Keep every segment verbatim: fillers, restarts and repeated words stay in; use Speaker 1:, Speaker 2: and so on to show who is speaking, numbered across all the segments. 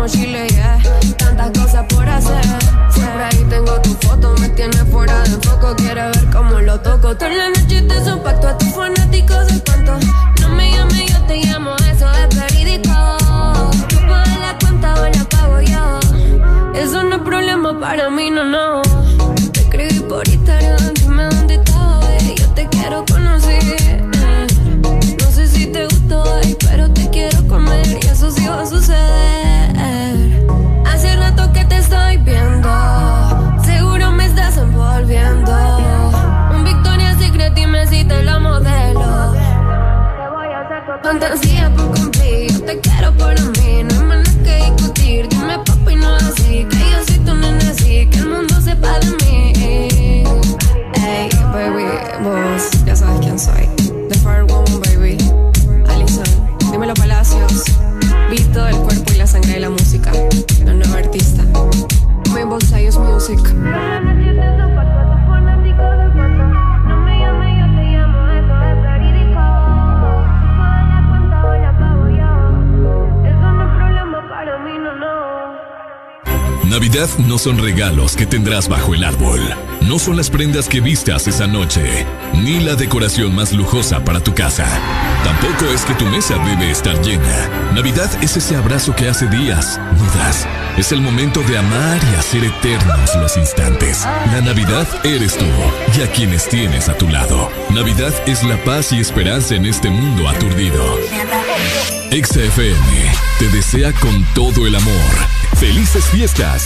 Speaker 1: como Chile, yeah. Tantas cosas por hacer. Siempre ahí tengo tu foto, me tienes fuera de foco. Quiere ver cómo lo toco. Toda la noche te son pacto a tus fanáticos del cuento. No me llames, yo te llamo, eso es verídico. Tú pagas la cuenta o la pago yo. Eso no es problema para mí, no, no. Te escribí por Instagram, dime dónde estás, baby. Yo te quiero conocer. No sé si te gustó, baby, pero te quiero comer y eso sí va a suceder. Hace rato que te estoy viendo, seguro me estás envolviendo. Un Victoria's Secret, dime si te lo modelo. Te voy a hacer tu fantasía por cumplir. Yo te quiero para mí, no hay más nada que discutir. Dime papi, no así, que yo soy tu nena así, que el mundo sepa de mí. Hey, baby, vos ya sabes quién soy. The Fire Woman, baby. Alison, dímelo Palacios. Vito del cuerpo y la sangre de la música. La nueva artista. Rainbow Sayos Music.
Speaker 2: Navidad no son regalos que tendrás bajo el árbol. No son las prendas que vistas esa noche, ni la decoración más lujosa para tu casa. Tampoco es que tu mesa debe estar llena. Navidad es ese abrazo que hace días no das. Es el momento de amar y hacer eternos los instantes. La Navidad eres tú y a quienes tienes a tu lado. Navidad es la paz y esperanza en este mundo aturdido. Exa F M te desea con todo el amor. ¡Felices fiestas!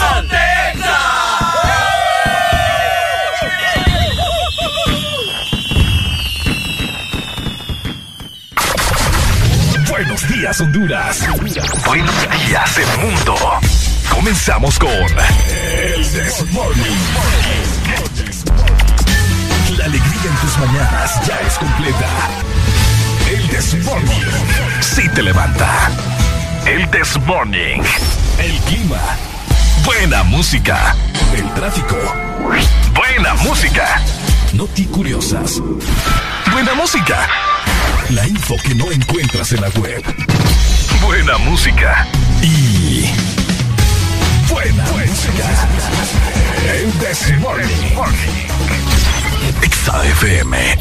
Speaker 2: Buenos días, Honduras. Buenos días, el mundo. Comenzamos con el Desmorning. La alegría en tus mañanas ya es completa. El Desmorning sí te levanta. El Desmorning. El clima. Buena música. El tráfico. Buena música. Noti curiosas. Buena música. La info que no encuentras en la web. Buena música. Y buena música. El Desmorning. Exa F M.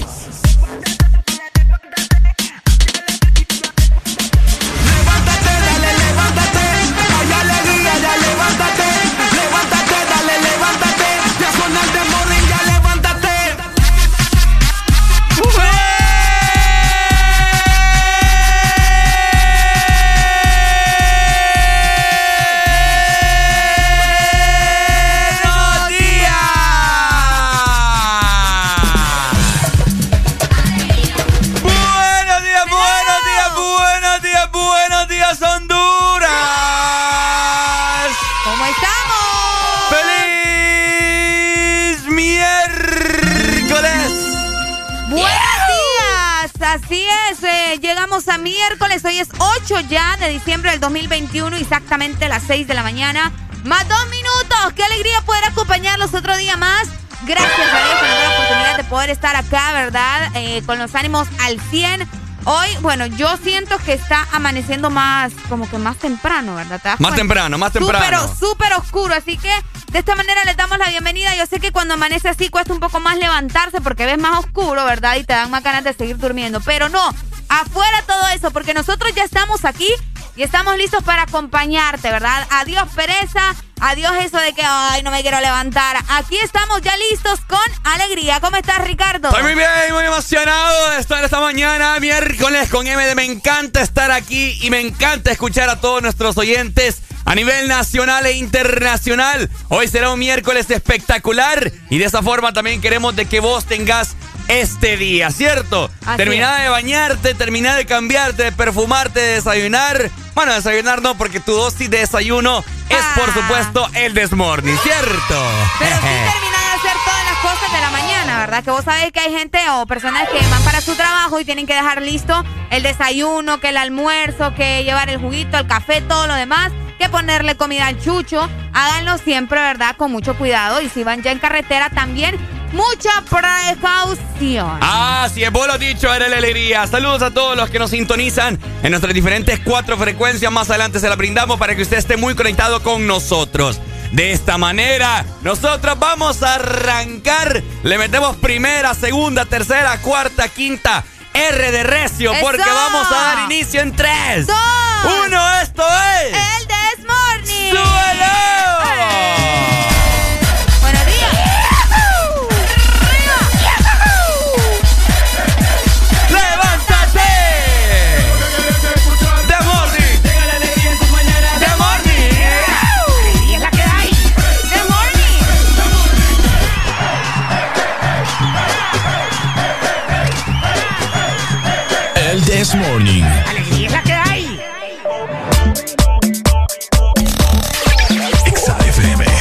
Speaker 3: Así es, eh, llegamos a miércoles, hoy es ocho ya de diciembre del dos mil veintiuno, exactamente las seis de la mañana, más dos minutos. Qué alegría poder acompañarlos otro día más. Gracias a Dios por la oportunidad de poder estar acá, ¿verdad? Eh, con los ánimos al cien. Hoy, bueno, yo siento que está amaneciendo más, como que más temprano, ¿verdad?
Speaker 4: Más cuenta? temprano, más temprano.
Speaker 3: Súper, súper oscuro, así que de esta manera les damos la bienvenida. Yo sé que cuando amanece así cuesta un poco más levantarse porque ves más oscuro, ¿verdad? Y te dan más ganas de seguir durmiendo. Pero no, afuera todo eso, porque nosotros ya estamos aquí y estamos listos para acompañarte, ¿verdad? Adiós pereza, adiós eso de que, ay, no me quiero levantar. Aquí estamos ya listos con alegría. ¿Cómo estás, Ricardo?
Speaker 4: Estoy muy bien, muy emocionado de estar esta mañana, miércoles con M D. Me encanta estar aquí y me encanta escuchar a todos nuestros oyentes a nivel nacional e internacional. Hoy será un miércoles espectacular y de esa forma también queremos de que vos tengas este día, ¿cierto? Terminá de bañarte, terminá de cambiarte, de perfumarte, de desayunar. Bueno, desayunar no, porque tu dosis de desayuno es, ah. por supuesto, el Desmorning, ¿cierto?
Speaker 3: Pero sí termina de hacer todas las cosas de la mañana, ¿verdad? Que vos sabés que hay gente o personas que van para su trabajo y tienen que dejar listo el desayuno, que el almuerzo, que llevar el juguito, el café, todo lo demás, que ponerle comida al chucho. Háganlo siempre, ¿verdad? Con mucho cuidado. Y si van ya en carretera también, mucha precaución.
Speaker 4: Ah, si es vos lo dicho, eres la alegría. Saludos a todos los que nos sintonizan en nuestras diferentes cuatro frecuencias. Más adelante se la brindamos para que usted esté muy conectado con nosotros. De esta manera, nosotros vamos a arrancar. Le metemos primera, segunda, tercera, cuarta, quinta. R de recio,
Speaker 3: ¡eso!
Speaker 4: Porque vamos a dar inicio en tres,
Speaker 3: dos,
Speaker 4: uno, esto es
Speaker 3: el This Morning.
Speaker 4: ¡Súbelo!
Speaker 3: ¡Eh! Buenos días.
Speaker 4: ¡Levántate! The Morning.
Speaker 5: Llega la alegría en tus mañanas.
Speaker 4: The Morning.
Speaker 5: Alegría es la que hay.
Speaker 3: The Morning.
Speaker 2: El This Morning.
Speaker 5: Alegría es la que hay.
Speaker 2: Exa F M.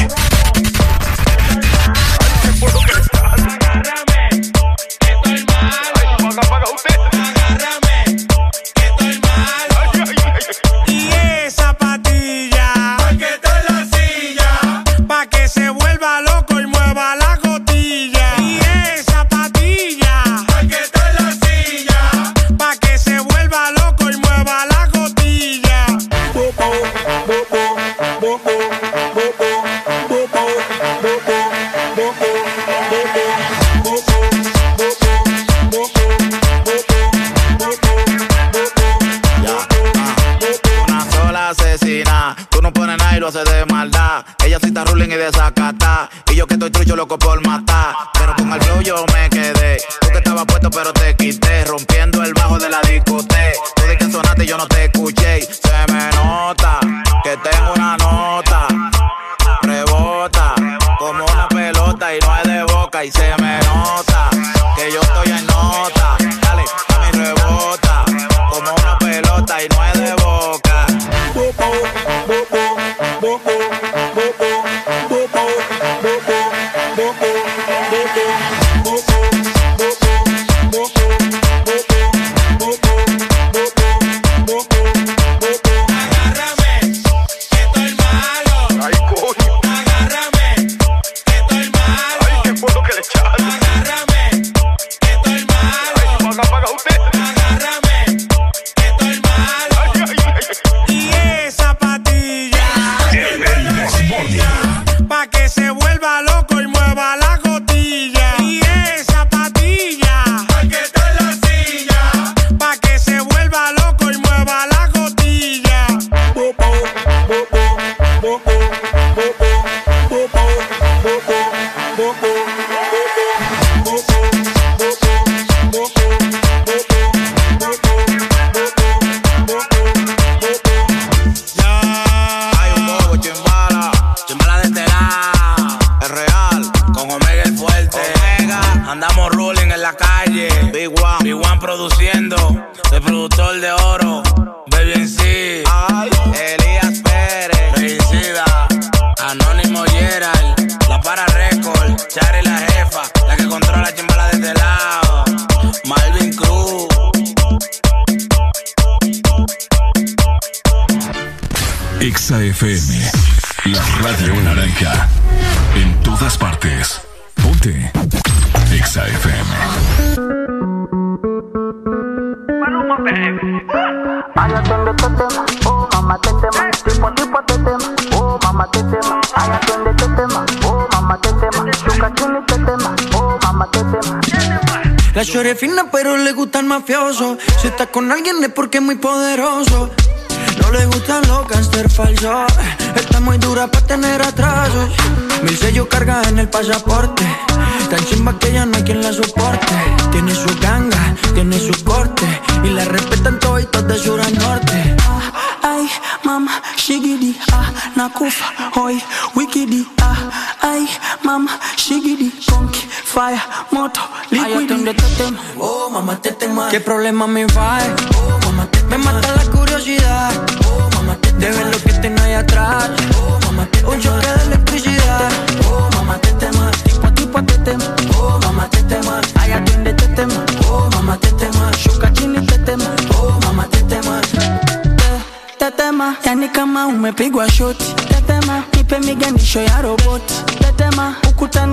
Speaker 6: Y esa patilla, pa' que esté en la silla, pa' que se vuelva loco y mueva la cotilla. Y esa patilla, pa' que esté en la silla, pa' que se vuelva loco y mueva la cotilla. Bobo, bobo, bobo, bobo, bobo, bobo,
Speaker 7: Una sola asesina, tú no pones nada y lo haces de maldad. Ella sí está ruling y desacata, y yo que estoy trucho loco por matar. Pero con el flow yo me quedé, tú que estabas puesto pero te quité, rompiendo el bajo de la discoteca. Tú de que sonaste y yo no te escuché. Se me nota que tengo una nota, rebota como una pelota y no es de boca. Y se me nota que yo estoy en nota, dale, a mi rebota como una pelota y no es de boca.
Speaker 6: bobo, bobo, bobo, bobo, bobo, bobo, Agárrame, que estoy malo.
Speaker 7: Ay, coño.
Speaker 6: Agárrame, que estoy malo.
Speaker 7: Ay, ¿qué fue lo que le echaste?
Speaker 6: Agárrame, que estoy malo.
Speaker 7: Paga, paga usted.
Speaker 6: Agárrame, que estoy malo. Y esa patilla, pa' que se vuelva loco y mueva la cotilla. Y esa patilla, pa' que esté en la silla, pa' que se vuelva loco y mueva la cotilla. Bobo, bobo, bobo, bobo, bobo, bobo,
Speaker 7: Hay un bobo, chimbala, chimbala de este lado, es real, con Omega el fuerte. Omega, andamos ruling en la calle. Big One, Big One produciendo, el productor de oro, Baby en sí. Ay, Elías Pérez, Regicida, Anónimo Gerald, La Para Record, Chari la jefa, la que controla chimbala de este lado, Malvin Cruz.
Speaker 2: Exa F M. La radio naranja. En todas partes. Ponte. Exa F M.
Speaker 8: Ay, atiende este tema, oh mamá te tema, tipo tipo te tema, oh mamá te tema. Ay, atiende este tema, oh mamá te tema, chuca chini te tema, oh mamá te tema.
Speaker 9: La shorty es fina pero le gusta el mafioso. Si está con alguien es porque es muy poderoso. No le gustan los gangster falsos. Está muy dura para tener atrasos. Mil sellos carga en el pasaporte. Tan chimba que ya no hay quien la soporte. Tiene su ganga, tiene su corte. Y la respetan toditos de sur a norte.
Speaker 8: Ay, mama, shigidi, ah, nakufa, hoy, wikidi, ah, ay, mama, shigidi, conky, fire, moto, liquidi.
Speaker 9: Ay, atiende este tema, oh mamá te tema. ¿Qué problema me va? Oh mamá te me mata la curiosidad. Oh mamá te de ver lo que tengo ahí atrás. Oh mamá te un choque de electricidad.
Speaker 8: Oh mamá te tema, tipo tipo te tema. Oh mamá te tema, ay, atiende este tema. Oh mamá te tema, shuka chini te tema. Oh mamá te tema. Tetema, yani kama umepiga shoti. Tetema, nipe miganisho ya roboti. Tetema, ukutani hadi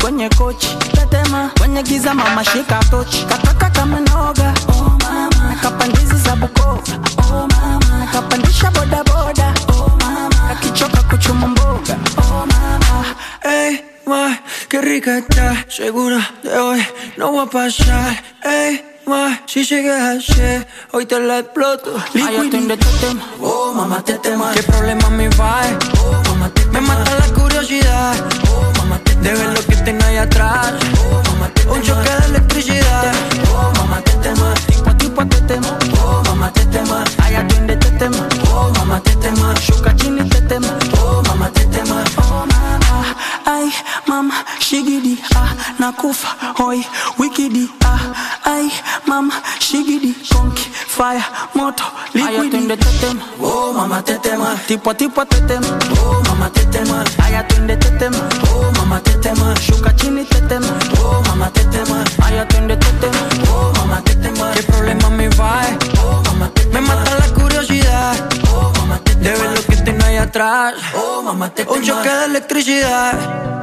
Speaker 8: kwenye kochi tetema, kwenye giza mama shika tochi, kataka kama noga, oh mama, nakapandizi za Bukova, oh mama, nakapandisha boda boda, oh mama, kakichoka kuchuma mboga, oh mama.
Speaker 9: Ey, ma, qué rica está, segura de hoy no va a pasar. Ey, ma, si sigues así, hoy te la exploto.
Speaker 8: Liquid tetema, oh mama tetema,
Speaker 9: qué problema me va, oh mamá tetema, me mata la curiosidad, oh mamá tetema, de ver lo que tengo ahí atrás, oh mamá tetema, un choque de electricidad,
Speaker 8: oh mamá tetema, tipo tipo tetema, oh mamá tetema, ay atiende tetema, oh mamá tetema, shuka chini tetema, oh mamá tetema, oh mama, ay mama shigidi ah nakufa hoi wikidi ah ay mama shigidi konki fire moto liquid, ay atiende tetema, oh mamá tetema, tipo tipo tetema, oh mamá tetema, ay atiende tetema, oh mamá tetema, shuka chini tetema, oh mamá tetema, ay atiende tetema, oh mamá tetema,
Speaker 9: qué problema me va,
Speaker 8: oh mamá tetema,
Speaker 9: me mata la curiosidad,
Speaker 8: oh mamá tetema,
Speaker 9: de ver lo que tengo ahí atrás,
Speaker 8: oh mamá tetema,
Speaker 9: un choque de electricidad.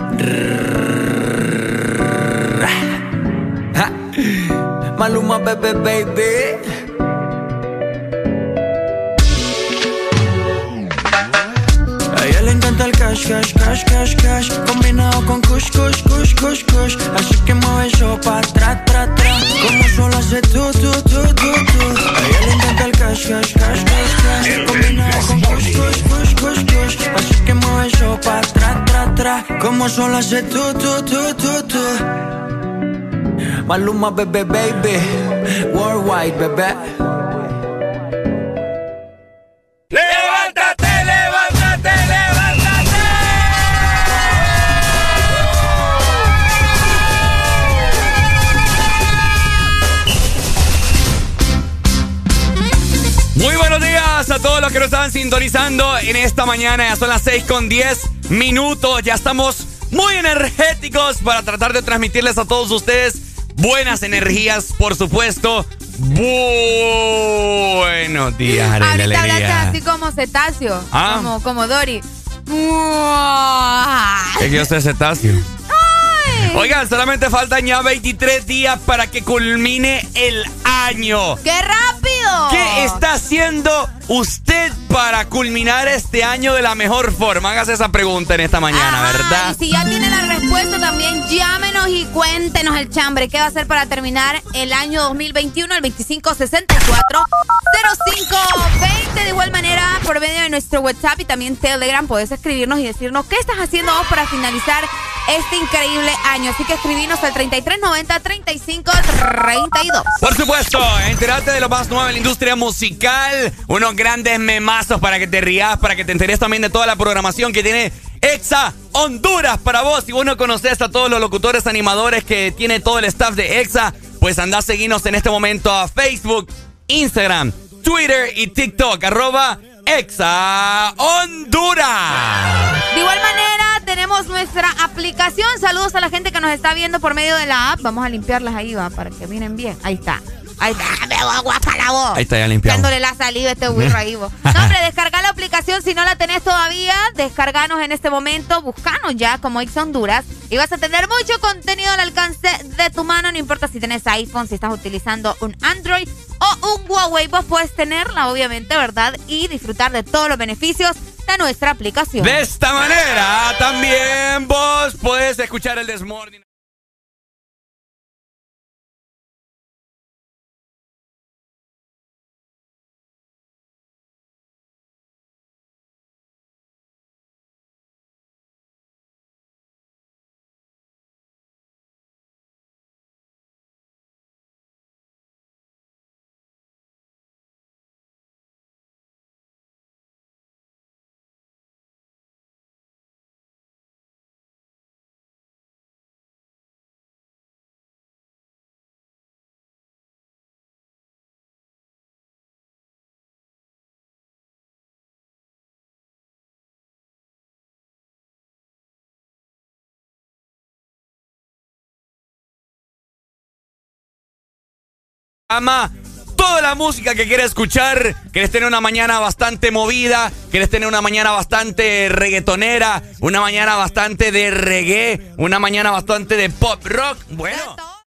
Speaker 9: Maluma, baby, baby. A ella le encanta el cash, cash, cash, cash, cash, combinado con kush, kush, kush, kush, kush. Así que mueve eso pa' tra, tra, tra, como solo hace tú, tú, tú, tú, tú. A ella le encanta el cash, cash, cash, cash, cash, combinado con kush, kush, kush, kush, kush. Así que mueve eso pa' tra, tra, tra, como solo hace tú, tú, tú, tú, tú. Maluma, baby, baby, worldwide, bebé.
Speaker 4: ¡Levántate, levántate, levántate! Muy buenos días a todos los que nos están sintonizando en esta mañana. Ya son las seis con diez minutos. Ya estamos muy energéticos para tratar de transmitirles a todos ustedes buenas energías, por supuesto. Buenos días, Arely
Speaker 3: Ahorita
Speaker 4: Alegría.
Speaker 3: hablaste así como cetáceo,
Speaker 4: ¿Ah?
Speaker 3: como, como Dory.
Speaker 4: Es que yo soy cetáceo.
Speaker 3: Ay.
Speaker 4: Oigan, solamente faltan ya veintitrés días para que culmine el año.
Speaker 3: ¡Qué rápido!
Speaker 4: ¿Qué está haciendo usted para culminar este año de la mejor forma? Hágase esa pregunta en esta mañana,
Speaker 3: Ajá,
Speaker 4: ¿verdad?
Speaker 3: Y si ya tiene la respuesta, también llámenos y cuéntenos el chambre. ¿Qué va a hacer para terminar el año dos mil veintiuno? El veinticinco sesenta y cuatro cero cinco veinte. De igual manera, por medio de nuestro WhatsApp y también Telegram, puedes escribirnos y decirnos qué estás haciendo vos para finalizar este increíble año. Así que escribinos al treinta y tres noventa treinta y cinco treinta y dos.
Speaker 4: Por supuesto, entérate de lo más nuevo en la industria musical. Unos grandes memazos para que te rías, para que te enteres también de toda la programación que tiene Exa Honduras para vos. Si vos no conoces a todos los locutores animadores que tiene todo el staff de Exa, pues andá a seguirnos en este momento a Facebook, Instagram, Twitter y TikTok, arroba Exa Honduras.
Speaker 3: De igual manera, tenemos nuestra aplicación. Saludos a la gente que nos está viendo por medio de la app. Vamos a limpiarlas ahí, va, para que miren bien. Ahí está. Ahí está, me voy a guapa la voz.
Speaker 4: Ahí está ya limpiado.
Speaker 3: Dándole la saliva a este burro ahí, vos. No, hombre, descarga la aplicación si no la tenés todavía. Descarganos en este momento. Buscanos ya como Exa Honduras. Y vas a tener mucho contenido al alcance de tu mano. No importa si tenés iPhone, si estás utilizando un Android o un Huawei. Vos puedes tenerla, obviamente, ¿verdad? Y disfrutar de todos los beneficios de nuestra aplicación.
Speaker 4: De esta manera, también vos puedes escuchar el This Morning. toda la música que quieres escuchar. ¿Quieres tener una mañana bastante movida? ¿Quieres tener una mañana bastante reggaetonera? ¿Una mañana bastante de reggae? ¿Una mañana bastante de pop rock? Bueno.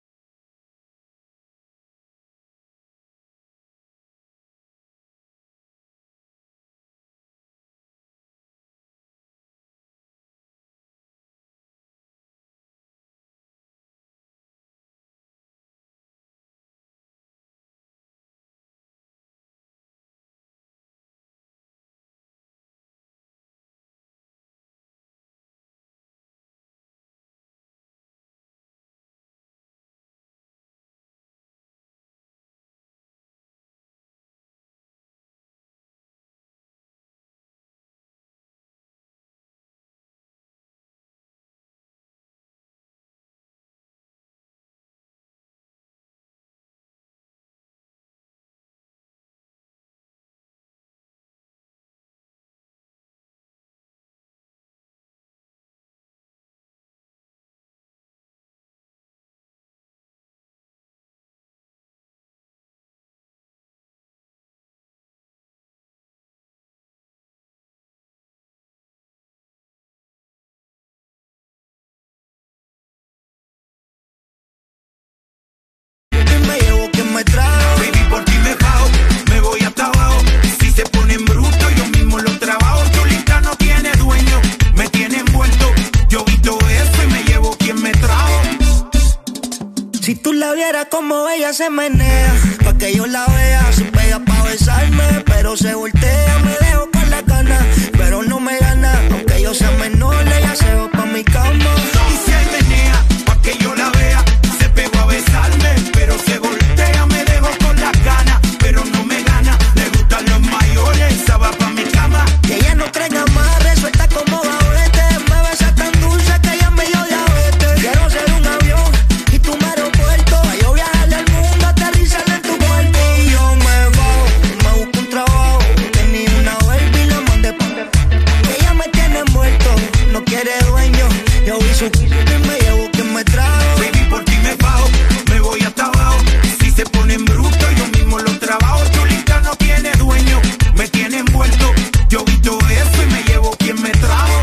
Speaker 9: Me trajo, baby, por ti me bajo, me voy hasta abajo. Si se ponen brutos, yo mismo los trabajo. Chulita no tiene dueño, me tiene envuelto. Yo vi todo eso y me llevo quien me trajo. Si tú la vieras como ella se menea, pa' que yo la vea, se pega pa' besarme, pero se voltea, me dejo con la gana, pero no me gana, aunque yo sea menor, ella se va pa' mi cama. Y si hay menea, pa' que yo la vea, se pegó a besarme, pero se voltea, me dejo con la gana, pero no me gana, le gustan los mayores, esa va pa' mi cama. Que ella no traiga amarre, suelta como babete, me besa tan dulce que ella me dio diabetes. Quiero ser un avión y tú me aeropuerto, pa' yo viajarle al mundo, aterrizarle en tu cuerpo. Y yo me bajo, me busco un trabajo, tenía una baby y la mandé pa' ella me tiene envuelto, no quiere dueño, yo vi su y me llevo quien me trajo. Baby, por ti me bajo, me voy hasta abajo. Si se ponen brutos, yo mismo los trabajo. Chulita no tiene dueño, me tiene envuelto. Yo vi todo eso y me llevo quien me trajo.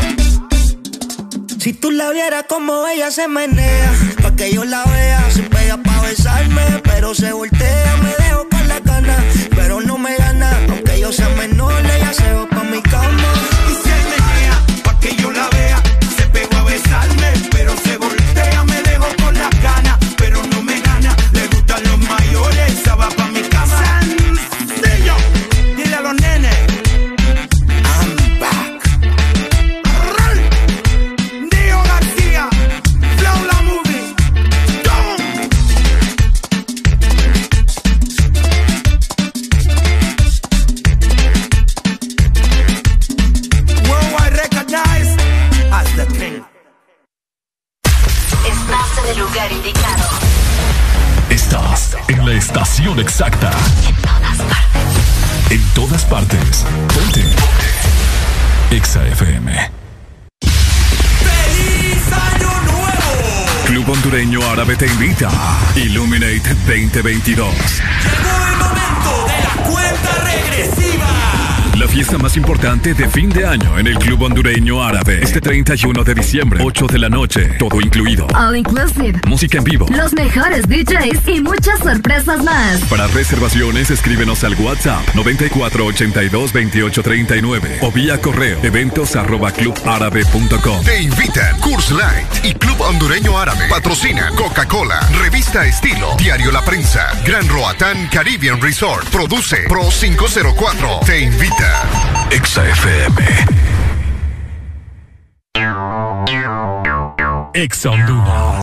Speaker 9: Si tú la vieras como ella se menea, pa' que yo la vea, se pega pa' besarme, pero se voltea, me dejo con la gana, pero no me gana, aunque yo sea menor, ella se va pa' mi cama. Y se menea, pa' que yo la vea, se pegó a besarme, pero se voltea, me dejo con la gana, pero no me gana, le gustan los mayores, esa va pa' mi cama. Sencillo, dile a los nenes, I'm back. Dio García, Flow la movie, Don't. Worldwide recognized as the king.
Speaker 10: Estás en el lugar indicado.
Speaker 2: Estás en la estación exacta.
Speaker 10: En todas partes.
Speaker 2: En todas partes. Ponte. Ponte. Exa F M.
Speaker 4: ¡Feliz Año Nuevo!
Speaker 2: Club Hondureño Árabe te invita. Illuminate veinte veintidós.
Speaker 4: Llegó el momento de la cuenta regresiva.
Speaker 2: La fiesta más importante de fin de año en el Club Hondureño Árabe. Este treinta y uno de diciembre, ocho de la noche, todo incluido.
Speaker 10: All inclusive.
Speaker 2: Música en vivo.
Speaker 10: Los mejores D Js y muchas sorpresas más.
Speaker 2: Para reservaciones, escríbenos al WhatsApp noventa y cuatro ochenta y dos veintiocho treinta y nueve o vía correo eventos arroba club árabe punto com.
Speaker 11: Te invitan Coors Light y Club Hondureño Árabe. Patrocinan Coca-Cola, Revista Estilo, Diario La Prensa, Gran Roatán Caribbean Resort. Produce Pro cinco cero cuatro. Te invita.
Speaker 2: Exa F M. Exa Honduras.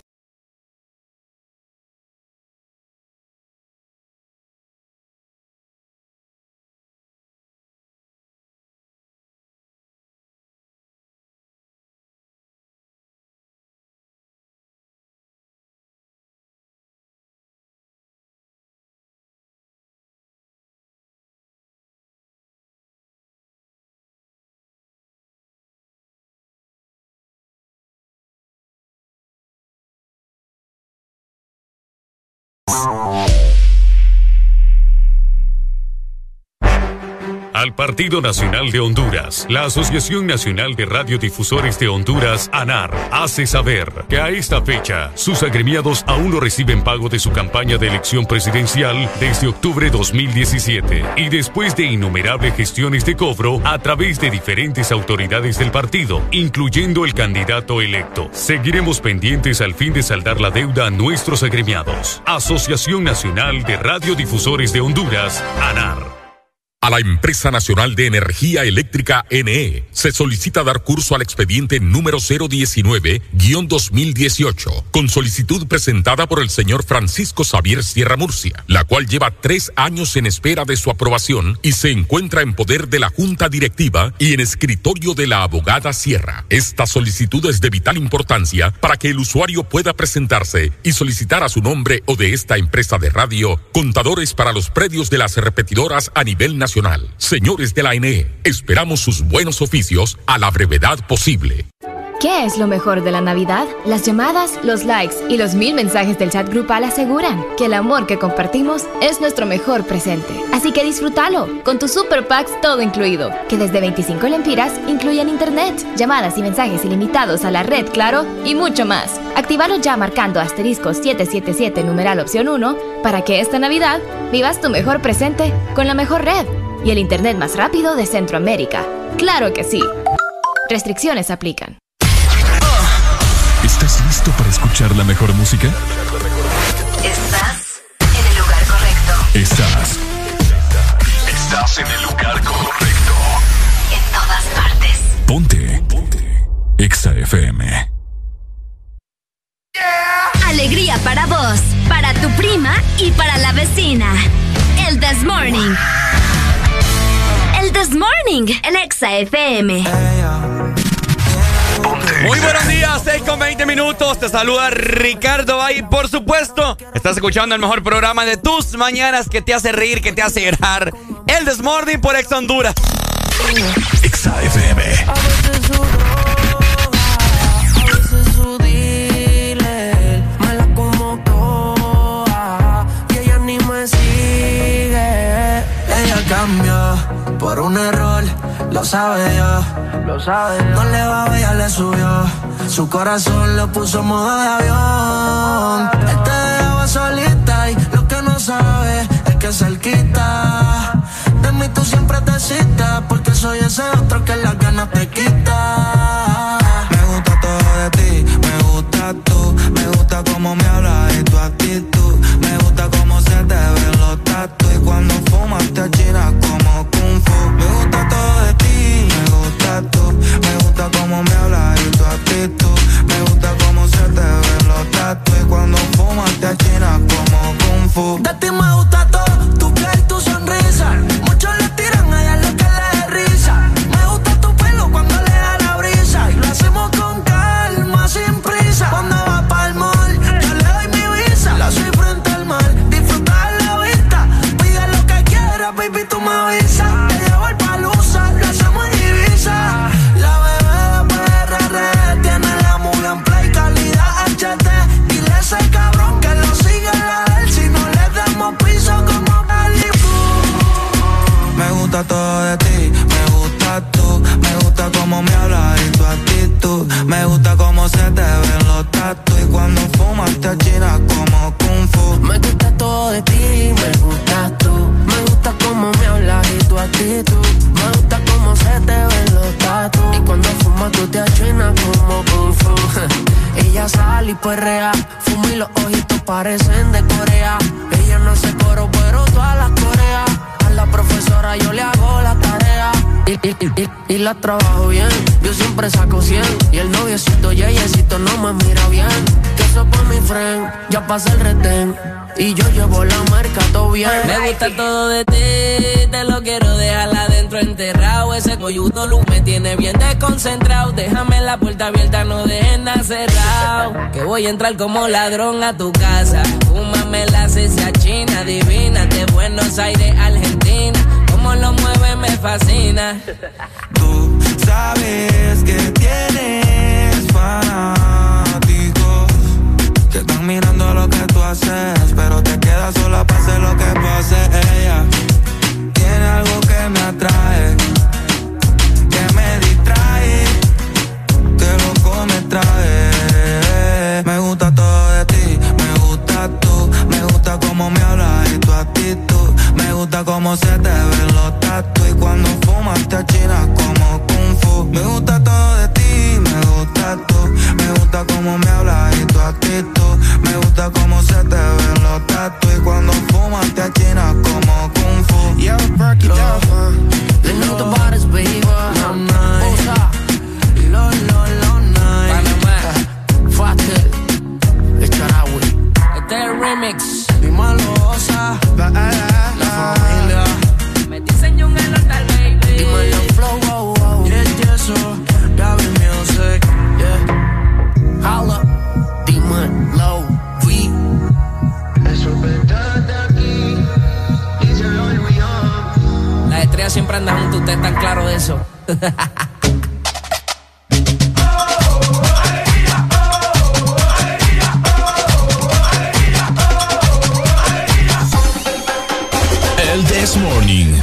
Speaker 12: al Partido Nacional de Honduras. La Asociación Nacional de Radiodifusores de Honduras, ANAR, hace saber que a esta fecha sus agremiados aún no reciben pago de su campaña de elección presidencial desde octubre dos mil diecisiete y después de innumerables gestiones de cobro a través de diferentes autoridades del partido, incluyendo el candidato electo. Seguiremos pendientes al fin de saldar la deuda a nuestros agremiados. Asociación Nacional de Radiodifusores de Honduras, ANAR.
Speaker 13: A la Empresa Nacional de Energía Eléctrica N E se solicita dar curso al expediente número cero diecinueve guión dos mil dieciocho, con solicitud presentada por el señor Francisco Xavier Sierra Murcia, la cual lleva tres años en espera de su aprobación y se encuentra en poder de la Junta Directiva y en escritorio de la abogada Sierra. Esta solicitud es de vital importancia para que el usuario pueda presentarse y solicitar a su nombre o de esta empresa de radio contadores para los predios de las repetidoras a nivel nacional. Señores de la N E, esperamos sus buenos oficios a la brevedad posible.
Speaker 14: ¿Qué es lo mejor de la Navidad? Las llamadas, los likes y los mil mensajes del chat grupal aseguran que el amor que compartimos es nuestro mejor presente. Así que disfrútalo con tus super packs todo incluido, que desde veinticinco lempiras incluyen internet, llamadas y mensajes ilimitados a la red Claro y mucho más. Actívalo ya marcando asterisco siete siete siete numeral opción uno para que esta Navidad vivas tu mejor presente con la mejor red y el internet más rápido de Centroamérica. ¡Claro que sí! Restricciones aplican.
Speaker 2: ¿Estás listo para escuchar la mejor música?
Speaker 10: Estás en el lugar correcto.
Speaker 2: Estás. Estás en el lugar correcto.
Speaker 10: En todas partes.
Speaker 2: Ponte. Ponte. Exa F M.
Speaker 10: Alegría para vos, para tu prima y para la vecina. El This Morning. El This Morning, el Exa F M.
Speaker 4: Muy buenos días, seis con veinte minutos. Te saluda Ricardo Valle. Por supuesto, estás escuchando el mejor programa de tus mañanas que te hace reír, que te hace llorar. El This Morning por Exa Honduras.
Speaker 2: Exa F M.
Speaker 9: Cambió por un error, lo sabe yo, lo sabe. No le va, ella le subió, su corazón lo puso en modo de avión. Él te dejaba solita y lo que no sabe es que cerquita de mí tú siempre te citas, porque soy ese otro que las ganas te quita. Me gusta todo de ti, me gusta tú, me gusta cómo me hablas y tu actitud, me gusta cómo se te ven los tatuajes y cuando fumas te achinas como kung fu. Me gusta todo de ti, me gusta tú, me gusta cómo me hablas y tu actitud, me gusta cómo se te ven los tatuajes y cuando fumas te achinas como kung fu. De ti me gusta todo, tu piel, tu sonrisa, muchos le tiran a ella lo que le dé risa. Me gusta tu pelo cuando le da la brisa y lo hacemos con calma, sin prisa. Cuando va pa'l mall, yo le doy mi visa, la soy frente al mar, disfrutar la vista, pide lo que quieras, baby, tú me avisas. Te llevo al Palusa, lo hacemos en Ibiza. La bebé de P R R tiene la movie en play, calidad H D. Dile a ese cabrón que lo siga la de él, si no le damos piso como Malibu. Me gusta todo de ti, me gusta tú, me gusta cómo me hablas y tu actitud, me gusta cómo se te ven los tatuajes y cuando fumas te achinas como kung fu. Me gusta todo de ti, me gusta tú, me gusta cómo me hablas y tu actitud, me gusta cómo se te ven los tatuajes y cuando fumas tú te achinas como kung fu. Ella sale y perrea, fuma y los ojitos parecen de Corea. Ella no hace coro pero todas las coreas. A la profesora yo le hago la tarea y, y, y, y, y la trabajo bien. Yo siempre saco cien y el noviecito yeyecito no me mira bien. Que eso pa' mi friend, ya pasa el retén y yo llevo la marca todo bien.
Speaker 15: Me gusta todo de ti, te lo quiero dejar adentro enterrado. Ese coyuto luz me tiene bien desconcentrado. Déjame la puerta abierta, no dejen nada cerrado, que voy a entrar como ladrón a tu casa. Fúmame la cecia china divina de Buenos Aires, Argentina. Como lo mueve me fascina.
Speaker 9: Tú sabes que tienes fanáticos que están mirando lo que tú haces, pero te quedas sola para hacer lo que pase. Ella tiene algo que me atrae, gusta cómo se te ven los tatu y cuando fumas te achinas como Kung Fu. Me gusta todo de ti, me gusta tú. Me gusta cómo me hablas y tu actitud. Me gusta cómo se te ven los tatu y cuando fumas te achinas como Kung Fu.
Speaker 8: Yeah, break it down. Let me know the bodies, baby. Lo night. Lo, lo, lo night. Panamá. Faster. Echarawi. Este es el remix. Dímelo, Osa. La, la, la, la familia. Me diseño un helado, baby. Dímelo, flow, wow, wow. Yeah, yeah, so. Gaby Music. Yeah. Holla. Dímelo, we. Eso es verdad de aquí. Y se lo olvidó. Las estrellas siempre andan juntos, ustedes están claros de eso.
Speaker 2: El This Morning.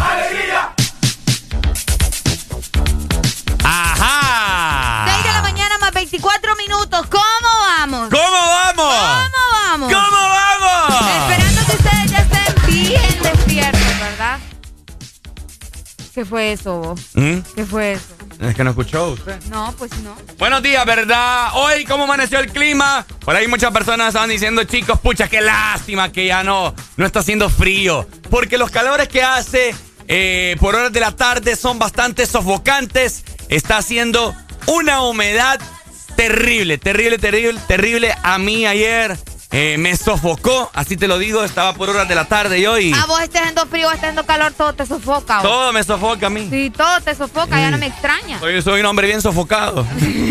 Speaker 4: ¡Ajá!
Speaker 3: seis de la mañana más veinticuatro minutos. ¿Cómo vamos?
Speaker 4: ¿Cómo vamos?
Speaker 3: ¿Cómo vamos?
Speaker 4: ¿Cómo vamos?
Speaker 3: Esperando que ustedes ya estén bien despiertos, ¿verdad? ¿Qué fue eso, vos?
Speaker 4: ¿Mm?
Speaker 3: ¿Qué fue eso?
Speaker 4: Es que no escuchó usted.
Speaker 3: No, pues no.
Speaker 4: Buenos días, ¿verdad? Hoy, ¿cómo amaneció el clima? Por ahí muchas personas estaban diciendo, chicos, pucha, qué lástima que ya no, no está haciendo frío. Porque los calores que hace eh, por horas de la tarde son bastante sofocantes. Está haciendo una humedad terrible, terrible, terrible, terrible. A mí ayer eh, me sofocó, así te lo digo, estaba por horas de la tarde y hoy...
Speaker 3: A vos estés haciendo frío, estés haciendo calor, todo te sofoca. ¿Vos?
Speaker 4: Todo me sofoca a mí.
Speaker 3: Sí, todo te sofoca, mm. ya no me extraña.
Speaker 4: Soy, soy un hombre bien sofocado.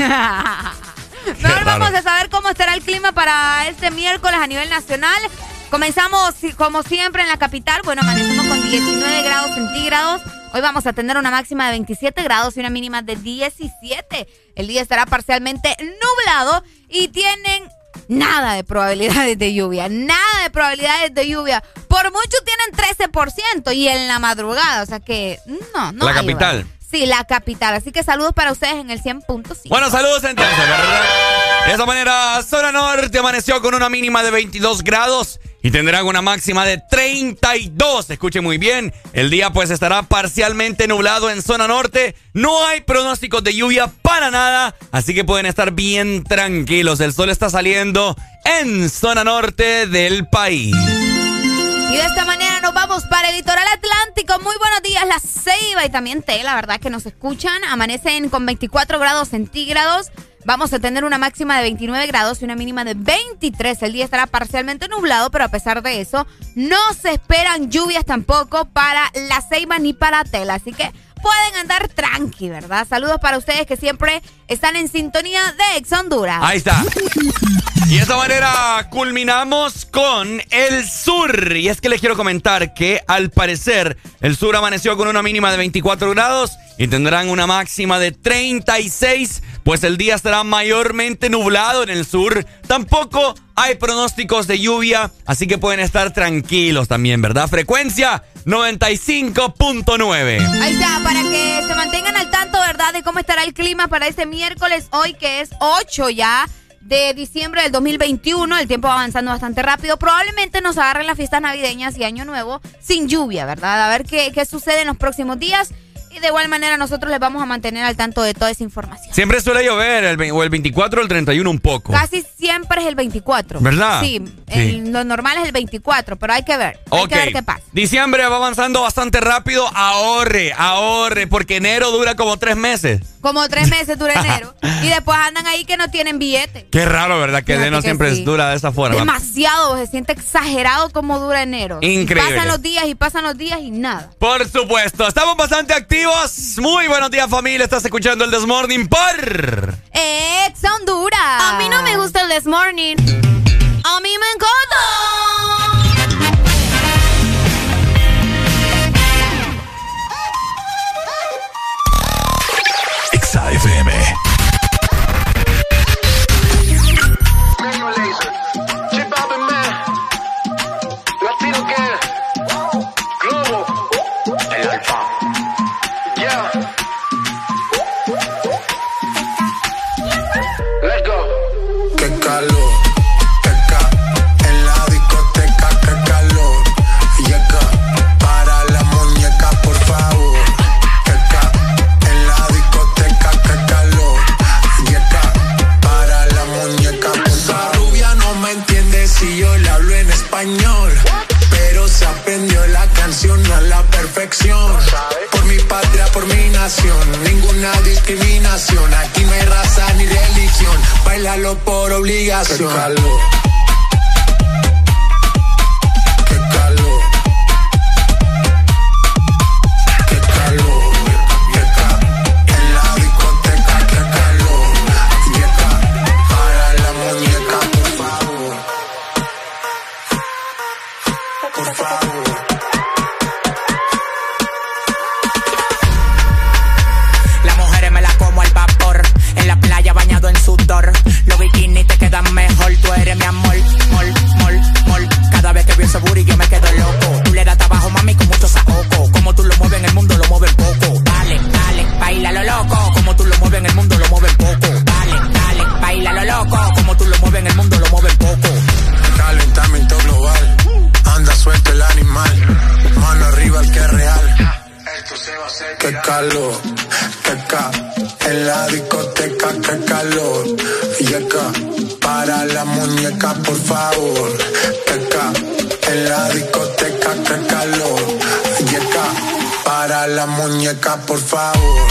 Speaker 3: Mejor vamos a saber cómo estará el clima para este miércoles a nivel nacional. Comenzamos, como siempre, en la capital. Bueno, amanecemos con diecinueve grados centígrados. Hoy vamos a tener una máxima de veintisiete grados y una mínima de diecisiete. El día estará parcialmente nublado y tienen nada de probabilidades de lluvia. Nada de probabilidades de lluvia. Por mucho tienen trece por ciento y en la madrugada. O sea que no, no.
Speaker 4: La
Speaker 3: hay,
Speaker 4: capital.
Speaker 3: ¿verdad? Sí, la capital. Así que saludos para ustedes en el cien punto cinco.
Speaker 4: Bueno, saludos entonces, ¿verdad? De esa manera, zona norte amaneció con una mínima de veintidós grados y tendrán una máxima de treinta y dos. Escuchen muy bien, el día pues estará parcialmente nublado en zona norte. No hay pronósticos de lluvia para nada, así que pueden estar bien tranquilos. El sol está saliendo en zona norte del país.
Speaker 3: Y de esta manera nos vamos para el litoral atlántico. Muy buenos días, La Ceiba y también T, la verdad que nos escuchan. Amanecen con veinticuatro grados centígrados. Vamos a tener una máxima de veintinueve grados y una mínima de veintitrés. El día estará parcialmente nublado, pero a pesar de eso, no se esperan lluvias tampoco para La Ceiba ni para Tela. Así que pueden andar tranqui, ¿verdad? Saludos para ustedes que siempre están en sintonía de Ex Honduras.
Speaker 4: Ahí está. Y de esta manera culminamos con el sur. Y es que les quiero comentar que al parecer el sur amaneció con una mínima de veinticuatro grados y tendrán una máxima de treinta y seis, pues el día estará mayormente nublado en el sur. Tampoco hay pronósticos de lluvia, así que pueden estar tranquilos también, ¿verdad? Frecuencia noventa y cinco punto nueve.
Speaker 3: Ahí está, para que se mantengan al tanto, ¿verdad?, de cómo estará el clima para este miércoles, hoy que es ocho ya de diciembre del dos mil veintiuno. El tiempo va avanzando bastante rápido. Probablemente nos agarren las fiestas navideñas y Año Nuevo sin lluvia, ¿verdad? A ver qué, qué sucede en los próximos días. Y de igual manera nosotros les vamos a mantener al tanto de toda esa información.
Speaker 4: Siempre suele llover el, o el veinticuatro o el treinta y uno un poco.
Speaker 3: Casi siempre es el veinticuatro.
Speaker 4: ¿Verdad?
Speaker 3: Sí,
Speaker 4: sí.
Speaker 3: El, lo normal es el veinticuatro, pero hay que ver. Hay
Speaker 4: okay.
Speaker 3: que ver qué pasa.
Speaker 4: Diciembre va avanzando bastante rápido. Ahorre, ahorre, porque enero dura como tres meses.
Speaker 3: Como tres meses dura enero. Y después andan ahí que no tienen billete.
Speaker 4: Qué raro, ¿verdad? Que
Speaker 3: Fíjate
Speaker 4: enero
Speaker 3: que
Speaker 4: siempre
Speaker 3: sí.
Speaker 4: dura de esa forma.
Speaker 3: Demasiado, se siente exagerado como dura enero.
Speaker 4: Increíble.
Speaker 3: Y pasan los días y pasan los días y nada.
Speaker 4: Por supuesto, estamos bastante activos. Muy buenos días, familia. Estás escuchando el This Morning por
Speaker 3: Ex Honduras.
Speaker 10: A mí no me gusta el This Morning.
Speaker 3: A mí me encanta.
Speaker 2: Exa F M.
Speaker 9: Qué calor, qué ca en la
Speaker 16: ninguna discriminación. Aquí no hay raza ni religión. Bailalo por obligación. Qué calor. Qué calor. Qué calor. En la discoteca, qué calor. Yeca, para la muñeca, por favor. Por favor.
Speaker 17: Bañado en sudor, los bikinis te quedan mejor. Tú eres mi amor, mol, mol, mol. Cada vez que veo ese booty yo me quedo loco. Tú le das trabajo, mami, con mucho saoco. Como tú lo mueves en el mundo, lo mueves poco. Dale, dale, baila lo loco. Como tú lo mueves en el mundo, lo mueves poco. Dale, dale, baila lo loco. Como tú lo mueves en el mundo, lo mueves poco.
Speaker 16: Calentamiento global, anda suelto el animal. Mano arriba el que es real. Qué calor, qué ca. En la discoteca, qué calor. Yeca, para la muñeca, por favor. Yeca, en la discoteca, qué calor. Yeca, para la muñeca, por favor.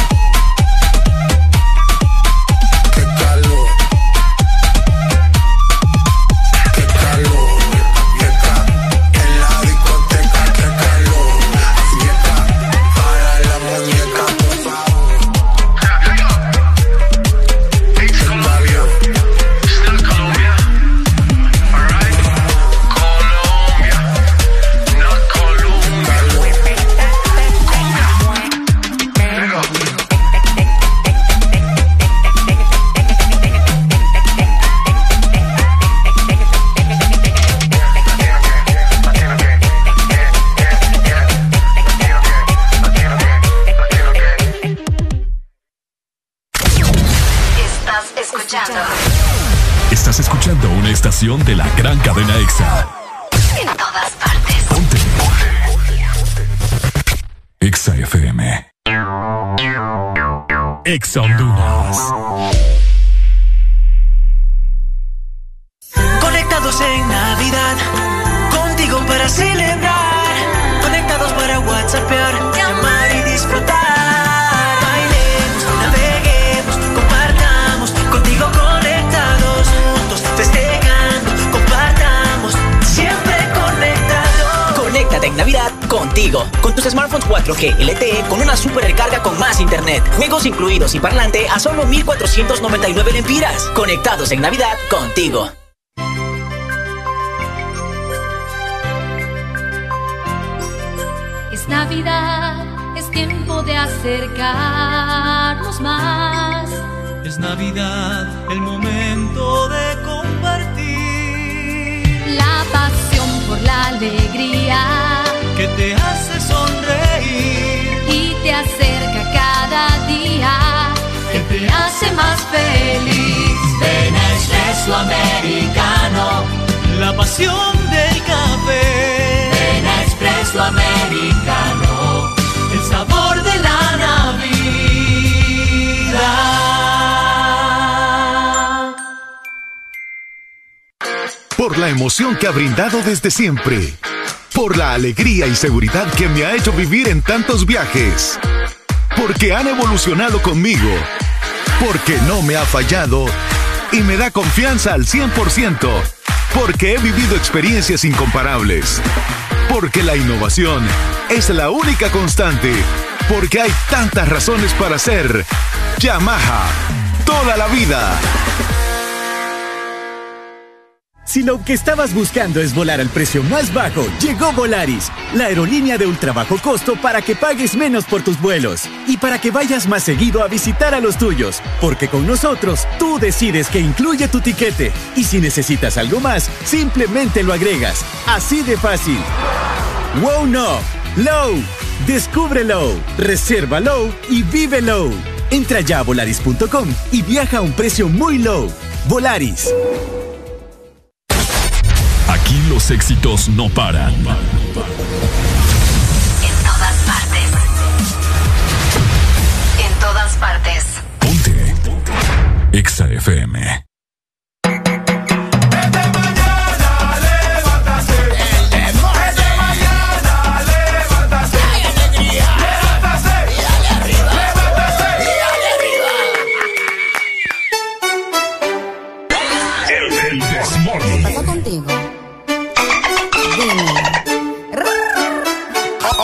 Speaker 16: Qué calor. Qué calor. Yeca, en la discoteca, qué calor. Yeca, para la muñeca, por favor.
Speaker 2: Estás escuchando una estación de la gran cadena EXA.
Speaker 10: En todas partes.
Speaker 2: Ponte. EXA F M. EXA Honduras.
Speaker 9: Conectados en Navidad, contigo para celebrar. Conectados para WhatsAppear, llamar y disfrutar.
Speaker 18: En Navidad contigo, con tus smartphones cuatro G L T E con una super recarga con más internet, juegos incluidos y parlante a solo mil cuatrocientos noventa y nueve lempiras. Conectados en Navidad contigo.
Speaker 19: Es Navidad, es tiempo de acercarnos más.
Speaker 20: Es Navidad, el momento de compartir
Speaker 19: la pasión por la alegría
Speaker 20: que te hace sonreír
Speaker 19: y te acerca cada día,
Speaker 20: que te hace más feliz.
Speaker 19: Ven a Espresso Americano,
Speaker 20: la pasión del café.
Speaker 19: Ven a Espresso Americano,
Speaker 20: el sabor de la Navidad.
Speaker 21: Por la emoción que ha brindado desde siempre. Por la alegría y seguridad que me ha hecho vivir en tantos viajes. Porque han evolucionado conmigo. Porque no me ha fallado y me da confianza al cien por ciento. Porque he vivido experiencias incomparables. Porque la innovación es la única constante. Porque hay tantas razones para ser Yamaha toda la vida.
Speaker 22: Si lo que estabas buscando es volar al precio más bajo, llegó Volaris, la aerolínea de ultra bajo costo para que pagues menos por tus vuelos y para que vayas más seguido a visitar a los tuyos, porque con nosotros tú decides qué incluye tu tiquete y si necesitas algo más, simplemente lo agregas, así de fácil. Wow no, Low, descubre Low, reserva Low y vive Low. Entra ya a volaris punto com y viaja a un precio muy low. Volaris.
Speaker 2: Aquí los éxitos no paran.
Speaker 10: En todas partes. En todas partes.
Speaker 2: Ponte. EXA F M.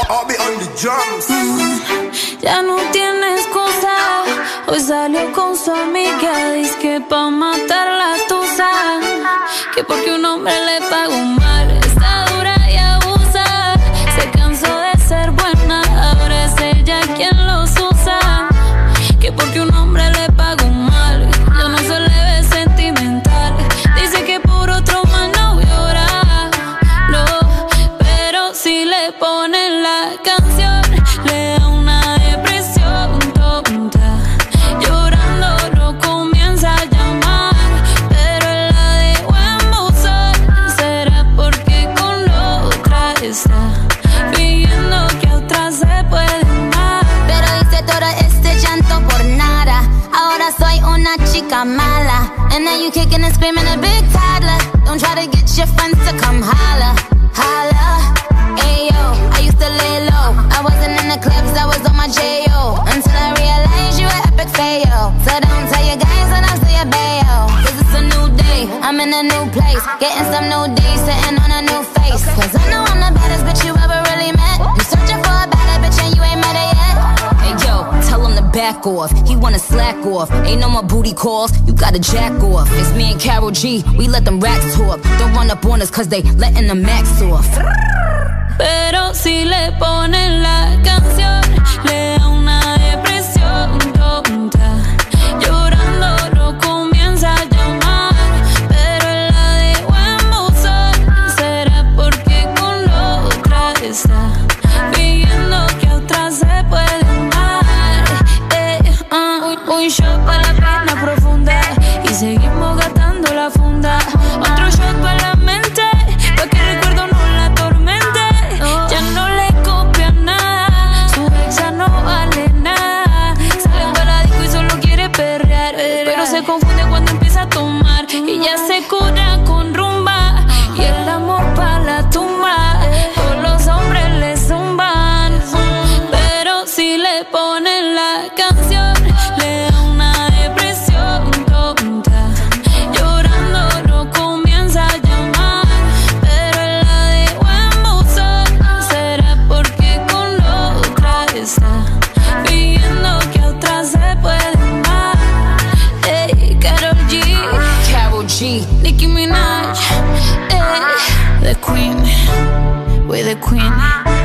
Speaker 1: Ya no tiene excusa. Hoy salió con su amiga, dice que pa' matar la tusa, que porque un hombre le pagó mal, está dura y abusa. Se cansó de ser buena, ahora es ella quien los usa, que porque un hombre le pagó mal, ya no se le ve sentimental. Dice que por otro más no llora, no, pero si le ponen la canción, le da una depresión tonta. Llorando lo comienza a llamar, pero él la dejó en buzón. ¿Será porque con la otra está fingiendo que a otra se puede amar?
Speaker 5: Pero hice todo este llanto por nada. Ahora soy una chica mala. And now you kicking and screaming a big toddler. Don't try to get your friends to come holla, holla. Ayo, I used to lay low. I wasn't in the clubs, I was on my J O. Until I realized you were epic fail. So don't tell your guys when I'm still your bayo. Cause it's a new day, I'm in a new place. Getting some new days, sitting on a new face. Cause I know I'm the baddest bitch you ever really met. You searching for a better bitch and you ain't met her yet.
Speaker 23: Hey yo, tell him to back off. He wanna slack off. Ain't no more booty calls, you gotta jack off. It's me and Karol G, we let them racks talk. Don't run up on us cause they letting the max off.
Speaker 1: Pero si le ponen la canción, le da una depresión tonta. Llorando lo comienza a llamar, pero él la dejó en buzón. ¿Será porque con la otra está fingiendo que a otra se puede amar? Eh, uh, un shot para la pena profunda y seguimos gastando la funda. Otro shot para la mente, pa' que el recuerdo no la atormente. Ya no le copia nada, su exa no vale nada. Sale para la disco y solo quiere perrear, pero se confunde cuando empieza a tomar. Y ya se cura con rumba y el amor pa' la tumba. Todos los hombres le zumban, pero si le ponen la canción, le da una depresión tonta. Llorando lo comienza a llamar, pero él la dejó en buzón. ¿Será porque con la otra está fingiendo que a otra se puede amar? Ey, Karol G,
Speaker 23: Karol G,
Speaker 1: Nicki Minaj, ey, the queen, we're the queen.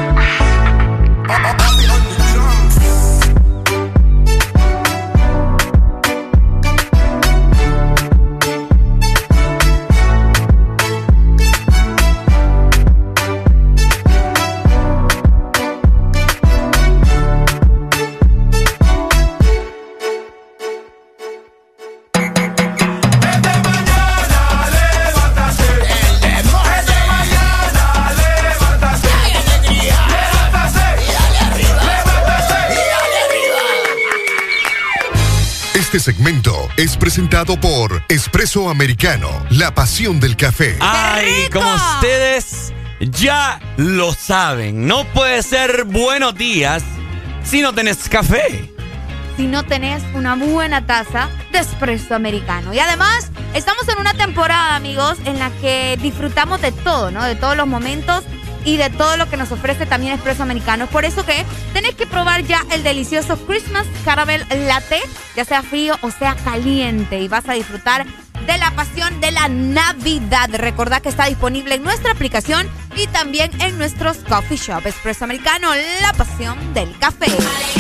Speaker 11: Este segmento es presentado por Espresso Americano, la pasión del café.
Speaker 4: Ay, como ustedes ya lo saben, no puede ser buenos días si no tenés café.
Speaker 3: Si no tenés una buena taza de espresso americano. Y además, estamos en una temporada, amigos, en la que disfrutamos de todo, ¿no? De todos los momentos y de todo lo que nos ofrece también espresso americano. Es por eso que tenés que probar ya el delicioso Christmas Caramel Latte, ya sea frío o sea caliente, y vas a disfrutar de la pasión de la Navidad. Recordá que está disponible en nuestra aplicación y también en nuestros coffee shop. Espresso americano, la pasión del café.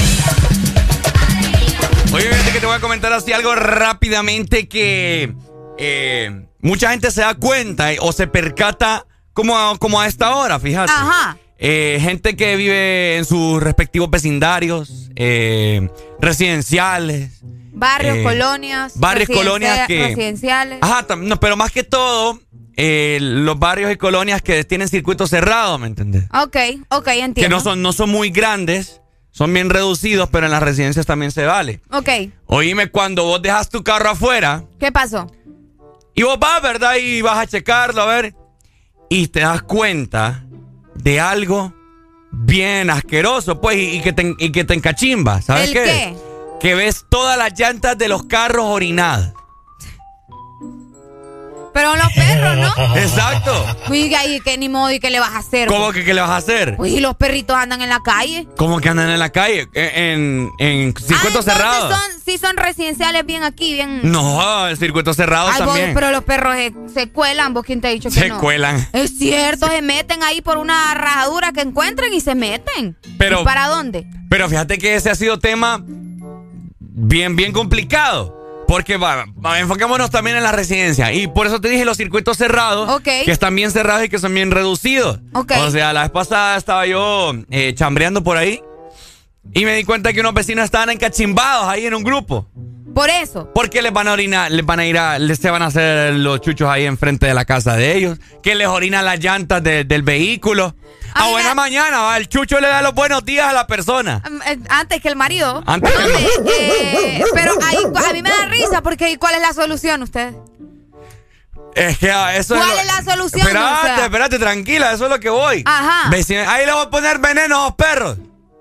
Speaker 4: Oye, fíjate que te voy a comentar así algo rápidamente que eh, mucha gente se da cuenta eh, o se percata como a, como a esta hora, fíjate.
Speaker 3: Ajá.
Speaker 4: Eh, gente que vive en sus respectivos vecindarios, eh, residenciales.
Speaker 3: Barrios,
Speaker 4: eh,
Speaker 3: colonias.
Speaker 4: Barrios, colonias que...
Speaker 3: Residenciales.
Speaker 4: Ajá, no, pero más que todo, eh, los barrios y colonias que tienen circuitos cerrados, ¿me entendés?
Speaker 3: Ok, ok, entiendo.
Speaker 4: Que no son, no son muy grandes, son bien reducidos, pero en las residencias también se vale.
Speaker 3: Ok.
Speaker 4: Oíme, cuando vos dejas tu carro afuera...
Speaker 3: ¿Qué pasó?
Speaker 4: Y vos vas, ¿verdad? Y vas a checarlo, a ver... Y te das cuenta de algo bien asqueroso, pues, y, y, que, te, y que te encachimba. ¿Sabes
Speaker 3: ¿El
Speaker 4: qué?
Speaker 3: qué?
Speaker 4: Que ves todas las llantas de los carros orinadas.
Speaker 3: Pero los perros, ¿no?
Speaker 4: Exacto.
Speaker 3: Uy, ahí que ni modo, ¿y qué le vas a hacer?
Speaker 4: ¿Cómo que qué le vas a hacer?
Speaker 3: Uy, los perritos andan en la calle.
Speaker 4: ¿Cómo que andan en la calle? En, en, en circuitos
Speaker 3: ah,
Speaker 4: cerrados.
Speaker 3: Son, sí, son residenciales bien aquí, bien.
Speaker 4: No, en circuitos cerrados
Speaker 3: Ay,
Speaker 4: también.
Speaker 3: Vos, pero los perros se, se cuelan, ¿vos quién te ha dicho que
Speaker 4: se
Speaker 3: no?
Speaker 4: Se cuelan.
Speaker 3: Es cierto, se meten ahí por una rajadura que encuentren y se meten.
Speaker 4: Pero,
Speaker 3: ¿Y para dónde?
Speaker 4: Pero fíjate que ese ha sido tema bien, bien complicado. Porque va, va, enfoquémonos también en la residencia. Y por eso te dije los circuitos cerrados.
Speaker 3: Okay.
Speaker 4: Que están bien cerrados y que son bien reducidos.
Speaker 3: Okay.
Speaker 4: O sea, la vez pasada estaba yo eh, chambreando por ahí. Y me di cuenta que unos vecinos estaban encachimbados ahí en un grupo.
Speaker 3: Por eso.
Speaker 4: Porque les van a orinar, les van a ir a, les se van a hacer los chuchos ahí enfrente de la casa de ellos. Que les orinan las llantas de, del vehículo. A, a buena mañana, va, el chucho le da los buenos días a la persona.
Speaker 3: Antes que el marido.
Speaker 4: Antes que el marido.
Speaker 3: Eh, pero ahí, a mí me da risa porque ¿cuál es la solución usted?
Speaker 4: Es que eso
Speaker 3: ¿Cuál
Speaker 4: es, lo,
Speaker 3: es la solución?
Speaker 4: Espérate,
Speaker 3: o sea?
Speaker 4: espérate, tranquila, eso es lo que voy.
Speaker 3: Ajá.
Speaker 4: Vecino, ahí le voy a poner veneno a los perros.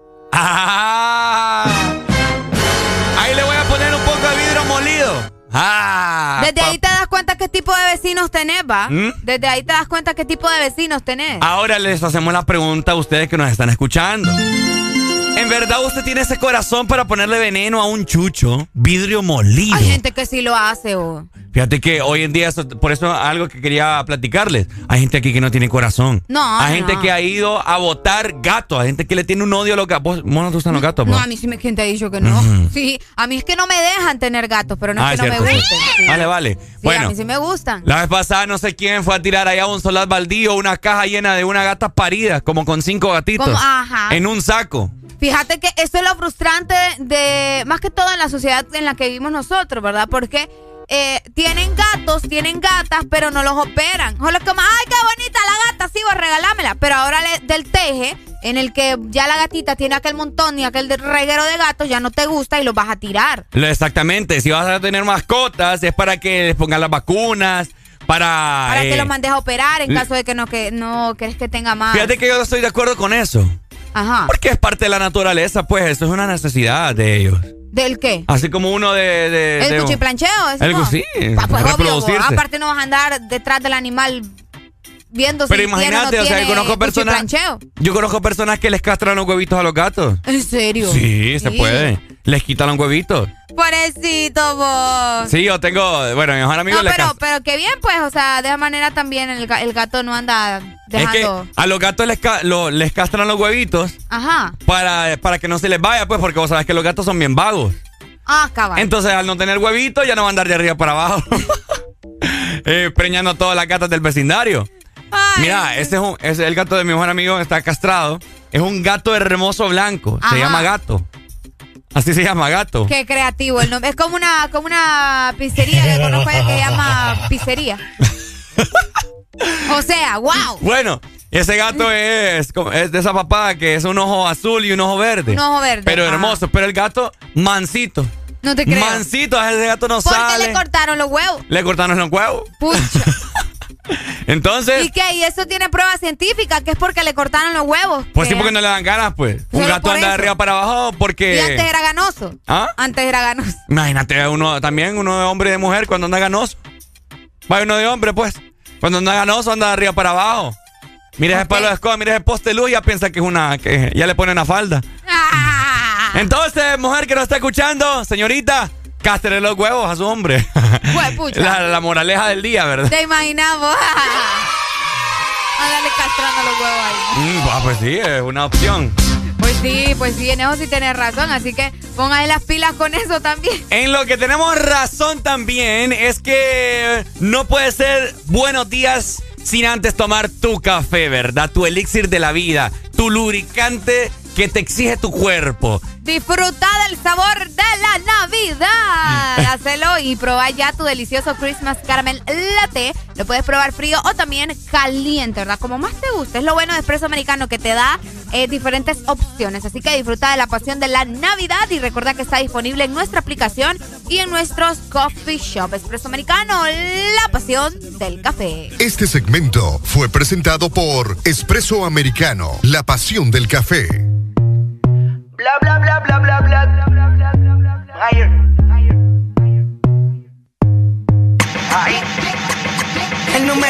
Speaker 4: Ah. Ahí le voy a poner un poco de vidrio molido. Ah,
Speaker 3: Desde ahí te das cuenta qué tipo de vecinos tenés, ¿va?
Speaker 4: ¿Mm?
Speaker 3: Desde ahí te das cuenta qué tipo de vecinos tenés.
Speaker 4: Ahora les hacemos la pregunta a ustedes que nos están escuchando. ¿En verdad usted tiene ese corazón para ponerle veneno a un chucho? Vidrio molido.
Speaker 3: Hay gente que sí lo hace, o...
Speaker 4: Fíjate que hoy en día, eso, por eso algo que quería platicarles. Hay gente aquí que no tiene corazón.
Speaker 3: No,
Speaker 4: Hay
Speaker 3: no,
Speaker 4: gente
Speaker 3: no.
Speaker 4: que ha ido a botar gatos. Hay gente que le tiene un odio a los gatos. ¿Vos, vos no te gustan los gatos?
Speaker 3: No,
Speaker 4: vos?
Speaker 3: a mí sí me... ¿Quién te ha dicho que no?
Speaker 4: Uh-huh.
Speaker 3: Sí, a mí es que no me dejan tener gatos, pero no
Speaker 4: ah,
Speaker 3: es que
Speaker 4: cierto,
Speaker 3: no me
Speaker 4: sí.
Speaker 3: gusten. Sí.
Speaker 4: Vale, vale.
Speaker 3: Sí,
Speaker 4: bueno,
Speaker 3: a mí sí me gustan.
Speaker 4: La vez pasada no sé quién fue a tirar allá a un solar baldío una caja llena de una gata parida, como con cinco gatitos.
Speaker 3: Como, ajá.
Speaker 4: En un saco.
Speaker 3: Fíjate que eso es lo frustrante de, más que todo en la sociedad en la que vivimos nosotros, ¿verdad? Porque eh, tienen gatos, tienen gatas, pero no los operan. O los como, ay, qué bonita la gata, sí, vos regalámela. Pero ahora le, del teje, en el que ya la gatita tiene aquel montón y aquel de reguero de gatos, ya no te gusta y los vas a tirar.
Speaker 4: Exactamente, si vas a tener mascotas es para que les pongan las vacunas, para...
Speaker 3: Para
Speaker 4: eh,
Speaker 3: que los mandes a operar en
Speaker 4: l-
Speaker 3: caso de que no, que no querés que tenga más.
Speaker 4: Fíjate que yo estoy de acuerdo con eso.
Speaker 3: Ajá.
Speaker 4: Porque es parte de la naturaleza, pues eso es una necesidad de ellos.
Speaker 3: ¿Del qué?
Speaker 4: Así como uno de... de
Speaker 3: ¿El
Speaker 4: de,
Speaker 3: cuchiplancheo? ¿Eso
Speaker 4: El
Speaker 3: no?
Speaker 4: sí,
Speaker 3: Ah, pues obvio,
Speaker 4: reproducirse.
Speaker 3: vos. Aparte no vas a andar detrás del animal viendo
Speaker 4: Pero
Speaker 3: si tiene
Speaker 4: imagínate,
Speaker 3: o no
Speaker 4: o sea,
Speaker 3: tiene
Speaker 4: yo conozco personas...
Speaker 3: cuchiplancheo.
Speaker 4: Yo conozco personas que les castran los huevitos a los gatos.
Speaker 3: ¿En serio?
Speaker 4: Sí, se puede. Les quitan los huevitos.
Speaker 3: Pobrecito vos.
Speaker 4: Sí, yo tengo... Bueno, mi mejor amigo
Speaker 3: No,
Speaker 4: le
Speaker 3: pero,
Speaker 4: cast-
Speaker 3: pero qué bien, pues, o sea, de esa manera también el, ga- el gato no anda
Speaker 4: Es que
Speaker 3: dejando...
Speaker 4: a los gatos les, ca- lo- les castran los huevitos
Speaker 3: Ajá.
Speaker 4: para, para que no se les vaya, pues, porque vos sabés que los gatos son bien vagos.
Speaker 3: Ah, cabal.
Speaker 4: Entonces, al no tener huevitos, ya no van a andar de arriba para abajo. eh, preñando todas las gatas del vecindario.
Speaker 3: Ay.
Speaker 4: Mira, ese es, un, ese es el gato de mi mejor amigo, está castrado. Es un gato hermoso blanco.
Speaker 3: Ajá.
Speaker 4: Se llama Gato. Así se llama, Gato.
Speaker 3: Qué creativo el nombre. Es como una, como una pizzería que conozco que se llama pizzería. O sea, wow.
Speaker 4: Bueno, ese gato es, como- es de esa papada que es un ojo azul y un ojo verde.
Speaker 3: Un ojo verde.
Speaker 4: Pero
Speaker 3: Ajá.
Speaker 4: hermoso. Pero el gato, mansito.
Speaker 3: No te creo.
Speaker 4: Mansito, ese gato no
Speaker 3: ¿Por qué
Speaker 4: sale.
Speaker 3: le cortaron los huevos?
Speaker 4: Le cortaron los huevos.
Speaker 3: Pucha.
Speaker 4: Entonces,
Speaker 3: ¿Y qué? ¿Y eso tiene prueba científica? Que es porque le cortaron los huevos.
Speaker 4: pues sí,
Speaker 3: ¿Qué?
Speaker 4: porque no le dan ganas, pues. Un
Speaker 3: Solo
Speaker 4: gato
Speaker 3: por
Speaker 4: anda de
Speaker 3: eso.
Speaker 4: arriba para abajo porque...
Speaker 3: Y antes era ganoso.
Speaker 4: ¿Ah?
Speaker 3: Antes era ganoso.
Speaker 4: Imagínate, uno también, uno de hombre y de mujer, cuando anda ganoso. Vaya uno de hombre, pues. Cuando anda ganoso, anda de arriba para abajo. Mira ese palo de escoba, mira ese poste de luz y ya piensa que es una... que ya le pone una falda.
Speaker 3: Ah.
Speaker 4: Entonces, mujer que nos está escuchando, señorita, cástrele los huevos a su hombre.
Speaker 3: Huepucha.
Speaker 4: la, la moraleja del día, ¿verdad?
Speaker 3: Te imaginamos. Ándale castrando los huevos ahí.
Speaker 4: Mm, ah, pues sí, es una opción.
Speaker 3: Pues sí, pues sí, en eso sí tienes razón. Así que póngale las pilas con eso también.
Speaker 4: En lo que tenemos razón también es que no puede ser buenos días sin antes tomar tu café, ¿verdad? Tu elixir de la vida, tu lubricante que te exige tu cuerpo.
Speaker 3: Disfruta del sabor de la Navidad. Hacelo y probá ya tu delicioso Christmas Caramel Latte. Lo puedes probar frío o también caliente, ¿verdad? Como más te guste. Es lo bueno de Espresso Americano, que te da eh, diferentes opciones. Así que disfruta de la pasión de la Navidad y recuerda que está disponible en nuestra aplicación y en nuestros coffee shop. Espresso Americano, la pasión del café.
Speaker 11: Este segmento fue presentado por Espresso Americano, la pasión del café.
Speaker 8: Bla bla bla bla bla bla bla bla bla bla bla. Higher. Higher.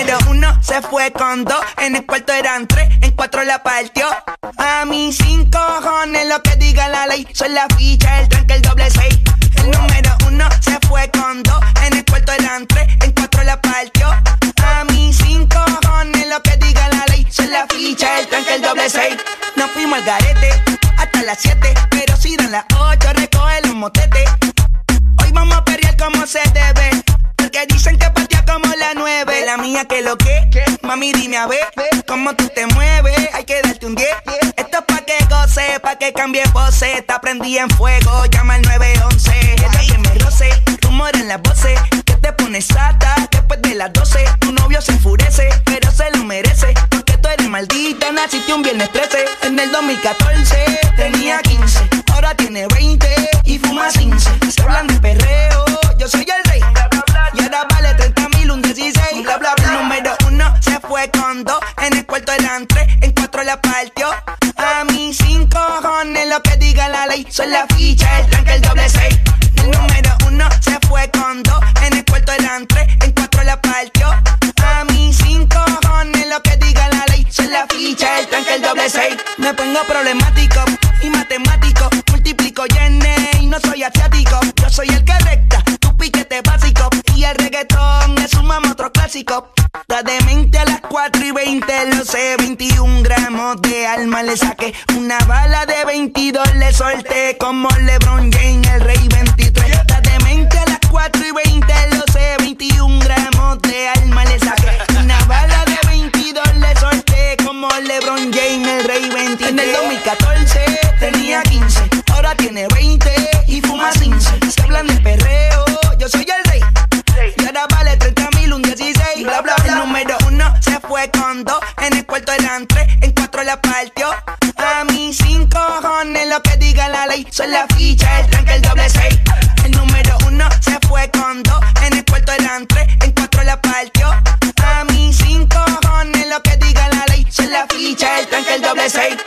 Speaker 6: número uno se fue con dos, en el cuarto eran tres, en cuatro la partió. A mí sin cojones lo que diga la ley, soy la ficha, el tranque, el doble seis. El número uno se fue con dos, en el cuarto eran tres, en cuatro la partió. A mí sin cojones lo que diga la ley, soy la ficha, el tranque, el doble seis. Nos fuimos al garete hasta las siete, pero si dan las ocho recoge los motetes. Hoy vamos a perrear como se debe, porque dicen que patea como la nueve. La mía que lo que, mami dime a ver cómo tú te mueves, hay que darte un diez. Esto es pa' que goce, pa' que cambie pose. Te prendí en fuego, llama al nueve once. Ella que me roce, rumor en las voces, que te pones sata después de las doce. Tu novio se enfurece, pero se lo merece, porque tú eres maldita, naciste un viernes trece. En el dos mil catorce tenía quince, ahora tiene veinte y fuma quince. Se hablan de perreo, yo soy el rey, y ahora vale treinta mil, un dieciséis. Bla, bla, bla. El número uno se fue con dos, en el cuarto eran tres, en cuatro la partió. A mí sin cojones lo que diga la ley, soy la ficha, el tranque, el doble seis. El número uno se fue con dos, en el cuarto eran tres, en cuatro la partió. A mí sin cojones lo que diga la ley, soy la ficha, el tranque, el doble seis. Me pongo problemático y matemático, multiplico y y no soy asiático. Yo soy el que recta, tu piquete básico, y el reggaetón es un mamo otro clásico. Está demente a las cuatro y veinte, lo sé, veintiún gramos de alma le saqué. Una bala de veintidós le solté, como LeBron James, el rey veintitrés. Está demente a las cuatro y veinte, lo sé, veintiún gramos de alma le saqué. Una bala de veintidós le solté, como LeBron James, el rey veintitrés. En el dos mil catorce tenía quince, ahora tiene veinte y fuma quince. Se hablan de perreo, yo soy el rey, y ahora vale treinta mil, un dieciséis. Bla, bla, bla. El número uno se fue con dos, en el cuarto eran tres, en cuatro la partió. A mí sin cojones lo que diga la ley, soy la ficha, el tranque, el doble seis. El número uno se fue con dos, en el cuarto eran tres, en cuatro la partió. A mí sin cojones lo que diga la ley, soy la ficha, el tranque, el doble seis.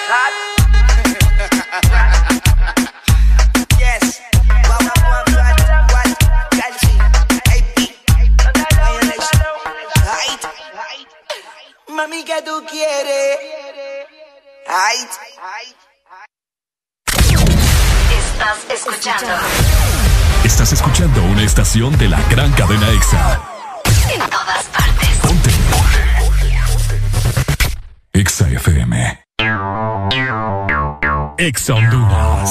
Speaker 6: Yes. Mami, ¿qué tú quieres? Ay.
Speaker 10: Estás escuchando.
Speaker 2: Estás escuchando una estación de la gran cadena EXA.
Speaker 10: En todas partes.
Speaker 2: Ponte. EXA F M. EXA Honduras.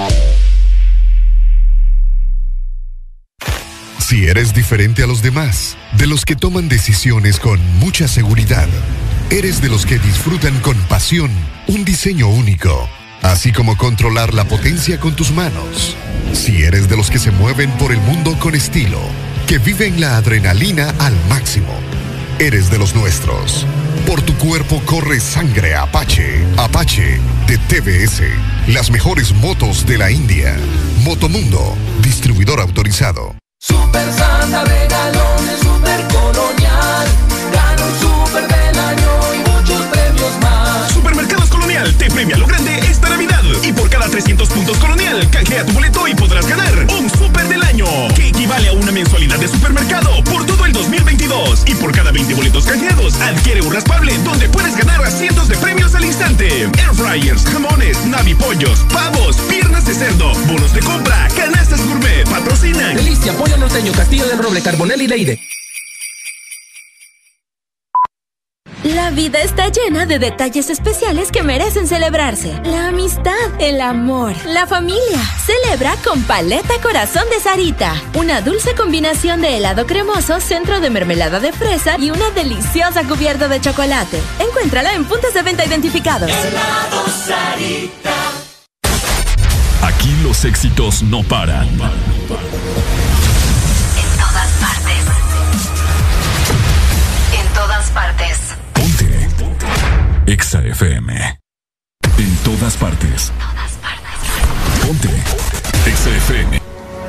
Speaker 11: Si eres diferente a los demás, de los que toman decisiones con mucha seguridad, eres de los que disfrutan con pasión un diseño único, así como controlar la potencia con tus manos. Si eres de los que se mueven por el mundo con estilo, que viven la adrenalina al máximo, eres de los nuestros. Por tu cuerpo corre sangre Apache. Apache de T V S. Las mejores motos de la India. Motomundo, distribuidor autorizado.
Speaker 8: Super Santa regalones, Super Colonial. Gana un Super del año y muchos premios más.
Speaker 7: Supermercados Colonial te premia lo grande esta Navidad. Y por cada trescientos puntos Colonial, canjea tu boleto y podrás ganar un Super del año, que equivale a una mensualidad de supermercado por todo el dos mil veintidós. Y por cada veinte boletos canjeados, adquiere un raspable donde puedes ganar a cientos de premios al instante. Air fryers, jamones, navipollos, pavos, piernas de cerdo, bonos de compra, canastas gourmet, patrocinan
Speaker 12: Delicia, Pollo Norteño, Castillo del Roble, Carbonell y Leide.
Speaker 24: La vida está llena de detalles especiales que merecen celebrarse. La amistad, el amor, la familia. Celebra con Paleta Corazón de Sarita. Una dulce combinación de helado cremoso, centro de mermelada de fresa y una deliciosa cubierta de chocolate. Encuéntrala en puntos de venta identificados.
Speaker 19: Helado Sarita.
Speaker 2: Aquí los éxitos no paran.
Speaker 10: En todas partes. En todas partes.
Speaker 2: EXA F M. En todas partes.
Speaker 10: Todas partes.
Speaker 2: Ponte. EXA F M.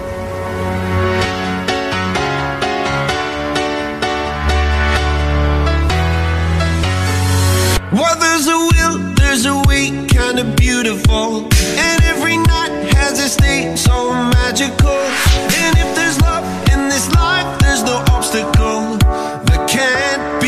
Speaker 25: Well, there's a will, there's a way, kind of beautiful. And every night has a state so magical. And if there's love in this life, there's no obstacle that can't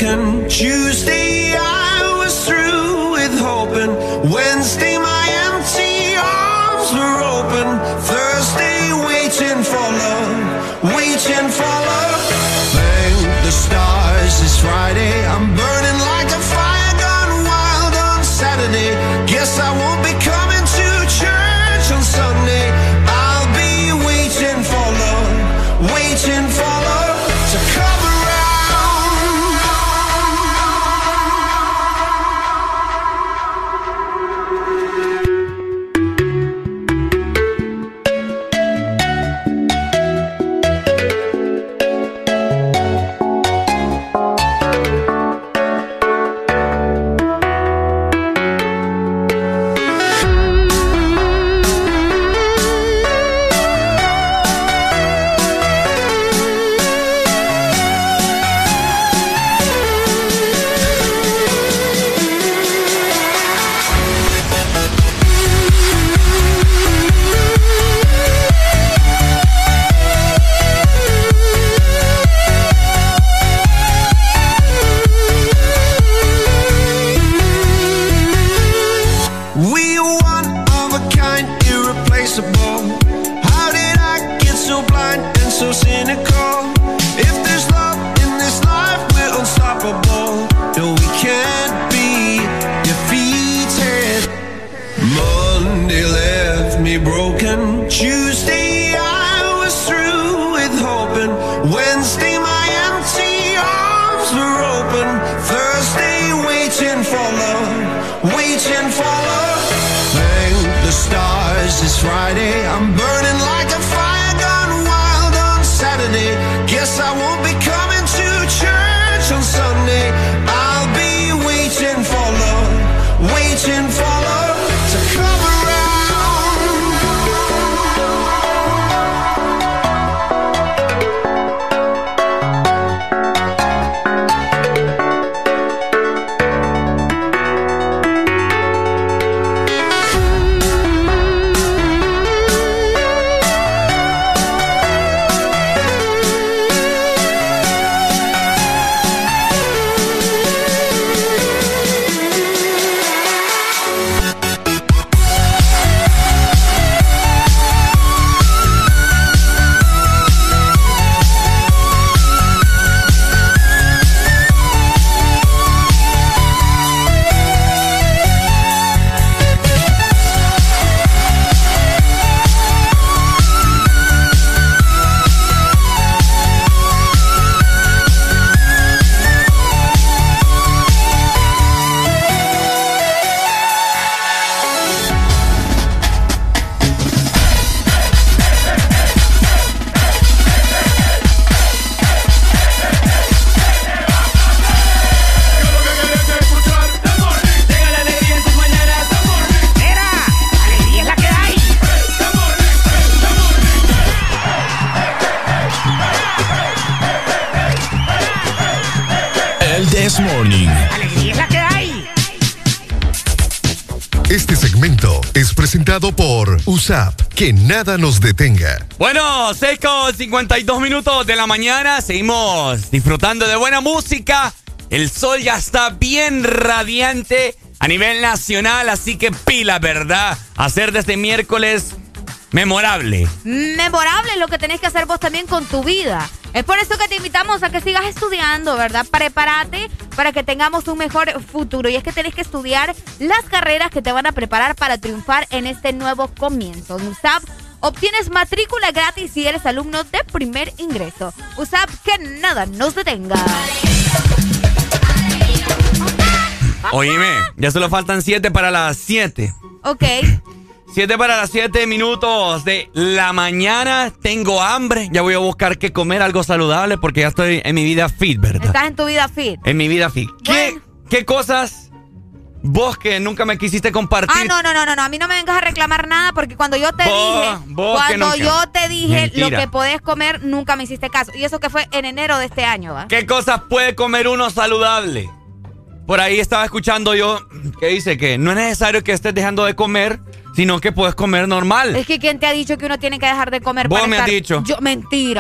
Speaker 25: broken. Tuesday I was through with hoping. Wednesday my empty arms were open. Thursday waiting for love, waiting for love. Thank the stars it's Friday. I'm burning like a fire gone wild on Saturday. Guess I won't be coming to church on Sunday. I'll be waiting for love, waiting for love to come so cynical. If there's love in this life, we're unstoppable. No, we can't be defeated. Monday left me broken. Tuesday I was through with hoping. Wednesday my empty arms were open. Thursday waiting for love, waiting for love. Thank the stars it's Friday. I'm burning like a fire gone wild on Saturday. Guess I won't be coming to church on Sunday. I'll be waiting for love, waiting for love to come
Speaker 11: Morning.
Speaker 13: ¡Alegría es la que hay!
Speaker 11: Este segmento es presentado por U S A P. Que nada nos detenga.
Speaker 4: Bueno, seis con cincuenta y dos minutos de la mañana. Seguimos disfrutando de buena música. El sol ya está bien radiante a nivel nacional, así que pila, ¿verdad? Hacer de este miércoles memorable.
Speaker 3: Memorable lo que tenés que hacer vos también con tu vida. Es por eso que te invitamos a que sigas estudiando, ¿verdad? Prepárate para que tengamos un mejor futuro. Y es que tenés que estudiar las carreras que te van a preparar para triunfar en este nuevo comienzo. En U S A P obtienes matrícula gratis si eres alumno de primer ingreso. U S A P, que nada nos detenga.
Speaker 4: Oíme, ya solo faltan siete para las siete.
Speaker 3: Ok.
Speaker 4: Siete para las siete minutos de la mañana. Tengo hambre. Ya voy a buscar qué comer, algo saludable, porque ya estoy en mi vida fit, ¿verdad?
Speaker 3: Estás en tu vida fit.
Speaker 4: En mi vida fit. ¿Qué, bueno. ¿Qué cosas vos que nunca me quisiste compartir?
Speaker 3: Ah, no, no, no, no, no. A mí no me vengas a reclamar nada, porque cuando yo te
Speaker 4: vos,
Speaker 3: dije,
Speaker 4: vos
Speaker 3: cuando yo te dije
Speaker 4: Mentira.
Speaker 3: lo que podés comer, nunca me hiciste caso. Y eso que fue en enero de este año, ¿va?
Speaker 4: ¿Qué cosas puede comer uno saludable? Por ahí estaba escuchando yo que dice que no es necesario que estés dejando de comer, sino que puedes comer normal.
Speaker 3: Es que ¿quién te ha dicho que uno tiene que dejar de comer
Speaker 4: Vos
Speaker 3: para
Speaker 4: me
Speaker 3: estar...
Speaker 4: has dicho.
Speaker 3: Yo, mentira.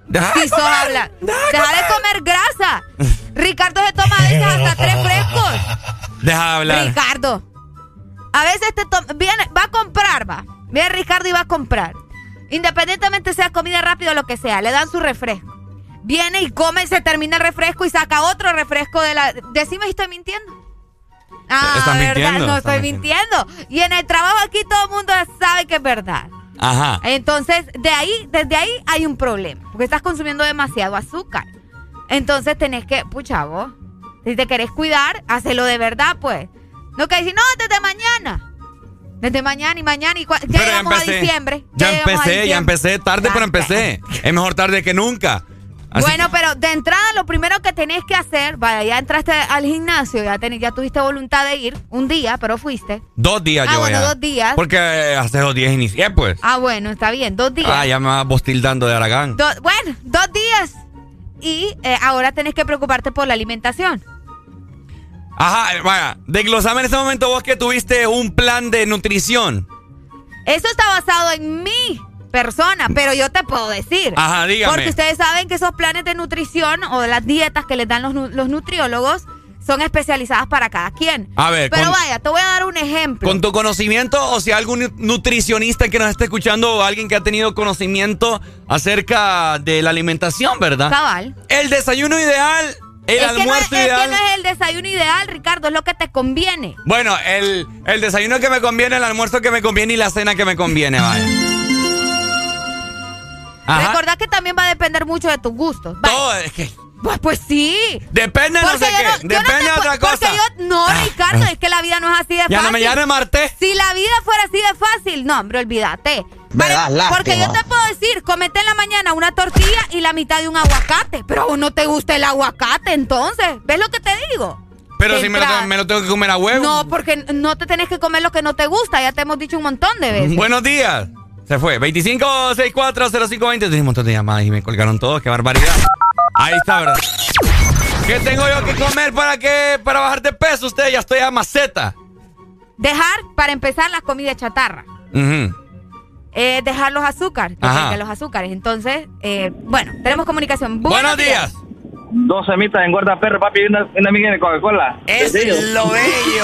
Speaker 4: Deja
Speaker 3: si sos habla. Deja de comer grasa. Ricardo se toma a veces hasta tres frescos.
Speaker 4: Deja de hablar.
Speaker 3: Ricardo. A veces te toma, viene, va a comprar, va. Viene Ricardo y va a comprar. Independientemente sea comida rápida o lo que sea, le dan su refresco. Viene y come, se termina el refresco y saca otro refresco de la... Decime si estoy mintiendo. Ah,
Speaker 4: ¿Estás
Speaker 3: verdad,
Speaker 4: mintiendo?
Speaker 3: no estoy mintiendo. Y en el trabajo aquí todo el mundo sabe que es verdad.
Speaker 4: Ajá.
Speaker 3: Entonces, de ahí, desde ahí hay un problema. Porque estás consumiendo demasiado azúcar. Entonces tenés que, pucha, vos, si te querés cuidar, hacelo de verdad, pues. No que decir, no, desde mañana. Desde mañana y mañana y cua- ya
Speaker 4: Pero
Speaker 3: llegamos
Speaker 4: ya empecé,
Speaker 3: a diciembre.
Speaker 4: Ya,
Speaker 3: llegamos a
Speaker 4: empecé,
Speaker 3: diciembre.
Speaker 4: ya empecé. Tarde,
Speaker 3: Ya
Speaker 4: pero empecé. Es mejor tarde que nunca. Así
Speaker 3: bueno, pero de entrada lo primero que tenés que hacer, vaya, ya entraste al gimnasio, ya, ten, ya tuviste voluntad de ir un día, pero fuiste.
Speaker 4: Dos días
Speaker 3: Ah,
Speaker 4: yo
Speaker 3: bueno,
Speaker 4: ya.
Speaker 3: dos días.
Speaker 4: Porque eh, hace dos días inicié, pues.
Speaker 3: Ah, bueno, está bien, dos días.
Speaker 4: Ah, ya me vas vos tildando de Aragán.
Speaker 3: Do- bueno, dos días. Y eh, ahora tenés que preocuparte por la alimentación.
Speaker 4: Ajá, eh, vaya, desglosame en este momento vos que tuviste un plan de nutrición.
Speaker 3: Eso está basado en mi persona, pero yo te puedo decir.
Speaker 4: Ajá, dígame.
Speaker 3: Porque ustedes saben que esos planes de nutrición o de las dietas que les dan los, nu- los nutriólogos son especializadas para cada quien.
Speaker 4: A ver,
Speaker 3: Pero
Speaker 4: con-
Speaker 3: vaya, te voy a dar un ejemplo.
Speaker 4: Con tu conocimiento, o si hay algún nu- nutricionista que nos esté escuchando o alguien que ha tenido conocimiento acerca de la alimentación, ¿verdad?
Speaker 3: Cabal.
Speaker 4: El desayuno ideal, el
Speaker 3: es que no es,
Speaker 4: almuerzo
Speaker 3: es
Speaker 4: ideal.
Speaker 3: que no es el desayuno ideal, Ricardo, es lo que te conviene.
Speaker 4: Bueno, el, el desayuno que me conviene, el almuerzo que me conviene y la cena que me conviene, vaya. Ajá.
Speaker 3: Recordá que también va a depender mucho de tus gustos. Vaya.
Speaker 4: Todo es que
Speaker 3: Pues, pues sí.
Speaker 4: depende de no
Speaker 3: Porque
Speaker 4: sé
Speaker 3: yo
Speaker 4: qué,
Speaker 3: no- yo no
Speaker 4: depende
Speaker 3: te
Speaker 4: de
Speaker 3: pu-
Speaker 4: otra cosa.
Speaker 3: Porque yo, no, Ricardo, es que la vida no es así de fácil.
Speaker 4: Ya no me llame Marte.
Speaker 3: Si la vida fuera así de fácil, no, hombre, olvídate.
Speaker 4: Me das lástima.
Speaker 3: Porque yo te puedo decir, comete en la mañana una tortilla y la mitad de un aguacate. Pero a vos no te gusta el aguacate, entonces. ¿Ves lo que te digo?
Speaker 4: Pero
Speaker 3: De
Speaker 4: si me lo,
Speaker 3: entrada.
Speaker 4: tengo- me lo tengo que comer a huevo.
Speaker 3: No, porque no te tenés que comer lo que no te gusta. Ya te hemos dicho un montón de veces.
Speaker 4: Buenos días. Se fue. veinticinco sesenta y cuatro cero cinco veinte. Tenía un montón de llamadas y me colgaron todos. Qué barbaridad. Ahí está, ¿verdad? ¿Qué tengo yo que comer para que para bajar de peso? Usted ya estoy a maceta.
Speaker 3: Dejar, para empezar, las comidas chatarra.
Speaker 4: Ujú.
Speaker 3: Eh, dejar los azúcares.
Speaker 4: Ajá.
Speaker 3: Porque los azúcares. Entonces, eh, bueno, tenemos comunicación.
Speaker 4: Buenos días.
Speaker 13: Dos semitas en guarda perro, papi, y una, una amiga de Coca-Cola.
Speaker 4: Es lo bello.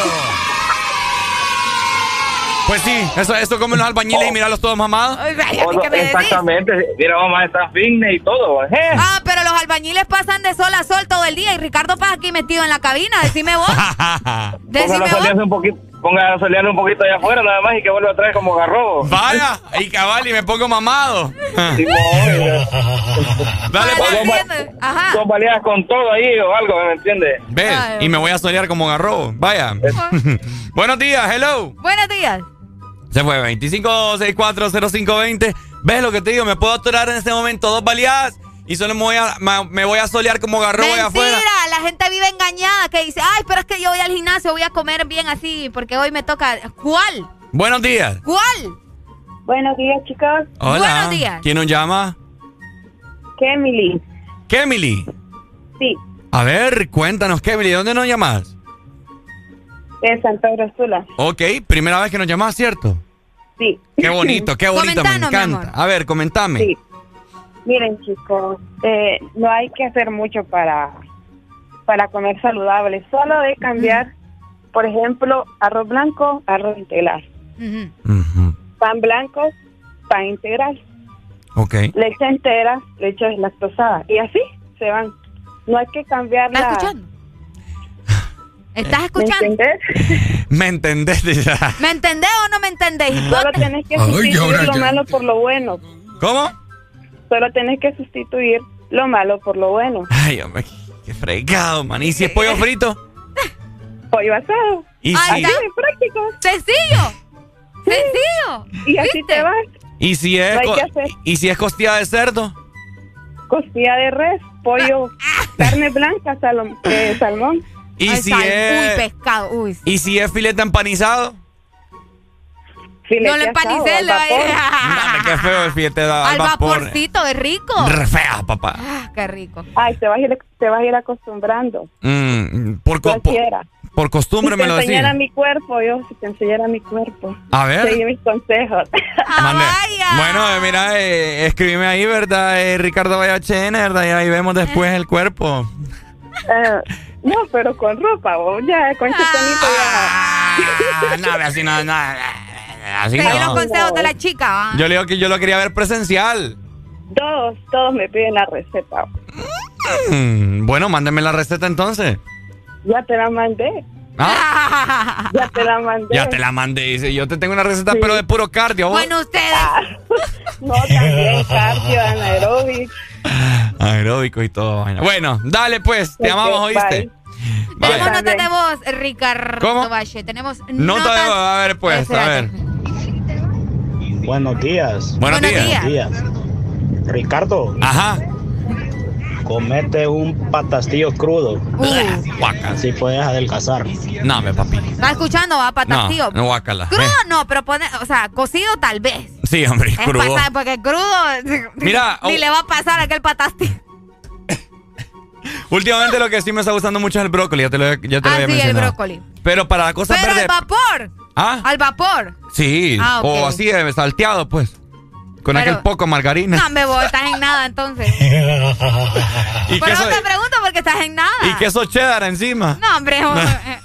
Speaker 4: Pues sí, eso, eso comen los albañiles y míralo todos mamados.
Speaker 13: O no, exactamente. Mira, mamá, está fitness y todo. ¿eh?
Speaker 3: Ah, pero los albañiles pasan de sol a sol todo el día y Ricardo pasa aquí metido en la cabina. Decime vos. Decime
Speaker 13: Póngalo a
Speaker 3: vos.
Speaker 13: solearse un poquito, ponga a solearle un poquito allá afuera nada más y que vuelva a traer como garrobo.
Speaker 4: Vaya, y cabal, y me pongo mamado.
Speaker 13: Sí, no,
Speaker 4: Dale,
Speaker 13: Dos
Speaker 4: pues.
Speaker 3: Ajá.
Speaker 13: Dos baleadas con todo ahí o algo, ¿me entiendes?
Speaker 4: ¿Ves? Y me voy a solear como garrobo. Vaya. Buenos días, hello.
Speaker 3: Buenos días.
Speaker 4: Se fue, veinticinco sesenta y cuatro cero cinco veinte. ¿Ves lo que te digo? Me puedo atorar en este momento dos baleadas y solo me voy a, me, me voy a solear como garrobo allá afuera.
Speaker 3: Mentira, la gente vive engañada que dice, ay, pero es que yo voy al gimnasio, voy a comer bien así porque hoy me toca. ¿Cuál?
Speaker 4: Buenos días.
Speaker 3: ¿Cuál?
Speaker 14: Buenos días, chicos.
Speaker 4: Hola.
Speaker 3: Buenos días.
Speaker 4: ¿Quién nos llama?
Speaker 14: Kemily.
Speaker 4: Kemily.
Speaker 14: Sí,
Speaker 4: A ver, cuéntanos, Kemily, ¿de dónde nos llamas?
Speaker 14: de Santa Úrsula.
Speaker 4: Ok, primera vez que nos llamas, ¿cierto?
Speaker 14: Sí.
Speaker 4: Qué bonito, qué bonito, me
Speaker 14: Comentanos, mi
Speaker 4: encanta. A ver, comentame.
Speaker 14: Sí. Miren, chicos, eh, no hay que hacer mucho para, para comer saludable. Solo de cambiar, por ejemplo, arroz blanco, arroz integral. Pan blanco, pan integral.
Speaker 4: Ok.
Speaker 14: Leche entera, leche deslactosada. Y así se van. No hay que cambiar la...
Speaker 3: ¿Estás escuchando? ¿Estás escuchando?
Speaker 4: ¿Me entendés?
Speaker 3: ¿Me entendés o no me entendés?
Speaker 14: Solo tenés que
Speaker 4: Ay,
Speaker 14: sustituir
Speaker 4: ahora
Speaker 14: lo
Speaker 4: ya.
Speaker 14: malo por lo bueno.
Speaker 4: ¿Cómo?
Speaker 14: Solo tenés que sustituir lo malo por lo bueno.
Speaker 4: Ay, hombre, qué fregado, man. ¿Y si es pollo frito?
Speaker 14: Pollo asado.
Speaker 4: ¿Y
Speaker 14: Así
Speaker 4: si,
Speaker 14: de práctico.
Speaker 3: Sencillo. Sencillo.
Speaker 14: Y así te vas.
Speaker 4: y si es
Speaker 14: No hay
Speaker 4: co-
Speaker 14: que hacer.
Speaker 4: y si es costilla de cerdo?
Speaker 14: Costilla de res, pollo, carne blanca, salom- eh, salmón.
Speaker 4: ¿Y
Speaker 3: Ay,
Speaker 4: si
Speaker 3: sal-
Speaker 4: es
Speaker 3: Uy, pescado, uy.
Speaker 4: y si es filete empanizado?
Speaker 14: Filete
Speaker 3: no le empanicé,
Speaker 14: asado,
Speaker 3: le va a ir.
Speaker 4: Dame, qué feo el filete al,
Speaker 3: Al
Speaker 4: vapor.
Speaker 3: vaporcito, es rico.
Speaker 4: Re fea, papá.
Speaker 3: Ah, qué rico.
Speaker 14: Ay, te vas a ir, te vas a ir acostumbrando.
Speaker 4: Mm, por, co- por,
Speaker 14: Cualquiera.
Speaker 4: por costumbre
Speaker 14: Si te
Speaker 4: me lo decís.
Speaker 14: enseñara mi cuerpo, yo, si te enseñara mi cuerpo.
Speaker 4: A ver.
Speaker 14: Seguí mis consejos.
Speaker 4: Mande. Bueno, eh, mira, eh, escríbeme ahí, ¿verdad? Eh, Ricardo Valle H N, ¿verdad? Y ahí vemos después el cuerpo.
Speaker 14: Eh, no, pero con ropa, o ya, con chitonito
Speaker 4: Ah, no, así no, no. Así
Speaker 3: Seguí
Speaker 4: no.
Speaker 3: los consejos de la chica. ¿va?
Speaker 4: Yo le digo que yo lo quería ver presencial.
Speaker 14: Todos, todos me piden la receta.
Speaker 4: Mm, bueno, mándeme la receta entonces.
Speaker 14: Ya te la mandé.
Speaker 4: ¿Ah?
Speaker 14: Ya te la mandé.
Speaker 4: Ya te la mandé, dice. Yo te tengo una receta, sí. pero de puro cardio. ¿Vos?
Speaker 3: Bueno, ustedes.
Speaker 14: Ah, no, también cardio, anaeróbico.
Speaker 4: Aeróbico y todo. Bueno, dale pues. Te
Speaker 14: Okay,
Speaker 4: amamos, ¿oíste?
Speaker 14: Bye.
Speaker 3: Tenemos notas de voz, Ricardo
Speaker 4: ¿Cómo?
Speaker 3: Valle. Tenemos
Speaker 4: Nota
Speaker 3: notas
Speaker 4: de voz. A ver, pues,
Speaker 3: Espérate.
Speaker 4: a ver.
Speaker 9: Buenos días.
Speaker 4: Buenos,
Speaker 3: Buenos
Speaker 4: días.
Speaker 3: días.
Speaker 9: Ricardo.
Speaker 4: Ajá.
Speaker 9: Comete un patastillo crudo.
Speaker 3: Uh,
Speaker 4: Guácala.
Speaker 9: Así puedes adelgazar.
Speaker 4: No, me papi.
Speaker 3: ¿Estás escuchando? Va, patas, tío.
Speaker 4: No, no, guácala.
Speaker 3: Crudo
Speaker 4: Me-
Speaker 3: no, pero pone, o sea, cocido tal vez.
Speaker 4: Sí, hombre,
Speaker 3: Es
Speaker 4: crudo.
Speaker 3: pasar, porque crudo
Speaker 4: Mira,
Speaker 3: ni
Speaker 4: oh.
Speaker 3: le va a pasar a aquel patastillo.
Speaker 4: Últimamente lo que sí me está gustando mucho es el brócoli. Ya te lo, ya te lo
Speaker 3: Ah,
Speaker 4: había
Speaker 3: sí, el
Speaker 4: mencionado.
Speaker 3: brócoli.
Speaker 4: Pero para cosas
Speaker 3: Pero
Speaker 4: verdes.
Speaker 3: al vapor.
Speaker 4: ¿Ah?
Speaker 3: Al vapor.
Speaker 4: Sí.
Speaker 3: Ah, ok.
Speaker 4: O así, eh, salteado, pues. Con
Speaker 3: Pero-
Speaker 4: aquel poco margarina.
Speaker 3: No, me voy, estás en nada entonces.
Speaker 4: y,
Speaker 3: Pero
Speaker 4: queso,
Speaker 3: no te pregunto porque estás en nada.
Speaker 4: y queso cheddar encima.
Speaker 3: No, hombre, eh,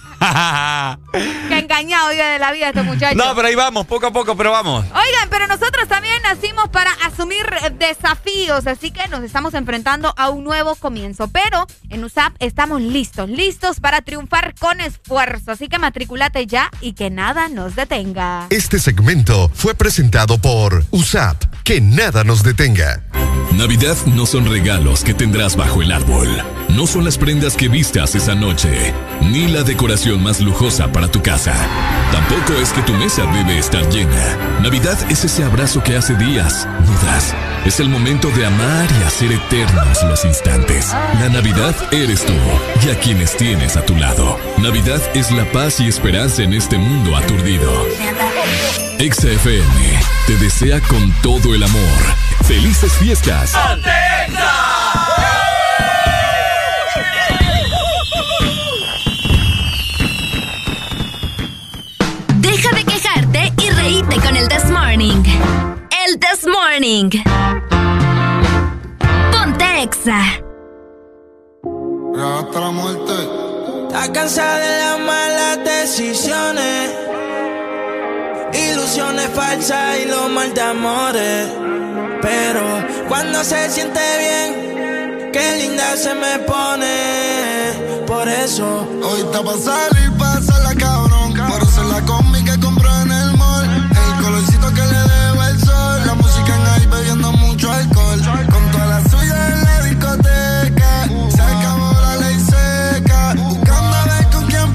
Speaker 3: qué engañado vive de la vida este muchacho.
Speaker 4: No, pero ahí vamos, poco a poco, pero vamos.
Speaker 3: Oigan, pero nosotros también nacimos para asumir desafíos, así que nos estamos enfrentando a un nuevo comienzo. Pero en U S A P estamos listos, listos para triunfar con esfuerzo. Así que matriculate ya y que nada nos detenga.
Speaker 11: Este segmento fue presentado por U S A P. Que nada nos detenga.
Speaker 2: Navidad no son regalos que tendrás bajo el árbol. No son las prendas que vistas esa noche, ni la decoración más lujosa para tu casa. Tampoco es que tu mesa debe estar llena. Navidad es ese abrazo que hace días no das. Es el momento de amar y hacer eternos los instantes. La Navidad eres tú y a quienes tienes a tu lado. Navidad es la paz y esperanza en este mundo aturdido. Exa F M te desea con todo el amor. ¡Felices fiestas!
Speaker 10: Deja de quejarte y reíte con el This Morning. El This Morning. Ponte Exa.
Speaker 25: Hasta la muerte. Está cansada de las malas decisiones, ilusiones falsas y los mal de amores. Pero cuando se siente bien, qué linda se me pone. Por eso hoy está pa' salir, pasarla cabrón. Por hacer la combi que compró en el mall, el colorcito que le debo el sol, la música en ahí bebiendo mucho alcohol, con toda la suya en la discoteca. Se acabó la ley seca, buscando a ver con quién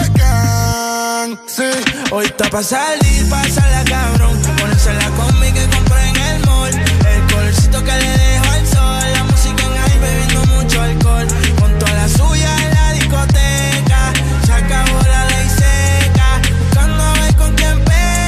Speaker 25: pecan. Sí, hoy está pa' salir, pasarla cabrón. Ponerse la combi que compré en el mall, el colorcito que le dejo al sol, la música en ahí bebiendo mucho alcohol, con toda la suya en la discoteca. Se acabó la ley seca, buscando a ver con quién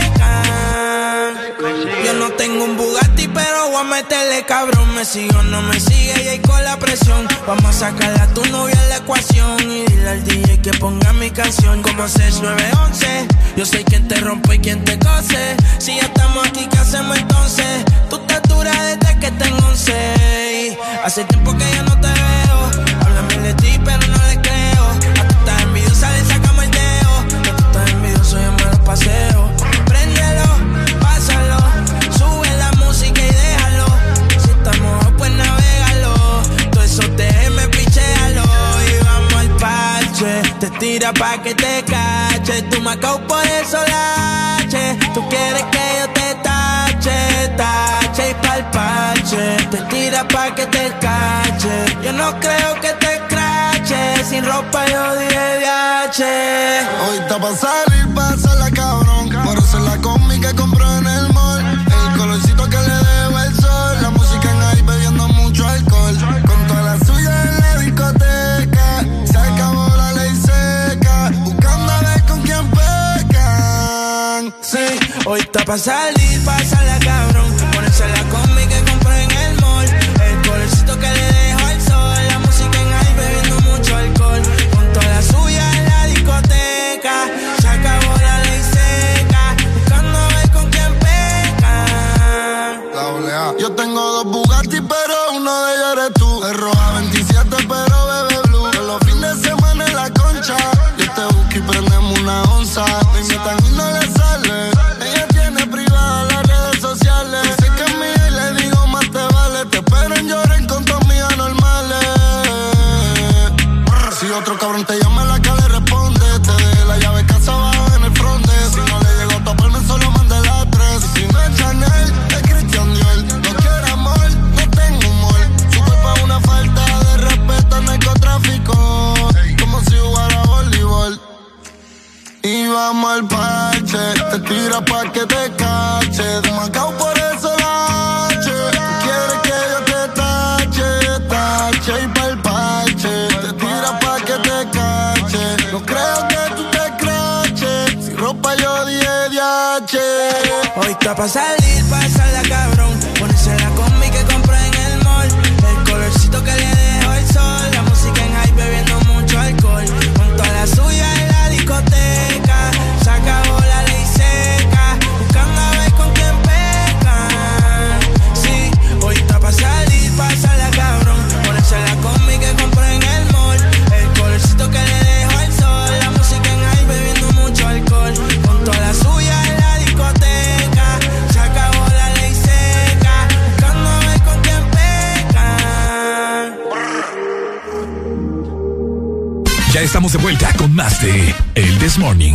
Speaker 25: pecan. Yo no tengo un Bugatti, pero voy a meterle cabrón. Me sigue o no me sigue y ahí con la presión. Vamos a sacarle a tu novia en la ecuación y dile al D J que ponga mi canción como seis nueve once. Yo sé quién te rompe y quién te cose. Si ya estamos aquí, ¿qué hacemos entonces? Tu estatura desde que tengo once. Hace tiempo que ya no te veo. Háblame de ti, pero no le creo. A tú estás envidiosa, le sacamos el dedo. A tú estás envidioso, yo me lo paseo. Préndelo, pásalo, sube la música y déjalo. Si estamos pues navégalo. Todo eso te me pichéalo. Y vamos al parche. Te tira pa' que te cache. Tú me acabo por el solache. Tú quieres que yo te tache, tache y pa'l parche. Te tira pa' que te cache. Yo no creo que te crache. Sin ropa yo diré D H. Hoy está pa' salir, pasarla cabrón. Por hacer la combi que compró en el mall, el colorcito que le debo el sol, la música en ahí bebiendo mucho alcohol, con toda la suya en la discoteca. Se acabó la ley seca, buscando a ver con quién pecan. Sí,
Speaker 6: Hoy está pa' salir, pasarla cabrón. Ponerse la combi que compré en el mall. El colorcito que le dejo al sol. La música en high, bebiendo mucho alcohol. Con toda la suya en la discoteca. Se acabó la ley seca. Buscando a ver con quién peca.
Speaker 15: Yo tengo dos Bugatti, pero uno de ellos eres tú. Es roja veintisiete, pero bebe blue. En los fines de semana en la concha. Yo te busco y prendemos una onza. Me invitan y no le sale. Ella tiene privada las redes sociales. Sé que es mía y le digo más te vale. Te espero en llorar con tus amigas normales. Si otro cabrón te llama, la que le responde. Te dejé la llave casa abajo en el fronte. Si no le llegó a toparme, solo mande las tres. Y si no es Chanel, es Christian Dior. No quiero amor, no tengo humor. Su cuerpo es una falta de respeto al narcotráfico. Como si jugara voleibol. Y vamos al parche. Te tira pa' que te cache. De Macao por eso la H. Tú quieres que yo te tache, tache y pa'l parche. Te tira pa' que te cache. No creo que tú te craches. Si ropa yo di D H.
Speaker 6: Hoy está pa' salir, pasarla cabrón. Ponerse la combi que compré en el mall. El colorcito que le dejo el sol. La música en high, bebiendo mucho alcohol. Con toda la suya en la discoteca. Se acabó la ley seca. Buscando a ver con quién peca. Sí, hoy está pa' salir, pasarla cabrón. Ponerse la combi que compré en el mall. El colorcito que le dejo el sol. La música en high, bebiendo mucho alcohol. Con toda la suya en la discoteca. Se acabó la ley seca. Buscando a ver con quién peca.
Speaker 2: Ya estamos de vuelta con más de El This Morning.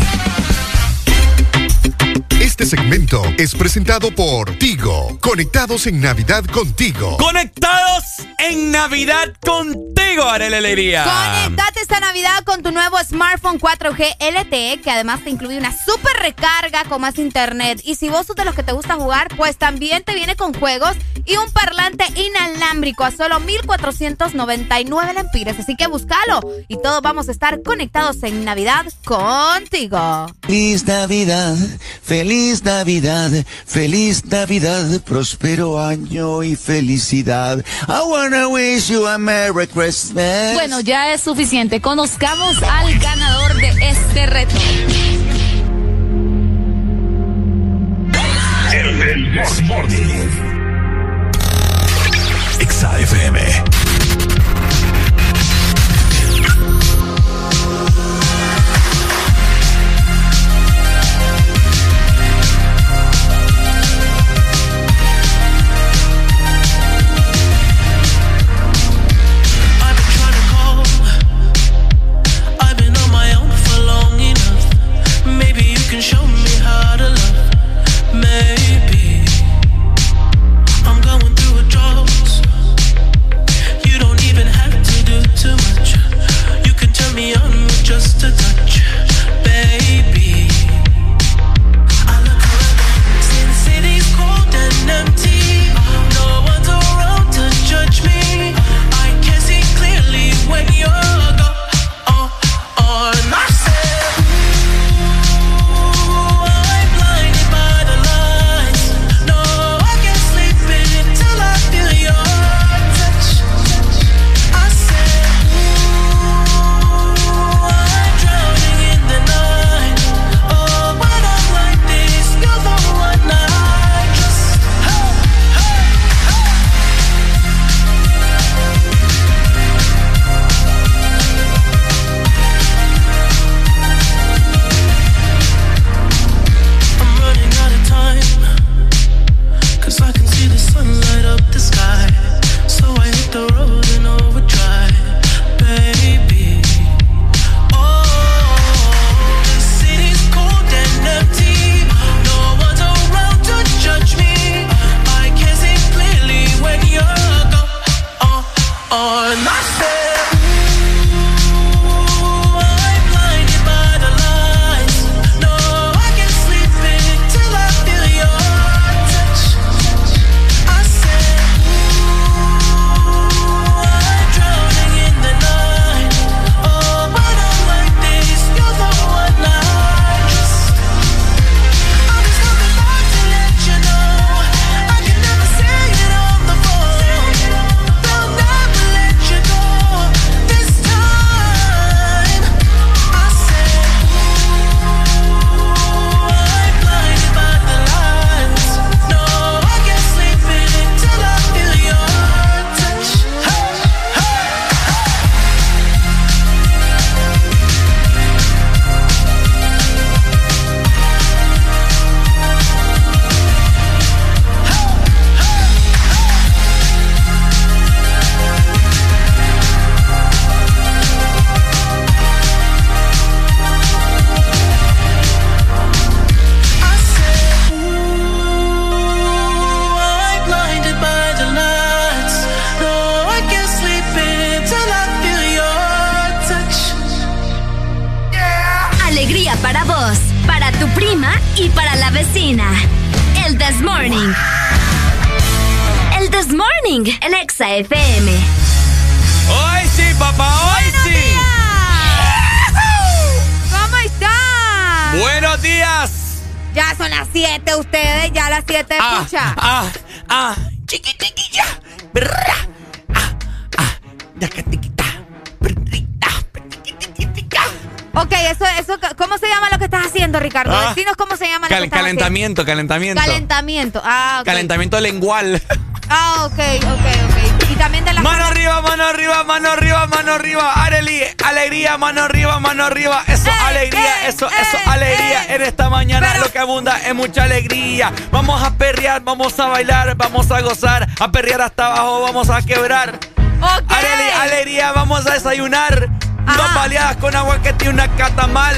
Speaker 11: Este segmento es presentado por Tigo. Conectados en Navidad contigo.
Speaker 4: Conectados en Navidad contigo, Arely Alegría.
Speaker 3: Conectate esta Navidad con tu nuevo smartphone cuatro G L T E, que además te incluye una super recarga con más internet. Y si vos sos de los que te gusta jugar, pues también te viene con juegos y un parlante inalámbrico a solo mil cuatrocientos noventa y nueve lempiras. Así que búscalo y todos vamos a estar conectados en Navidad contigo.
Speaker 16: Feliz Navidad, feliz Navidad, feliz Navidad, próspero año y felicidad. I wanna wish you a Merry Christmas.
Speaker 17: Bueno, ya es suficiente. Conozcamos al ganador de este reto.
Speaker 2: El del This Morning. Exa F M.
Speaker 25: Can show me how to love, maybe.
Speaker 10: tu prima y para la vecina. El This Morning. El This Morning, el Exa F M.
Speaker 4: Hoy sí, papá, hoy sí.
Speaker 3: Días. ¿Cómo están?
Speaker 4: Buenos días.
Speaker 3: Ya son las siete ustedes, ya las siete,
Speaker 4: ah,
Speaker 3: escucha.
Speaker 4: Ah, ah, chiqui, chiquilla. Ah, ah, ya que tiquita.
Speaker 3: Ok, eso, eso, ¿cómo se llama lo que estás haciendo, Ricardo?
Speaker 4: Ah,
Speaker 3: Dinos cómo se llama
Speaker 4: cal-
Speaker 3: lo que estás
Speaker 4: calentamiento,
Speaker 3: haciendo.
Speaker 4: calentamiento.
Speaker 3: Calentamiento, ah, ok.
Speaker 4: Calentamiento lengual.
Speaker 3: Ah, ok, ok, ok. Y también de la...
Speaker 4: Mano arriba, mano arriba, mano arriba, mano arriba. Arely, alegría, mano arriba, mano arriba. Eso,
Speaker 3: ey,
Speaker 4: alegría,
Speaker 3: ey,
Speaker 4: eso,
Speaker 3: ey,
Speaker 4: eso, alegría.
Speaker 3: ey.
Speaker 4: En esta mañana
Speaker 3: Pero...
Speaker 4: lo que abunda es mucha alegría. Vamos a perrear, vamos a bailar, vamos a gozar. A perrear hasta abajo, vamos a quebrar.
Speaker 3: Ok.
Speaker 4: Arely, alegría, vamos a desayunar.
Speaker 3: Ajá.
Speaker 4: Dos baleadas con aguacate y una catamal.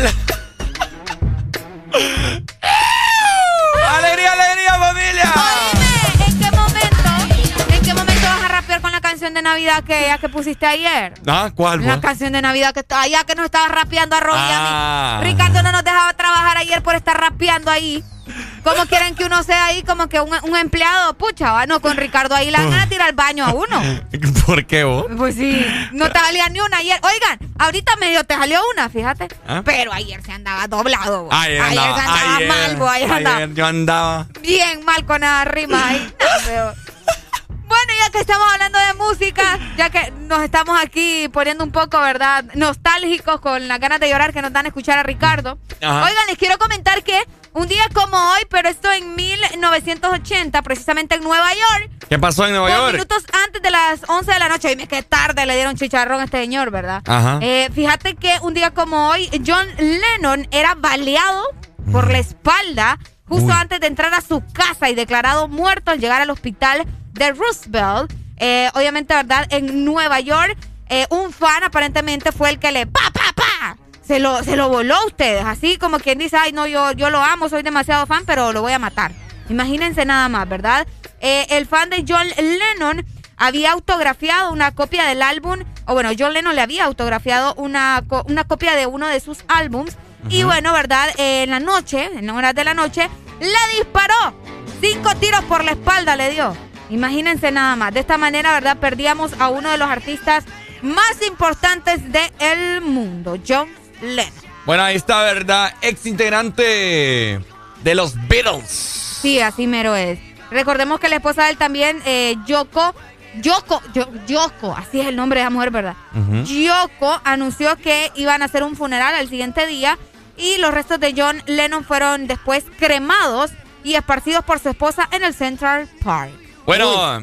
Speaker 4: ¡Alegría, alegría, familia!
Speaker 3: Oíme, ¿en qué momento, en qué momento vas a rapear con la canción de Navidad que, que pusiste ayer?
Speaker 4: ¿Ah? ¿Cuál,
Speaker 3: La
Speaker 4: vos?
Speaker 3: canción de Navidad que está allá que nos estabas rapeando a Robbie y
Speaker 4: Ah.
Speaker 3: a mí. Ricardo no nos dejaba trabajar ayer por estar rapeando ahí. ¿Cómo quieren que uno sea ahí como que un, un empleado? Pucha, ¿va? No, con Ricardo ahí le van a tirar al baño a uno.
Speaker 4: ¿Por qué vos?
Speaker 3: Pues sí, no te salía ni una ayer. Oigan, ahorita medio te salió una, fíjate.
Speaker 4: ¿Ah?
Speaker 3: Pero ayer se andaba doblado. Vos.
Speaker 4: Ayer
Speaker 3: Ayer
Speaker 4: andaba,
Speaker 3: se andaba
Speaker 4: ayer,
Speaker 3: mal, vos. Ayer,
Speaker 4: ayer
Speaker 3: andaba
Speaker 4: yo andaba.
Speaker 3: bien mal con las rimas ahí. No, pero... Bueno, ya que estamos hablando de música, ya que nos estamos aquí poniendo un poco, ¿verdad? Nostálgicos con las ganas de llorar que nos dan a escuchar a Ricardo.
Speaker 4: Ajá.
Speaker 3: Oigan, les quiero comentar que un día como hoy, pero esto en mil novecientos ochenta, precisamente en Nueva York.
Speaker 4: ¿Qué pasó en Nueva
Speaker 3: Dos
Speaker 4: York?
Speaker 3: minutos antes de las once de la noche. Dime qué tarde le dieron chicharrón a este señor, ¿verdad?
Speaker 4: Ajá.
Speaker 3: Eh, fíjate que un día como hoy, John Lennon era baleado por la espalda justo
Speaker 4: Uy.
Speaker 3: antes de entrar a su casa y declarado muerto al llegar al hospital de Roosevelt. Eh, obviamente, ¿verdad? En Nueva York, eh, un fan aparentemente fue el que le pa, pa, pa. Se lo, se lo voló a ustedes. Así como quien dice, ay, no, yo, yo lo amo, soy demasiado fan, pero lo voy a matar. Imagínense nada más, ¿verdad? Eh, el fan de John Lennon había autografiado una copia del álbum, o bueno, John Lennon le había autografiado una, una copia de uno de sus álbums. Uh-huh. Y bueno, ¿verdad? Eh, en la noche, en horas de la noche, le disparó. Cinco tiros por la espalda le dio. Imagínense nada más. De esta manera, ¿verdad? Perdíamos a uno de los artistas más importantes del mundo, John Lennon.
Speaker 4: Bueno, ahí está, ¿verdad? Ex integrante de los Beatles.
Speaker 3: Sí, así mero es. Recordemos que la esposa de él también, eh, Yoko, Yoko, Yo, Yoko, así es el nombre de la mujer, ¿verdad? Uh-huh. Yoko anunció que iban a hacer un funeral al siguiente día y los restos de John Lennon fueron después cremados y esparcidos por su esposa en el Central Park.
Speaker 4: Bueno,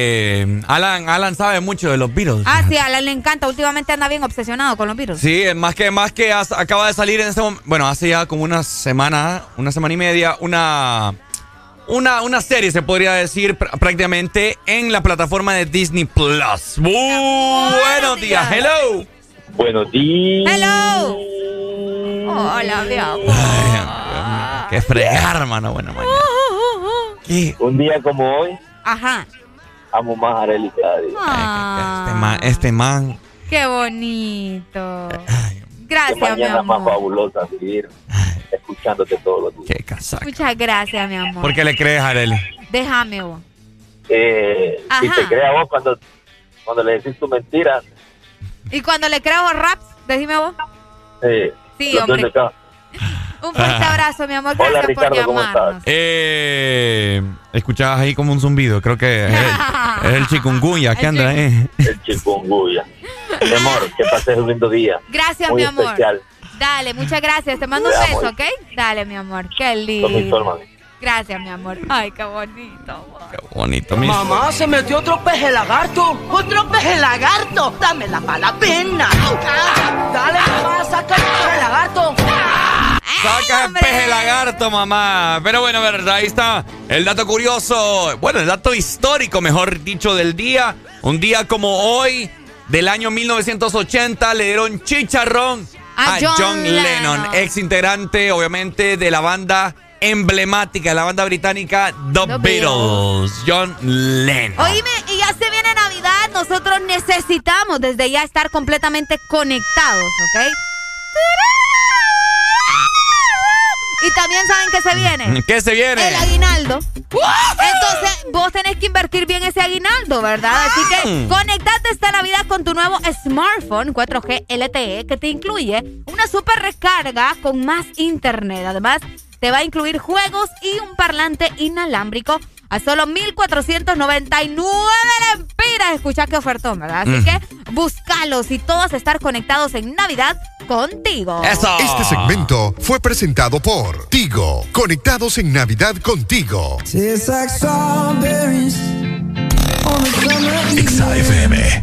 Speaker 4: eh, Alan, Alan sabe mucho de los Beatles.
Speaker 3: Ah, sí, a Alan le encanta. Últimamente anda bien obsesionado con los Beatles.
Speaker 4: Sí, más que, más que has, acaba de salir en este momento, bueno, hace ya como una semana, una semana y media, una, una, una serie, se podría decir, pr- prácticamente en la plataforma de Disney Plus. Uh, buenos, buenos días. días, hello.
Speaker 13: Buenos días.
Speaker 3: Hello. Hola, mi amor.
Speaker 4: Ay, qué fregar, hermano. Bueno, mañana. ¿Qué?
Speaker 13: Un día como hoy.
Speaker 3: Ajá.
Speaker 13: Amo más a Arely cada día.
Speaker 3: Ah,
Speaker 4: este man, este man.
Speaker 3: Qué bonito. Gracias,
Speaker 13: qué
Speaker 3: mi amor.
Speaker 13: más fabulosa vivir escuchándote todos los días.
Speaker 4: Qué casaca.
Speaker 3: Muchas gracias, mi amor.
Speaker 4: ¿Por qué le crees a Arely?
Speaker 3: Déjame vos.
Speaker 13: Eh, si te creas vos cuando, cuando le decís tu mentira.
Speaker 3: ¿Y cuando le creo raps? Decime vos.
Speaker 13: Eh,
Speaker 3: sí, hombre. Un fuerte abrazo, mi amor. Gracias.
Speaker 13: Hola, Ricardo,
Speaker 3: por
Speaker 13: ¿cómo
Speaker 3: llamarnos.
Speaker 13: estás?
Speaker 4: Eh, escuchabas ahí como un zumbido. Creo que es el, es el chikungunya que anda ahí.
Speaker 13: El chikungunya. Mi amor, que pases un lindo día.
Speaker 3: Gracias,
Speaker 13: muy
Speaker 3: mi amor.
Speaker 13: Especial.
Speaker 3: Dale, muchas gracias. Te mando un beso, ¿ok? Dale, mi amor. Qué lindo. Gracias, mi amor. Ay, qué bonito.
Speaker 4: Qué bonito, mi
Speaker 5: Mamá, se metió otro peje lagarto. ¿Otro peje lagarto? Dámela para la pena. Dale, mamá, saca el peje lagarto.
Speaker 4: Saca el peje lagarto, mamá. Pero bueno, verdad, ahí está el dato curioso. Bueno, el dato histórico, mejor dicho, del día. Un día como hoy, del año mil novecientos ochenta, le dieron chicharrón a, a John, John Lennon, Lennon, ex integrante, obviamente, de la banda emblemática, la banda británica The, The Beatles. Beatles, John Lennon.
Speaker 3: Oíme, y ya se viene Navidad, nosotros necesitamos desde ya estar completamente conectados, ¿ok? Y Y también saben que se viene.
Speaker 4: ¿Qué se viene?
Speaker 3: El aguinaldo. Entonces, vos tenés que invertir bien ese aguinaldo, ¿verdad? Así que conectate esta Navidad con tu nuevo smartphone cuatro G L T E que te incluye una super recarga con más internet. Además, te va a incluir juegos y un parlante inalámbrico a solo mil cuatrocientos noventa y nueve lempiras. Escucha qué ofertón, ¿verdad? Así mm. que búscalos y todos estar conectados en Navidad contigo.
Speaker 4: ¡Eso!
Speaker 11: Este segmento fue presentado por Tigo. Conectados en Navidad contigo.
Speaker 7: Exa F M.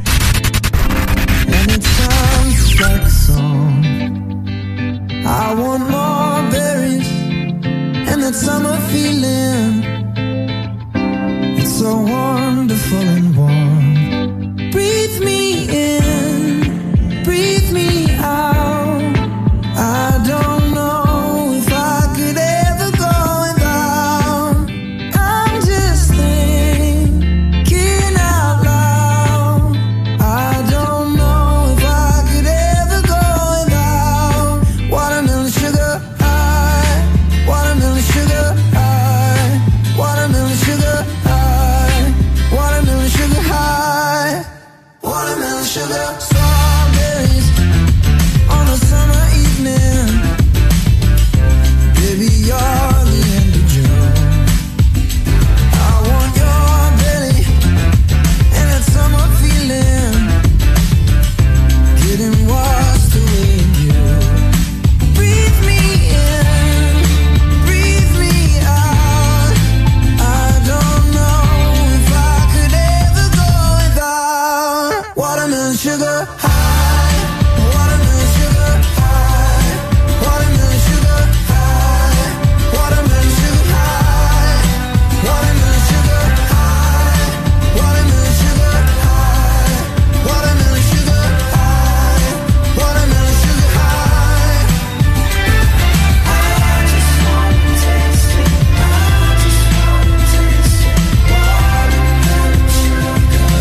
Speaker 8: I want more berries and that summer feeling. It's so wonderful and warm. Breathe me in, breathe me out. I don't know if I could ever go without. I'm just thinking out loud. I don't know if I could ever go without. Watermelon sugar high, watermelon sugar high, watermelon sugar high, watermelon sugar high, watermelon sugar. Strawberries on a summer evening. Baby, you're the end of June. I want your belly and that summer feeling. Getting washed away in you. Breathe me in, breathe me out. I don't know if I could ever go without. Watermelon sugar high, watermelon sugar high, watermelon sugar high, watermelon sugar high, watermelon sugar high, watermelon sugar high, watermelon sugar high, watermelon sugar high. I just wanna taste it. I just wanna taste it. Watermelon sugar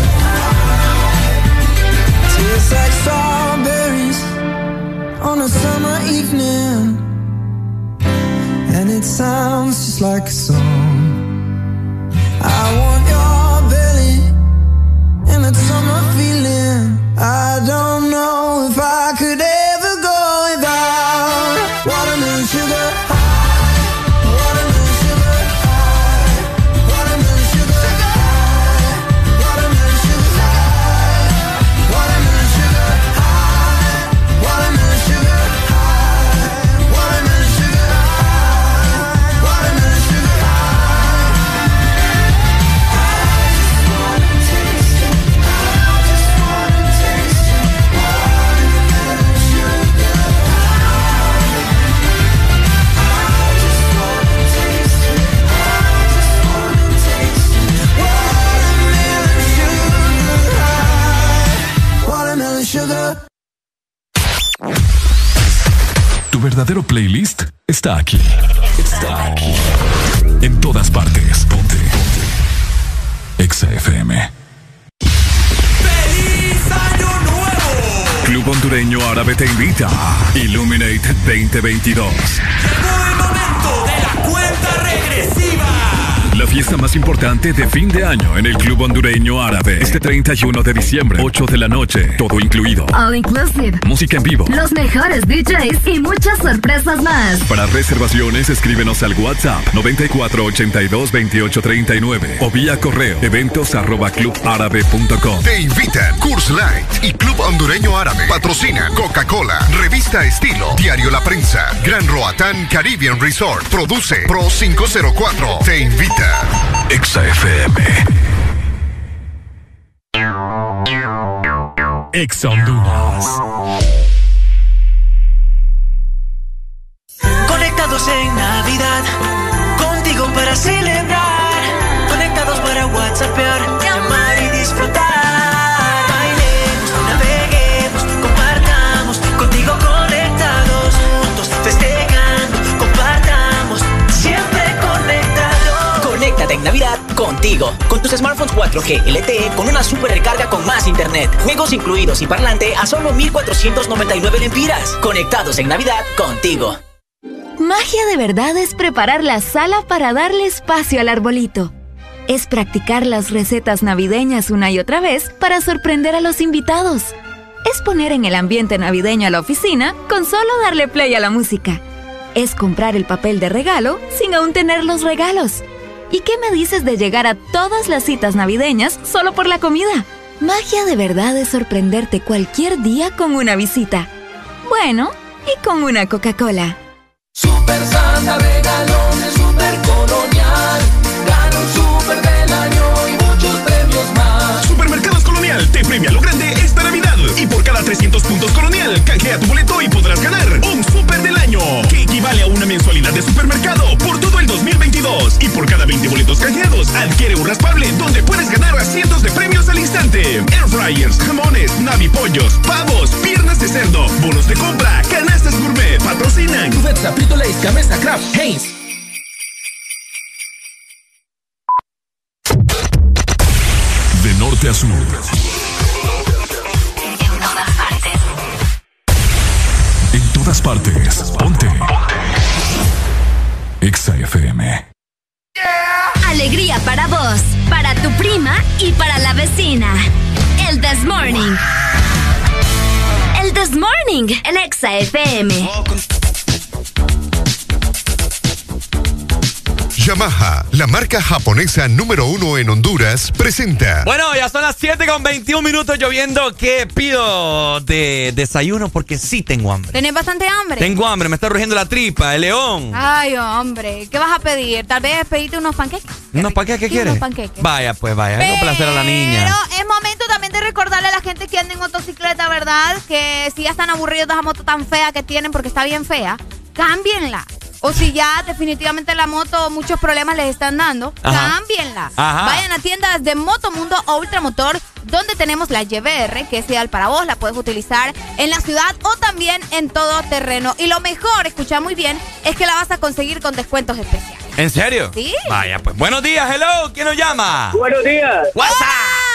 Speaker 8: high. Tastes like strawberries on a summer evening, and it sounds just like a song. I want your belly and that summer feeling. I don't know if I could ever go without. Watermelon sugar high, watermelon sugar high, watermelon sugar high, watermelon sugar high, watermelon sugar high, watermelon sugar high, watermelon sugar high, watermelon sugar high. I just wanna taste it. I just wanna taste it. Watermelon sugar high. I just wanna taste it. I just wanna taste it. Watermelon sugar high. Watermelon sugar.
Speaker 7: Tu verdadero playlist está aquí. Está aquí. En todas partes. Ponte. Ponte. Exa F M.
Speaker 19: ¡Feliz Año Nuevo!
Speaker 7: Club Hondureño Árabe te invita a Illuminate veinte veintidós.
Speaker 19: Llegó el momento de la cuenta regresiva.
Speaker 7: La fiesta más importante de fin de año en el Club Hondureño Árabe. Este treinta y uno de diciembre, ocho de la noche, todo incluido.
Speaker 24: All inclusive.
Speaker 7: Música en vivo.
Speaker 24: Los mejores D Js y muchas sorpresas más.
Speaker 7: Para reservaciones, escríbenos al WhatsApp noventa y cuatro ochenta y dos veintiocho treinta y nueve o vía correo eventos arroba club árabe punto com.
Speaker 11: Te invitan Coors Light y Club Hondureño Árabe. Patrocinan Coca-Cola, Revista Estilo, Diario La Prensa, Gran Roatán Caribbean Resort. Produce Pro quinientos cuatro. Te invita
Speaker 7: Exa F M. Exa Honduras.
Speaker 8: Conectados en Navidad, contigo para celebrar. Conectados para WhatsAppear, llamar y disfrutar. Bailemos, naveguemos, compartamos. Contigo conectados, juntos festejando, compartamos. Siempre conectados.
Speaker 18: Conéctate en Navidad contigo. Con tus smartphones cuatro G L T E con una super recarga con más internet. Juegos incluidos y parlante a solo mil cuatrocientos noventa y nueve lempiras. Conectados en Navidad contigo.
Speaker 24: Magia de verdad es preparar la sala para darle espacio al arbolito. Es practicar las recetas navideñas una y otra vez para sorprender a los invitados. Es poner en el ambiente navideño a la oficina con solo darle play a la música. Es comprar el papel de regalo sin aún tener los regalos. ¿Y qué me dices de llegar a todas las citas navideñas solo por la comida? Magia de verdad es sorprenderte cualquier día con una visita. Bueno, y con una Coca-Cola.
Speaker 19: Super Santa regalones, Super Colonial. Gana un Super del año y muchos premios más.
Speaker 7: Supermercados Colonial te premia lo grande esta Navidad. Y por cada trescientos puntos Colonial, canjea tu boleto y podrás ganar un Super del año, que equivale a una mensualidad de supermercado por todo el dos mil veintidós. Y por cada veinte boletos canjeados, adquiere un raspable donde puedes ganar a cientos de premios al instante. Air fryers, jamones, navipollos, pavos, piernas de cerdo, bonos de compra, canastas gourmet, patrocinan
Speaker 12: Cubeta, Frito Lays, Gamesa, Kraft, Heinz.
Speaker 2: De norte a sur. En todas partes. Ponte. Exa F M.
Speaker 10: Alegría para vos, para tu prima y para la vecina. El This Morning. El This Morning, en Exa F M.
Speaker 11: Yamaha, la marca japonesa número uno en Honduras, presenta.
Speaker 4: Bueno, ya son las siete con veintiún minutos lloviendo. ¿Qué pido de desayuno? Porque sí tengo hambre.
Speaker 3: ¿Tenés bastante hambre?
Speaker 4: Tengo hambre, me está rugiendo la tripa, el león.
Speaker 3: Ay, hombre, ¿qué vas a pedir? Tal vez pedirte unos panqueques.
Speaker 4: ¿Unos panqueques qué quieres?
Speaker 3: Unos panqueques.
Speaker 4: Vaya, pues vaya,
Speaker 3: Pero
Speaker 4: es un placer a la niña.
Speaker 3: Pero es momento también de recordarle a la gente que anda en motocicleta, ¿verdad? Que si ya están aburridos de esa moto tan fea que tienen porque está bien fea, cámbienla. O si ya definitivamente la moto muchos problemas les están dando,
Speaker 4: Ajá.
Speaker 3: cámbienla.
Speaker 4: Ajá.
Speaker 3: Vayan a tiendas de Motomundo o Ultramotor, donde tenemos la Y B R, que es ideal para vos, la puedes utilizar en la ciudad o también en todo terreno. Y lo mejor, escucha muy bien, es que la vas a conseguir con descuentos especiales.
Speaker 4: ¿En serio?
Speaker 3: Sí.
Speaker 4: Vaya, pues. Buenos días, hello. ¿Quién nos llama?
Speaker 13: Buenos días.
Speaker 4: WhatsApp.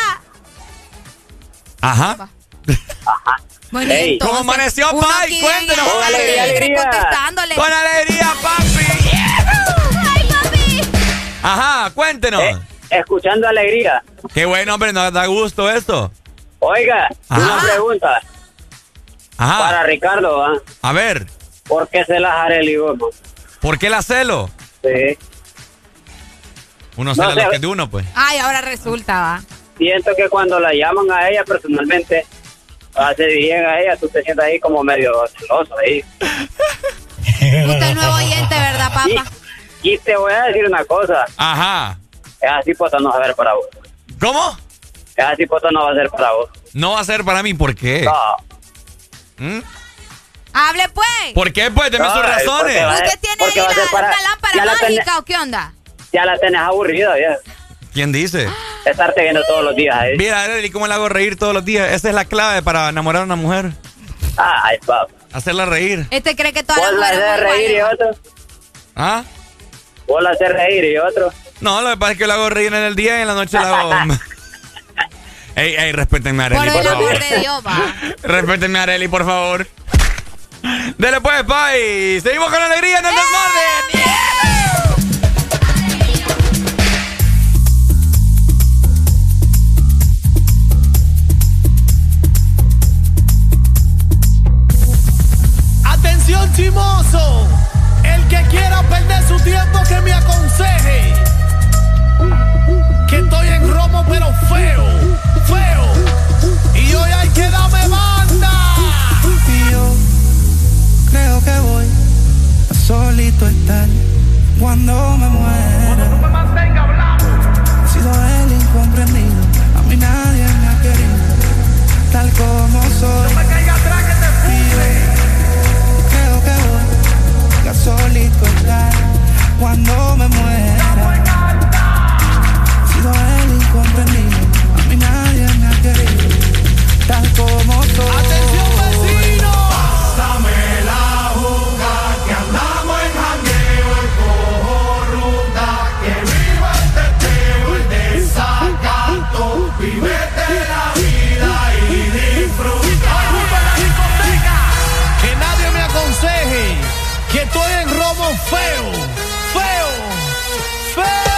Speaker 4: Ajá.
Speaker 13: Ajá.
Speaker 3: Bueno,
Speaker 13: Hey.
Speaker 3: entonces,
Speaker 4: ¿Cómo amaneció,
Speaker 3: uno
Speaker 4: Pai?
Speaker 3: aquí
Speaker 4: Cuéntenos.
Speaker 3: en-
Speaker 13: Con alegría, alegría.
Speaker 3: contestándole.
Speaker 4: Con alegría, papi.
Speaker 3: ¡Ay, papi!
Speaker 4: Ajá, cuéntenos.
Speaker 13: Eh, escuchando alegría.
Speaker 4: Qué bueno, hombre, nos da gusto esto.
Speaker 13: Oiga,
Speaker 4: Ajá.
Speaker 13: una pregunta
Speaker 4: Ajá.
Speaker 13: para Ricardo, ¿ah?
Speaker 4: A ver,
Speaker 13: ¿Por qué se las Arely Gómez?
Speaker 4: ¿por qué la celo?
Speaker 13: Sí.
Speaker 4: Uno
Speaker 13: No
Speaker 4: cela
Speaker 13: sé.
Speaker 4: lo que es de uno, pues.
Speaker 3: Ay, ahora resulta, va.
Speaker 13: Siento que cuando la llaman a ella personalmente, ah, se dirigen a ella, tú te sientes ahí como medio celoso ahí.
Speaker 3: Usted es nuevo oyente, ¿verdad, papá?
Speaker 13: Y, y te voy a decir una cosa,
Speaker 4: Ajá.
Speaker 13: esa cipota no va a ser para vos.
Speaker 4: ¿Cómo?
Speaker 13: Esa cipota no va a ser para vos.
Speaker 4: No va a ser para mí, ¿por qué?
Speaker 13: No.
Speaker 4: ¿Mm?
Speaker 3: Hable, pues.
Speaker 4: ¿Por qué? Pues, deme
Speaker 13: No,
Speaker 4: sus
Speaker 13: es
Speaker 4: razones.
Speaker 13: porque va-
Speaker 3: ¿Usted tiene
Speaker 13: porque
Speaker 3: ahí
Speaker 13: va a
Speaker 3: la,
Speaker 13: ser para-
Speaker 3: una lámpara
Speaker 13: ya la
Speaker 3: mágica
Speaker 13: tenés-
Speaker 3: o qué onda?
Speaker 13: Ya la tenés aburrida, ya.
Speaker 4: ¿Quién dice?
Speaker 13: Estarte viendo todos los días ahí.
Speaker 4: Mira, Arely, ¿cómo la hago reír todos los días? Esa es la clave para enamorar a una mujer.
Speaker 13: Ay, papá.
Speaker 4: Hacerla reír.
Speaker 3: Este cree que todas
Speaker 13: Vos
Speaker 3: las
Speaker 13: la
Speaker 3: mujeres
Speaker 13: haces
Speaker 3: son
Speaker 13: reír y
Speaker 3: iguales.
Speaker 13: otro.
Speaker 4: ¿Ah?
Speaker 13: Vos la haces reír y otro.
Speaker 4: No, lo que pasa es que la hago reír en el día y en la noche la hago... ey, ey, respétenme a Arely,
Speaker 3: Por
Speaker 4: por,
Speaker 3: el amor
Speaker 4: favor.
Speaker 3: de Dios, va.
Speaker 4: Respétenme a Arely, por favor. Dele pues, Pai. Seguimos con alegría en el Desmorning.
Speaker 1: Atención, chimoso. El que quiera perder su tiempo que me aconseje. Que estoy en romo pero feo, feo. Y hoy hay que darme banda.
Speaker 8: Y yo creo que voy a solito estar cuando me muera.
Speaker 1: No me mantenga hablando.
Speaker 8: He sido el incomprendido, a mí nadie me ha querido, tal como soy.
Speaker 1: No me caiga atrás que te fume.
Speaker 8: Creo que voy a solito estar cuando me muera. He sido el incomprendido, a mí nadie me ha querido, tal como soy.
Speaker 1: Atención, vecino.
Speaker 19: Pásame la juga que andamos en jangueo, el cojo
Speaker 1: que estoy en romo feo, feo, feo.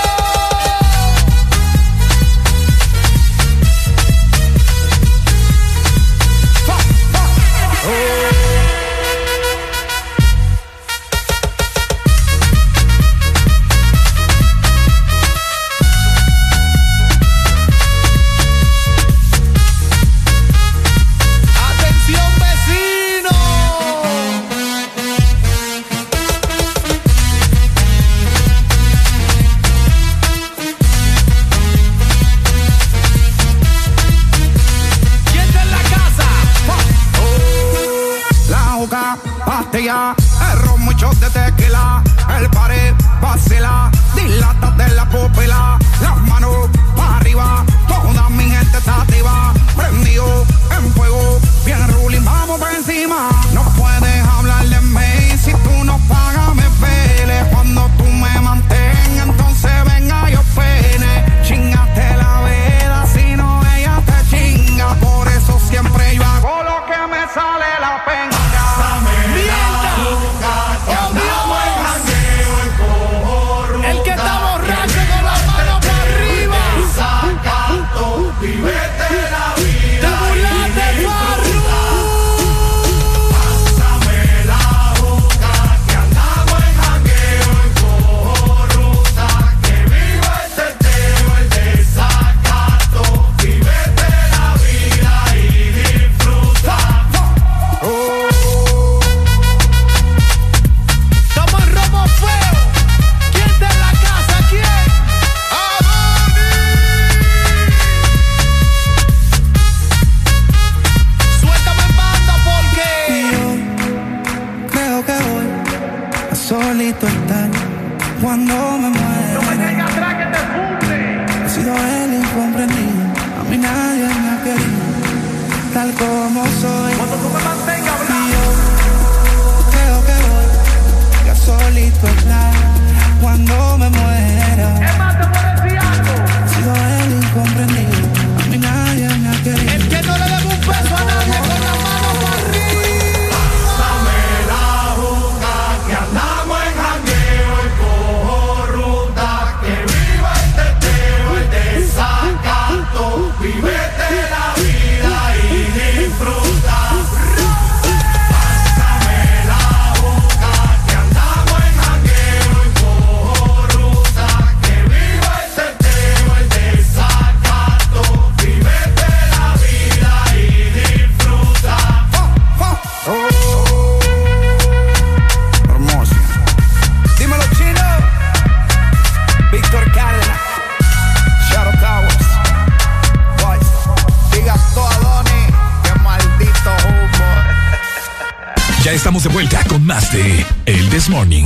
Speaker 14: El ron, muchos de tequila, el pared vacila, dilata de la pupila, las manos para arriba, toda mi gente está activa, prendido en fuego, bien ruling, vamos por encima. No puedes hablar de mí, si tú no pagas me pele, cuando tú me mantengas, entonces venga yo pene, chingate la vela, si no ella te chinga, por eso siempre yo hago lo que me sale la pena.
Speaker 1: El que está borracho con las manos para arriba.
Speaker 19: Vivete la vida.
Speaker 1: Te burlaste, Farru.
Speaker 19: Pásame la boca, que andamos en jangueo y cojo ruta. Que viva el teteo, el desacato. Vivete la vida y disfruta.
Speaker 1: Oh. Estamos en romo feo. ¿Quién está en la casa? ¿Quién? Suéltame en banda porque
Speaker 14: Yo creo que voy a solito estar cuando me muera.
Speaker 1: no me caiga atrás que te funde.
Speaker 14: He sido el incomprendido, a mí nadie me ha querido, tal como soy.
Speaker 1: Cuando tú me mantengas hablando.
Speaker 14: Y yo creo que voy a solito estar cuando me muera.
Speaker 1: Es más, te puedo decir algo.
Speaker 14: He sido el incomprendido, a mí nadie me ha querido.
Speaker 1: El que no le debe un peso a nadie con la mano para arriba.
Speaker 19: Pásame la boca, que andamos en jangueo y cojo ruta. Que viva el teteo, el desacato. Vivete la vida y disfruta. Pásame la boca, que andamos en jangueo y cojo ruta. Que viva el teteo, el desacato. Vivete la vida y disfruta.
Speaker 14: Hermoso. Dímelo, Chino. Víctor Cárdenas, Shadow Towers, Boys. Diga todo a Donnie, qué maldito humo.
Speaker 7: Ya estamos de vuelta con más de El This Morning.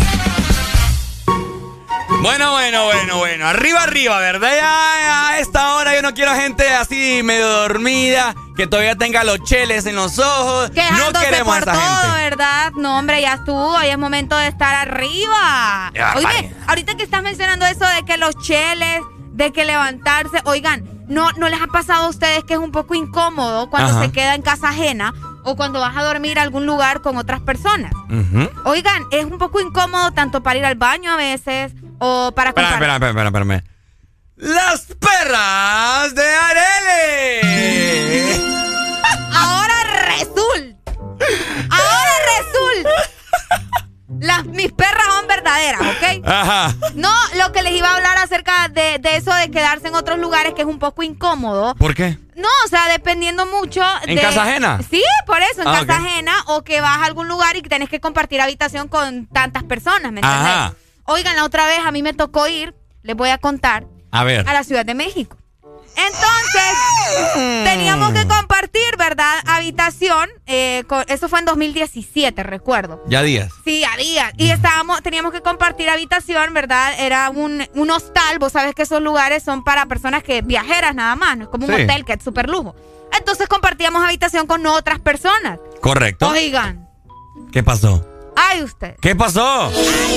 Speaker 4: Bueno, bueno, bueno, bueno. Arriba, arriba, ¿verdad? Ya a esta hora yo no quiero gente así medio dormida, que todavía tenga los cheles en los ojos.
Speaker 3: Quejándose
Speaker 4: No queremos a
Speaker 3: por
Speaker 4: esa
Speaker 3: todo,
Speaker 4: gente.
Speaker 3: ¿verdad? No, hombre, ya estuvo. Hoy es momento de estar arriba.
Speaker 4: Qué barbaridad.
Speaker 3: Oye, ahorita que estás mencionando eso de que los cheles, de que levantarse, oigan, ¿no, no les ha pasado a ustedes que es un poco incómodo cuando
Speaker 4: Ajá.
Speaker 3: se queda en casa ajena o cuando vas a dormir a algún lugar con otras personas?
Speaker 4: Ujú.
Speaker 3: Oigan, es un poco incómodo tanto para ir al baño a veces o para
Speaker 4: Espera,
Speaker 3: comprar.
Speaker 4: espera, espera, espera, espera. Las perras de Arele.
Speaker 3: Ahora resulta. Ahora resulta. Las, mis perras son verdaderas, ¿ok?
Speaker 4: Ajá.
Speaker 3: No, lo que les iba a hablar acerca de, de eso de quedarse en otros lugares que es un poco incómodo.
Speaker 4: ¿Por qué?
Speaker 3: No, o sea, dependiendo mucho
Speaker 4: ¿En
Speaker 3: de...
Speaker 4: casa ajena?
Speaker 3: Sí, por eso, en
Speaker 4: Ah,
Speaker 3: casa
Speaker 4: ok.
Speaker 3: ajena o que vas a algún lugar y que tenés que compartir habitación con tantas personas, ¿me entendés?
Speaker 4: Ajá.
Speaker 3: Oigan, la otra vez a mí me tocó ir, les voy a contar,
Speaker 4: A ver.
Speaker 3: a la Ciudad de México. Entonces, teníamos que compartir, ¿verdad? Habitación. Eh, con, eso fue en dos mil diecisiete, recuerdo.
Speaker 4: Ya días.
Speaker 3: Sí, había. Y estábamos, teníamos que compartir habitación, ¿verdad? Era un, un hostal. Vos sabés que esos lugares son para personas que viajeras nada más. No es como un
Speaker 4: Sí.
Speaker 3: hotel que es súper lujo. Entonces compartíamos habitación con otras personas.
Speaker 4: Correcto.
Speaker 3: Oigan.
Speaker 4: ¿Qué pasó?
Speaker 3: Ay, usted.
Speaker 4: ¿Qué pasó?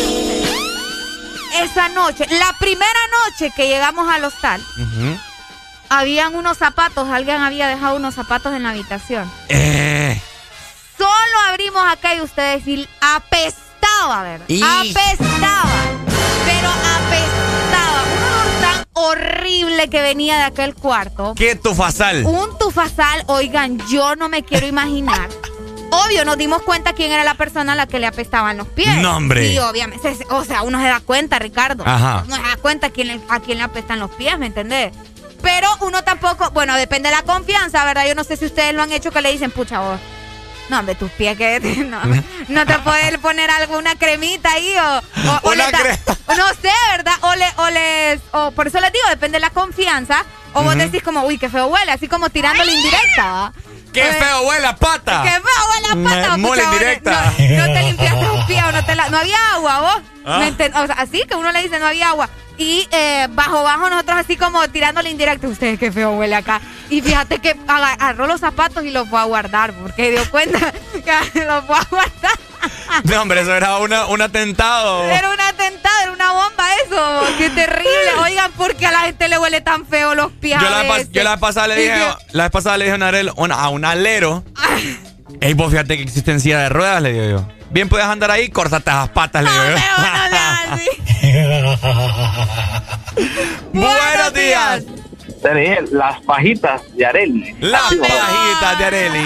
Speaker 3: Esa noche, la primera noche que llegamos al hostal,
Speaker 4: Ujú.
Speaker 3: habían unos zapatos. Alguien había dejado unos zapatos en la habitación.
Speaker 4: Eh.
Speaker 3: Solo abrimos acá y ustedes y apestaba apestaba, ¿verdad?
Speaker 4: Y...
Speaker 3: apestaba, pero apestaba. Un olor tan horrible que venía de aquel cuarto.
Speaker 4: ¿Qué tufasal?
Speaker 3: Un tufasal, oigan, yo no me quiero imaginar. Obvio, nos dimos cuenta quién era la persona a la que le apestaban los pies.
Speaker 4: No, hombre.
Speaker 3: Sí, obviamente. O sea, uno se da cuenta, Ricardo.
Speaker 4: Ajá.
Speaker 3: Uno se da cuenta a quién, le, a quién le apestan los pies, ¿me entendés? Pero uno tampoco, bueno, depende de la confianza, ¿verdad? Yo no sé si ustedes lo han hecho, que le dicen, pucha, vos, no, hombre, tus pies, que no, no te puedes poner alguna cremita ahí o, o, o
Speaker 4: una
Speaker 3: le da,
Speaker 4: crema.
Speaker 3: no sé, ¿verdad? O, le, o les, o por eso les digo, depende de la confianza. O vos
Speaker 4: Ujú.
Speaker 3: decís como, uy, qué feo huele, así como tirándole indirecta, ¿va?
Speaker 4: ¡Qué
Speaker 3: Oye,
Speaker 4: feo huele a pata!
Speaker 3: ¡Qué feo huele a pata!
Speaker 4: Me- mole
Speaker 3: pucha,
Speaker 4: indirecta.
Speaker 3: No, no te limpiaste un pie o no te la... No había agua, vos.
Speaker 4: Ah.
Speaker 3: ¿Me enten- O sea, así que uno le dice no había agua. Y eh, bajo, bajo nosotros así como tirándole indirecto. Ustedes qué feo huele acá. Y fíjate que aga- agarró los zapatos y los fue a guardar. Porque dio cuenta que los fue a guardar.
Speaker 4: No, hombre, eso era una, un atentado.
Speaker 3: Era un atentado, era una bomba eso. Qué terrible. Oigan, ¿por qué a la gente le huele tan feo los pies?
Speaker 4: Yo
Speaker 3: a
Speaker 4: la, pas-
Speaker 3: veces?
Speaker 4: yo la vez pasada le
Speaker 3: Y
Speaker 4: dije,
Speaker 3: que-
Speaker 4: la vez pasada le dije a un, arel- un- a un alero. Ey, vos fíjate que existen silla de ruedas, le digo yo. Bien puedes andar ahí, córtate las patas, le digo yo. Buenos días.
Speaker 13: Te dije, las pajitas de Areli.
Speaker 4: Las pajitas de Areli.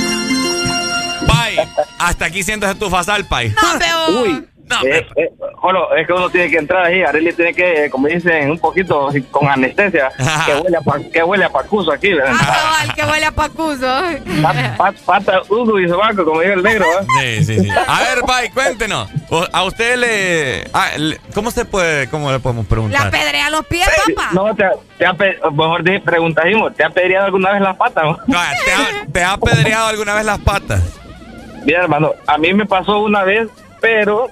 Speaker 4: Pai, hasta aquí sientes tu fasal, Pai.
Speaker 13: Uy. Eh, eh, Jolo, es que uno tiene que entrar ahí. Areli tiene que, eh, como dicen, un poquito así, con anestesia. que, huele a pa- que huele a pacuso aquí, ¿verdad?
Speaker 3: Cabal, que huele a pacuso.
Speaker 13: Pat- pat- Pata, uno y sobaco, como dijo el negro, ¿eh?
Speaker 4: Sí, sí, sí. A ver, Pai, cuéntenos. O- A usted le, ah, le- ¿Cómo se puede, cómo le podemos
Speaker 3: Le
Speaker 4: preguntar?
Speaker 3: apedrea los pies, papá.
Speaker 13: No, te, te ha, pe- mejor dije, preguntajimos, ¿te ha pedido alguna vez las patas? no?
Speaker 4: No, ¿Te ha, te ha apedreado alguna vez las patas?
Speaker 13: Mira, hermano, a mí me pasó una vez, pero...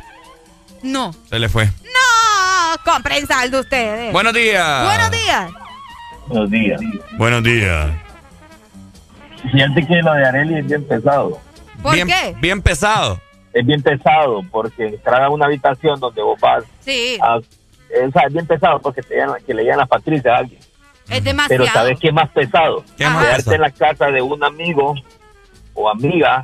Speaker 3: No.
Speaker 4: Se le fue.
Speaker 3: No, compren saldo ustedes.
Speaker 4: Buenos días.
Speaker 3: Buenos días.
Speaker 13: Buenos días.
Speaker 4: Buenos días.
Speaker 13: Fíjate que lo de Areli es bien pesado.
Speaker 3: ¿Por
Speaker 4: bien,
Speaker 3: qué?
Speaker 4: Bien pesado.
Speaker 13: Es bien pesado porque entrar a una habitación donde vos vas...
Speaker 3: Sí.
Speaker 13: a- o sea, es bien pesado porque te llegan, que le llegan las patricias a alguien.
Speaker 3: Es demasiado.
Speaker 13: Pero ¿sabes qué es más pesado?
Speaker 4: ¿Qué más
Speaker 13: Quedarte
Speaker 4: pesado?
Speaker 13: en la casa de un amigo o amiga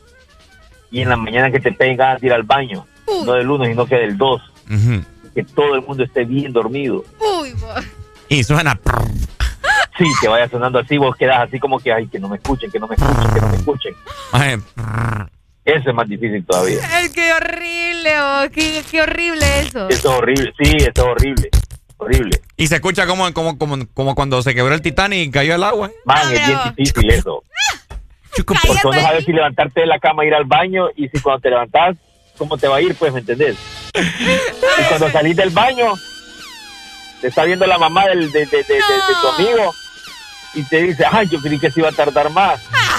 Speaker 13: y en la mañana que te peguen ganas de ir al baño.
Speaker 3: Uy.
Speaker 13: No del uno, sino que del dos.
Speaker 4: Ujú.
Speaker 13: Que todo el mundo esté bien dormido.
Speaker 3: Uy, vos.
Speaker 4: Y suena.
Speaker 13: Sí, que vaya sonando así, vos quedas así como que, ay, que no me escuchen, que no me escuchen, que no me escuchen.
Speaker 4: Ay,
Speaker 13: Eso es más difícil todavía.
Speaker 3: Ay, qué horrible, oh, qué, qué horrible eso.
Speaker 13: Eso es horrible, sí, eso es horrible. Horrible.
Speaker 4: Y se escucha como, como, como, como cuando se quebró el Titanic y cayó al agua.
Speaker 13: Man, es bien difícil eso. Porque no sabes si levantarte de la cama e ir al baño y si cuando te levantás, ¿cómo te va a ir? Pues, ¿me entendés? Y cuando salís del baño, te está viendo la mamá del, de, de, de, de, de tu amigo y te dice, ay, yo creí que se iba a tardar más.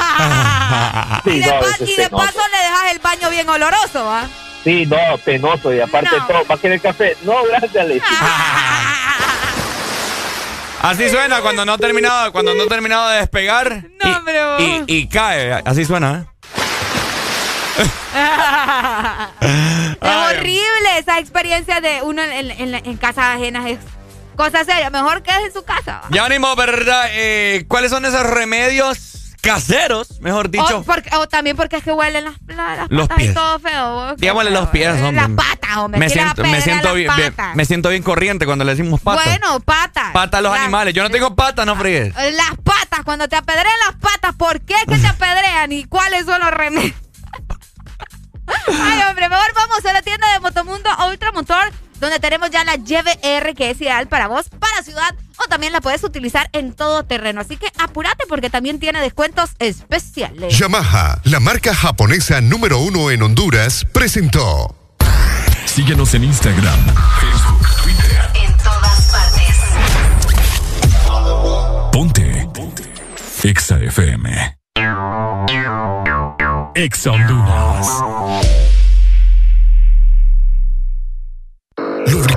Speaker 13: Sí,
Speaker 3: y de,
Speaker 13: no,
Speaker 3: pa-
Speaker 13: eso es
Speaker 3: y de
Speaker 13: penoso.
Speaker 3: paso le dejas el baño bien oloroso, ¿va?
Speaker 13: Sí, no, penoso. Y aparte
Speaker 3: No.
Speaker 13: de todo, ¿va a querer café? No, gracias, Leti.
Speaker 4: Así suena cuando no ha terminado, cuando no ha terminado de despegar.
Speaker 3: No,
Speaker 4: y,
Speaker 3: hombre, vos.
Speaker 4: y, y cae. Así suena,
Speaker 3: Es
Speaker 4: Ay.
Speaker 3: horrible esa experiencia de uno en, en, en casas ajenas. Es cosa seria. Mejor quedes en su casa.
Speaker 4: ¿va? Ya venimos, ¿verdad? Eh, ¿Cuáles son esos remedios caseros, mejor dicho?
Speaker 3: O, porque- o también porque es que huelen las, la- las
Speaker 4: Los
Speaker 3: patas y
Speaker 4: pies.
Speaker 3: todo feo. vos.
Speaker 4: Digámosle los pies, hombre.
Speaker 3: Las patas, hombre.
Speaker 4: Me
Speaker 3: que les
Speaker 4: siento, me,
Speaker 3: apedrea
Speaker 4: siento
Speaker 3: las
Speaker 4: bien, bien-
Speaker 3: patas.
Speaker 4: me siento bien corriente cuando le decimos patas.
Speaker 3: Bueno, patas.
Speaker 4: Patas a los
Speaker 3: Las-
Speaker 4: animales. Yo no tengo patas, no friegues.
Speaker 3: Las patas, cuando te apedrean las patas, ¿por qué es que te apedrean y cuáles son los remedios? Ay, hombre, mejor vamos a la tienda de Motomundo Ultramotor, donde tenemos ya la Y B R, que es ideal para vos, para ciudad, o también la puedes utilizar en todo terreno. Así que apúrate porque también tiene descuentos especiales.
Speaker 11: Yamaha, la marca japonesa número uno en Honduras, presentó.
Speaker 2: Síguenos en Instagram, Facebook, Twitter.
Speaker 10: En todas partes.
Speaker 2: Ponte. Ponte. Exa F M. Exa Honduras.
Speaker 11: Lubricante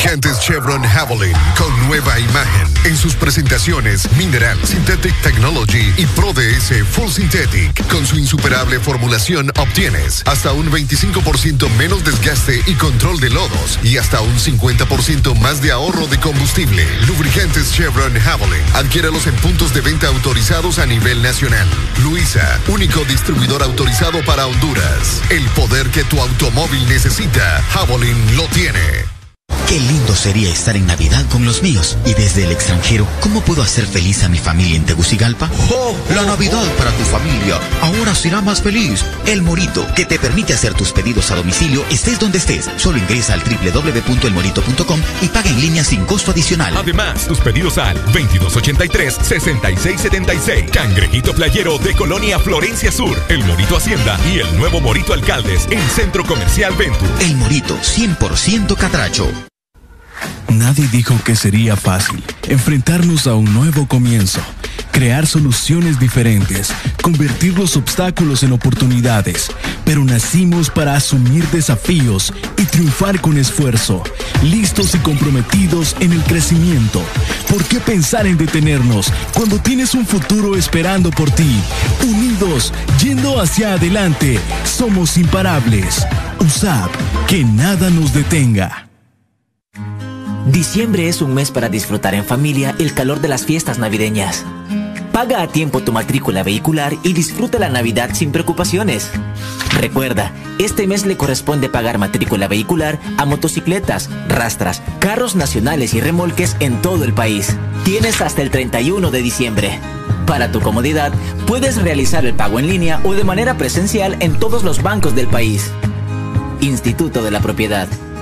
Speaker 11: Lubricantes Chevron Javelin con nueva imagen. En sus presentaciones Mineral, Synthetic Technology y Pro D S Full Synthetic. Con su insuperable formulación obtienes hasta un veinticinco por ciento menos desgaste y control de lodos y hasta un cincuenta por ciento más de ahorro de combustible. Lubricantes Chevron Javelin. Adquiéralos en puntos de venta autorizados a nivel nacional. Luisa, único distribuidor autorizado para Honduras. El poder que tu automóvil necesita, Javelin lo tiene.
Speaker 9: Qué lindo sería estar en Navidad con los míos. Y desde el extranjero, ¿cómo puedo hacer feliz a mi familia en Tegucigalpa? ¡Oh! La Navidad para tu familia ahora será más feliz. El Morito, que te permite hacer tus pedidos a domicilio, estés donde estés. Solo ingresa al doble u doble u doble u punto el morito punto com y paga en línea sin costo adicional.
Speaker 20: Además, tus pedidos al veintidós ochenta y tres, sesenta y seis setenta y seis. Cangrejito Playero de Colonia Florencia Sur. El Morito Hacienda y el nuevo Morito Alcaldes en Centro Comercial Ventur.
Speaker 9: El Morito, cien por ciento catracho.
Speaker 21: Nadie dijo que sería fácil enfrentarnos a un nuevo comienzo, crear soluciones diferentes, convertir los obstáculos en oportunidades, pero nacimos para asumir desafíos y triunfar con esfuerzo, listos y comprometidos en el crecimiento. ¿Por qué pensar en detenernos cuando tienes un futuro esperando por ti? Unidos, yendo hacia adelante, somos imparables. U S A P, que nada nos detenga.
Speaker 18: Diciembre es un mes para disfrutar en familia el calor de las fiestas navideñas. Paga a tiempo tu matrícula vehicular y disfruta la Navidad sin preocupaciones. Recuerda, este mes le corresponde pagar matrícula vehicular a motocicletas, rastras, carros nacionales y remolques en todo el país. Tienes hasta el treinta y uno de diciembre. Para tu comodidad, puedes realizar el pago en línea o de manera presencial en todos los bancos del país. Instituto de la Propiedad.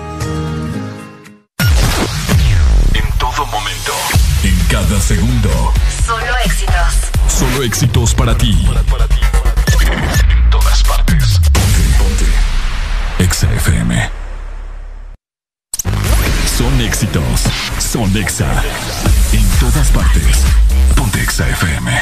Speaker 2: Momento, en cada segundo.
Speaker 10: Solo éxitos.
Speaker 2: Solo éxitos para ti. Para, para ti, para ti. En todas partes. Ponte, ponte. Exa F M. Son éxitos. Son Exa. En todas partes. Ponte Exa F M.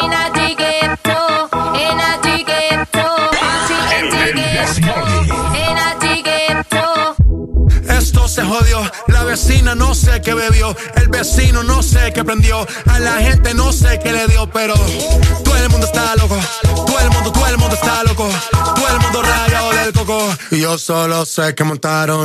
Speaker 14: Esto se jodió, la vecina no sé qué bebió, el vecino no sé qué prendió, a la gente no sé qué le dio, pero todo el mundo está loco, todo el mundo, todo el mundo está loco, todo el mundo rayado del coco, y yo solo sé que montaron.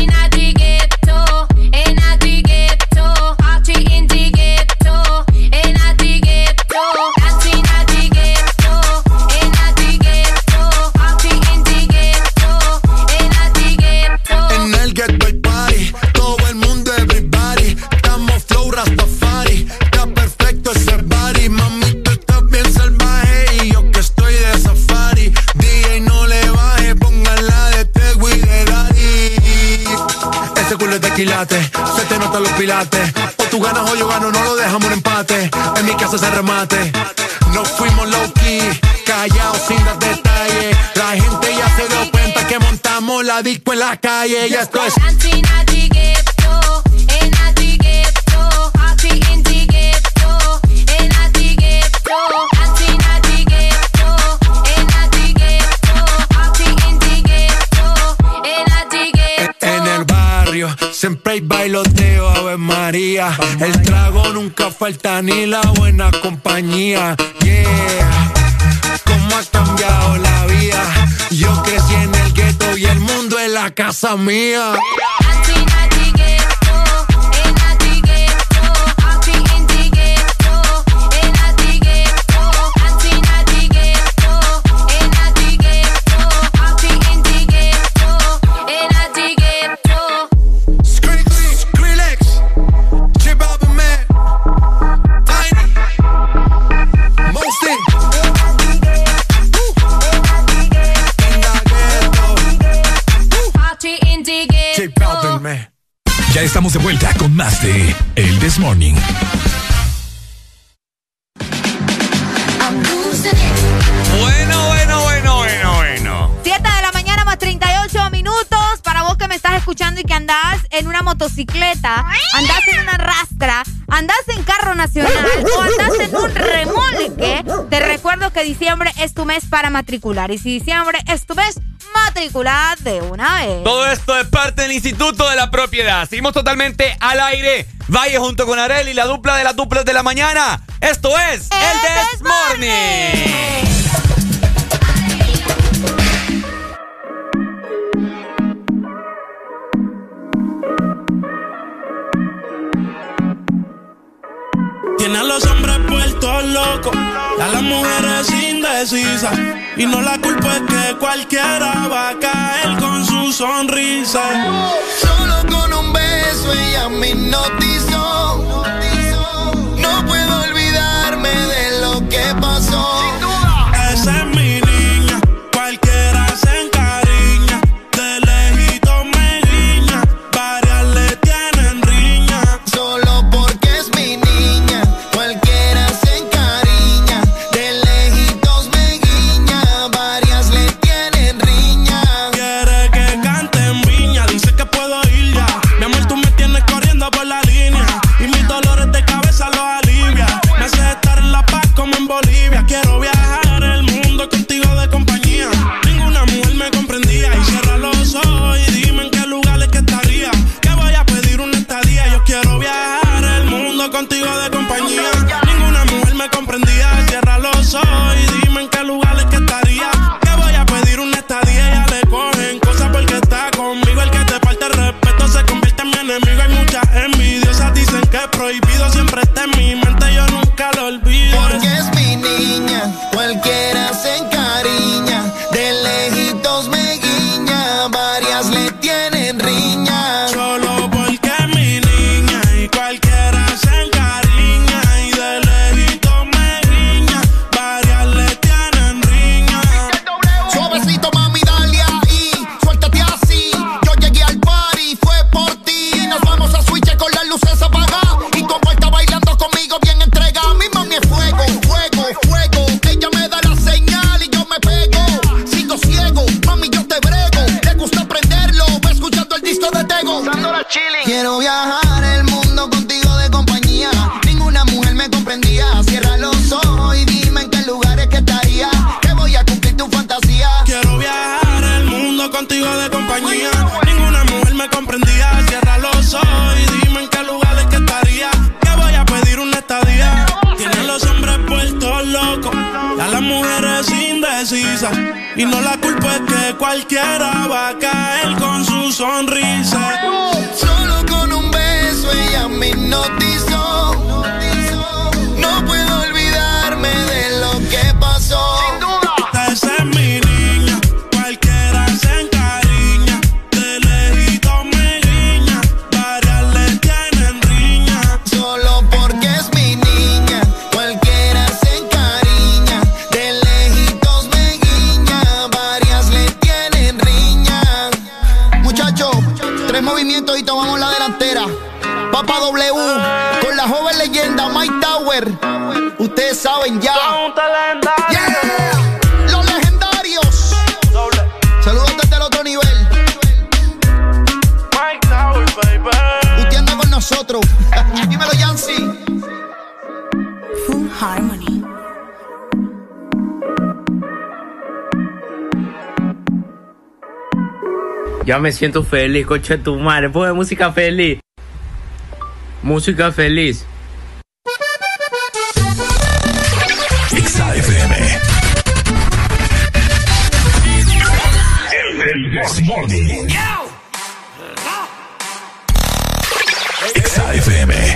Speaker 14: Se te notan los pilates. O tú ganas o yo gano, no lo dejamos en empate. En mi casa se remate. No fuimos low key, callados sin dar detalles. La gente ya se dio cuenta que montamos la disco en la calle. Y esto es siempre hay bailoteo, Ave María. El trago nunca falta ni la buena compañía. Yeah, cómo ha cambiado la vida. Yo crecí en el gueto y el mundo es la casa mía.
Speaker 2: Ya estamos de vuelta con más de El This Morning.
Speaker 4: Bueno, bueno, bueno, bueno, bueno.
Speaker 3: siete de la mañana más treinta y ocho minutos. Para vos que me estás escuchando y que andás en una motocicleta, andás en una rastra, andás en carro nacional o andás en un remolque, te recuerdo que diciembre es tu mes para matricular. Y si diciembre es tu mes, matricular de una vez.
Speaker 4: Todo esto es parte del Instituto de la Propiedad. Seguimos totalmente al aire. Valle junto con Arely, la dupla de las duplas de la mañana. Esto es El, el This Morning.
Speaker 6: Tiene a los hombres puestos locos, a las mujeres indecisas. Y no la culpa es que cualquiera va a caer con su sonrisa.
Speaker 19: Solo con un beso ella me hipnotizó. No puedo olvidarme de lo que pasó.
Speaker 6: Esa es mi niña, cualquiera se encariña. De lejito me guiña, varias le tienen riña.
Speaker 19: Solo porque es mi niña, cualquiera se encariña. De lejitos me guiña, varias le tienen riña.
Speaker 6: Quiere que cante en viña, dice que puedo ir ya. Mi amor, tú me tienes corriendo por la línea y mis dolores de cabeza los alivia. Me hace estar en La Paz como en Bolivia. Quiero viajar el mundo contigo de compañía. Ninguna mujer me comprendía. Y cierra los ojos y dime en qué lugares que estaría. Que voy a pedir una estadía. Yo quiero viajar el mundo contigo de compañía. Ninguna mujer me comprendía. Cierra los ojos y dime en qué lugares que estaría. Que voy a pedir una estadía. Ya le cogen cosas porque está conmigo. El que te falta el respeto se convierte en mi enemigo. Hay muchas envidiosas, dicen que es prohibido. Siempre está en mi mente, yo nunca lo olvido.
Speaker 19: Porque es mi niña, cualquiera se encariña. De lejitos me guiña, varias le tienen riña.
Speaker 6: Solo porque es mi niña y cualquiera se encariña. Y de lejito me guiña, varias le tienen riña.
Speaker 19: Suavecito mami, dale ahí, suéltate así. Yo llegué al party, fue por ti. Nos vamos a switch con las luces apagadas. Y como está bailando conmigo bien entregada. Mi mami es fuego, fuego, fuego. Ella me da la señal y yo me pego. Sigo ciego, mami yo te brego. Le gusta aprenderlo, va escuchando el disco de Tego. Quiero viajar el mundo contigo de compañía. Ninguna mujer me comprendía. Cierra los ojos y dime en qué lugares que estaría. Que voy a cumplir tu fantasía.
Speaker 6: Quiero viajar el mundo contigo de compañía. Ninguna mujer me comprendía. Cierra los ojos y dime en qué lugares que estaría. Que voy a pedir una estadía. Tienen los hombres puestos locos, a las mujeres indecisas. Y no la culpa es que cualquiera va a caer con su sonrisa.
Speaker 19: Solo con un beso ella me hipnotizó. No puedo olvidarme de lo que pasó.
Speaker 6: Esa es mi niña, cualquiera se encariña. De lejito me guiña, varias le tienen riña.
Speaker 19: Solo porque es mi niña, cualquiera se encariña. De lejitos me guiña, varias le tienen riña. Muchachos, tres movimientos y tomamos la delantera. Papa W, con la joven leyenda Mike Tower. Ustedes saben ya. Yeah. Los legendarios. Saludos desde el otro nivel.
Speaker 6: Mike Tower, baby.
Speaker 19: Usted anda con nosotros. Dímelo, Yancy.
Speaker 24: Full Harmony.
Speaker 15: Ya me siento feliz, coche tu madre. Pone música feliz. Música feliz.
Speaker 20: Exa F M. El, el This Morning. Exa F M.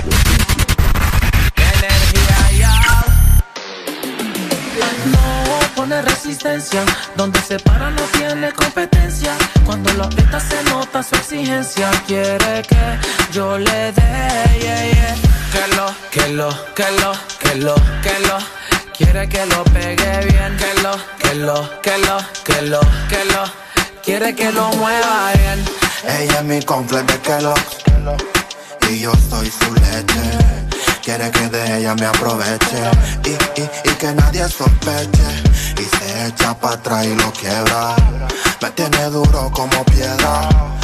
Speaker 8: No pone resistencia, donde se para no tiene competencia. Cuando lo aprieta se nota su exigencia. Quiere que yo le dé, yeah, yeah. Que lo, que lo, que lo, que lo, que lo. Quiere que lo pegue bien. Que lo, que lo, que lo, que lo, que lo. Quiere que lo mueva bien.
Speaker 16: Ella es mi completo de Kellogg's y yo soy su leche. Quiere que de ella me aproveche y, y, y que nadie sospeche. Y se echa para atrás y lo quiebra. Me tiene duro como piedra y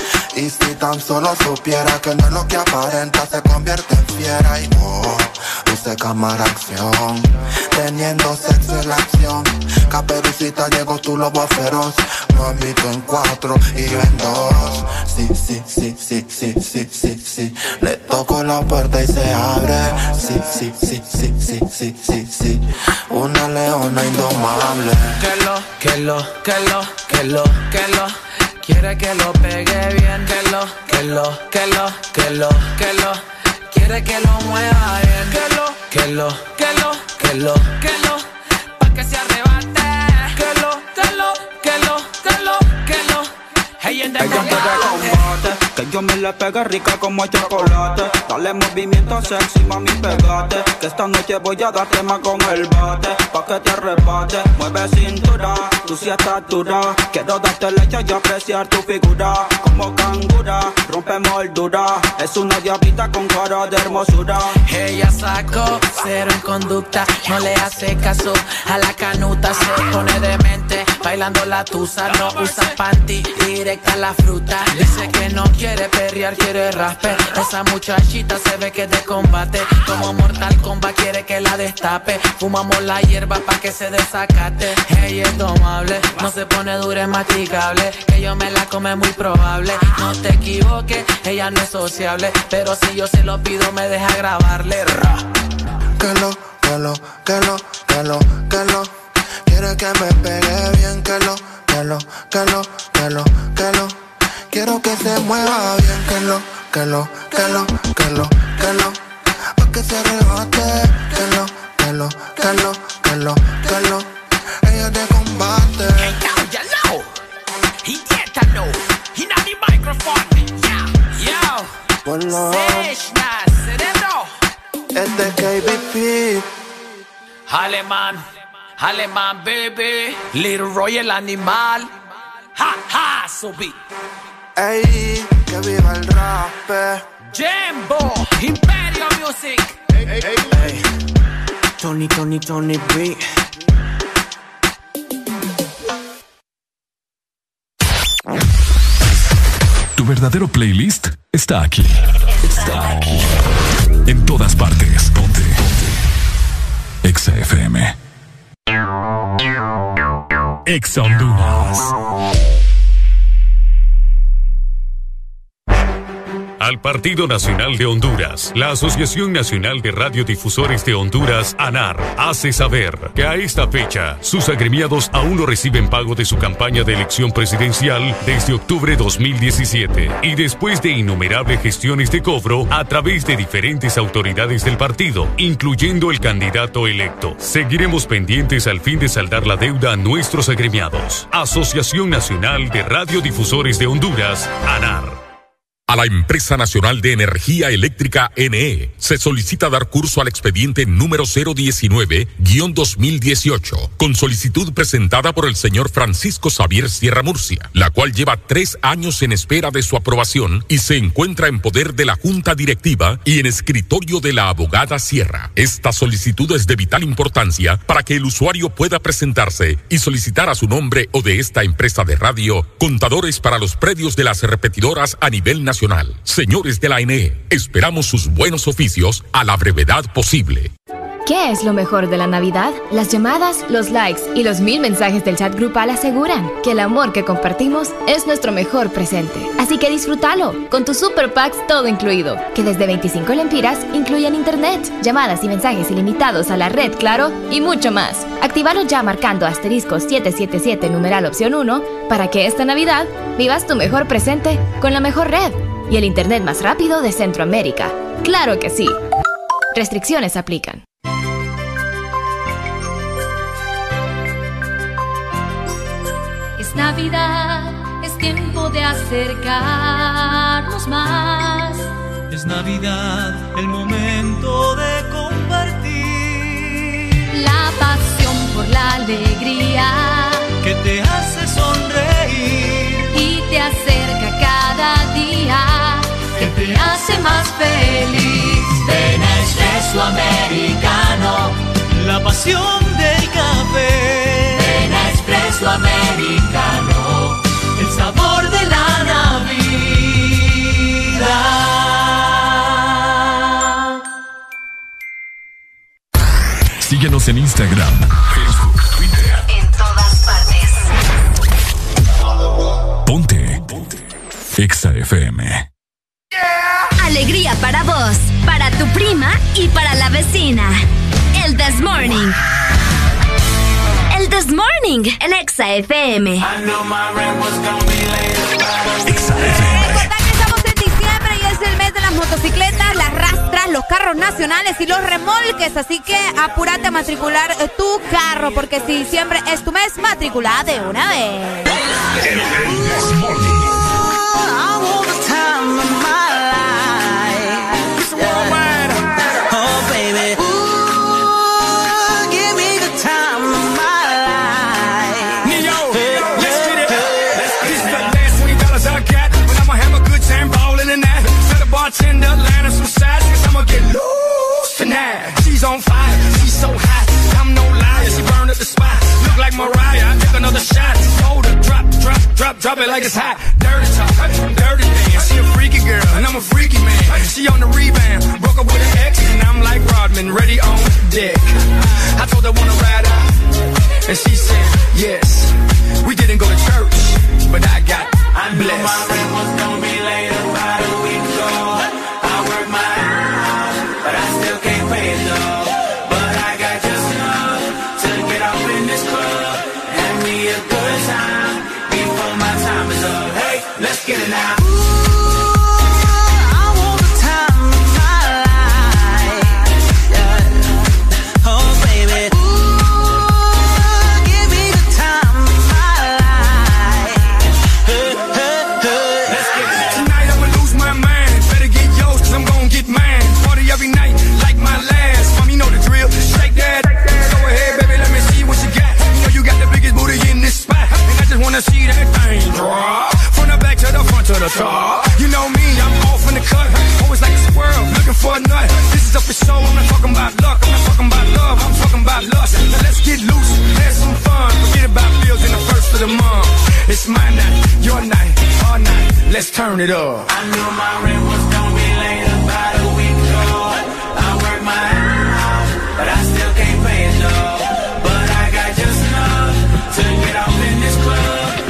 Speaker 16: Y si tan solo supiera que no es lo que aparenta, se convierte en fiera y oh, luce cámara acción, teniendo sexo en la acción. Caperucita llegó tu lobo feroz, mami tú en cuatro y yo en dos. Sí, sí, sí, sí, sí, sí, sí, sí. Le toco la puerta y se abre. Sí, sí, sí, sí, sí, sí, sí, sí. Una leona indomable.
Speaker 5: Que lo, que lo, que lo, que lo, que lo. Quiere que lo pegue bien. Que lo, que lo, que lo, que lo, que lo. Quiere que lo mueva bien. Que lo, que lo, que lo, que lo, que lo. Pa' que se arrebate. Que lo, que lo, que lo, que lo, que lo. Hey, en
Speaker 17: ella quiere combate, que yo me le pegue rica como el chocolate. Dale movimiento sexy, mami, pegate. Que esta noche voy a darte más con el bate. Pa' que te arrebate, mueve cintura. Tú sí estás dura. Quiero darte leche y apreciar tu figura. Como cangura, rompe moldura. Es una diablita con cara de hermosura.
Speaker 5: Ella sacó cero en conducta. No le hace caso a la canuta. Se pone demente, bailando la tusa. No usa panty, directa a la fruta. Dice que no quiere perrear, quiere raspe. Esa muchachita se ve que es de combate. Como Mortal Kombat quiere que la destape. Fumamos la hierba pa' que se desacate. Ella es domable, no se pone dura, es masticable. Que yo me la come muy probable. No te equivoques, ella no es sociable. Pero si yo se lo pido me deja grabarle. Ra.
Speaker 16: Que lo, que lo, que lo, que lo, que lo. Quiere que me pegue bien, que lo, que lo, que lo, que lo, que lo. Quiero que se mueva bien, que lo, que lo, que lo, que lo, que lo. Pa' que se arrebate, que lo, que lo, que lo, que lo, que lo. Ella te combate.
Speaker 5: Hey, yo, ya lo. He dieta no. He not the microphone. Yo, yo.
Speaker 16: Bueno.
Speaker 5: Seshna, cerebro.
Speaker 16: Este K B P.
Speaker 5: Alemán, alemán, baby. Little Royal animal. Ha, ha, subí.
Speaker 16: Ey, que viva el rap.
Speaker 5: Jimbo, Imperio Music.
Speaker 17: Hey, hey, hey, hey. Tony, Tony, Tony B.
Speaker 21: Tu verdadero playlist está aquí. Está aquí. En todas partes. Ponte. Ponte. Exa F M. Exa Honduras.
Speaker 20: Al Partido Nacional de Honduras, la Asociación Nacional de Radiodifusores de Honduras, ANAR, hace saber que a esta fecha, sus agremiados aún no reciben pago de su campaña de elección presidencial desde octubre dos mil diecisiete y después de innumerables gestiones de cobro a través de diferentes autoridades del partido, incluyendo el candidato electo. Seguiremos pendientes al fin de saldar la deuda a nuestros agremiados. Asociación Nacional de Radiodifusores de Honduras, ANAR.
Speaker 22: A la Empresa Nacional de Energía Eléctrica N E se solicita dar curso al expediente número cero diecinueve guión dos mil dieciocho, con solicitud presentada por el señor Francisco Xavier Sierra Murcia, la cual lleva tres años en espera de su aprobación y se encuentra en poder de la Junta Directiva y en escritorio de la abogada Sierra. Esta solicitud es de vital importancia para que el usuario pueda presentarse y solicitar a su nombre o de esta empresa de radio contadores para los predios de las repetidoras a nivel nacional. Nacional. Señores de la N E, esperamos sus buenos oficios a la brevedad posible.
Speaker 23: ¿Qué es lo mejor de la Navidad? Las llamadas, los likes y los mil mensajes del chat grupal aseguran que el amor que compartimos es nuestro mejor presente. Así que disfrútalo con tus Super Packs todo incluido, que desde veinticinco lempiras incluyen internet, llamadas y mensajes ilimitados a la red Claro y mucho más. Actívalo ya marcando asterisco siete siete siete numeral opción uno para que esta Navidad vivas tu mejor presente con la mejor red y el internet más rápido de Centroamérica. ¡Claro que sí! Restricciones aplican.
Speaker 25: Es Navidad, es tiempo de acercarnos más.
Speaker 19: Es Navidad, el momento de compartir
Speaker 25: la pasión por la alegría
Speaker 19: que te hace sonreír
Speaker 25: y te acerca cada día, que te hace más feliz.
Speaker 19: Ven a Espresso Americano, la pasión del café.
Speaker 25: Ven a Espresso Americano,
Speaker 19: el sabor de la Navidad.
Speaker 21: Síguenos en Instagram, Facebook, Twitter.
Speaker 10: En todas partes.
Speaker 21: Ponte. Ponte. Exa F M.
Speaker 10: Alegría para vos, para tu prima y para la vecina. El This Morning. El This Morning en Exa F M.
Speaker 21: Exa
Speaker 3: Recordad
Speaker 21: F M.
Speaker 3: que estamos en diciembre y es el mes de las motocicletas, las rastras, los carros nacionales y los remolques. Así que apúrate a matricular tu carro, porque si diciembre es tu mes, matricula de una vez.
Speaker 21: El This Morning.
Speaker 19: Bartender, line some sides, cause I'ma get loose tonight. She's on fire, she's so hot, I'm no liar, she burned up the spot. Look like Mariah, I took another shot. Hold her, drop, drop, drop, drop it like it's hot. Dirty talk, dirty dance, she a freaky girl, and I'm a freaky man. She on the rebound, broke up with an ex, and I'm like Rodman, ready on deck. I told her wanna ride out, and she said yes. We didn't go to church, but I got
Speaker 5: I knew
Speaker 19: blessed.
Speaker 5: my rent was gonna be late about a week ago. I work my ass, but I still can't pay it though. But I got just enough to get off in this club. Have me a good time before my time is up. Hey, let's get it now.
Speaker 19: See that thing drop from the back to the front to the top. You know me, I'm off in the cut, always like a squirrel looking for a nut. This is up for show. I'm not talking about luck, I'm not talking about love, I'm talking about lust. Now let's get loose, have some fun. Forget about bills in the first of the month. It's my night, your night, our night. Let's turn it up.
Speaker 5: I knew my rent was gonna be late about a week ago. I work my ass, but I still can't pay it though. But I got just enough to get off in this club.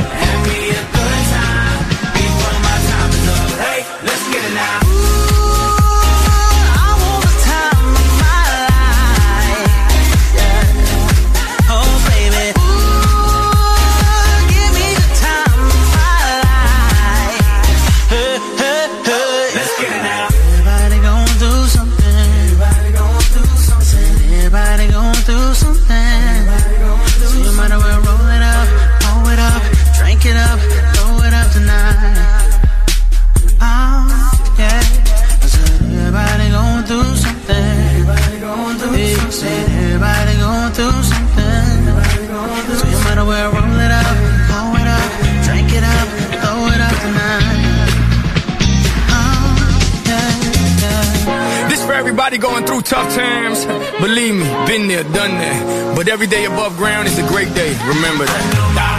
Speaker 19: Everybody going through tough times. Believe me, been there, done that. But every day above ground is a great day. Remember that.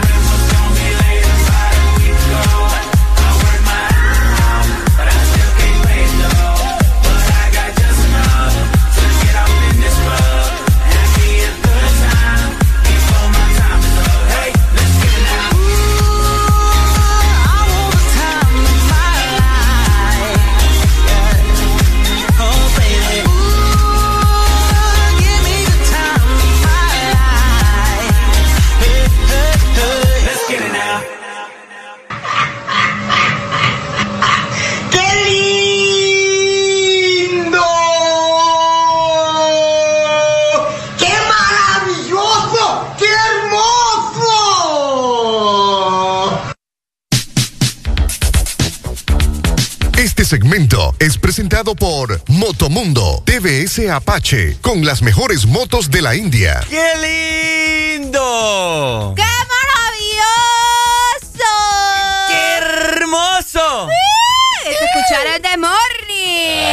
Speaker 22: Este segmento es presentado por Motomundo T V S Apache, con las mejores motos de la India.
Speaker 4: ¡Qué lindo!
Speaker 3: ¡Qué maravilloso!
Speaker 4: ¡Qué hermoso!
Speaker 3: ¡Sí! Es escuchar el The Morning.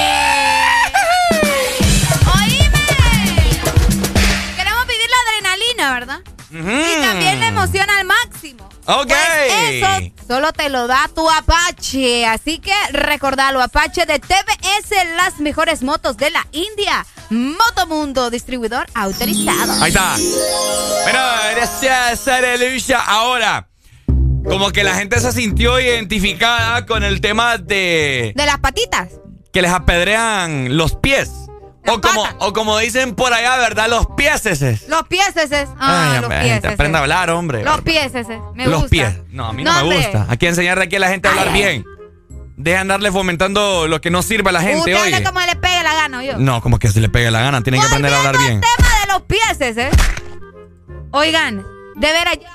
Speaker 3: ¡Oíme! Queremos vivir la adrenalina, ¿verdad? Uh-huh. Y también la emoción al máximo.
Speaker 4: Ok.
Speaker 3: Pues eso solo te lo da tu Apache. Así que recordalo, Apache de T V S, las mejores motos de la India. Motomundo, distribuidor autorizado.
Speaker 4: Ahí está. Bueno, gracias, Aleluya. Ahora, como que la gente se sintió identificada con el tema de...
Speaker 3: De las patitas.
Speaker 4: Que les apedrean los pies. O como, o como dicen por allá, ¿verdad? Los pieses.
Speaker 3: Los pieses. Ah,
Speaker 4: Ay,
Speaker 3: los
Speaker 4: hombre,
Speaker 3: pieses.
Speaker 4: aprenda a hablar, hombre.
Speaker 3: Los pieses. Me
Speaker 4: los
Speaker 3: gusta.
Speaker 4: pies. No, a mí no,
Speaker 3: No,
Speaker 4: me
Speaker 3: hombre.
Speaker 4: gusta. Hay que enseñarle aquí a la gente a hablar
Speaker 3: Ay,
Speaker 4: bien. Deja andarle fomentando lo que no sirve a la gente,
Speaker 3: Usted
Speaker 4: oye.
Speaker 3: habla como le pegue la gana, yo.
Speaker 4: No, como que se le pegue la gana. Tiene que aprender a hablar bien.
Speaker 3: El tema de los pieses, ¿eh? Oigan, de veras ya.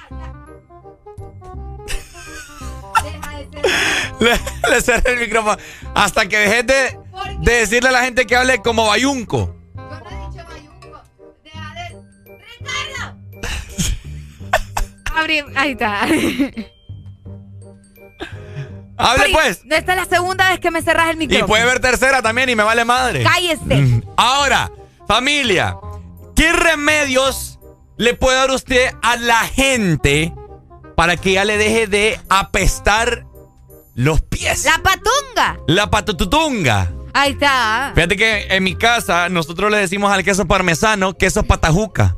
Speaker 4: Le, le cerré el micrófono. Hasta que dejes de, de decirle a la gente que hable como bayunco.
Speaker 3: Abrí, ahí está.
Speaker 4: Hable
Speaker 3: Ay,
Speaker 4: pues.
Speaker 3: Esta es la segunda vez que me cerras el
Speaker 4: Y
Speaker 3: micrófono.
Speaker 4: puede ver tercera también y me vale madre.
Speaker 3: Cállese.
Speaker 4: Mm. Ahora, familia, ¿qué remedios le puede dar usted a la gente para que ya le deje de apestar los pies?
Speaker 3: La patunga.
Speaker 4: La patututunga.
Speaker 3: Ahí está.
Speaker 4: Fíjate que en mi casa nosotros le decimos al queso parmesano queso patajuca.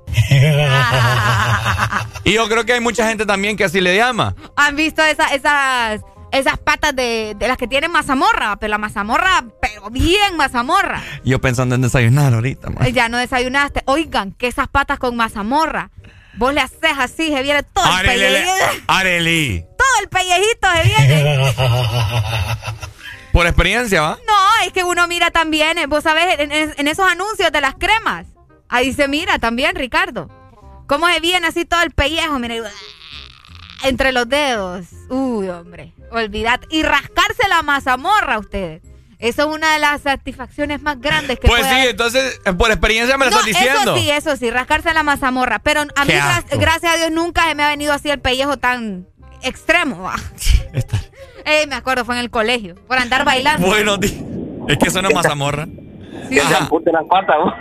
Speaker 4: Y yo creo que hay mucha gente también que así le llama.
Speaker 3: ¿Han visto esa, esas, esas patas de, de las que tienen mazamorra? Pero la mazamorra, pero bien mazamorra.
Speaker 4: Yo pensando en desayunar ahorita, man.
Speaker 3: Ya no desayunaste. Oigan, que esas patas con mazamorra, vos le haces así, se viene todo el pellejito.
Speaker 4: Areli.
Speaker 3: Todo el pellejito se viene.
Speaker 4: Por experiencia, ¿va?
Speaker 3: No, es que uno mira también, eh, vos sabés, en, en- en esos anuncios de las cremas. Ahí se mira también, Ricardo. Cómo se viene así todo el pellejo, mira. Entre los dedos. Uy, hombre. Olvidad. Y rascarse la mazamorra, ustedes. Eso es una de las satisfacciones más grandes que
Speaker 4: Pues
Speaker 3: puede
Speaker 4: sí,
Speaker 3: haber.
Speaker 4: entonces, eh, por experiencia me lo
Speaker 3: No,
Speaker 4: estás diciendo.
Speaker 3: eso sí, eso sí, rascarse la mazamorra. Pero a mí,
Speaker 4: Qué
Speaker 3: gra-
Speaker 4: asco.
Speaker 3: gracias a Dios, nunca se me ha venido así el pellejo tan extremo. va. Eh, me acuerdo, fue en el colegio, por andar bailando.
Speaker 4: Bueno, di- es que eso no es mazamorra.
Speaker 3: Sí.
Speaker 4: Ajá.
Speaker 1: Apunte las patas, vos.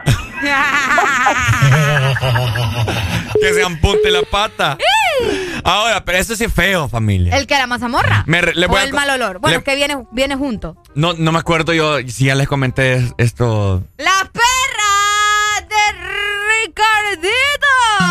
Speaker 4: Que se ampunte la pata. Ahora, pero eso sí es feo, familia.
Speaker 3: ¿El que la mazamorra?
Speaker 4: Me re- le voy
Speaker 3: ¿O
Speaker 4: a
Speaker 3: el
Speaker 4: co-
Speaker 3: mal olor? Bueno,
Speaker 4: le-
Speaker 3: es que viene, viene junto.
Speaker 4: No, no me acuerdo yo si ya les comenté esto.
Speaker 3: ¡La perra de Ricardito!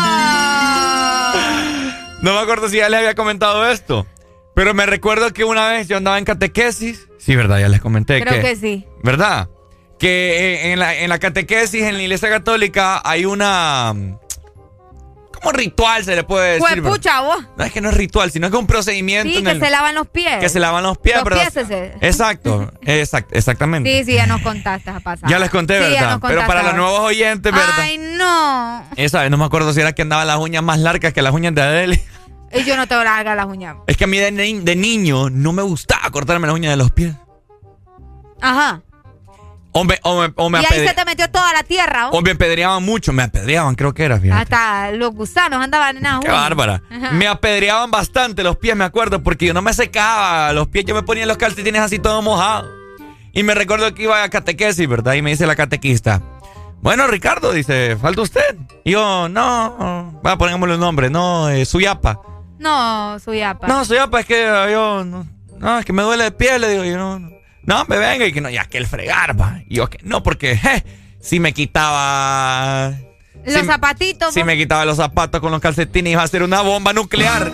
Speaker 4: No me acuerdo si ya les había comentado esto. Pero me recuerdo que una vez yo andaba en catequesis. Sí, ¿verdad? Ya les comenté.
Speaker 3: Creo que sí.
Speaker 4: ¿Verdad? Que eh, en la, en la catequesis, en la iglesia católica, hay una... ¿Cómo ritual se le puede decir?
Speaker 3: Pues pucha, vos.
Speaker 4: No es que no es ritual, sino que es un procedimiento.
Speaker 3: Sí,
Speaker 4: en
Speaker 3: que
Speaker 4: el-
Speaker 3: se lavan los pies.
Speaker 4: Que se lavan los pies,
Speaker 3: Los
Speaker 4: ¿verdad?
Speaker 3: pies ese.
Speaker 4: Exacto, exact, exactamente.
Speaker 3: Sí, sí, ya nos contaste a pasar.
Speaker 4: Ya les conté,
Speaker 3: Sí, ya
Speaker 4: ¿verdad?
Speaker 3: nos
Speaker 4: Pero
Speaker 3: contaste
Speaker 4: para los
Speaker 3: ahora.
Speaker 4: nuevos oyentes, ¿verdad?
Speaker 3: Ay, no.
Speaker 4: Esa vez no me acuerdo si era que andaban las uñas más largas que las uñas de Adele.
Speaker 3: Y yo no tengo largas las uñas.
Speaker 4: Es que a mí de, ni- de niño no me gustaba cortarme las uñas de los pies.
Speaker 3: Ajá.
Speaker 4: O me, o me, o me
Speaker 3: Y ahí
Speaker 4: apedre-
Speaker 3: se te metió toda la tierra, ¿o?
Speaker 4: o me apedreaban mucho, me apedreaban, creo que era, fíjate.
Speaker 3: Hasta los gusanos andaban en las
Speaker 4: Qué
Speaker 3: uñas.
Speaker 4: bárbara.
Speaker 3: Ajá.
Speaker 4: Me apedreaban bastante los pies, me acuerdo, porque yo no me secaba los pies, yo me ponía los calcetines así todo mojados. Y me recuerdo que iba a catequesis, ¿verdad? Y me dice la catequista, bueno, Ricardo, dice, ¿falta usted? Y yo, no, va, pongámosle un nombre, no, eh, Suyapa.
Speaker 3: No, Suyapa.
Speaker 4: No, Suyapa, es que yo, no, no, es que me duele de piel, le digo, yo no, no, no, me venga, y que no, ya que el fregar, va. Y yo, que no, porque, je, si me quitaba...
Speaker 3: Los
Speaker 4: si-
Speaker 3: zapatitos.
Speaker 4: Si
Speaker 3: vos.
Speaker 4: me quitaba los zapatos con los calcetines iba a ser una bomba nuclear.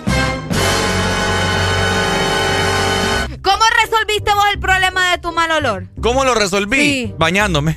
Speaker 3: ¿Cómo resolviste vos el problema de tu mal olor?
Speaker 4: ¿Cómo lo resolví?
Speaker 3: Sí.
Speaker 4: Bañándome.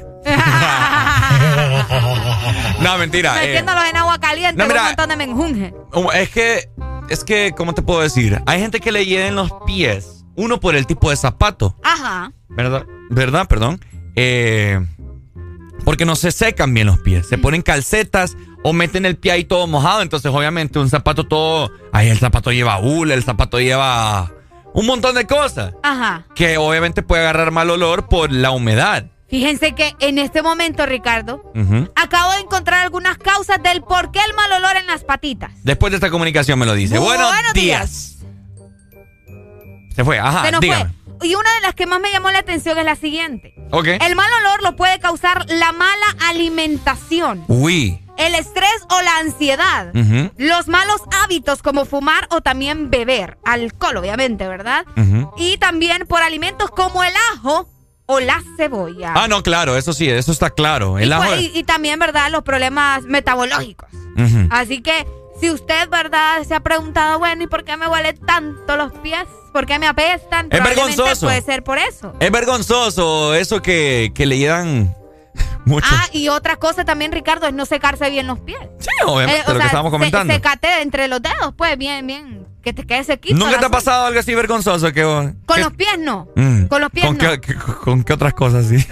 Speaker 4: No, mentira. eh,
Speaker 3: Metiéndolos en agua caliente
Speaker 4: no,
Speaker 3: con
Speaker 4: mira.
Speaker 3: un montón de menjunje.
Speaker 4: um, es que, es que, ¿cómo te puedo decir? Hay gente que le hieden los pies. Uno por el tipo de zapato.
Speaker 3: Ajá.
Speaker 4: ¿Verdad? ¿Verdad? Perdón. Eh, porque no se secan bien los pies. Se ponen calcetas o meten el pie ahí todo mojado. Entonces, obviamente, un zapato todo... Ahí el zapato lleva hule, el zapato lleva un montón de cosas.
Speaker 3: Ajá.
Speaker 4: Que obviamente puede agarrar mal olor por la humedad.
Speaker 3: Fíjense que en este momento, Ricardo,
Speaker 4: Ujú.
Speaker 3: acabo de encontrar algunas causas del por qué el mal olor en las patitas.
Speaker 4: Después de esta comunicación me lo dice. Buenos,
Speaker 3: Buenos
Speaker 4: días. Se fue, ajá,
Speaker 3: Se nos
Speaker 4: dígame.
Speaker 3: fue. Y una de las que más me llamó la atención es la siguiente.
Speaker 4: Ok.
Speaker 3: El mal olor lo puede causar la mala alimentación.
Speaker 4: Uy.
Speaker 3: el estrés o la ansiedad, uh-huh. los malos hábitos como fumar o también beber, alcohol obviamente, ¿verdad? Uh-huh. Y también por alimentos como el ajo o la cebolla.
Speaker 4: Ah, no, claro, eso sí, eso está claro. El
Speaker 3: y,
Speaker 4: ajo
Speaker 3: y, y también, ¿verdad? Los problemas metabológicos.
Speaker 4: Uh-huh.
Speaker 3: Así que si usted, ¿verdad? Se ha preguntado, bueno, ¿y por qué me huele tanto los pies? ¿Por qué me apestan?
Speaker 4: Es vergonzoso.
Speaker 3: Puede ser por eso.
Speaker 4: Es vergonzoso eso que, que le llegan mucho.
Speaker 3: Ah, y otra cosa también, Ricardo, es no secarse bien los pies.
Speaker 4: Sí, obviamente, eh, lo sea, que estábamos comentando.
Speaker 3: Se, secate entre los dedos, pues, bien, bien. Que te quede sequito.
Speaker 4: ¿Nunca te ha pasado algo así vergonzoso? Que,
Speaker 3: con
Speaker 4: que,
Speaker 3: los pies no.
Speaker 4: Mm,
Speaker 3: con los pies
Speaker 4: ¿con
Speaker 3: no.
Speaker 4: Qué, que, ¿Con qué otras cosas sí?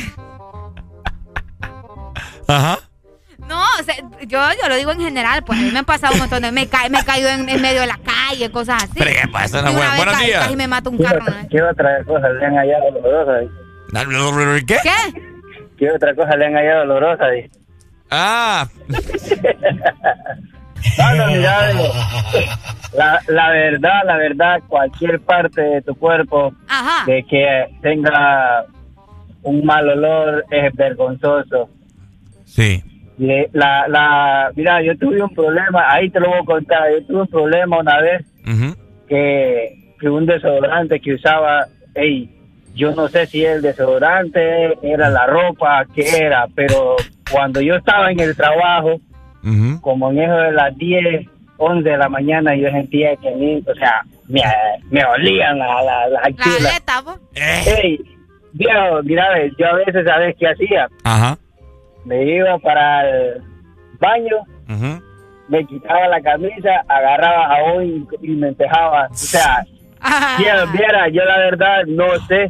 Speaker 4: Ajá.
Speaker 3: No, o sea, yo, yo lo digo en general, pues a mí me han pasado un montón de... Me, ca, me he caído en, en medio de la calle, cosas así.
Speaker 4: Pero qué pasa, no, bueno, buenos
Speaker 3: caí,
Speaker 4: días.
Speaker 3: Casi me mata un carro. ¿No?
Speaker 1: ¿Qué otra cosa le han hallado dolorosa?
Speaker 4: ¿Qué?
Speaker 3: ¿Qué?
Speaker 1: ¿Qué otra cosa le han hallado dolorosa?
Speaker 4: Ah.
Speaker 1: No, no, mira, la, la verdad, la verdad, cualquier parte de tu cuerpo
Speaker 3: Ajá.
Speaker 1: de que tenga un mal olor es vergonzoso.
Speaker 4: Sí.
Speaker 1: La, la, mira, yo tuve un problema, ahí te lo voy a contar, yo tuve un problema una vez uh-huh. que, que un desodorante que usaba, hey, yo no sé si el desodorante era la ropa, qué era, pero cuando yo estaba en el trabajo, uh-huh. como en eso de las diez, once de la mañana, yo sentía que, mí, o sea, me, me olían las la, la axilas. Hey, viejo, mira, yo a veces, ¿sabes qué hacía?
Speaker 4: Ajá.
Speaker 1: Me iba para el baño, uh-huh. me quitaba la camisa, agarraba jabón y, y me empejaba. O sea, ah. viera, viera, yo la verdad no sé.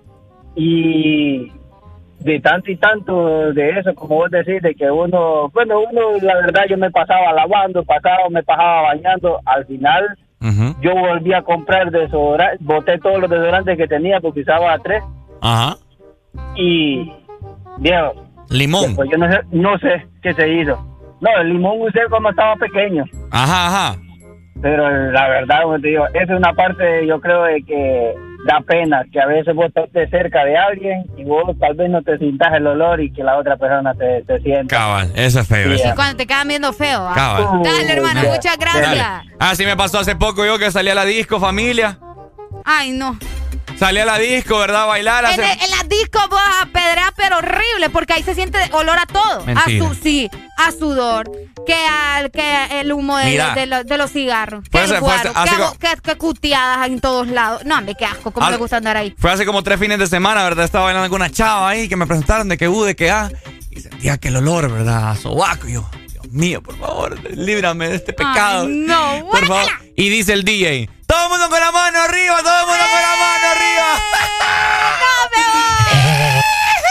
Speaker 1: Y de tanto y tanto de eso, como vos decís, de que uno, bueno, uno, la verdad, yo me pasaba lavando, pasaba, me pasaba bañando. Al final, uh-huh. yo volví a comprar desodorante, boté todos los desodorantes que tenía porque usaba tres.
Speaker 4: Ajá.
Speaker 1: Y, viejo,
Speaker 4: limón.
Speaker 1: Pues yo no sé, no sé qué se hizo. No, el limón usé cuando estaba pequeño.
Speaker 4: Ajá, ajá.
Speaker 1: Pero la verdad, como te digo, esa es una parte, yo creo, de que da pena, que a veces vos estés cerca de alguien y vos tal vez no te sientas el olor y que la otra persona te, te sienta.
Speaker 4: Cabal, eso es feo.
Speaker 3: Sí,
Speaker 4: eso.
Speaker 3: Y cuando te quedan viendo feo. ¿Ah?
Speaker 4: Cabal.
Speaker 3: Dale, hermano,
Speaker 1: Uh,
Speaker 3: muchas gracias.
Speaker 4: Dale. Ah, sí me pasó hace poco yo que salí a la disco, familia.
Speaker 3: Ay, no.
Speaker 4: Salí a la disco, ¿verdad? A bailar.
Speaker 3: En,
Speaker 4: hace...
Speaker 3: el, en la disco vos a pedrear, pero horrible, porque ahí se siente olor a todo.
Speaker 4: Mentira.
Speaker 3: A su, sí, a sudor, que al que el humo de, de, de, los, de los cigarros, que el guaro, que, como... que, que cuteadas en todos lados. No, hombre, qué asco, cómo Al... me gusta andar ahí.
Speaker 4: Fue hace como tres fines de semana, ¿verdad? Estaba bailando con una chava ahí que me presentaron de que U, de que A, y sentía que el olor, ¿verdad? A sobaco. Y yo, Dios mío, por favor, líbrame de este pecado.
Speaker 3: Ay, no,
Speaker 4: por favor. Y dice el D J, todo el mundo con la mano arriba, todo el mundo con la mano arriba.
Speaker 3: ¡No me voy!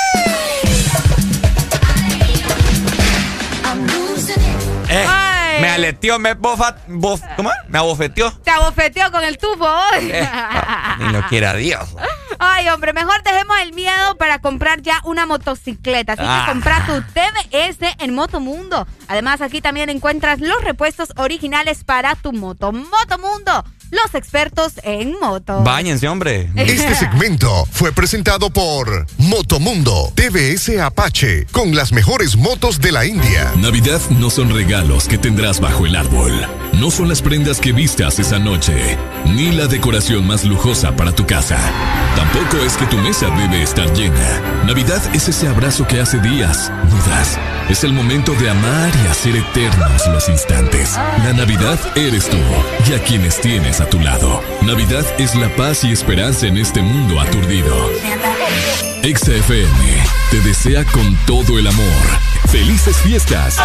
Speaker 4: Eh, me aleteó, me bofa, bof, ¿cómo es? Me abofeteó.
Speaker 3: Te abofeteó con el tufo hoy.
Speaker 4: Eh, ni lo quiera Dios.
Speaker 3: Ay, hombre, mejor dejemos el miedo para comprar ya una motocicleta. Así ah. que compra tu T V S en Motomundo. Además, aquí también encuentras los repuestos originales para tu moto. Motomundo, los expertos en moto.
Speaker 4: Báñense, hombre.
Speaker 7: Este segmento fue presentado por Motomundo, T V S Apache, con las mejores motos de la India.
Speaker 2: Navidad no son regalos que tendrás bajo el árbol. No son las prendas que vistas esa noche, ni la decoración más lujosa para tu casa. Tampoco es que tu mesa debe estar llena. Navidad es ese abrazo que hace días no das. Es el momento de amar y hacer eternos los instantes. La Navidad eres tú y a quienes tienes a tu lado. Navidad es la paz y esperanza en este mundo aturdido. Exa F M te desea con todo el amor. ¡Felices fiestas!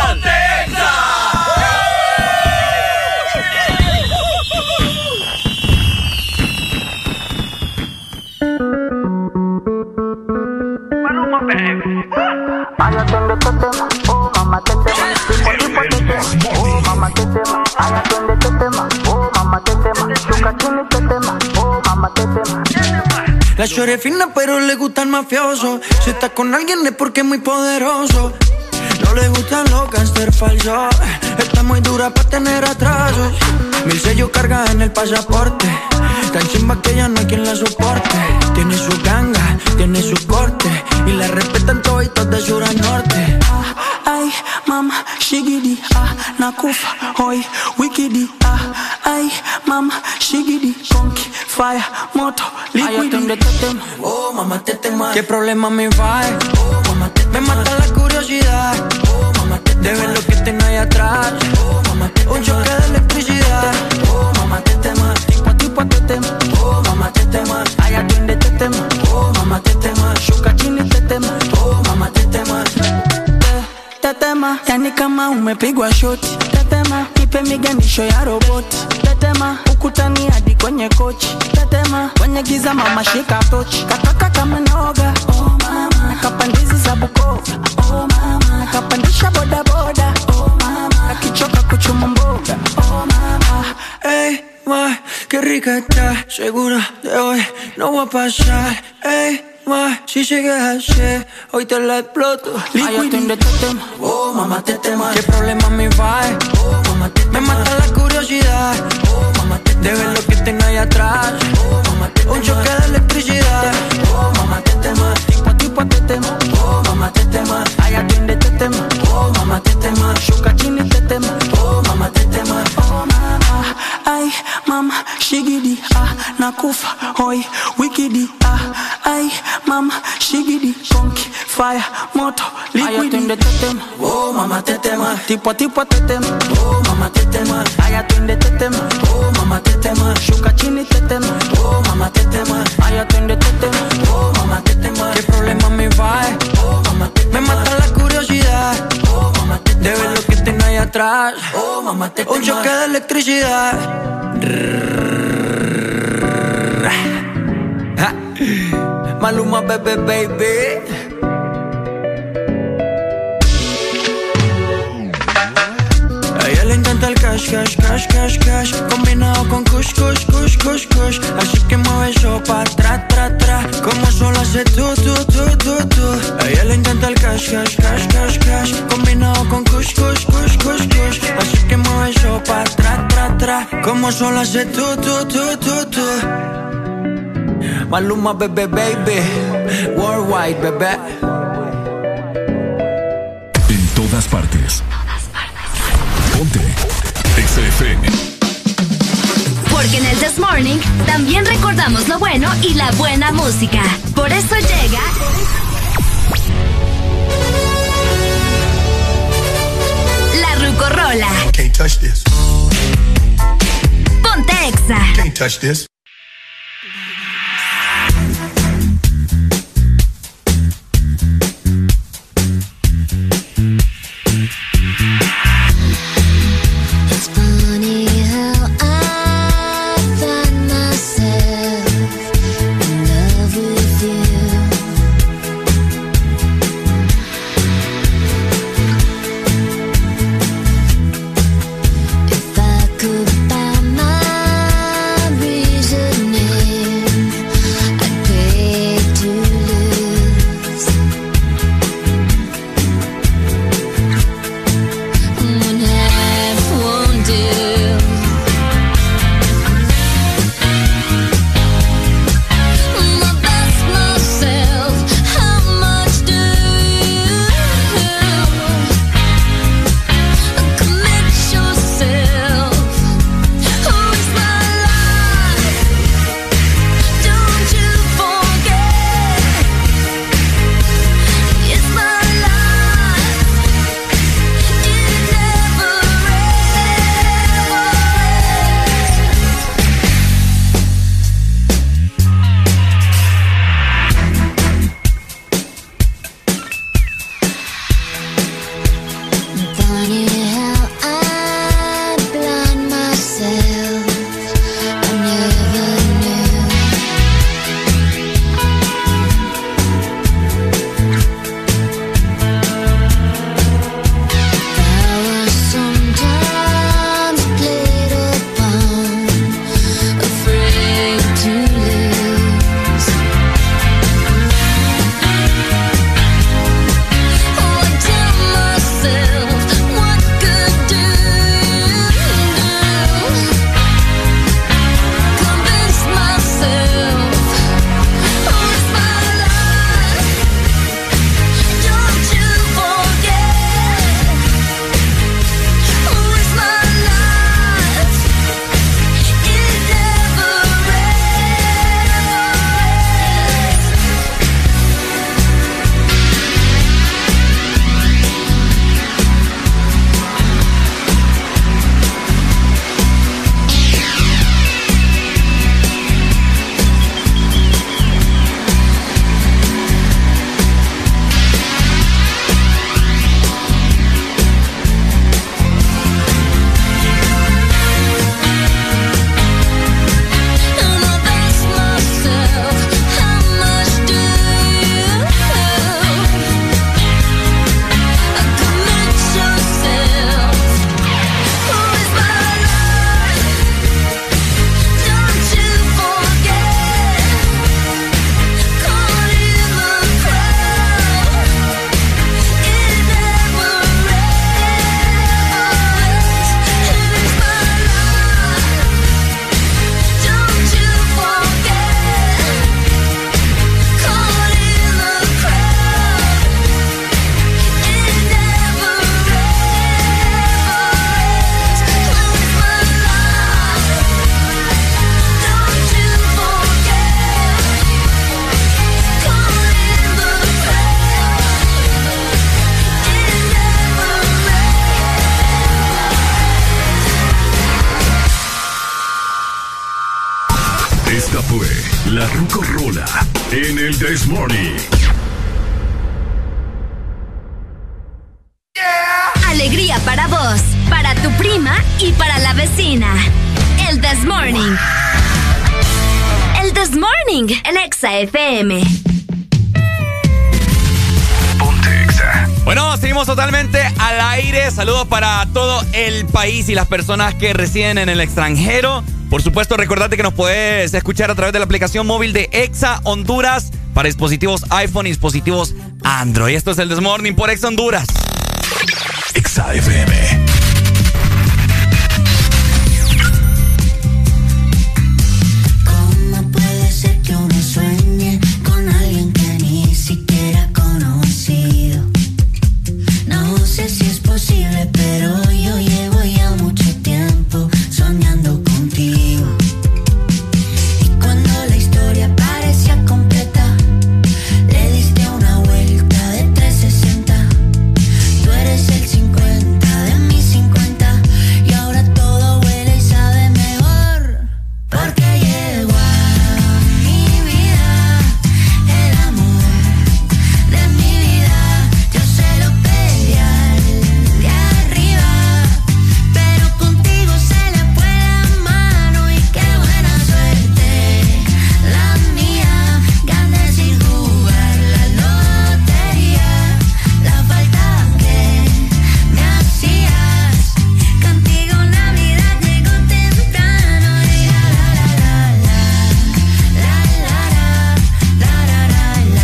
Speaker 8: La chore fina pero le gusta el mafioso. Si está con alguien es porque es muy poderoso. No le gustan los gangsters falsos. Está muy dura para tener atrasos. Mil sellos carga en el pasaporte. Tan chimba que ya no hay quien la soporte. Tiene su ganga, tiene su corte. Y la respetan toditos de sur a norte.
Speaker 11: Ay, mamá,
Speaker 8: shigidi, ah, nakufa, hoi, wikidi, ah, ay, mama, shigidi, conky, fire, moto, liquidi.
Speaker 5: Oh, mamá, te tema. ¿Qué problema me va? Oh, mamá, te me mata la curiosidad. Oh, mamá, te de ver lo que tengo ahí atrás. Oh, mamá, te un choque de electricidad. Oh, mamá, te tema.
Speaker 8: Tipo, tipo, te tema.
Speaker 5: Oh, mamá, te tema.
Speaker 8: Ay, atiende, te tema.
Speaker 5: Oh, mamá, te tema.
Speaker 8: Shuka chini, te tema.
Speaker 5: Oh, mamá, te tema.
Speaker 8: Te tema. Yani kama umepigwa shoti. Te tema. Nipe miganisho ya roboti. Te tema. Ukutani hadi kwenye kochi. Te tema. Kwenye giza mama shika tochi. Kataka kama noga. Oh mama. Nakapandizi za Bukova. Oh mama. Nakapandisha boda boda. Oh mama. Nakichoka kuchuma mboga. Oh mama.
Speaker 5: Ey, ma, qué rica está. Segura de hoy no va a pasar. Ey, ma, si llegas ayer, hoy te la exploto.
Speaker 8: Ay, atiende, te tema.
Speaker 5: Oh, mamá, te tema. ¿Qué problema me va? Oh, mamá, te me mata la curiosidad. Oh, mamá, te de ver lo que tengo ahí atrás. Oh, mamá, te un choque de electricidad. Oh, mamá, te tema.
Speaker 8: Tipo, tipo, te tema.
Speaker 5: Oh, mamá, te tema.
Speaker 8: Ay, atiende, te tema.
Speaker 5: Oh, mamá, te tema.
Speaker 8: Shuka chini, te tema.
Speaker 5: Oh, mamá, te tema.
Speaker 8: Oh, mama. Ay, mama, shigidi, ah, nakufa, hoi, wikidi, ah, ay, mama, shigidi, conky, fire, moto, liquidi. Ay, atiende, te tema.
Speaker 5: Oh, mamá, te tema.
Speaker 8: Tipo, tipo, te tema.
Speaker 5: Oh, mamá, te tema.
Speaker 8: Ay, atiende, te tema.
Speaker 5: Oh, mamá, te tema.
Speaker 8: Shuka chini, te tema.
Speaker 5: Oh, mamá, te tema.
Speaker 8: Ay, atiende, te tema.
Speaker 5: Oh, mamá, te tema.
Speaker 8: ¿Qué problema me va?
Speaker 5: Oh, mamá, te tema.
Speaker 8: Me mata la curiosidad.
Speaker 5: Oh, mamá, te tema.
Speaker 8: De ver lo que tengo ahí atrás.
Speaker 5: Oh, mamá, te tema.
Speaker 8: Un choque de electricidad. Maluma, bebé, baby. A ella le encanta el cash, cash, cash, cash, cash. Combinado con kush, kush, kush, kush, kush. Así que mueve eso pa' tra, tra, tra. Como solo hace tú, tú, tú, tú, tú. A ella le encanta el cash, cash, cash, cash, cash. Combinado con kush, kush, kush, kush, kush. Así que mueve eso pa' tra, tra, tra. Como solo hace tú, tú, tú, tú, tú. Maluma, bebé, baby. Worldwide, bebé.
Speaker 2: En todas partes. Ponte X F M.
Speaker 10: Porque en el This Morning también recordamos lo bueno y la buena música. Por eso llega La Rucorola.
Speaker 9: Can't touch this.
Speaker 10: Ponte Exa.
Speaker 9: Can't touch this.
Speaker 11: If I could buy my reason
Speaker 2: This Morning.
Speaker 10: Alegría para vos, para tu prima y para la vecina. El This Morning. El This Morning, el Exa F M.
Speaker 4: Bueno, seguimos totalmente al aire. Saludos para todo el país y las personas que residen en el extranjero. Por supuesto, recordate que nos puedes escuchar a través de la aplicación móvil de Exa Honduras para dispositivos iPhone y dispositivos Android. Esto es el This Morning por Exa Honduras.
Speaker 2: Exa F M.
Speaker 8: ¿Cómo puede ser que uno sueñe con alguien que ni siquiera ha conocido? No sé si es posible, pero yo llevo ya mucho tiempo soñando contigo. Y cuando la historia parecía completa, le diste una vuelta de trescientos sesenta. Tú eres el cincuenta de mis cincuenta y ahora todo huele y sabe mejor. Porque llegó a mi vida el amor de mi vida. Yo se lo pedí al de arriba, pero contigo se le fue la mano y qué buena suerte la mía. Gané sin jugar la lotería, la falta que me hacías. Contigo Navidad llegó temprano y la la la la la la la la la la la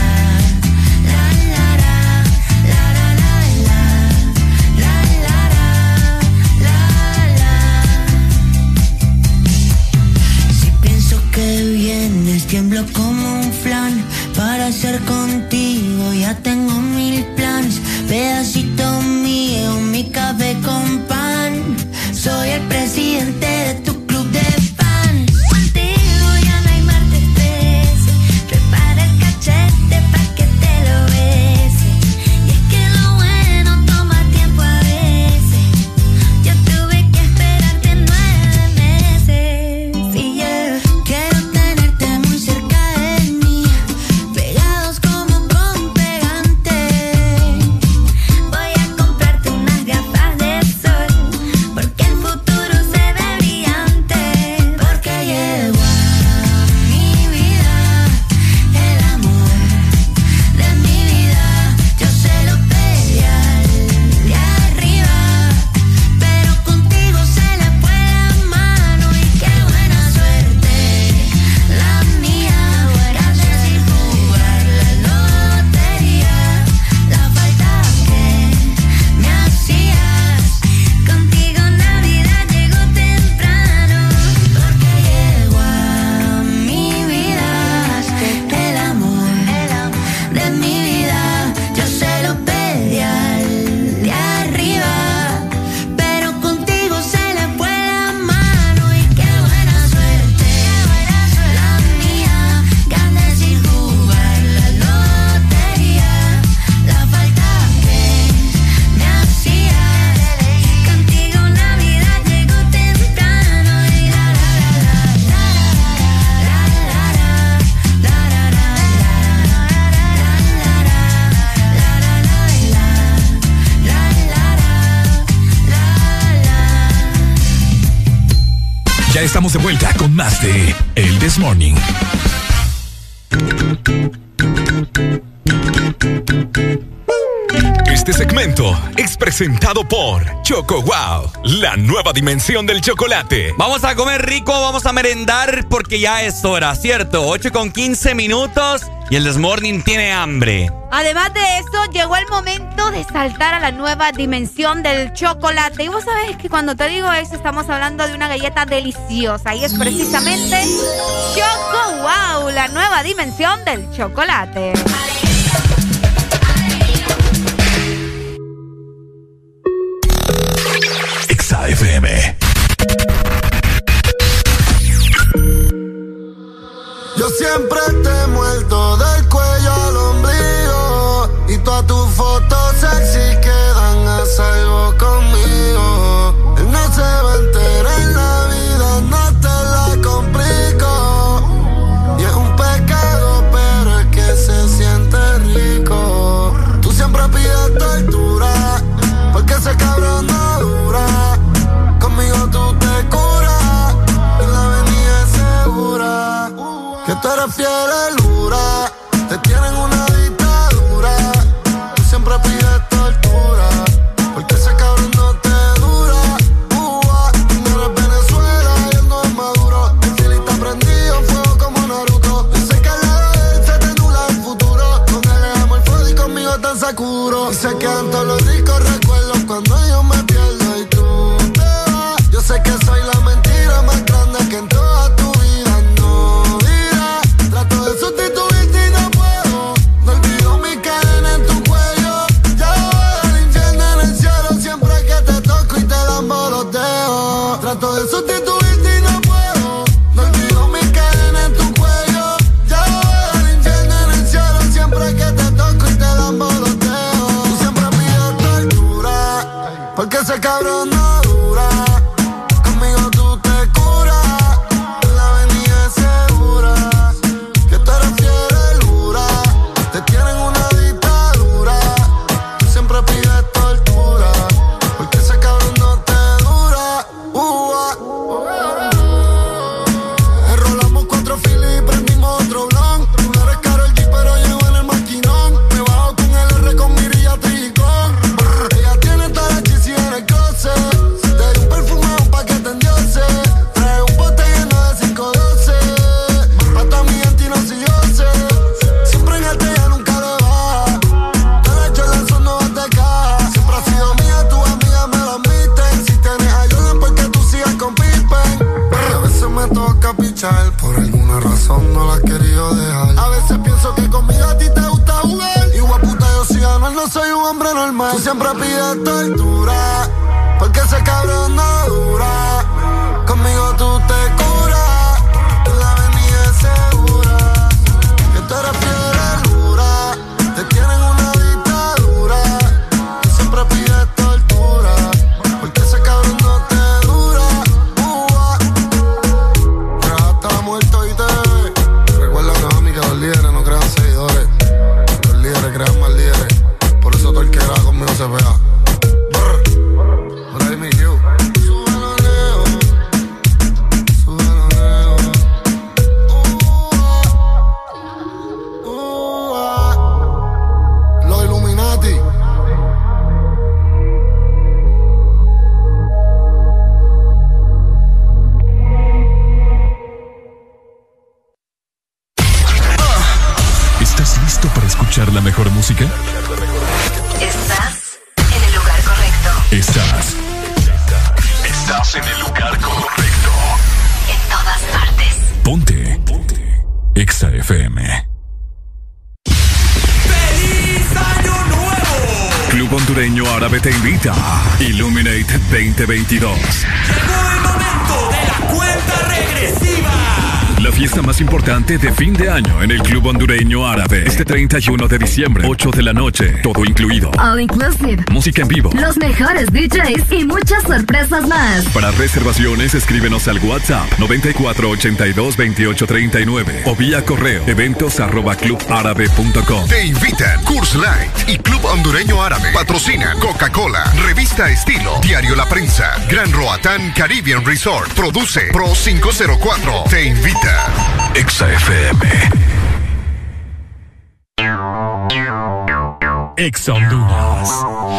Speaker 8: la. Si pienso que vienes, tiemblo como un flan. Para hacer contigo ya tengo mil planes. Pedacito mío, mi café con pan. Soy el presidente de tu club de fans. Contigo ya no hay martes trece. Prepara el cachete pa' que te lo bese. Y es que lo bueno toma tiempo a veces. Yo tuve que esperarte nueve meses. Y yo quiero tenerte muy cerca de mí, pegados como con pegante. Voy a comprarte unas gafas de sol, porque el futuro se ve brillante. Porque llegó a mi vida el amor de mi vida. Yo se lo pedí al de arriba, pero contigo se le fue la mano y qué buena suerte la mía. Gané sin jugar la lotería, la falta que me hacías. Contigo Navidad llegó temprano, porque llegó a mi vida el amor de mi vida. Yo se lo pedí al de arriba, pero contigo se le fue la mano y qué buena suerte la mía. Gané sin jugar la lotería, la falta que me hacías. Contigo Navidad llegó temprano y la la la la la la la la
Speaker 2: Ya estamos de vuelta con más de El This Morning. Este segmento es presentado por Choco Wow, la nueva dimensión del chocolate.
Speaker 4: Vamos a comer rico, vamos a merendar porque ya es hora, ¿cierto? ocho con quince minutos y el This Morning tiene hambre.
Speaker 3: Además de eso, llegó el momento de saltar a la nueva dimensión del chocolate. Y vos sabés que cuando te digo eso, estamos hablando de una galleta deliciosa. Y es precisamente Choco Wow, la nueva dimensión del chocolate.
Speaker 2: Exa F M.
Speaker 9: Yo siempre te he muerto del cuello al ombligo y todas tus fotos sexy quedan a salvo conmigo. Él no se va a enterar en la vida, no te la complico. Y es un pecado, pero es que se se quedan todos los ricos recuerdos cuando yo me pierdo y tú te vas. Yo sé que soy la mentira más grande que en toda tu vida no dirás. Trato de sustituirte y no puedo. No olvido mi cadena en tu cuello. Ya voy al infierno en el cielo siempre que te toco y te damos los dedos. Trato de sustituirte y no puedo. No olvido mi cadena en tu cuello. Ya voy al infierno en el cielo siempre que te toco y te damos los dedos. Tú siempre pides tortura porque ese cabrón no dura. Conmigo tú te curas. La avenida es segura. Que tú eres fiel y dura. Te tienen una dictadura. Tú siempre pides tortura porque ese cabrón no te dura. Uh, uh. Enrolamos cuatro filas y prendimos otro blon. Tú no eres Karol G pero llevo en el maquinón. Me bajo con el R con mirilla tricón. Brr. Ella tiene toda la chis en el closet. Te di un perfume un paquete en diose. Trae un bote lleno de cinco doce. Mata a mi gente y no si yo sé. Siempre en alta ella nunca le baja. Te la echo el lanzón no vas de caja. Siempre ha sido mía, tu amiga me lo admiten. Si tienes ayuda porque tú sigas con Pippen. A veces me toca pichar. Por alguna razón no la he querido dejar. A veces pienso que conmigo a ti te gusta jugar. Y guaputa yo si gano, no soy un hombre normal. Tú siempre pides tortura porque ese cabrón no dura. Conmigo tú te curas. La avenida es segura. Que tú eres fiel y dura. Te tienen una dictadura. Tú siempre pides tortura porque ese cabrón no te dura. Uh, ya está muerto y te recuerda, mami, que los líderes no crean seguidores. Los líderes crean más líderes. Por eso todo el que graba conmigo se vea. Brr. Por ahí mi Q. Súbelo, Leo. Súbelo, Leo. Uh, uh, uh. Los Illuminati.
Speaker 21: ¿Estás listo para escuchar la mejor música?
Speaker 10: Estás en el lugar correcto.
Speaker 21: Estás. Estás en el lugar correcto.
Speaker 10: En todas partes.
Speaker 21: Ponte. Ponte. Exa F M.
Speaker 19: ¡Feliz Año Nuevo!
Speaker 21: Club Hondureño Árabe te invita a Illuminate veinte veintidós.
Speaker 19: Llegó el momento de la cuenta regresiva.
Speaker 21: La fiesta más importante de fin de año en el Club Hondureño Árabe. Este treinta y uno de diciembre, ocho de la noche, todo incluido.
Speaker 24: All inclusive.
Speaker 21: Música en vivo.
Speaker 24: Los mejores D Js y muchas sorpresas más.
Speaker 21: Para reservaciones, escríbenos al WhatsApp noventa y cuatro ochenta y dos veintiocho treinta y nueve o vía correo eventos arroba club árabe punto com.
Speaker 7: Te invitan Coors Light y Club Hondureño Árabe. Patrocinan Coca-Cola, Revista Estilo, Diario La Prensa, Gran Roatán Caribbean Resort. Produce Pro cinco cero cuatro. Te invita
Speaker 21: Exa F M. Exa Honduras.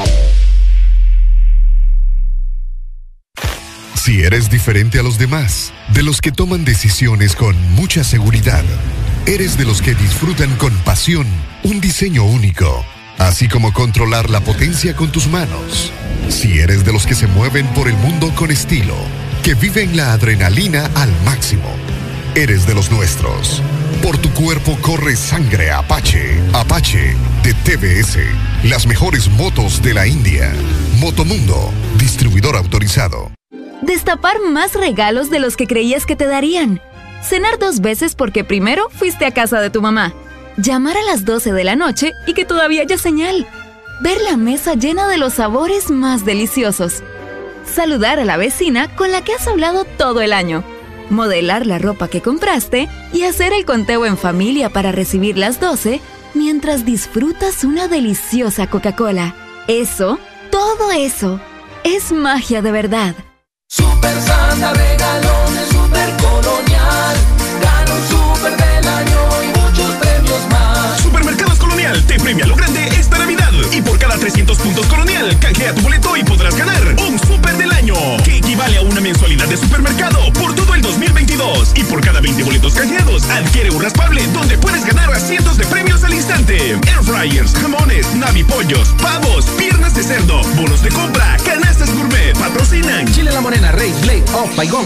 Speaker 7: Si eres diferente a los demás, de los que toman decisiones con mucha seguridad, eres de los que disfrutan con pasión un diseño único, así como controlar la potencia con tus manos. Si eres de los que se mueven por el mundo con estilo, que viven la adrenalina al máximo, eres de los nuestros. Por tu cuerpo corre sangre Apache. Apache de T V S. Las mejores motos de la India. Motomundo, distribuidor autorizado.
Speaker 24: Destapar más regalos de los que creías que te darían. Cenar dos veces porque primero fuiste a casa de tu mamá. Llamar a las doce de la noche y que todavía haya señal. Ver la mesa llena de los sabores más deliciosos. Saludar a la vecina con la que has hablado todo el año. Modelar la ropa que compraste y hacer el conteo en familia para recibir las doce mientras disfrutas una deliciosa Coca-Cola. Eso, todo eso, es magia de verdad.
Speaker 5: Super Santa regalones, Super Colonial. Gana un Super del año y muchos premios más.
Speaker 11: Supermercados Colonial te premia lo grande esta Navidad. Y por cada trescientos puntos Colonial, canjea tu boleto y podrás ganar un Super del año, que equivale a una mensualidad de supermercado por todo el dos mil veintidós. Y por cada veinte boletos canjeados, adquiere un raspable donde puedes ganar a cientos de premios al instante. instante. Air fryers, jamones, navipollos, pavos, piernas de cerdo, bonos de compra, canastas gourmet. Patrocinan
Speaker 6: Chile La Morena, Rey, Lake, Off, Baigón.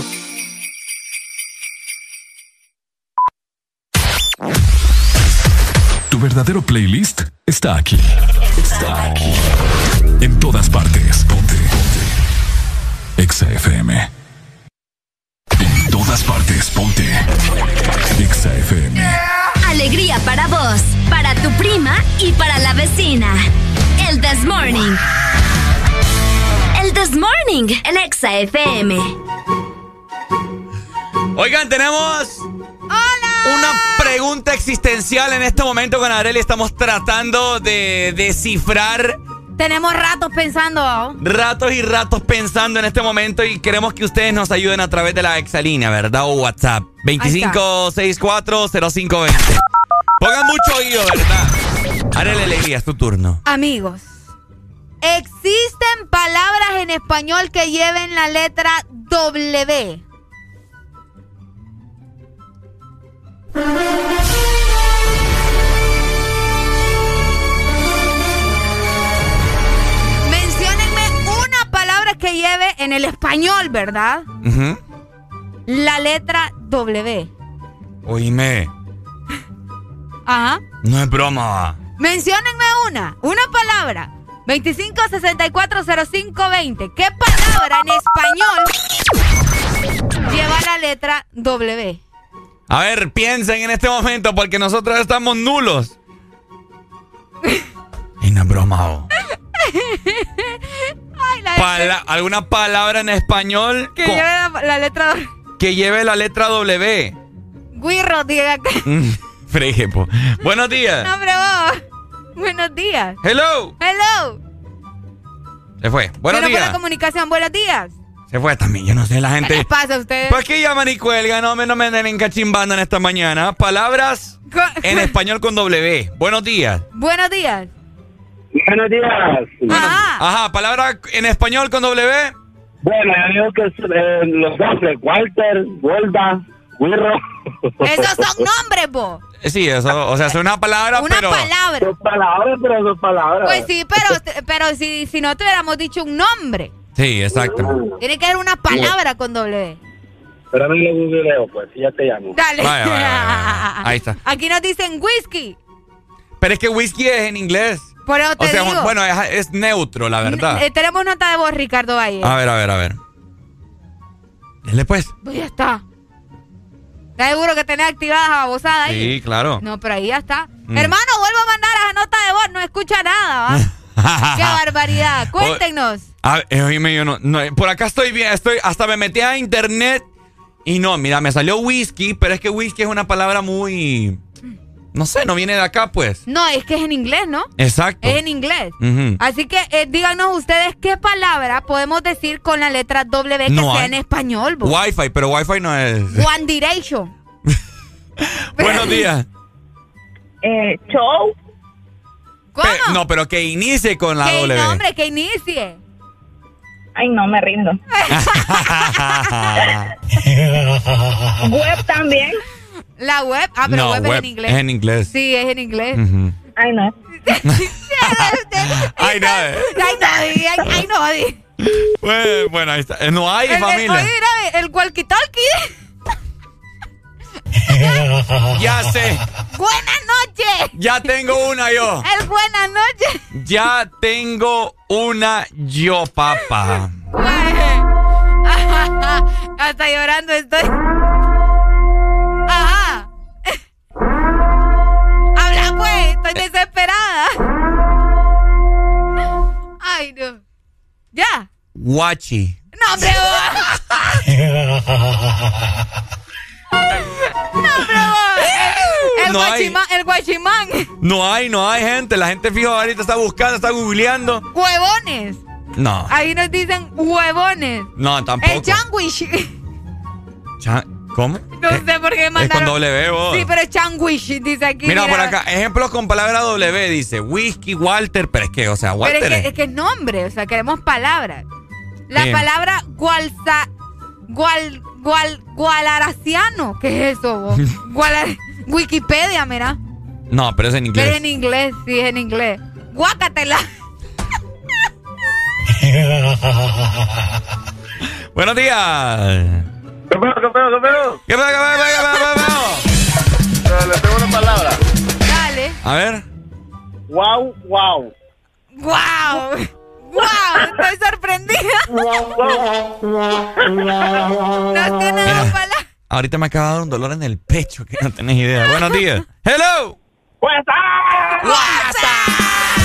Speaker 21: Tu verdadero playlist está aquí. Está aquí. En todas partes. Ponte. Ponte. Exa F M. En todas partes. Ponte. Exa F M.
Speaker 10: Alegría para vos, para tu prima y para la vecina. El This Morning. El This Morning, el Exa F M.
Speaker 4: Oigan, tenemos... ¡Hola! Una pregunta existencial en este momento con Arely. Estamos tratando de descifrar...
Speaker 3: Tenemos ratos pensando.
Speaker 4: Ratos y ratos pensando en este momento y queremos que ustedes nos ayuden a través de la exalínea, ¿verdad? O WhatsApp. veinticinco sesenta y cuatro cero cinco veinte. Pongan mucho oído, ¿verdad? Arely Alegría, es tu turno.
Speaker 3: Amigos, ¿existen palabras en español que lleven la letra W? Menciónenme una palabra que lleve en el español, ¿verdad?
Speaker 4: Uh-huh.
Speaker 3: La letra W.
Speaker 4: Oíme.
Speaker 3: Ajá.
Speaker 4: No es broma.
Speaker 3: Menciónenme una, una palabra. veinticinco sesenta y cuatro cero cinco veinte. ¿Qué palabra en español lleva la letra W?
Speaker 4: A ver, piensen en este momento porque nosotros estamos nulos. Y no es broma. Oh.
Speaker 3: Ay, la
Speaker 4: Pala- ¿Alguna palabra en español
Speaker 3: que
Speaker 4: con-
Speaker 3: lleve la, la letra W?
Speaker 4: que lleve la letra W?
Speaker 3: Guirro, diga que...
Speaker 4: Freje, po. Buenos días.
Speaker 3: No, pero vos. Buenos días.
Speaker 4: Hello.
Speaker 3: Hello.
Speaker 4: Se fue. Buenos
Speaker 3: Pero por
Speaker 4: días.
Speaker 3: la comunicación, buenos días.
Speaker 4: Se fue también. Yo no sé, la
Speaker 3: ¿Qué
Speaker 4: gente.
Speaker 3: les pasa a ustedes?
Speaker 4: ¿Por qué llaman y cuelgan? No me, no me anden encachimbando en esta mañana. Palabras en español con W. Buenos días.
Speaker 3: Buenos días.
Speaker 1: Buenos días.
Speaker 3: Ajá.
Speaker 4: Ajá, palabra en español con W.
Speaker 1: Bueno, yo digo que es, eh, los nombres, Walter, Golda, Wirro.
Speaker 3: Esos son nombres, vos.
Speaker 4: Sí, eso, o sea, es una palabra,
Speaker 3: Una
Speaker 4: pero...
Speaker 3: palabra.
Speaker 1: Son palabras, pero son palabras.
Speaker 3: Pues sí, pero, pero si, si no tuviéramos dicho un nombre.
Speaker 4: Sí, exacto.
Speaker 3: Tiene que haber una palabra con W.
Speaker 1: Pero a mí lo googleo, pues, y ya te llamo.
Speaker 3: Dale.
Speaker 4: Vaya, vaya, vaya. Ahí está.
Speaker 3: Aquí nos dicen whisky.
Speaker 4: Pero es que whisky es en inglés.
Speaker 3: Por eso te
Speaker 4: O sea,
Speaker 3: digo.
Speaker 4: bueno, es, es neutro, la verdad.
Speaker 3: Eh, tenemos nota de voz, Ricardo Valle.
Speaker 4: A ver, a ver, a ver. Dile pues.
Speaker 3: Pues ya está. ¿Estás seguro que tenés activadas a babosada ahí?
Speaker 4: Sí, claro.
Speaker 3: No, pero ahí ya está.
Speaker 4: Mm.
Speaker 3: Hermano, vuelvo a mandar a nota de voz. No escucha nada, ¿va? ¡Qué barbaridad! Cuéntenos.
Speaker 4: A ver, eh, oíme, yo no, no, por acá estoy bien, estoy, hasta me metí a internet y no, mira, me salió whisky, pero es que whisky es una palabra muy, no sé, no viene de acá, pues.
Speaker 3: No, es que es en inglés, ¿no?
Speaker 4: Exacto.
Speaker 3: Es en inglés.
Speaker 4: Ujú.
Speaker 3: Así que eh, díganos ustedes qué palabra podemos decir con la letra W que
Speaker 4: No
Speaker 3: sea
Speaker 4: hay.
Speaker 3: en español. bo.
Speaker 4: Wi-Fi, pero Wi-Fi no es.
Speaker 3: One Direction.
Speaker 4: Buenos días.
Speaker 12: Eh, show.
Speaker 3: ¿Cómo?
Speaker 4: Pe- no, pero que inicie con la
Speaker 3: Que
Speaker 4: W.
Speaker 3: nombre, que inicie.
Speaker 12: Ay, no, me rindo. Web también.
Speaker 3: La web. Ah, pero
Speaker 4: No,
Speaker 3: web, es
Speaker 4: web
Speaker 3: en inglés.
Speaker 4: es en inglés.
Speaker 3: Sí, es en inglés.
Speaker 4: Ujú.
Speaker 12: Ay, no.
Speaker 4: Ay, no. eh.
Speaker 3: Ay, no, ay, ay, no. di.
Speaker 4: Bueno, bueno, ahí está. Eh, No hay
Speaker 3: El, el,
Speaker 4: familia.
Speaker 3: oye, mira, el walkie-talkie.
Speaker 4: Ya sé.
Speaker 3: Buenas noches.
Speaker 4: Ya tengo una yo.
Speaker 3: El buenas noches.
Speaker 4: Ya tengo una yo, papá.
Speaker 3: Hasta llorando estoy. Ajá. Habla pues, estoy desesperada. Ay, no. Ya.
Speaker 4: Guachi.
Speaker 3: No, hombre. No, hombre. El, el
Speaker 4: No hay.
Speaker 3: guachimán, el guachimán.
Speaker 4: No hay, no hay gente. La gente fijo ahorita está buscando, está googleando.
Speaker 3: Huevones.
Speaker 4: No,
Speaker 3: Ahí nos dicen huevones.
Speaker 4: no, tampoco.
Speaker 3: El changuish.
Speaker 4: Cha- ¿Cómo?
Speaker 3: No sé por qué
Speaker 4: Es
Speaker 3: mandaron.
Speaker 4: con W, vos.
Speaker 3: Sí, pero es changuish, dice aquí.
Speaker 4: Mira, por acá, ejemplos con palabra W, dice whisky, Walter, pero es que, o sea,
Speaker 3: Pero
Speaker 4: Walter
Speaker 3: es que,
Speaker 4: es-
Speaker 3: es que es nombre, o sea, queremos palabras. La
Speaker 4: Bien.
Speaker 3: palabra gualza, gual, gual, gualaraciano, ¿qué es eso? vos? Guala- Wikipedia, mira.
Speaker 4: No, pero es en inglés.
Speaker 3: Pero es en inglés, sí, es en inglés. Guácatela.
Speaker 4: Buenos días.
Speaker 13: ¿Qué pedo, qué pedo, qué pedo?
Speaker 4: ¿Qué pedo, qué pedo, qué pedo, qué pedo?
Speaker 13: Le tengo una palabra.
Speaker 3: Dale.
Speaker 4: A ver.
Speaker 13: Wow, wow.
Speaker 3: Wow. Wow, estoy sorprendida. No tiene la palabra.
Speaker 4: Ahorita me acaba de dar un dolor en el pecho que no tenés idea. Buenos días. Hello.
Speaker 13: WhatsApp.
Speaker 3: WhatsApp.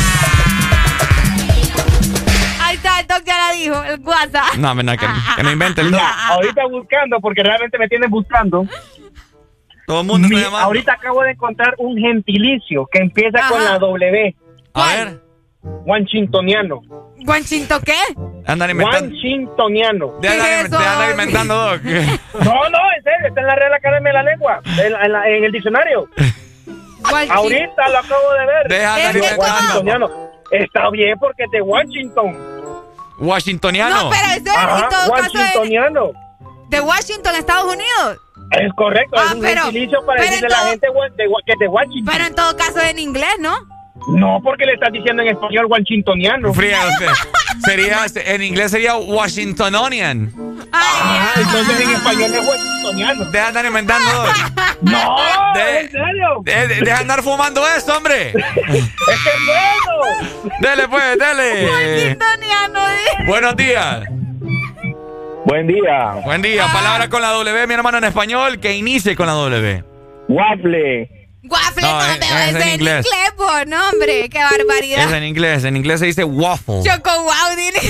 Speaker 3: Ahí está, el doc ya la dijo, el WhatsApp.
Speaker 4: No, no, que, que no invente el doc.
Speaker 13: Ahorita buscando, porque realmente me tienen buscando.
Speaker 4: Todo el mundo
Speaker 13: Mi,
Speaker 4: está llamando.
Speaker 13: Ahorita acabo de encontrar un gentilicio que empieza
Speaker 3: Ajá.
Speaker 13: con la W.
Speaker 4: A ver.
Speaker 13: Washingtoniano.
Speaker 3: ¿Guanchinto qué?
Speaker 4: Andan inventando.
Speaker 13: Washingtoniano.
Speaker 4: De andar, de andar inventando, Doc.
Speaker 13: No, no, en serio, está en la Real Academia de la Lengua, en, en, la, en el diccionario. Ahorita lo acabo de ver.
Speaker 4: Deja de andar inventando.
Speaker 13: Washingtoniano. Está bien porque es de Washington.
Speaker 4: Washingtoniano.
Speaker 3: No, pero eso es
Speaker 13: Ajá,
Speaker 3: en todo caso
Speaker 13: Washingtoniano.
Speaker 3: de, de Washington, Estados Unidos.
Speaker 13: Es correcto,
Speaker 3: Ah,
Speaker 13: es un
Speaker 3: pero-
Speaker 13: gentilicio para
Speaker 3: pero
Speaker 13: decirle a
Speaker 3: en
Speaker 13: la
Speaker 3: todo-
Speaker 13: gente de, de- que es de Washington.
Speaker 3: Pero en todo caso es en inglés, ¿no?
Speaker 13: No, porque le estás diciendo en español washingtoniano.
Speaker 4: Fría, usted. Sería, en inglés sería Washingtonian.
Speaker 13: Ah, entonces en español es washingtoniano.
Speaker 4: Deja de andar inventando, Doc.
Speaker 13: No,
Speaker 4: De-
Speaker 13: en serio.
Speaker 4: de- de- Deja de andar fumando eso, hombre.
Speaker 13: Es que es bueno.
Speaker 4: Dele, pues, dele.
Speaker 3: Washingtoniano, ¿eh?
Speaker 4: Buenos días.
Speaker 13: Buen día.
Speaker 4: Buen día. Palabra con la W, mi hermano, en español, que inicie con la W.
Speaker 13: Waffle.
Speaker 3: Waffle,
Speaker 4: No,
Speaker 3: no,
Speaker 4: es-
Speaker 3: pero
Speaker 4: es
Speaker 3: es
Speaker 4: en
Speaker 3: en
Speaker 4: inglés.
Speaker 3: inglés, po, no, hombre, qué barbaridad.
Speaker 4: Es en inglés. En inglés se dice waffle.
Speaker 3: Choco wow, dile.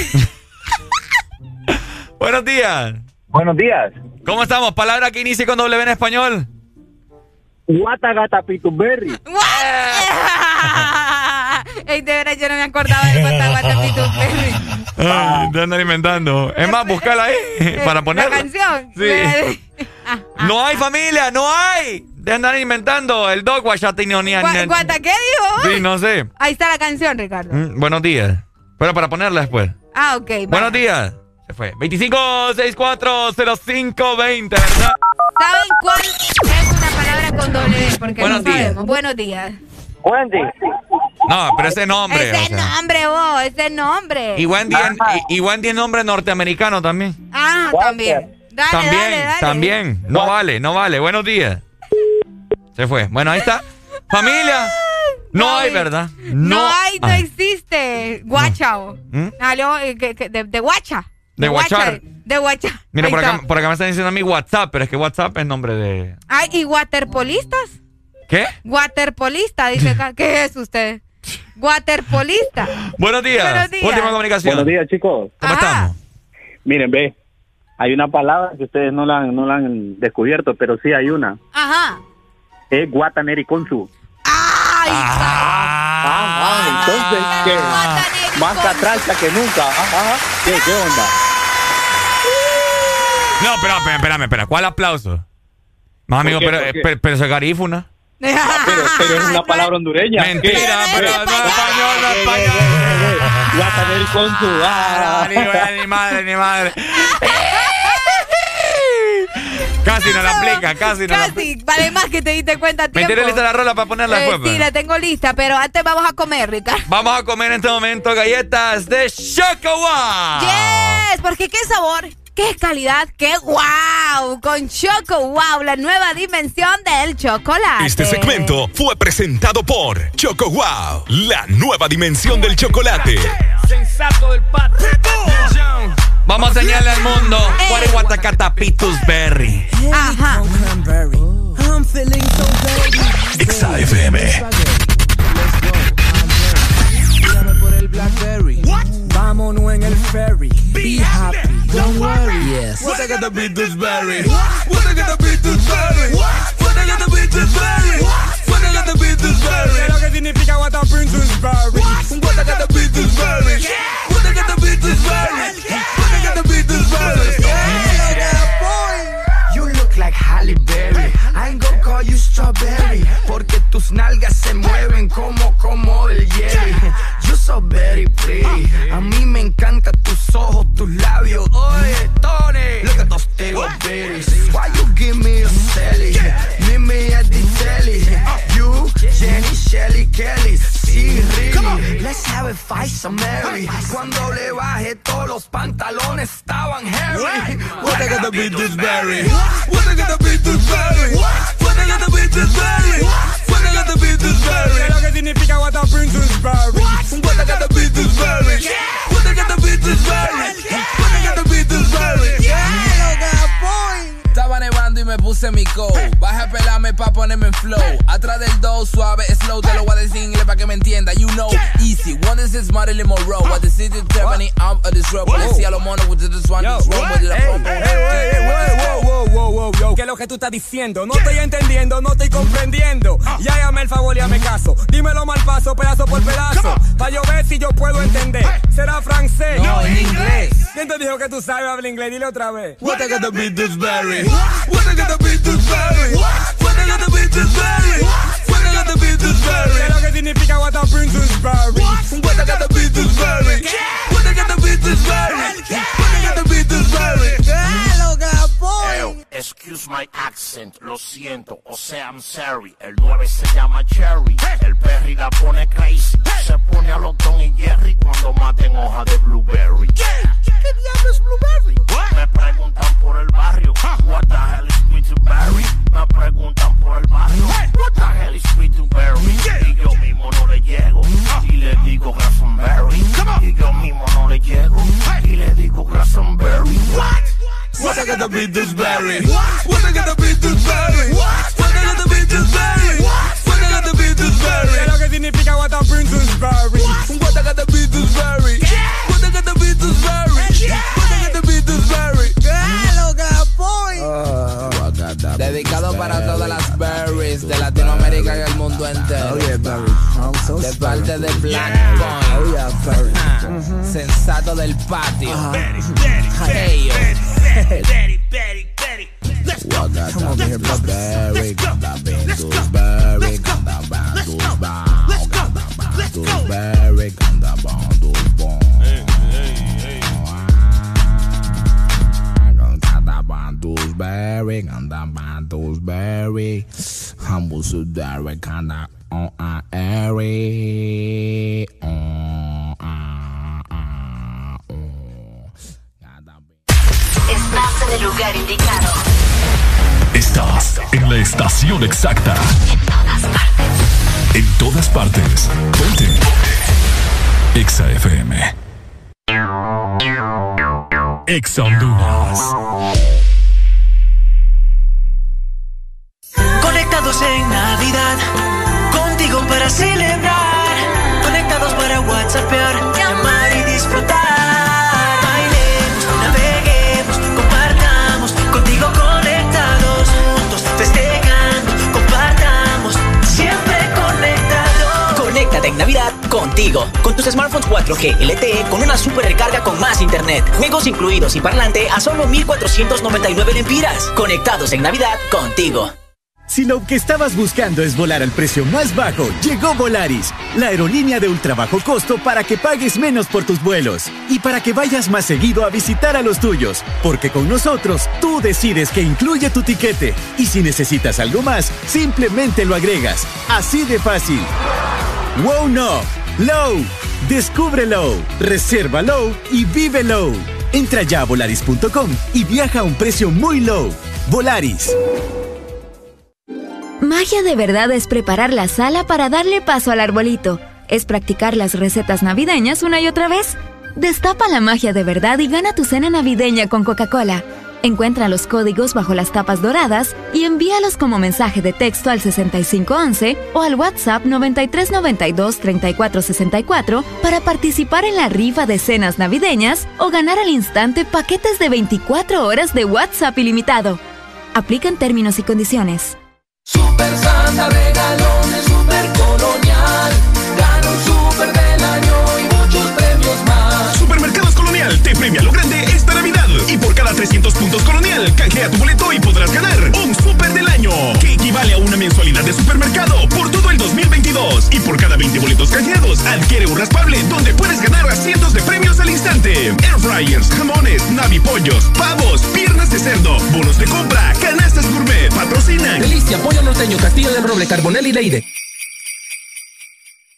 Speaker 4: Buenos días.
Speaker 13: Buenos días.
Speaker 4: ¿Cómo estamos? Palabra que inicie con W en español.
Speaker 13: Guatagata Pitufberry.
Speaker 3: Ey, de verdad, yo no me acordaba de Guata Guata Pitufberry.
Speaker 4: Ay, te andan inventando. Es más, búscala ahí para ponerla.
Speaker 3: La canción.
Speaker 4: Sí. No hay familia, no hay. De andar inventando el dog Washingtonian.
Speaker 3: Gua- ¿Guata qué dijo?
Speaker 4: Sí, no sé.
Speaker 3: Ahí está la canción, Ricardo.
Speaker 4: Mm, buenos días. Pero para ponerla después.
Speaker 3: Ah, ok. va.
Speaker 4: Buenos días. Se fue. veinticinco sesenta y cuatro cero cinco veinte, ¿verdad?
Speaker 3: ¿Saben cuál es una palabra con doble D? Porque
Speaker 4: Buenos
Speaker 3: no
Speaker 4: días.
Speaker 3: sabemos. Buenos días.
Speaker 13: Wendy.
Speaker 4: No, pero ese nombre.
Speaker 3: Ese
Speaker 4: o sea.
Speaker 3: nombre, vos, ese nombre.
Speaker 4: Y Wendy, en- y, y Wendy es nombre norteamericano también.
Speaker 3: Ah, también. Dale,
Speaker 4: también,
Speaker 3: dale, dale.
Speaker 4: también. No vale, no vale. Buenos días. Se fue. Bueno, ahí está. Familia. No hay, ¿verdad?
Speaker 3: No, hay, no
Speaker 4: Ah.
Speaker 3: existe. Guachao.
Speaker 4: ¿Mm?
Speaker 3: Aló, eh, que- que- de, de guacha.
Speaker 4: De guachar.
Speaker 3: De guacha.
Speaker 4: Mira,
Speaker 3: Ahí
Speaker 4: por acá,
Speaker 3: está.
Speaker 4: por acá me están diciendo a mí WhatsApp, pero es que WhatsApp es nombre de...
Speaker 3: Ay, ¿y waterpolistas?
Speaker 4: ¿Qué?
Speaker 3: Waterpolista, dice acá. ¿Qué es usted? Waterpolista.
Speaker 4: Buenos días.
Speaker 3: Buenos días.
Speaker 4: Última comunicación.
Speaker 13: Buenos días, chicos.
Speaker 4: ¿Cómo
Speaker 3: Ajá.
Speaker 4: estamos?
Speaker 13: Miren, ve. Hay una palabra que ustedes no la, han- no la han descubierto, pero sí hay una.
Speaker 3: Ajá.
Speaker 13: Es Guatanericonsu.
Speaker 3: Ay,
Speaker 13: Ah, ah, entonces, ¿qué? Más catracha que nunca. Ah, ah, ¿Qué, ¿Qué onda?
Speaker 4: No, pero espérame, espérame, espera. ¿Cuál aplauso? Más amigo,
Speaker 13: qué?
Speaker 4: pero,
Speaker 13: ¿Por qué?
Speaker 4: pero, pero eso es garífuna.
Speaker 13: Pero, pero es una palabra hondureña.
Speaker 4: Mentira,
Speaker 13: ¿Qué?
Speaker 4: pero no es español, no es español.
Speaker 13: Guatanericonsu. Ah.
Speaker 4: Ah, ni, ni madre, ni madre. Casi no la aplica, casi no la aplica.
Speaker 3: Casi, vale más que te diste cuenta a
Speaker 4: ¿Me
Speaker 3: tiempo.
Speaker 4: tienes lista la rola para ponerla
Speaker 3: Eh,
Speaker 4: después?
Speaker 3: sí,
Speaker 4: pues?
Speaker 3: la tengo lista, pero antes vamos a comer, Ricardo.
Speaker 4: Vamos a comer en este momento galletas de Choco Wow.
Speaker 3: Yes, porque qué sabor, qué calidad, qué wow. Con Choco Wow, la nueva dimensión del chocolate.
Speaker 22: Este segmento fue presentado por Choco Wow, la nueva dimensión del chocolate.
Speaker 4: Sensato del pato. Vamos a enseñarle al mundo cuál es Guatacata Pitufberry.
Speaker 3: Ajá.
Speaker 22: Exa F M.
Speaker 5: por el Blackberry. Vámonos en el ferry. Be happy, don't worry. Yes.
Speaker 19: What I got the Pitufberry? What I got the Pitufberry? What I got the Pitufberry? What I got the Pitufberry?
Speaker 5: ¿Qué lo que significa what a Pitufberry?
Speaker 19: What I got the Pitufberry? What I got the Pitufberry? What I got the Pitufberry?
Speaker 5: You look like Halle Berry. I ain't gonna call you strawberry. Porque tus nalgas se mueven como, como el Jerry. You so very pretty. A mí me encantan tus ojos, tus labios. Oye, Tony, look at those little bitties. Why you give me a celly? Meet me at the telly. You, Jenny
Speaker 14: Ellis. Sí, really. Let's have a fight, some Mary. Cuando le bajé todos los pantalones estaban hairy. What I gotta be this berry? What I gotta be this berry? What I gotta be this berry? What I gotta be this berry?
Speaker 15: ¿Qué es lo que significa what I bring this berry?
Speaker 14: What I gotta be this berry? What I gotta be this berry? What I gotta be this berry? Estaba nevando y me puse mi coat. Baja a pelarme pa' ponerme en flow. Atrás del do, suave, slow. Te lo voy a decir en inglés pa' que me entienda. You know, easy. One is this Marilyn Monroe. What the city determining out of this road. Policía lo mono with this one. This one with the
Speaker 15: Hey, hey, hey, wow, wow, wow, wow, wow. ¿Qué es lo que tú estás diciendo? No estoy entendiendo, no estoy comprendiendo. Ya hágame el favor y hazme caso. Dímelo mal paso, pedazo por pedazo. Pa' yo ver si yo puedo entender. ¿Será francés?
Speaker 14: No, en inglés.
Speaker 15: ¿Quién te dijo que tú sabes hablar inglés? Dile otra vez.
Speaker 14: What I gotta be this berry? What I gotta be this berry? What I gotta be this berry? What I gotta be this berry?
Speaker 15: ¿Qué es lo que significa what I bring this berry?
Speaker 14: What I gotta be this berry? What I gotta be this berry? What I gotta be this berry?
Speaker 16: Ew, excuse my accent, lo siento, o sea, I'm sorry. El nueve se llama Cherry, el Perry la pone crazy. Se pone a los Tom y Jerry cuando maten hoja de blueberry. ¿Qué diablo es blueberry? Me preguntan por el barrio, what the hell is Peterberry? Me preguntan por el barrio, what the hell is Peterberry? Y yo mismo no le llego, y le digo Glastonbury. Y yo mismo no le llego, y le digo Glastonbury. What?
Speaker 14: What I gotta be this berry? What I gotta be this berry? What I gotta be this berry? What I gotta be this berry?
Speaker 15: ¿Qué es lo que significa what I bring this berry?
Speaker 14: What I gotta be this berry? What I gotta be this berry? What I gotta be this berry? Dedicado para todas las berries de Latinoamérica y el mundo entero. De parte de Black Point, sensato del patio. Hey,
Speaker 19: Betty, Betty, Betty. Let's go.
Speaker 14: Come over here, Berry. Ganda Bandus, Berry. Ganda Bandus, Bow. Ganda Bandus, Berry. Ganda Bandus, Bow. Ganda Bandus, Berry. Ganda Bandus, Berry. Humble to Derek. Ganda on a airy.
Speaker 10: Estás en el lugar indicado.
Speaker 2: Estás en la estación exacta.
Speaker 10: En todas partes.
Speaker 2: En todas partes. Ponte. Exa F M. Exa Honduras.
Speaker 17: Conectados en Navidad, contigo para celebrar. Conectados para WhatsAppear, llamar y disfrutar.
Speaker 18: En Navidad contigo, con tus smartphones cuatro G L T E con una super recarga con más internet, juegos incluidos y parlante a solo mil cuatrocientos noventa y nueve lempiras. Conectados en Navidad contigo.
Speaker 26: Si lo que estabas buscando es volar al precio más bajo, llegó Volaris, la aerolínea de ultra bajo costo para que pagues menos por tus vuelos y para que vayas más seguido a visitar a los tuyos, porque con nosotros tú decides qué incluye tu tiquete y si necesitas algo más, simplemente lo agregas. Así de fácil. Wow no, Low. Descubre Low, reserva Low y vive Low. Entra ya a volaris punto com y viaja a un precio muy low. Volaris.
Speaker 23: Magia de verdad es preparar la sala para darle paso al arbolito. Es practicar las recetas navideñas una y otra vez. Destapa la magia de verdad y gana tu cena navideña con Coca-Cola. Encuentra los códigos bajo las tapas doradas y envíalos como mensaje de texto al sesenta y cinco once o al WhatsApp noventa y tres noventa y dos treinta y cuatro sesenta y cuatro para participar en la rifa de cenas navideñas o ganar al instante paquetes de veinticuatro horas de WhatsApp ilimitado. Aplican términos y condiciones.
Speaker 14: Super Santa regalones, Super Colonial. Gana un Super del año y muchos premios más.
Speaker 11: Supermercados Colonial te premia lo grande esta Navidad. Y por cada trescientos puntos Colonial, canjea tu boleto y podrás ganar un Super del año, que equivale a una mensualidad de supermercado por todo el dos mil veintidós. Y por cada veinte boletos canjeados, adquiere un raspable donde puedes ganar a cientos de premios al instante. Air fryers, jamones, navipollos, pavos, piernas de cerdo, bonos de compra, canastas gourmet, patrocinan
Speaker 6: Delicia, Pollo Norteño, Castillo del Roble, Carbonel y Leide.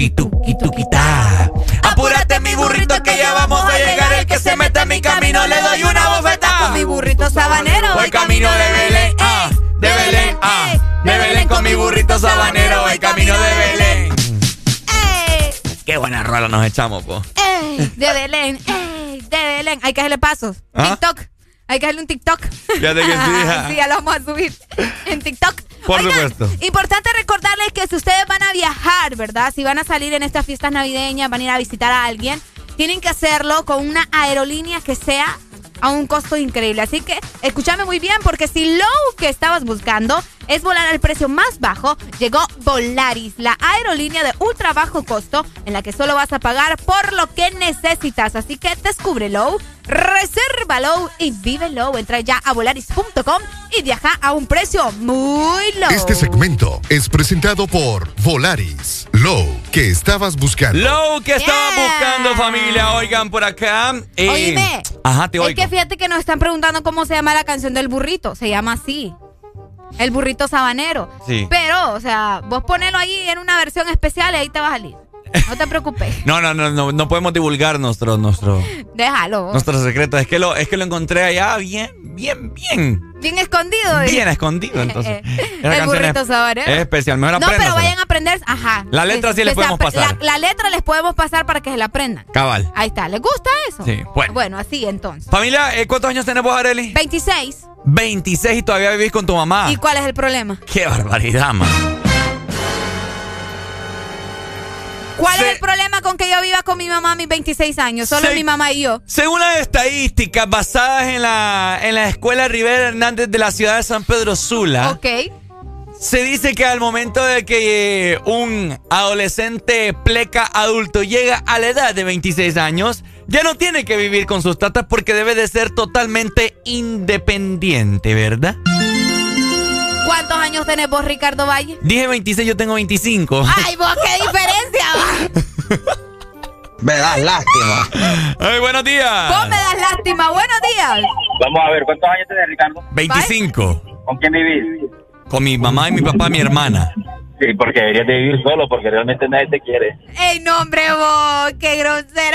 Speaker 4: tuki, tuki, tuki, ta. Apúrate mi burrito que ya vamos a llegar. El que se meta en mi camino le doy una bofetada.
Speaker 3: Con mi burrito sabanero
Speaker 4: voy camino de Belén, ah, de Belén, ah, de Belén con mi burrito sabanero. Voy camino de Belén.
Speaker 3: ¡Ey!
Speaker 4: Qué buena rola nos echamos, po.
Speaker 3: ¡Ey! De Belén, ¡ey! De Belén. Hay que hacerle pasos.
Speaker 4: ¿Ah?
Speaker 3: TikTok. Hay que hacerle un TikTok.
Speaker 4: Fíjate que sí.
Speaker 3: Sí, ya lo vamos a subir en TikTok.
Speaker 4: Por
Speaker 3: Oigan,
Speaker 4: supuesto.
Speaker 3: Importante recordarles que si ustedes van a viajar, ¿verdad? Si van a salir en estas fiestas navideñas, van a ir a visitar a alguien, tienen que hacerlo con una aerolínea que sea a un costo increíble. Así que escúchame muy bien, porque si lo que estabas buscando es volar al precio más bajo, llegó Volaris, la aerolínea de ultra bajo costo en la que solo vas a pagar por lo que necesitas. Así que descúbrelo, resérvalo y vívelo. Entra ya a volaris punto com y viaja a un precio muy low.
Speaker 1: Este segmento es presentado por Volaris. Low que estabas buscando.
Speaker 4: Low que estaba yeah. buscando, familia. Oigan, por acá. Eh,
Speaker 3: Oíme.
Speaker 4: Ajá, te oigo.
Speaker 3: Es que fíjate que nos están preguntando cómo se llama la canción del burrito. Se llama así. El burrito sabanero.
Speaker 4: Sí.
Speaker 3: Pero, o sea, vos ponelo ahí en una versión especial y ahí te va a salir. No te preocupes.
Speaker 4: No, no, no, no, no podemos divulgar nuestro, nuestro,
Speaker 3: Déjalo.
Speaker 4: nuestro secreto. Es que lo, es que lo encontré allá bien, bien, bien.
Speaker 3: Bien escondido.
Speaker 4: Bien ¿eh? escondido, entonces.
Speaker 3: El burrito sabanero.
Speaker 4: Es especial, mejor
Speaker 3: No,
Speaker 4: apréndasela.
Speaker 3: pero vayan a aprender, ajá.
Speaker 4: La letra sí les podemos
Speaker 3: la,
Speaker 4: pasar.
Speaker 3: La, la letra les podemos pasar para que se la aprendan.
Speaker 4: Cabal.
Speaker 3: Ahí está, ¿les gusta eso?
Speaker 4: Sí, bueno.
Speaker 3: Bueno, así entonces.
Speaker 4: Familia, ¿eh, ¿cuántos años tenés vos, Arely?
Speaker 3: veintiséis.
Speaker 4: veintiséis y todavía vivís con tu mamá.
Speaker 3: ¿Y cuál es el problema?
Speaker 4: Qué barbaridad, man.
Speaker 3: ¿Cuál
Speaker 4: Se...
Speaker 3: es el problema con que yo viva con mi mamá a mis veintiséis años? Solo
Speaker 4: Se...
Speaker 3: mi mamá y yo.
Speaker 4: Según las estadísticas basadas en la, en la escuela Rivera Hernández de la ciudad de San Pedro Sula.
Speaker 3: Ok.
Speaker 4: Se dice que al momento de que eh, un adolescente pleca adulto llega a la edad de veintiséis años, ya no tiene que vivir con sus tatas porque debe de ser totalmente independiente, ¿verdad?
Speaker 3: ¿Cuántos años tenés vos, Ricardo Valle?
Speaker 4: Dije veintiséis, yo tengo veinticinco.
Speaker 3: ¡Ay, vos, qué diferencia!
Speaker 9: Me das lástima.
Speaker 4: Ay, buenos días.
Speaker 3: Vos me das lástima. Buenos días.
Speaker 13: Vamos a ver, ¿cuántos años tenés, Ricardo?
Speaker 4: veinticinco.
Speaker 13: ¿Con quién vivís?
Speaker 4: Con mi mamá y mi papá y mi hermana.
Speaker 13: Sí, porque deberías de vivir solo, porque realmente nadie te quiere.
Speaker 3: ¡Ey, no, hombre, vos! ¡Qué grosero!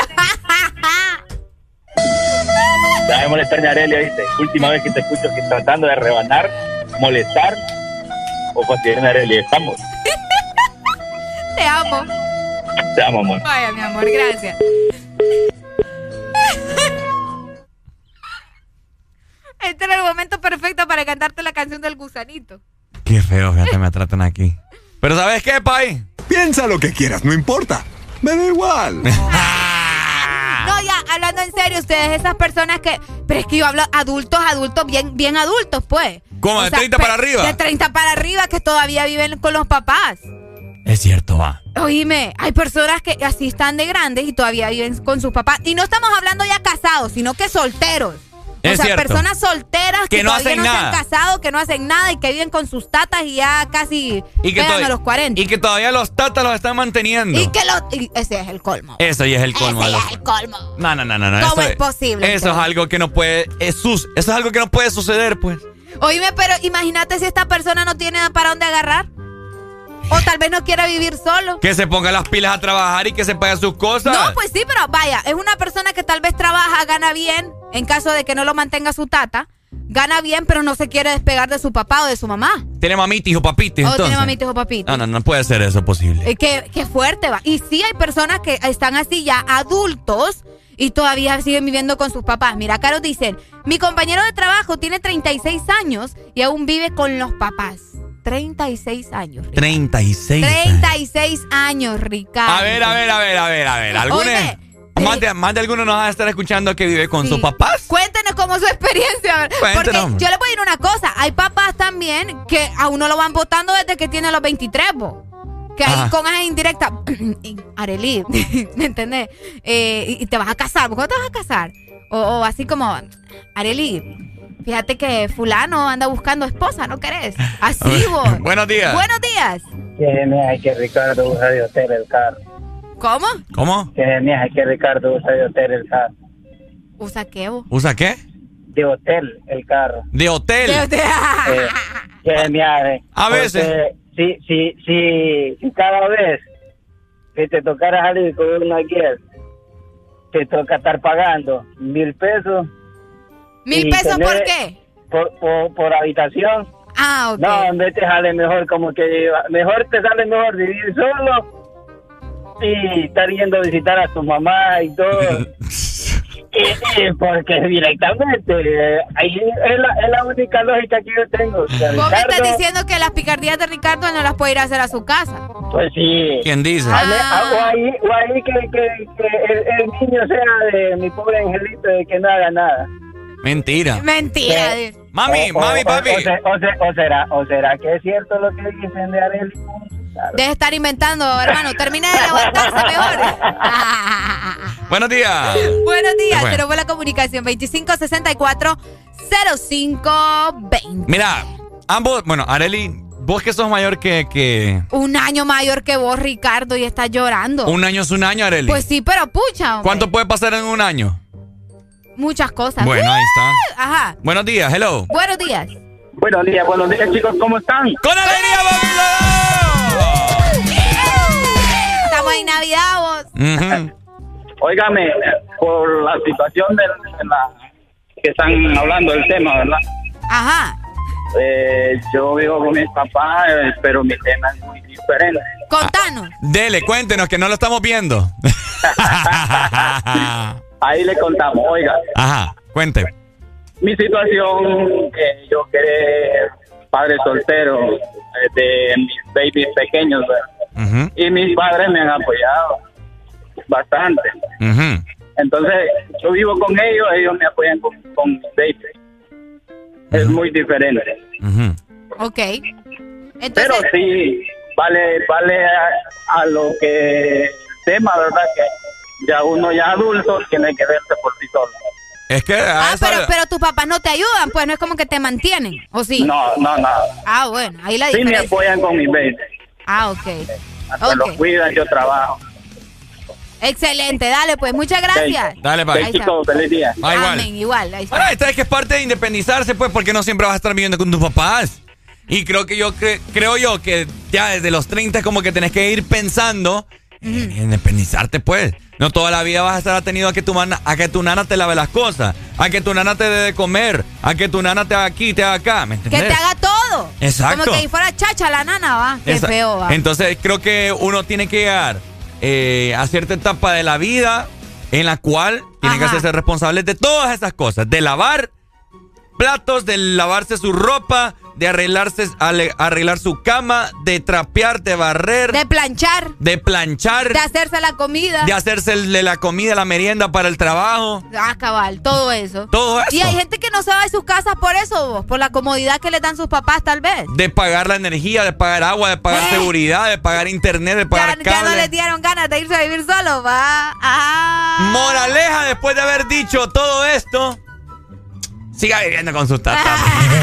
Speaker 13: Ya me molestar a Arely, ¿viste? Última vez que te escucho que tratando de rebanar, molestar o fastidiar a Arely. Estamos.
Speaker 3: Te amo.
Speaker 13: Te amo, amor.
Speaker 3: Vaya, mi amor, gracias. Este era el momento perfecto para cantarte la canción del gusanito.
Speaker 4: Qué feo, fíjate, me tratan aquí. Pero ¿sabes qué, Pai?
Speaker 9: Piensa lo que quieras, no importa. Me da igual.
Speaker 3: No, ya, hablando en serio, ustedes, esas personas que... Pero es que yo hablo adultos, adultos, bien, bien adultos, pues.
Speaker 4: ¿Cómo? ¿De treinta para arriba?
Speaker 3: De treinta para arriba, que todavía viven con los papás.
Speaker 4: Es cierto, va.
Speaker 3: Oíme, hay personas que así están de grandes y todavía viven con sus papás. Y no estamos hablando ya casados, sino que solteros. O
Speaker 4: es
Speaker 3: sea,
Speaker 4: cierto.
Speaker 3: Personas solteras que,
Speaker 4: que no
Speaker 3: todavía
Speaker 4: hacen
Speaker 3: no
Speaker 4: nada.
Speaker 3: se han casado, que no hacen nada y que viven con sus tatas y ya casi
Speaker 4: y que
Speaker 3: pegan a los cuarenta.
Speaker 4: Y que todavía los tatas los están manteniendo.
Speaker 3: Y que los... y ese es el colmo.
Speaker 4: Eso ya es el colmo.
Speaker 3: Ese
Speaker 4: de los...
Speaker 3: es el colmo.
Speaker 4: No, no, no, no. no.
Speaker 3: ¿Cómo
Speaker 4: eso
Speaker 3: es posible?
Speaker 4: Eso
Speaker 3: entonces?
Speaker 4: es algo que no puede... Es sus, eso es algo que no puede suceder, pues.
Speaker 3: Oíme, pero imagínate si esta persona no tiene para dónde agarrar. O tal vez no quiera vivir solo.
Speaker 4: Que se ponga las pilas a trabajar y que se pague sus cosas.
Speaker 3: No, pues sí, pero vaya, es una persona que tal vez trabaja, gana bien, en caso de que no lo mantenga su tata. Gana bien, pero no se quiere despegar de su papá o de su mamá.
Speaker 4: Tiene mamita, hijo, papita,
Speaker 3: O
Speaker 4: entonces.
Speaker 3: tiene mamita, hijo, papita.
Speaker 4: No, no, no puede ser eso posible.
Speaker 3: Eh, qué, qué fuerte va. Y sí hay personas que están así ya adultos y todavía siguen viviendo con sus papás. Mira, acá nos dicen, mi compañero de trabajo tiene treinta y seis años y aún vive con los papás. treinta y seis años. Ricardo.
Speaker 4: treinta y seis.
Speaker 3: treinta y seis años, Ricardo.
Speaker 4: A ver, a ver, a ver, a ver, a ver. ¿Algunos? Más de, más de algunos nos van a estar escuchando que vive con
Speaker 3: sí.
Speaker 4: sus papás.
Speaker 3: Cuéntenos cómo es su experiencia. Porque
Speaker 4: Cuéntenos.
Speaker 3: yo le voy a decir una cosa. Hay papás también que a uno lo van votando desde que tiene los veintitrés, bo. Que ahí
Speaker 4: Ajá.
Speaker 3: con esa indirecta. Arely, ¿me entendés? Eh, y te vas a casar. ¿Cuándo te vas a casar? O, o así como, Arely, fíjate que fulano anda buscando esposa, ¿no querés? Así, vos.
Speaker 4: Buenos días.
Speaker 3: Buenos días.
Speaker 13: Qué genial que Ricardo usa de hotel el carro.
Speaker 3: ¿Cómo?
Speaker 4: ¿Cómo?
Speaker 13: Qué genial que Ricardo usa de hotel el carro.
Speaker 3: ¿Usa qué, vos?
Speaker 4: ¿Usa qué?
Speaker 13: De hotel el carro.
Speaker 4: De hotel.
Speaker 3: De hotel.
Speaker 13: Eh, qué genial, eh.
Speaker 4: A veces.
Speaker 13: Porque si, si, si, si cada vez
Speaker 12: que te tocara salir con una guía, te toca estar pagando mil pesos.
Speaker 3: ¿Mil pesos
Speaker 12: tener,
Speaker 3: por qué?
Speaker 12: Por, por, por habitación.
Speaker 3: Ah, ok.
Speaker 12: No, en vez te sale mejor como que, mejor te sale mejor vivir solo y estar yendo a visitar a tu mamá y todo. y, y porque directamente, ahí es la, es la única lógica que yo tengo. O sea,
Speaker 3: ¿Vos
Speaker 12: Ricardo,
Speaker 3: me estás diciendo que las picardías de Ricardo no las puede ir a hacer a su casa?
Speaker 12: Pues sí.
Speaker 4: ¿Quién dice?
Speaker 12: Ah. O ahí, o ahí que, que, que el, el niño sea de mi pobre angelito de que no haga nada.
Speaker 4: Mentira.
Speaker 3: Mentira.
Speaker 12: Sí.
Speaker 4: Mami,
Speaker 12: o,
Speaker 4: mami,
Speaker 12: o,
Speaker 4: papi.
Speaker 12: O, o, o, o, será, ¿O será que es cierto lo que dicen de Arely?
Speaker 3: Deje de estar inventando, hermano. Termine de levantarse mejor.
Speaker 4: Buenos días.
Speaker 3: Buenos días.
Speaker 4: Bueno.
Speaker 3: Pero fue la comunicación veinticinco sesenta y cuatro cero cinco veinte.
Speaker 4: Mira, ambos, bueno, Arely, vos que sos mayor que, que...
Speaker 3: Un año mayor que vos, Ricardo, y estás llorando.
Speaker 4: Un año es un año, Arely.
Speaker 3: Pues sí, pero pucha, hombre.
Speaker 4: ¿Cuánto puede pasar en un año?
Speaker 3: Muchas cosas.
Speaker 4: Bueno, ahí está.
Speaker 3: Ajá.
Speaker 4: Buenos días, hello.
Speaker 3: Buenos días.
Speaker 12: Buenos días, buenos días, chicos, ¿cómo están?
Speaker 4: ¡Con alegría,
Speaker 3: Estamos en Navidad, vos.
Speaker 4: Uh-huh.
Speaker 12: Óigame, por la situación de, de la que están hablando del tema, ¿verdad?
Speaker 3: Ajá.
Speaker 12: Eh, yo vivo con mis papás, eh, pero mi tema es muy diferente.
Speaker 3: Contanos.
Speaker 4: Dele, cuéntenos que no lo estamos viendo.
Speaker 12: Ahí le contamos, oiga.
Speaker 4: Ajá, cuente.
Speaker 12: Mi situación, que yo quedé padre soltero eh, de mis babies pequeños, ¿verdad?
Speaker 4: Uh-huh.
Speaker 12: Y mis padres me han apoyado bastante.
Speaker 4: Uh-huh.
Speaker 12: Entonces, yo vivo con ellos, ellos me apoyan con, con mis babies. Uh-huh. Es muy diferente.
Speaker 4: Uh-huh.
Speaker 3: Ok. Entonces...
Speaker 12: Pero sí, vale, vale a, a lo que tema, ¿verdad? Que ya uno ya adulto tiene que verse por sí solo.
Speaker 4: Es que...
Speaker 3: Ah,
Speaker 4: esa...
Speaker 3: pero, pero tus papás no te ayudan, pues no es como que te mantienen, ¿o sí?
Speaker 12: No, no, no.
Speaker 3: Ah, bueno, ahí la
Speaker 12: sí
Speaker 3: diferencia.
Speaker 12: Sí me apoyan con mis babies.
Speaker 3: Ah, ok.
Speaker 12: Hasta
Speaker 3: okay.
Speaker 12: los cuidan, yo trabajo.
Speaker 3: Excelente, dale pues, muchas gracias.
Speaker 4: Sí. Dale, bye.
Speaker 12: Chicos, feliz día.
Speaker 4: Ah, igual.
Speaker 3: Amén, igual. Ahí está.
Speaker 4: Bueno, esta es que es parte de independizarse, pues, porque no siempre vas a estar viviendo con tus papás. Y creo que yo cre creo yo que ya desde los treinta como que tenés que ir pensando en independizarte, pues. No toda la vida vas a estar atenido a que tu mana, a que tu nana te lave las cosas, a que tu nana te dé de comer, a que tu nana te haga aquí, te haga acá, ¿me entendés?
Speaker 3: Que te haga todo.
Speaker 4: Exacto.
Speaker 3: Como que ahí fuera chacha la nana, va. Qué
Speaker 4: Esa
Speaker 3: feo, va.
Speaker 4: Entonces creo que uno tiene que llegar eh, a cierta etapa de la vida en la cual tiene que hacerse responsable de todas esas cosas, de lavar platos, de lavarse su ropa, de arreglarse, arreglar su cama, de trapear, de barrer,
Speaker 3: de planchar,
Speaker 4: de planchar,
Speaker 3: de hacerse la comida,
Speaker 4: de hacerse de la comida, la merienda para el trabajo.
Speaker 3: Ah, cabal, todo eso.
Speaker 4: Todo eso.
Speaker 3: Y hay gente que no se va de sus casas por eso, vos, por la comodidad que le dan sus papás, tal vez.
Speaker 4: De pagar la energía, de pagar agua, de pagar eh. seguridad, de pagar internet, de pagar
Speaker 3: ya,
Speaker 4: cable.
Speaker 3: Ya no les dieron ganas de irse a vivir solo, va. Ah.
Speaker 4: Moraleja, después de haber dicho todo esto, siga viviendo con sus tatas.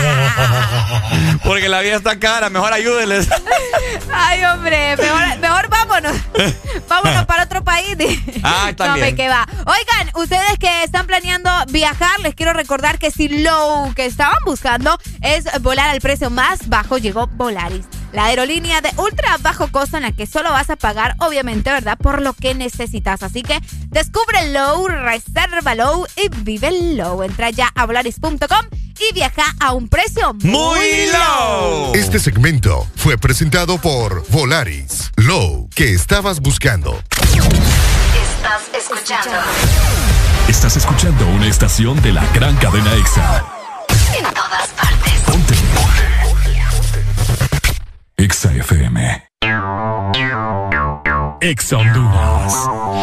Speaker 4: Porque la vida está cara, mejor ayúdenles.
Speaker 3: Ay, hombre, mejor, mejor vámonos. Vámonos para otro país.
Speaker 4: Ah, también.
Speaker 3: No, que va. Oigan, ustedes que están planeando viajar, les quiero recordar que si lo que estaban buscando es volar al precio más bajo, llegó Volaris. La aerolínea de ultra bajo costo en la que solo vas a pagar, obviamente, ¿verdad? Por lo que necesitas. Así que descubre Low, reserva Low y vive Low. Entra ya a volaris punto com y viaja a un precio muy, muy low.
Speaker 1: Este segmento fue presentado por Volaris. Low, que estabas buscando.
Speaker 10: Estás escuchando.
Speaker 2: Estás escuchando una estación de la gran cadena EXA.
Speaker 10: En todas partes.
Speaker 2: Ponte. EXA F M. EXA Honduras.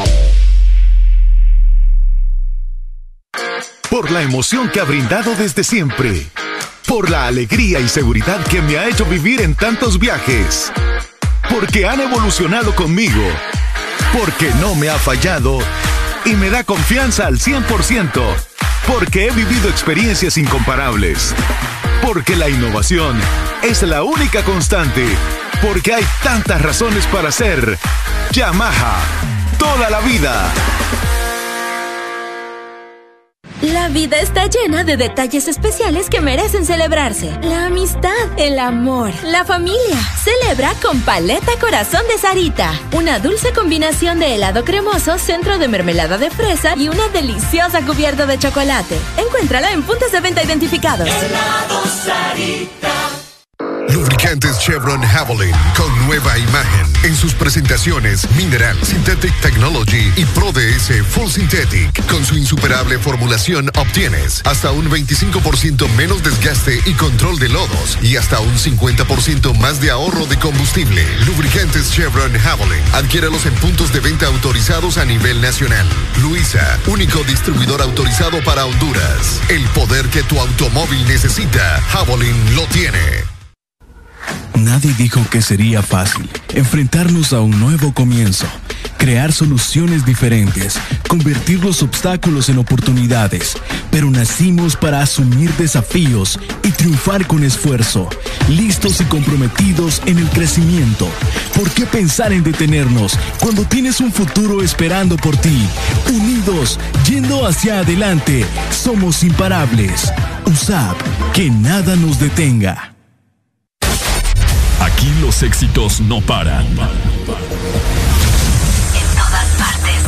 Speaker 26: Por la emoción que ha brindado desde siempre. Por la alegría y seguridad que me ha hecho vivir en tantos viajes. Porque han evolucionado conmigo. Porque no me ha fallado y me da confianza al cien por ciento. Porque he vivido experiencias incomparables. Porque la innovación es la única constante. Porque hay tantas razones para ser Yamaha toda la vida.
Speaker 5: La vida está llena de detalles especiales que merecen celebrarse. La amistad, el amor, la familia. Celebra con Paleta Corazón de Sarita. Una dulce combinación de helado cremoso, centro de mermelada de fresa y una deliciosa cubierta de chocolate. Encuéntrala en puntos de venta identificados.
Speaker 19: Helado Sarita.
Speaker 1: Lubricantes Chevron Javelin con nueva imagen en sus presentaciones Mineral, Synthetic Technology y Pro D S Full Synthetic. Con su insuperable formulación obtienes hasta un veinticinco por ciento menos desgaste y control de lodos y hasta un cincuenta por ciento más de ahorro de combustible. Lubricantes Chevron Javelin. Adquiéralos en puntos de venta autorizados a nivel nacional. Luisa, único distribuidor autorizado para Honduras. El poder que tu automóvil necesita, Javelin lo tiene.
Speaker 20: Nadie dijo que sería fácil enfrentarnos a un nuevo comienzo, crear soluciones diferentes, convertir los obstáculos en oportunidades, pero nacimos para asumir desafíos y triunfar con esfuerzo, listos y comprometidos en el crecimiento. ¿Por qué pensar en detenernos cuando tienes un futuro esperando por ti? Unidos, yendo hacia adelante, somos imparables. U S A P, que nada nos detenga.
Speaker 2: Aquí los éxitos no paran.
Speaker 10: En todas partes.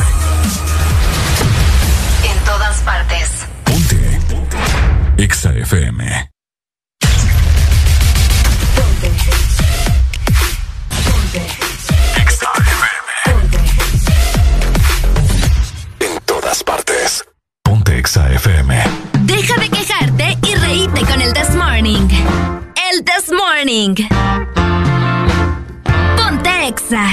Speaker 10: En todas partes.
Speaker 2: Ponte. Exa F M.
Speaker 10: Ponte. Ponte.
Speaker 2: Exa F M. En todas partes. Ponte Exa F M.
Speaker 10: Deja de quejarte y reíte con el This Morning. El This Morning. Ponte Exa.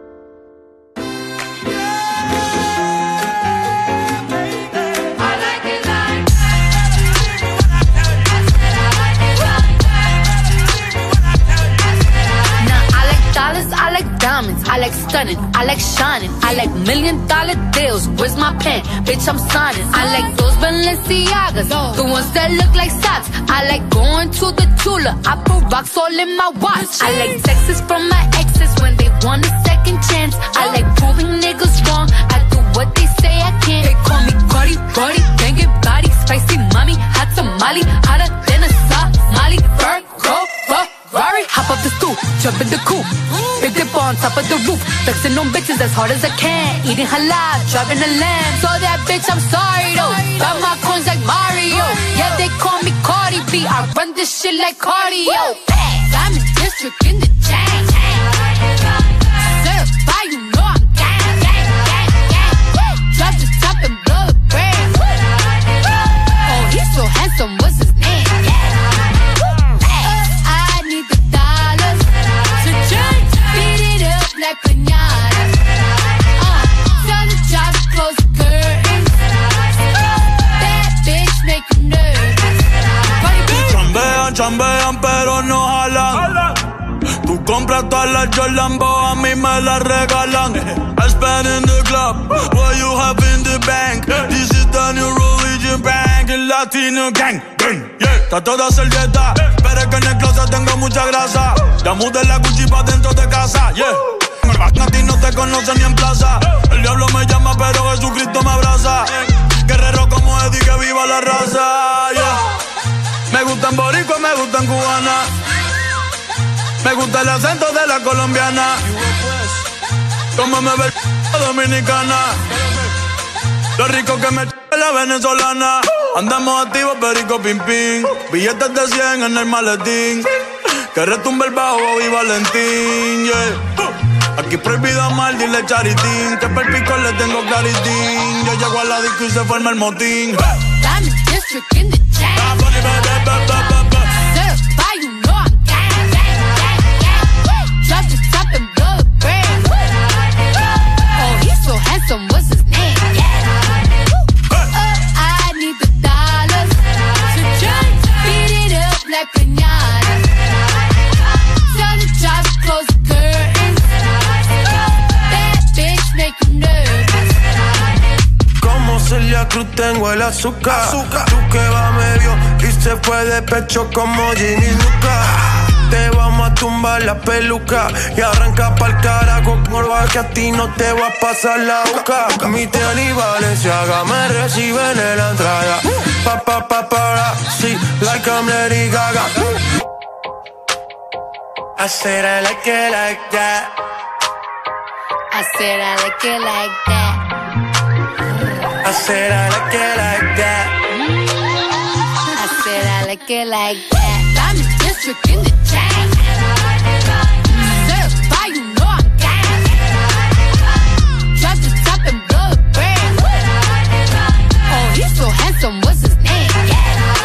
Speaker 21: I like diamonds, I like stunning, I like shining, I like million dollar deals. Where's my pen? Bitch, I'm signing. I like those Balenciagas, the ones that look like socks. I like going to the Tula, I put rocks all in my watch. I like texts from my exes when they want a second chance. I like proving niggas wrong, I do what they say I can't. They call me Cardi, Cardi, banging body, spicy mommy, hot tamale, hotter than a Somali. Virgo, Ferrari, hop up the stoop, jump in the coupe, big dip on top of the roof, flexing on bitches as hard as I can, eating halal, driving a lamb. So that bitch, I'm sorry though, got my coins like Mario. Yeah, they call me Cardi B, I run this shit like cardio. I'm in district in the chain. Certified, you know I'm gang, gang, gang, gang. Drop the top and blow the brand. Oh, he's so handsome, what's his name? Like piñata. Uh, tell the job to close the curtains. That bitch make you nervous.
Speaker 22: Chambean, chambean, pero no jalan. Tú compras todas las Jolambo, a mí me las regalan. I spend in the club, what you have in the bank. This is the new religion bank, el Latino gang. Yeah, está toda servieta, pero es que en el closet tengo mucha grasa. Ya mudé la Gucci pa' dentro de casa, yeah. A ti no te conocen ni en plaza. El diablo me llama, pero Jesucristo me abraza. Guerrero como Eddie, que viva la raza, yeah. Me gustan boricua, me gustan cubana. Me gusta el acento de la colombiana. Como me ve dominicana. Lo rico que me la venezolana. Andamos activos, perico, pim, pim. Billetes de cien en el maletín. Que retumbe el bajo y Valentín, yeah. Aquí prohibido mal, dile charitín. Que per pico le tengo claritín. Yo llego a la disco y se forma el motín.
Speaker 21: Diamond District in the chain. Certified, you know I'm gang, gang, gang, gang. Drop the top and blow the brand. Oh, he's so handsome, what's his name? Yeah. Uh, I need the dollars to just beat it up like piñata. Tell the job to close the curtains. That bitch make you nervous.
Speaker 24: Como Celia Cruz tengo el azúcar. azúcar. Tú que va medio y se fue de pecho como Ginny Luca. te vamos a tumbar la peluca y arranca pa'l carajo, morba, que a ti no te va a pasar la boca. Mi tenis Valenciaga me reciben en la entrada. Pa pa pa para, sí, like I'm Lady Gaga. I said I like it like that.
Speaker 21: I said I like it like that.
Speaker 24: I said I like it like that.
Speaker 21: I said I like it like that. I'm the district in the chain. Certified, you know I'm gang. Drop the top and blow the brand. Oh, he's so handsome, what's his name? Yeah.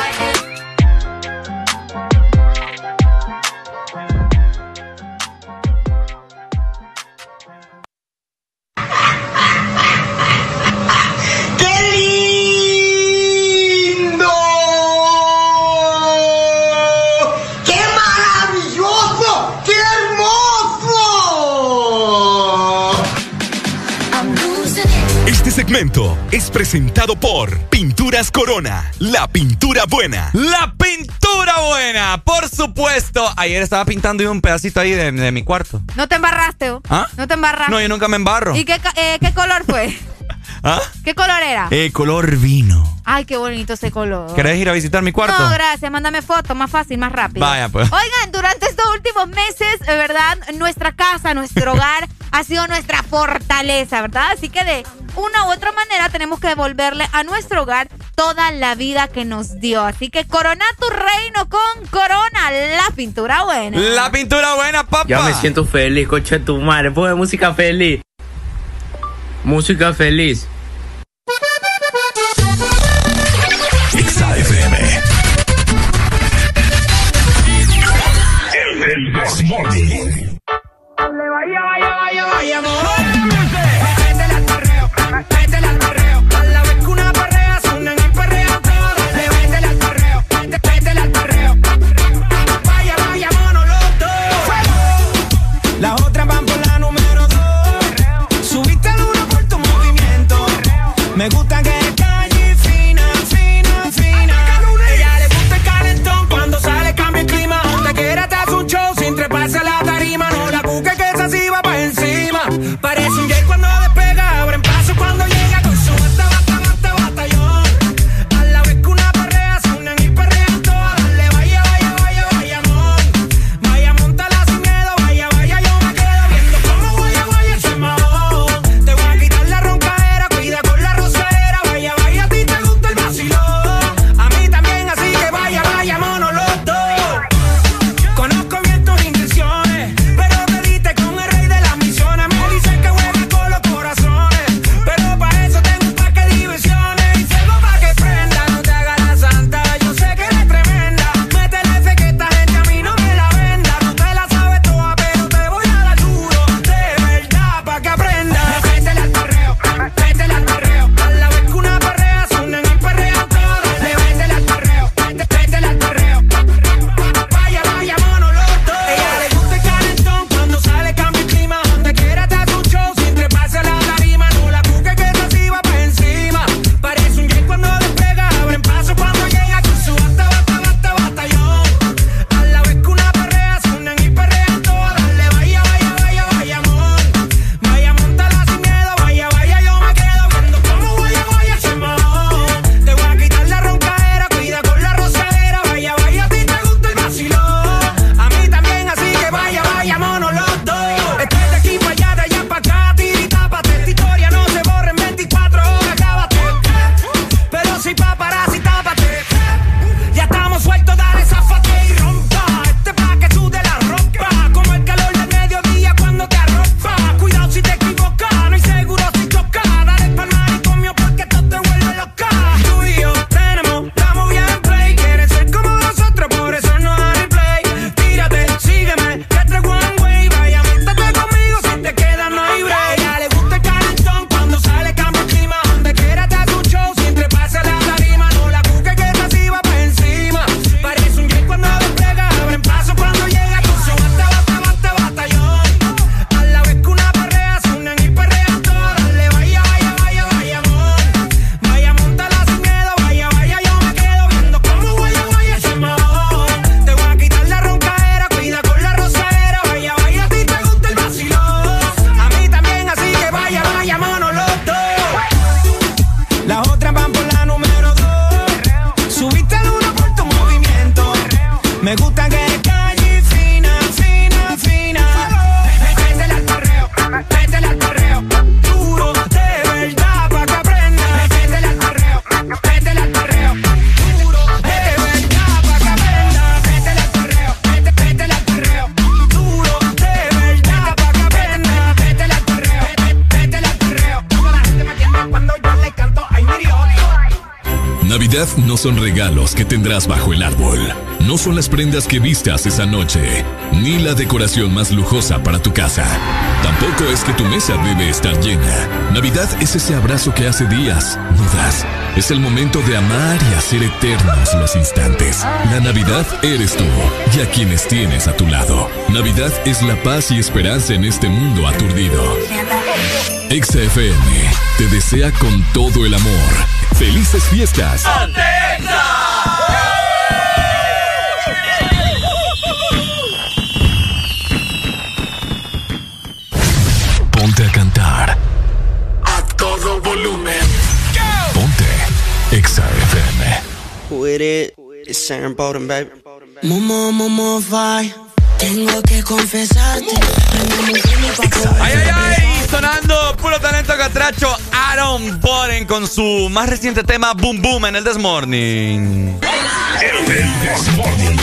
Speaker 11: Segmento es presentado por Pinturas Corona, la pintura buena.
Speaker 4: La pintura buena, por supuesto. Ayer estaba pintando un pedacito ahí de, de mi cuarto.
Speaker 3: ¿No te embarraste? ¿O?
Speaker 4: ¿Ah?
Speaker 3: ¿No te embarraste?
Speaker 4: No, yo nunca me embarro.
Speaker 3: ¿Y qué, eh, qué color fue?
Speaker 4: ¿Ah?
Speaker 3: ¿Qué color era?
Speaker 4: Eh, color vino.
Speaker 3: Ay, qué bonito ese color.
Speaker 4: ¿Querés ir a visitar mi cuarto?
Speaker 3: No, gracias. Mándame fotos, más fácil, más rápido.
Speaker 4: Vaya, pues.
Speaker 3: Oigan, durante estos últimos meses, ¿verdad? Nuestra casa, nuestro hogar ha sido nuestra fortaleza, ¿verdad? Así que de una u otra manera tenemos que devolverle a nuestro hogar toda la vida que nos dio. Así que corona tu reino con Corona, la pintura buena.
Speaker 4: La pintura buena, papá.
Speaker 15: Ya me siento feliz, coche tu madre. Ponme música feliz. Música feliz.
Speaker 11: Exa F M. El del Desmorning.
Speaker 19: Vaya, vaya, vaya, vaya, amor. Métele al perreo, métele al perreo. A la vez que una perrea, suenan y perrean todas. Métele al perreo, métele al perreo. Vaya, vaya, mono, los dos. Las otras van por la número dos. Subiste al uno por tu movimiento. Me gusta que es calle fina, fina, fina. Ella le gusta el calentón cuando sale cambia el clima. Donde quiera te hace un show sin treparse a la tarima. No la cuque que esa sí va pa' encima.
Speaker 2: Navidad no son regalos que tendrás bajo el árbol. No son las prendas que vistas esa noche, ni la decoración más lujosa para tu casa. Tampoco es que tu mesa debe estar llena. Navidad es ese abrazo que hace días no das. Es el momento de amar y hacer eternos los instantes. La Navidad eres tú y a quienes tienes a tu lado. Navidad es la paz y esperanza en este mundo aturdido. Exa F M te desea con todo el amor. ¡Felices fiestas!
Speaker 19: ¡Ponte Exa!
Speaker 2: Ponte a cantar.
Speaker 19: A todo volumen.
Speaker 2: Ponte Exa F M.
Speaker 8: With it, it's Aaron Bowden, baby. Momo, momo, fire. Tengo que confesarte.
Speaker 4: Ay, ay, ay, sonando puro talento catracho. Aaron Boden con su más reciente tema Boom Boom en el This Morning.
Speaker 11: El This Morning.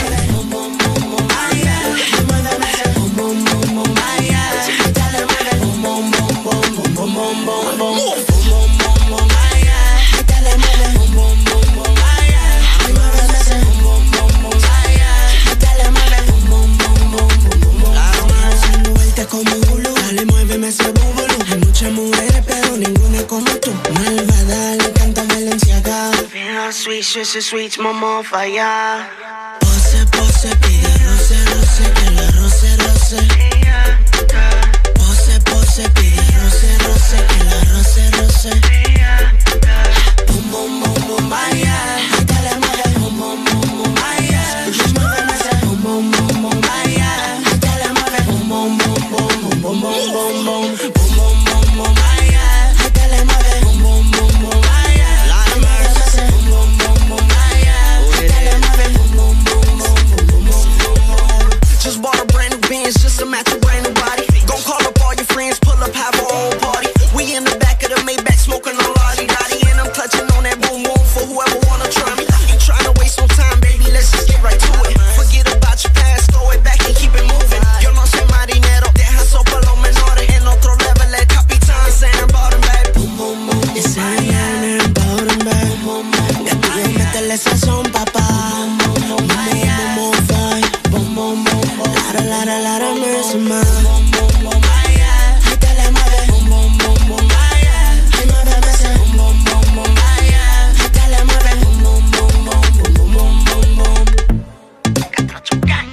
Speaker 8: Como Hulu, dale, muéveme ese búbulo. Hay muchas mujeres, pero ninguna como tú. Malvada, le encanta Valenciaga. Feel sweet, sweet, sweet, momo, falla. Pose, pose, pide roce, roce, que la roce, roce. Pose, pose, pide roce, roce, que la roce, roce. Bum, bum, bum, bum, vaya. Dale, mueve, bum, bum, bum, bum, vaya. Muéveme ese bum, bum, bum, bum, vaya. Dale, mueve, bum, bum, bum. Boom, boom, boom, boom, boom, boom, boom, boom, vaya. Dale, mueve, boom, boom, boom, boom, vaya. Dale, mueve, boom, boom, boom, boom, vaya. Dale, mueve, boom, boom, boom, boom, boom, boom. Just bought a brand new Benz just to match a brand new body. Gon' call up all your friends, pull up, have a whole party. We in the back of the Maybach smoking on Lottie Dottie, and I'm clutching on that boom boom for whoever wanna try me. Ain't tryna waste no time, baby. Let's just get right to it. Forget about your past, throw it back and keep it moving. Yo no soy marinero. Por los menores en otro level, el capitán es Aaron Bowden, baby. Boom, boom, boom. Es Aaron Bowden, baby. Boom, boom. Gatillo, métele sazón, papá. Boom, boom, boom, boom, fire. Boom, boom, boom. Lara, lara, lara, mercy, man. Boom, boom, boom, vaya. Ay, te le mueve. Boom, boom, boom, boom, vaya. Ay, muéveme ese. Boom, boom, boom, boom, vaya. Ay, te le mueve. Boom, boom, boom, boom, boom, boom, boom, boom. Catracho gang.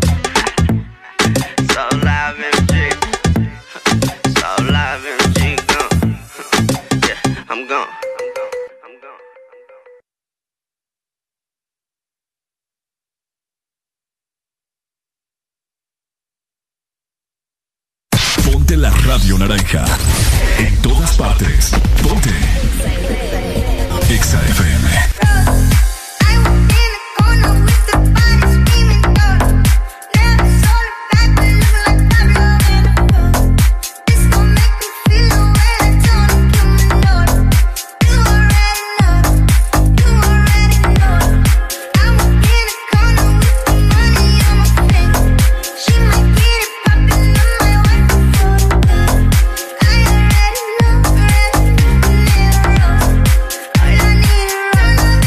Speaker 8: So live and I'm gone.
Speaker 2: Ponte la radio naranja. En todas partes. Ponte Exa F M.
Speaker 19: I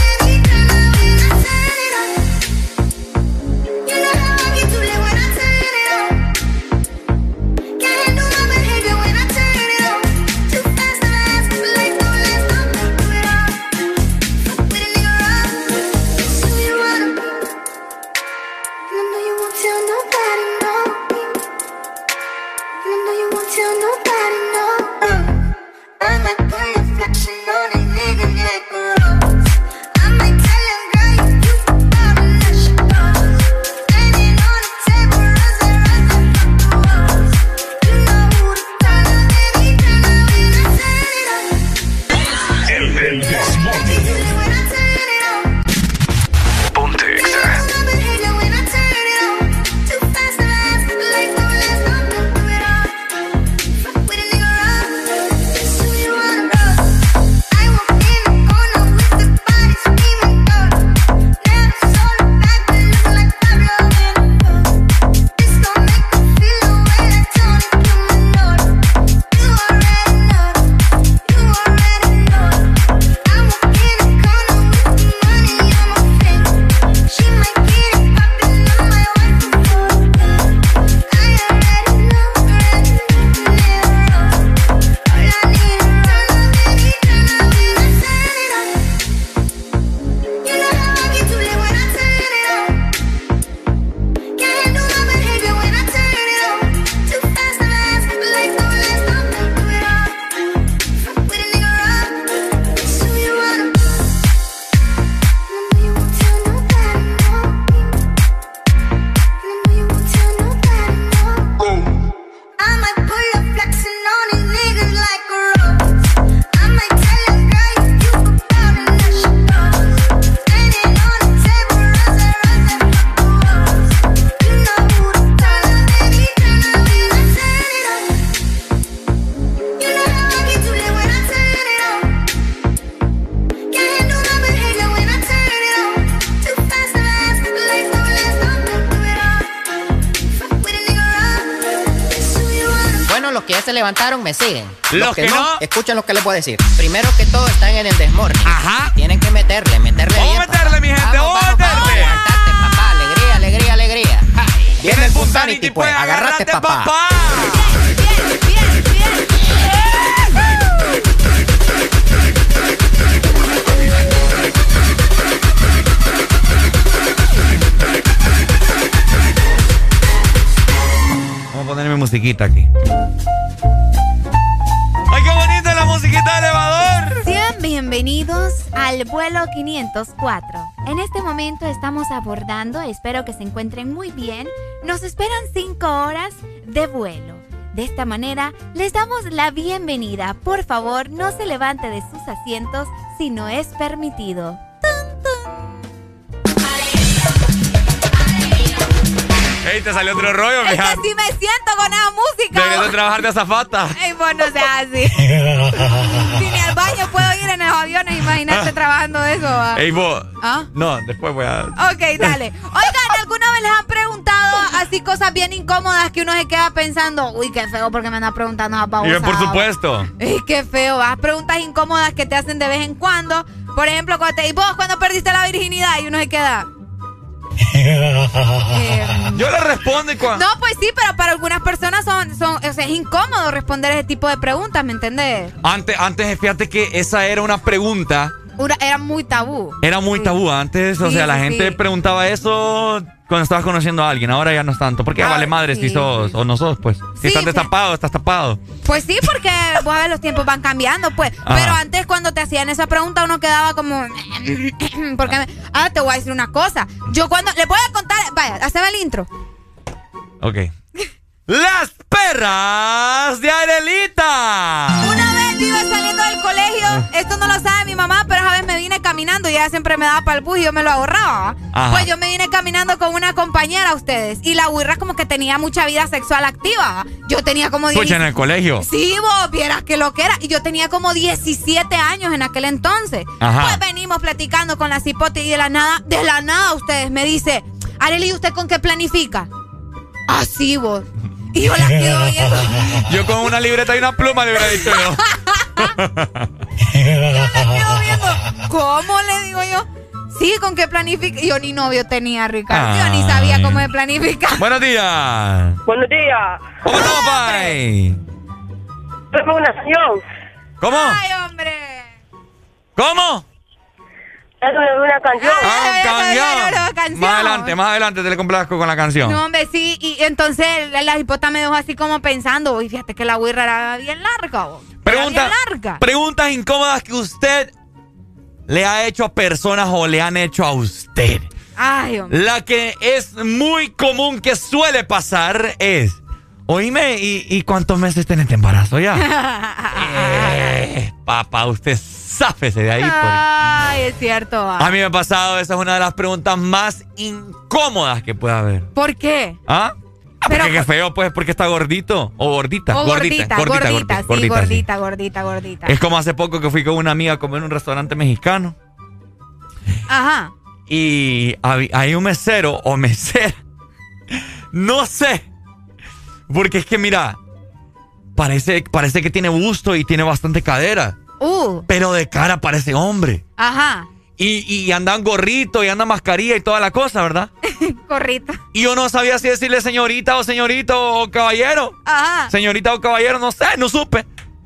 Speaker 14: se levantaron me siguen.
Speaker 4: Los, los que, que no, no,
Speaker 14: escuchen lo que les voy a decir. Primero que todo están en el Desmorning.
Speaker 4: Ajá.
Speaker 14: Tienen que meterle, meterle
Speaker 4: vamos
Speaker 14: bien.
Speaker 4: Vamos a meterle, mi gente, vamos a meterle.
Speaker 14: Levantarte, papá, alegría, alegría, alegría. Ja. Viene el Punsanity, pues, agarrate, papá. papá.
Speaker 3: Bien, bien, bien, bien.
Speaker 4: Vamos a poner mi musiquita aquí. ¡Ay, qué bonita la musiquita de elevador!
Speaker 3: Sean bienvenidos al vuelo quinientos cuatro. En este momento estamos abordando, espero que se encuentren muy bien. Nos esperan cinco horas de vuelo. De esta manera, les damos la bienvenida. Por favor, no se levante de sus asientos si no es permitido. ¡Tun, tun!
Speaker 4: Ey, te salió otro rollo,
Speaker 3: es
Speaker 4: mija.
Speaker 3: que así me siento con esa música.
Speaker 4: Deberías de trabajar de azafata.
Speaker 3: Ey, vos no seas así. Si ni al baño puedo ir en los aviones, imagínate trabajando eso. ¿Va?
Speaker 4: Ey, vos.
Speaker 3: ¿Ah?
Speaker 4: No, después voy a...
Speaker 3: Ok, dale. Oigan, ¿alguna vez les han preguntado así cosas bien incómodas que uno se queda pensando, uy, qué feo porque me andan preguntando a babosadas?
Speaker 4: Y por supuesto.
Speaker 3: Ey, qué feo. ¿Va? Preguntas incómodas que te hacen de vez en cuando. Por ejemplo, cuando te... ¿Y vos cuando perdiste la virginidad? Y uno se queda...
Speaker 4: eh, yo le respondo y cuando...
Speaker 3: No, pues sí, pero para algunas personas son, son, o sea, es incómodo responder ese tipo de preguntas, ¿me entendés?
Speaker 4: Antes, antes, fíjate que esa era una pregunta.
Speaker 3: Una, era muy tabú.
Speaker 4: Era muy
Speaker 3: sí.
Speaker 4: tabú antes, o
Speaker 3: sí,
Speaker 4: sea, la
Speaker 3: sí,
Speaker 4: gente
Speaker 3: sí.
Speaker 4: preguntaba eso cuando estabas conociendo a alguien. Ahora ya no es tanto. Porque ah, vale madre sí. si sos o no sos, pues. Si sí, estás destapado, estás tapado.
Speaker 3: Pues sí, porque vos a ver, los tiempos van cambiando, pues. Ajá. Pero antes cuando te hacían esa pregunta uno quedaba como... porque me... Ah, te voy a decir una cosa. Yo cuando... Les voy a contar... Vaya, haceme el intro.
Speaker 4: Ok. ¡Las perras de Arelita!
Speaker 3: Una vez iba saliendo del colegio, esto no lo sabe mi mamá, pero esa vez me vine caminando y ella siempre me daba para el bus y yo me lo ahorraba. Ajá. Pues yo me vine caminando con una compañera, ustedes, y la güirra como que tenía mucha vida sexual activa. Yo tenía como
Speaker 4: diez... en el colegio?
Speaker 3: Sí, vos, vieras que lo que era. Y yo tenía como diecisiete años en aquel entonces.
Speaker 4: Ajá.
Speaker 3: Pues venimos platicando con la cipote y de la nada, de la nada ustedes me dice, Arely, ¿usted con qué planifica? Así, vos. Y yo la quedo viendo.
Speaker 4: Yo con una libreta y una pluma le hubiera dicho yo.
Speaker 3: Yo la quedo viendo. ¿Cómo le digo yo? Sí, ¿con qué planifica? Yo ni novio tenía, Ricardo. Ay. Yo ni sabía cómo me planificar.
Speaker 4: Buenos días.
Speaker 16: Buenos días.
Speaker 4: ¿Cómo estamos, pai?
Speaker 16: Tengo una canción.
Speaker 4: ¿Cómo?
Speaker 3: Ay, hombre.
Speaker 4: ¿Cómo?
Speaker 16: Es una canción.
Speaker 4: Ah, canción.
Speaker 3: canción.
Speaker 4: Más adelante, más adelante te le complazco con la canción.
Speaker 3: No, hombre, sí. Y entonces la hipota me dejó así como pensando. Y fíjate que la güirra era bien larga.
Speaker 4: Pregunta,
Speaker 3: era bien larga.
Speaker 4: Preguntas incómodas que usted le ha hecho a personas o le han hecho a usted.
Speaker 3: Ay, hombre.
Speaker 4: La que es muy común que suele pasar es... Oíme, ¿y, y cuántos meses tenés de embarazo ya? eh, papá, usted záfese de ahí. Por...
Speaker 3: Ay, es cierto. Va.
Speaker 4: A mí me ha pasado, esa es una de las preguntas más incómodas que puede haber.
Speaker 3: ¿Por qué?
Speaker 4: ¿Ah? Pero, porque qué feo, pues, porque está gordito o gordita.
Speaker 3: O gordita, gordita, gordita, gordita, gordita,
Speaker 16: sí,
Speaker 3: gordita,
Speaker 16: gordita,
Speaker 3: sí. gordita, gordita.
Speaker 4: Es como hace poco que fui con una amiga a comer en un restaurante mexicano.
Speaker 3: Ajá.
Speaker 4: Y hay un mesero o mesera. No sé. Porque es que, mira, parece, parece que tiene busto y tiene bastante cadera.
Speaker 3: Uh.
Speaker 4: Pero de cara parece hombre.
Speaker 3: Ajá.
Speaker 4: Y, y andan gorrito y anda mascarilla y toda la cosa, ¿verdad?
Speaker 3: Gorrito.
Speaker 4: Y yo no sabía si decirle señorita o señorito o caballero.
Speaker 3: Ajá.
Speaker 4: Señorita o caballero, no sé, no supe.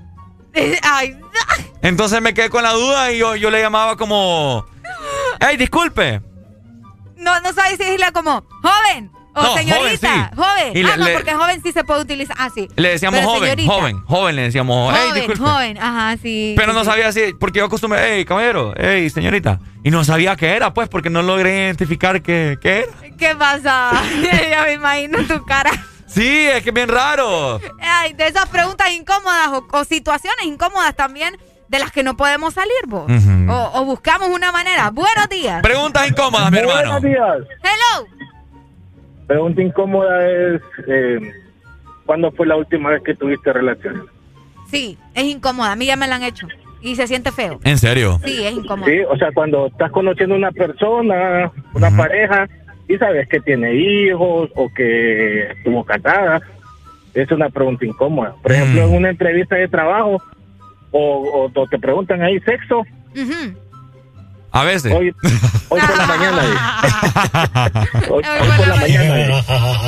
Speaker 3: Ay.
Speaker 4: Entonces me quedé con la duda y yo, yo le llamaba como... ¡Ey, disculpe!
Speaker 3: No, no sabes si decirle como, joven. O
Speaker 4: no,
Speaker 3: señorita,
Speaker 4: joven. Sí.
Speaker 3: joven.
Speaker 4: Y le,
Speaker 3: ah, no,
Speaker 4: le,
Speaker 3: porque joven sí se puede utilizar. Ah, sí.
Speaker 4: Le decíamos
Speaker 3: pero
Speaker 4: joven,
Speaker 3: señorita.
Speaker 4: joven, joven, le decíamos.
Speaker 3: Joven,
Speaker 4: hey, disculpe.
Speaker 3: joven, ajá, sí.
Speaker 4: Pero
Speaker 3: sí,
Speaker 4: no
Speaker 3: sí.
Speaker 4: sabía si, porque yo acostumbré, hey, caballero, hey, señorita. Y no sabía qué era, pues, porque no logré identificar qué, qué era.
Speaker 3: ¿Qué pasa? Ya me imagino tu cara.
Speaker 4: Sí, es que es bien raro.
Speaker 3: Ay, de esas preguntas incómodas o, o situaciones incómodas también de las que no podemos salir, vos.
Speaker 4: Uh-huh.
Speaker 3: o, o buscamos una manera. Buenos días.
Speaker 4: Preguntas incómodas, mi hermano.
Speaker 17: Buenos días.
Speaker 3: Hello.
Speaker 17: Pregunta incómoda es, eh, ¿cuándo fue la última vez que tuviste relaciones?
Speaker 3: Sí, es incómoda. A mí ya me la han hecho. Y se siente feo.
Speaker 4: ¿En serio?
Speaker 3: Sí, es incómodo.
Speaker 17: Sí, o sea, cuando estás conociendo a una persona, una uh-huh. pareja, y sabes que tiene hijos o que estuvo casada, es una pregunta incómoda. Por ejemplo, en una entrevista de trabajo o, o, o te preguntan ahí sexo.
Speaker 3: Uh-huh.
Speaker 4: A veces.
Speaker 17: Hoy, hoy por la mañana. hoy, hoy por la mañana.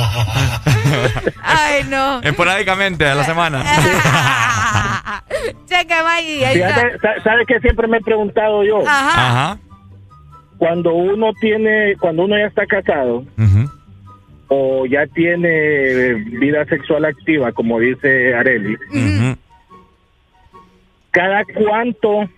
Speaker 3: Ay, no.
Speaker 4: Esporádicamente a la semana.
Speaker 3: Checa, Maggie.
Speaker 17: Fíjate, ¿sabes qué siempre me he preguntado yo?
Speaker 3: Ajá.
Speaker 4: Ajá.
Speaker 17: Cuando uno tiene, cuando uno ya está casado, uh-huh, o ya tiene vida sexual activa, como dice Arely, uh-huh, ¿cada cuánto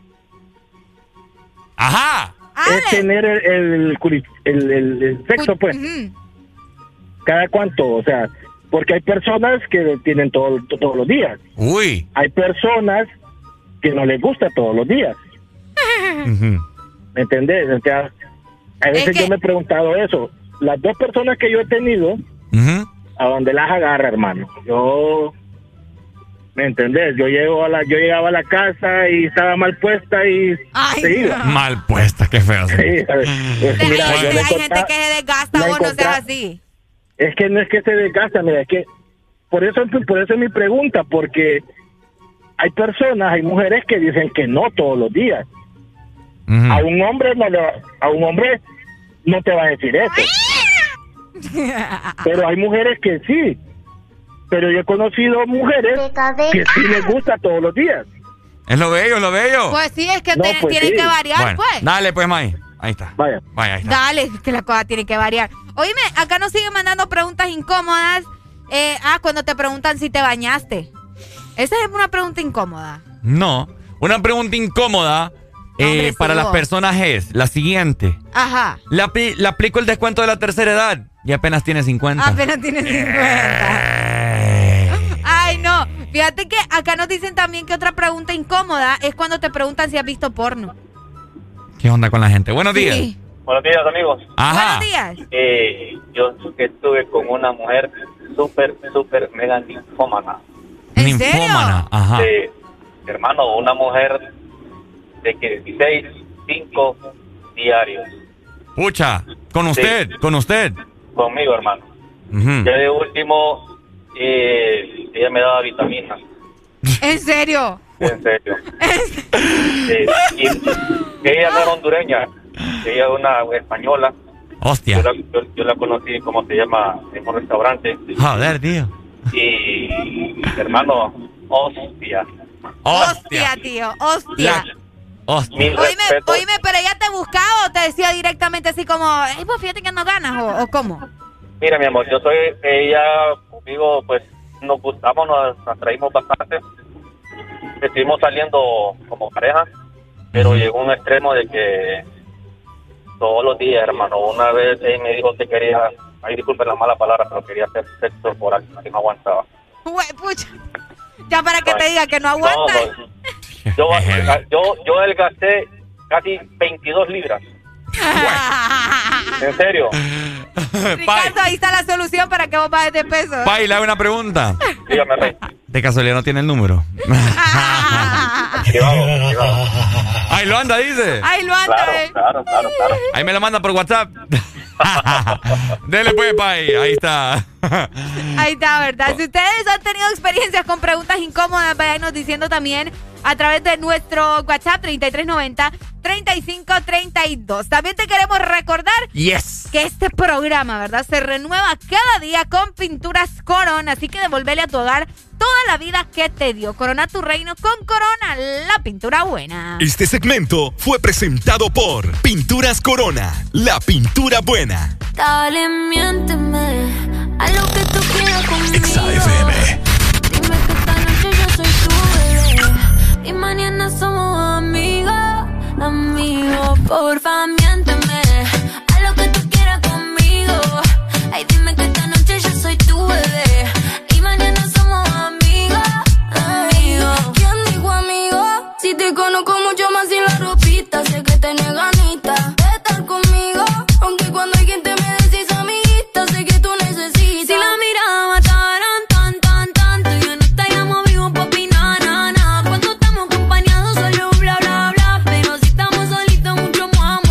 Speaker 4: Ajá.
Speaker 17: es tener el, el, el, el, el sexo, pues? Uh-huh. ¿Cada cuánto? O sea, porque hay personas que tienen todo, todos los días.
Speaker 4: Uy.
Speaker 17: Hay personas que no les gusta todos los días.
Speaker 4: Uh-huh.
Speaker 17: ¿Me entendés? O sea, a veces es que... yo me he preguntado eso. Las dos personas que yo he tenido, uh-huh, a donde las agarra, hermano. Yo, ¿me entendés? Yo llego a la, yo llegaba a la casa y estaba mal puesta y
Speaker 3: Ay,
Speaker 17: se iba.
Speaker 4: No. Mal puesta, qué feo.
Speaker 17: Sí, es, mira,
Speaker 3: hay, hay
Speaker 17: encontré,
Speaker 3: gente que se desgasta, vos no seas así.
Speaker 17: Es que no es que se desgasta, mira, es que por eso, por eso es mi pregunta, porque hay personas, hay mujeres que dicen que no todos los días. Uh-huh. A un hombre no le, a un hombre no te va a decir eso. Pero hay mujeres que sí. Pero yo he conocido mujeres que sí les gusta todos los días.
Speaker 4: Es lo bello, es lo bello.
Speaker 3: Pues sí, es que
Speaker 17: no,
Speaker 3: te,
Speaker 17: pues
Speaker 3: tienen
Speaker 17: sí.
Speaker 3: que variar,
Speaker 4: bueno,
Speaker 3: pues.
Speaker 4: Dale, pues, May. Ahí está.
Speaker 17: Vaya.
Speaker 4: Vaya, ahí está.
Speaker 3: Dale, que la cosa tiene que variar. Oíme, acá nos siguen mandando preguntas incómodas. Eh, ah, cuando te preguntan si te bañaste. Esa es una pregunta incómoda.
Speaker 4: No, una pregunta incómoda eh, Hombre, para las personas es la siguiente.
Speaker 3: Ajá.
Speaker 4: Le, apli le aplico el descuento de la tercera edad y apenas tiene cincuenta.
Speaker 3: Apenas tiene cincuenta. Ay, no. Fíjate que acá nos dicen también que otra pregunta incómoda es cuando te preguntan si has visto porno.
Speaker 4: ¿Qué onda con la gente? Buenos días.
Speaker 3: Sí.
Speaker 13: Buenos días, amigos.
Speaker 4: Ajá.
Speaker 3: Buenos días.
Speaker 13: Eh, yo estuve con una mujer súper, súper mega ninfómana.
Speaker 3: ¿En
Speaker 4: ninfómana?
Speaker 3: serio?
Speaker 4: Ajá.
Speaker 13: Eh, hermano, una mujer de que dieciséis, cinco diarios.
Speaker 4: Pucha, con usted, sí. con usted.
Speaker 13: Conmigo, hermano.
Speaker 4: Uh-huh.
Speaker 13: Ya de último, eh, ella me daba vitaminas.
Speaker 3: ¿En serio?
Speaker 13: En serio. eh, y ella no era hondureña, ella es una española.
Speaker 4: Hostia.
Speaker 13: Yo la, yo, yo la conocí, como se llama, en un restaurante.
Speaker 4: Joder, tío.
Speaker 13: Y, hermano, hostia.
Speaker 3: Hostia, tío, hostia.
Speaker 4: La... Hostia.
Speaker 3: Oíme, oíme, pero ella te buscaba o te decía directamente así como, hey, pues fíjate que no ganas, o, o cómo.
Speaker 13: Mira, mi amor, yo soy, ella, conmigo, pues, nos gustamos, nos atraímos bastante. Estuvimos saliendo como pareja, pero uh-huh. llegó un extremo de que todos los días, hermano, una vez ella me dijo que quería, ay, disculpen la mala palabra, pero quería hacer sexo por alguien que no aguantaba.
Speaker 3: Güey, pucha, ya para que ay, te diga que no aguanta.
Speaker 13: No, no. Yo, yo, yo adelgacé casi veintidós libras. ¿En serio?
Speaker 3: Ricardo, ahí está la solución para que vos bajes de peso.
Speaker 4: Pai, le hago una pregunta.
Speaker 13: Dígame, Rey.
Speaker 4: De casualidad no tiene el número.
Speaker 13: Privado, privado.
Speaker 4: Ahí lo anda, dice.
Speaker 3: Ahí lo anda,
Speaker 13: claro,
Speaker 3: eh.
Speaker 13: claro, claro, claro.
Speaker 4: Ahí me lo manda por WhatsApp. Dele pues, Pai. Ahí está.
Speaker 3: Ahí está, ¿verdad? Si ustedes han tenido experiencias con preguntas incómodas, vayan diciendo también a través de nuestro WhatsApp treinta y tres noventa, treinta y cinco treinta y dos. También te queremos recordar
Speaker 4: yes.
Speaker 3: que este programa, ¿verdad? Se renueva cada día con Pinturas Corona, así que devolvele a tu hogar toda la vida que te dio. Corona tu reino con Corona, la pintura buena.
Speaker 1: Este segmento fue presentado por Pinturas Corona, la pintura buena.
Speaker 21: Dale, miénteme a lo que tú quieras conmigo.
Speaker 1: Exa F M.
Speaker 21: Dime que esta noche yo soy tu bebé y mañana somos amigos, amigos. Porfa, miénteme a lo que tú quieras conmigo. Ay, dime que esta noche yo soy tu bebé y mañana somos amigos, amigos. ¿Quién dijo amigo? Si te conozco mucho más sin la ropita, sé que tenés ganitas de estar conmigo, aunque cuando alguien te me decís amiguita, sé que tú necesitas. Si la mirada mataran tan, tan, tanto, ya no estaríamos vivos pa' opinar, na, na. Cuando estamos acompañados solo bla, bla, bla, pero si estamos solitos mucho más,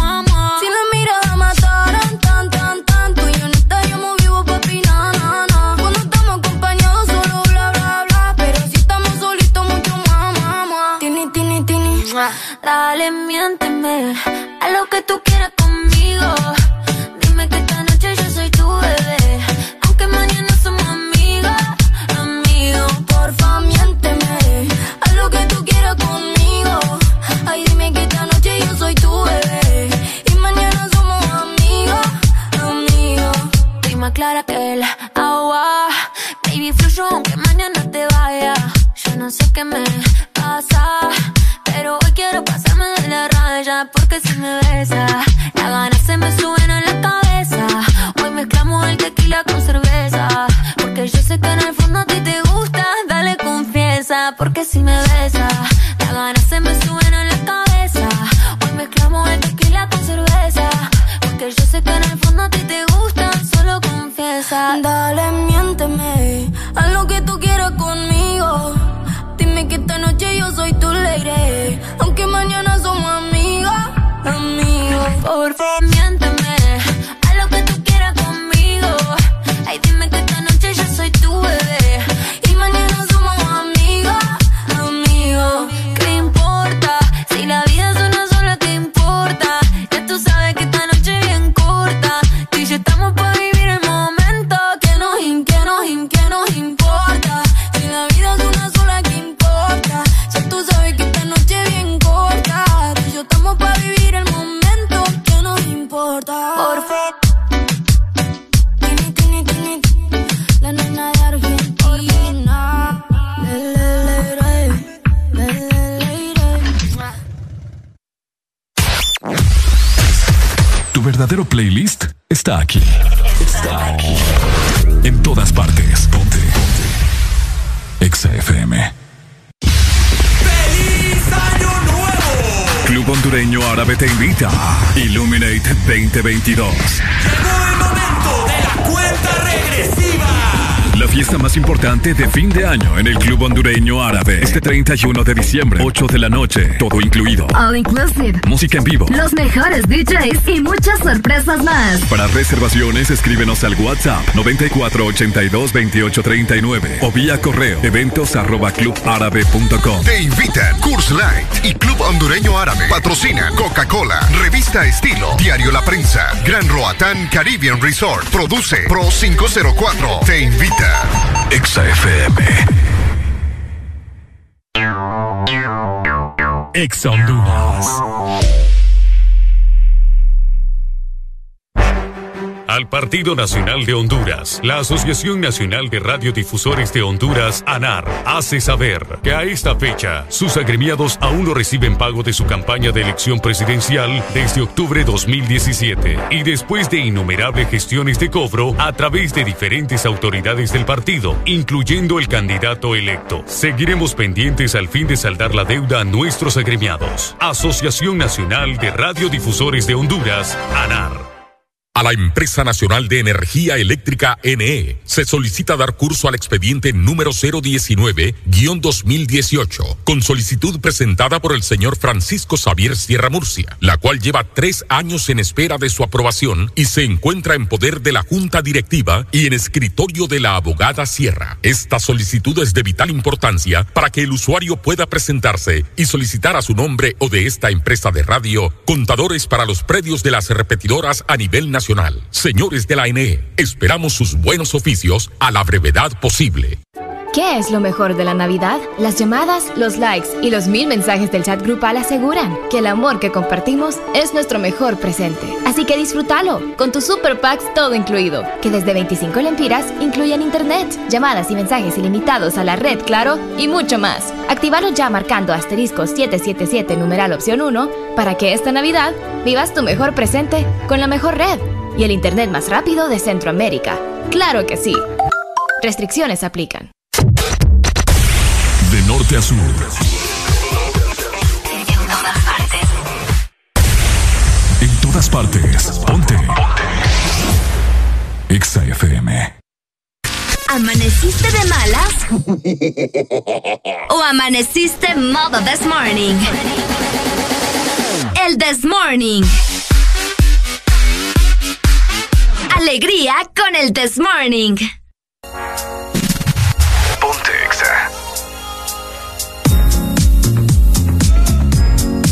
Speaker 6: Dale, miénteme, haz lo que tú quieras conmigo. Dime que esta noche yo soy tu bebé, aunque mañana somos amigos, amigos. Porfa, miénteme, haz lo que tú quieras conmigo. Ay, dime que esta noche yo soy tu bebé y mañana somos amigos, amigos. Estoy más clara que el agua, baby, fluyo aunque mañana te vaya. Yo no sé qué me pasa, pero hoy quiero pasarme de la raya, porque si me besa, las ganas se me suben a la cabeza. Hoy mezclamos el tequila con cerveza, porque yo sé que en el fondo a ti te gusta. Dale, confiesa, porque si me besa, las ganas se me suben a la cabeza. Hoy mezclamos el tequila con cerveza, porque yo sé que en el fondo a ti te gusta. Solo confiesa. Dale, miénteme, haz lo que tú quieras conmigo. Dime que esta noche yo soy tu lady, aunque mañana somos amigos, amigos. Por favor, miénteme, haz lo que tú quieras conmigo. Ay, dime que esta noche yo soy tu bebé y mañana somos amigos, amigos. ¿Qué importa? Si la vida es una sola, ¿qué importa? Ya tú sabes que esta noche es bien corta. Tú y yo estamos para vivir el momento. Que nos, que nos, que nos importa? Si la vida es una sola, ¿qué importa? Ya tú sabes que esta noche es bien corta. Tú y yo estamos para vivir el momento. Que nos importa? Por favor. Tini, tini, tini, la nena de Argentina. Le, le, le, le, le, le, le.
Speaker 2: Tu verdadero playlist está aquí. Está aquí. En todas partes. Ponte. Ponte. Exa F M.
Speaker 11: ¡Feliz Año Nuevo!
Speaker 2: Club Hondureño Árabe te invita a Illuminate veinte veintidós.
Speaker 11: Llegó el momento de la cuenta regresiva.
Speaker 2: La fiesta más importante de fin de año en el Club Hondureño Árabe. Este treinta y uno de diciembre, ocho de la noche, todo incluido.
Speaker 10: All inclusive.
Speaker 2: Música en vivo.
Speaker 10: Los mejores D Js y muchas sorpresas más.
Speaker 2: Para reservaciones, escríbenos al WhatsApp noventa y cuatro ochenta y dos veintiocho treinta y nueve o vía correo eventos arroba club árabe punto com.
Speaker 1: Te invitan Coors Light y Club Hondureño Árabe. Patrocinan Coca-Cola, Revista Estilo, Diario La Prensa, Gran Roatán Caribbean Resort. Produce Pro cinco cero cuatro. Te invita
Speaker 2: Exa F M. Exa Honduras.
Speaker 7: Al Partido Nacional de Honduras, la Asociación Nacional de Radiodifusores de Honduras, ANAR, hace saber que a esta fecha, sus agremiados aún no reciben pago de su campaña de elección presidencial desde octubre dos mil diecisiete y después de innumerables gestiones de cobro a través de diferentes autoridades del partido, incluyendo el candidato electo. Seguiremos pendientes al fin de saldar la deuda a nuestros agremiados. Asociación Nacional de Radiodifusores de Honduras, ANAR.
Speaker 9: A la Empresa Nacional de Energía Eléctrica N E se solicita dar curso al expediente número cero diecinueve guión dos mil dieciocho, con solicitud presentada por el señor Francisco Xavier Sierra Murcia, la cual lleva tres años en espera de su aprobación y se encuentra en poder de la Junta Directiva y en escritorio de la abogada Sierra. Esta solicitud es de vital importancia para que el usuario pueda presentarse y solicitar a su nombre o de esta empresa de radio contadores para los predios de las repetidoras a nivel nacional. Señores de la N E, esperamos sus buenos oficios a la brevedad posible.
Speaker 18: ¿Qué es lo mejor de la Navidad? Las llamadas, los likes y los mil mensajes del chat grupal aseguran que el amor que compartimos es nuestro mejor presente. Así que disfrútalo con tus super packs todo incluido, que desde veinticinco lempiras incluyen internet, llamadas y mensajes ilimitados a la red Claro y mucho más. Actívalo ya marcando asterisco siete siete siete numeral opción uno para que esta Navidad vivas tu mejor presente con la mejor red y el internet más rápido de Centroamérica. ¡Claro que sí! Restricciones aplican.
Speaker 2: De norte a sur. En todas partes. Ponte. Ponte. Exa F M.
Speaker 10: ¿Amaneciste de malas? ¿O amaneciste modo This Morning? El This Morning. Alegría con el This Morning.
Speaker 2: Ponte Exa.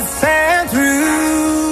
Speaker 19: passing through.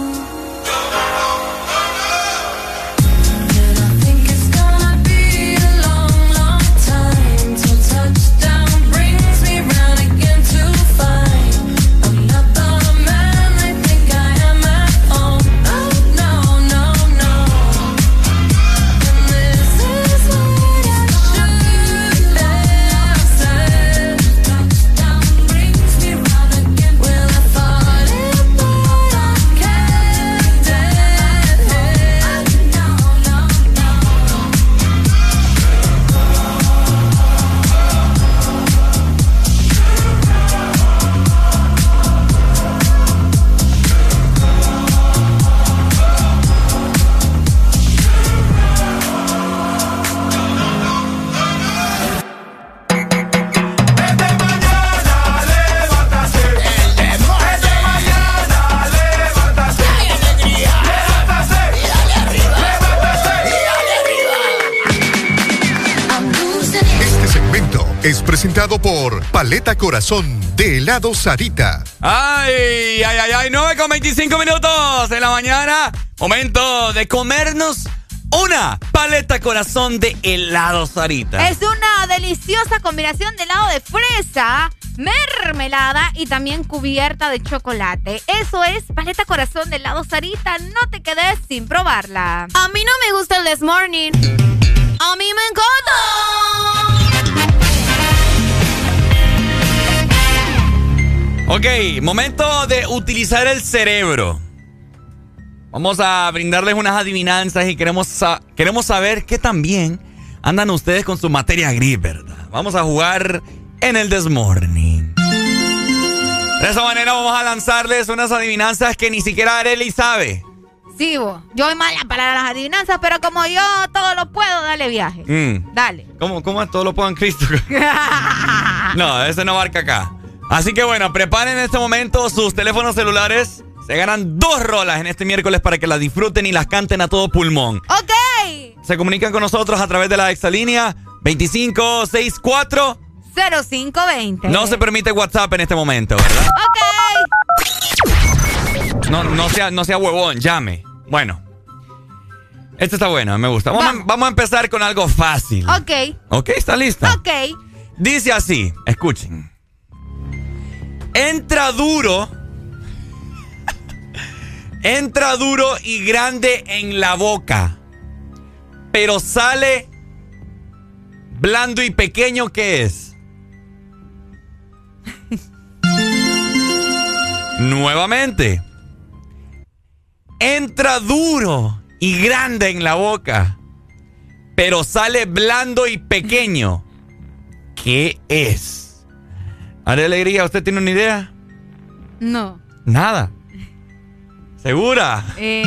Speaker 1: Es presentado por Paleta Corazón de helado Sarita.
Speaker 4: Ay, ay, ay, ay, nueve con veinticinco minutos de la mañana. Momento de comernos una paleta corazón de helado Sarita.
Speaker 3: Es una deliciosa combinación de helado de fresa, mermelada y también cubierta de chocolate. Eso es paleta corazón de helado Sarita. No te quedes sin probarla.
Speaker 5: A mí no me gusta el This Morning. A mí me encanta.
Speaker 4: Ok, momento de utilizar el cerebro. Vamos a brindarles unas adivinanzas y queremos, sa- queremos saber qué tan bien andan ustedes con su materia gris, ¿verdad? Vamos a jugar en el This Morning. De esa manera vamos a lanzarles unas adivinanzas que ni siquiera Arely sabe.
Speaker 3: Sí, vos. Yo soy mala para las adivinanzas, pero como yo todo lo puedo, dale viaje.
Speaker 4: Mm.
Speaker 3: Dale.
Speaker 4: ¿Cómo, cómo es todo lo puedo en Cristo? No, ese no abarca acá. Así que bueno, preparen en este momento sus teléfonos celulares. Se ganan dos rolas en este miércoles para que las disfruten y las canten a todo pulmón.
Speaker 3: ¡Ok!
Speaker 4: Se comunican con nosotros a través de la exalínea veinticinco sesenta y cuatro
Speaker 3: cero cinco veinte.
Speaker 4: No se permite WhatsApp en este momento, ¿verdad?
Speaker 3: ¡Ok!
Speaker 4: No, no sea, no sea huevón, llame. Bueno. Este está bueno, me gusta. Vamos, vamos. A, vamos a empezar con algo fácil.
Speaker 3: Ok.
Speaker 4: ¿Ok? ¿Está lista?
Speaker 3: Ok.
Speaker 4: Dice así, escuchen. Entra duro, entra duro y grande en la boca, pero sale blando y pequeño, ¿qué es? Nuevamente. Entra duro y grande en la boca, pero sale blando y pequeño, ¿qué es? Haré alegría, ¿usted tiene una idea?
Speaker 3: No.
Speaker 4: Nada. ¿Segura?
Speaker 3: Eh,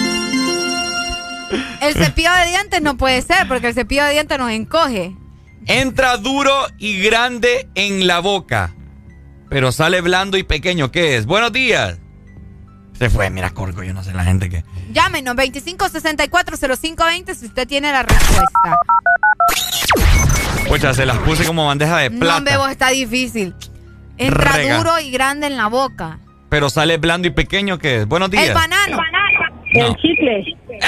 Speaker 3: el cepillo de dientes no puede ser, porque el cepillo de dientes nos encoge.
Speaker 4: Entra duro y grande en la boca, pero sale blando y pequeño, ¿qué es? Buenos días. Se fue, mira, corco, yo no sé la gente que...
Speaker 3: Llámenos, veinticinco sesenta y cuatro cero cinco veinte si usted tiene la respuesta.
Speaker 4: Pucha, se las puse como bandeja de plata.
Speaker 3: No, bebo, está difícil. Entra
Speaker 4: Rega.
Speaker 3: duro y grande en la boca.
Speaker 4: Pero sale blando y pequeño, ¿qué es? Buenos días.
Speaker 3: El banano.
Speaker 4: No.
Speaker 16: El chicle.
Speaker 4: ¡Eh!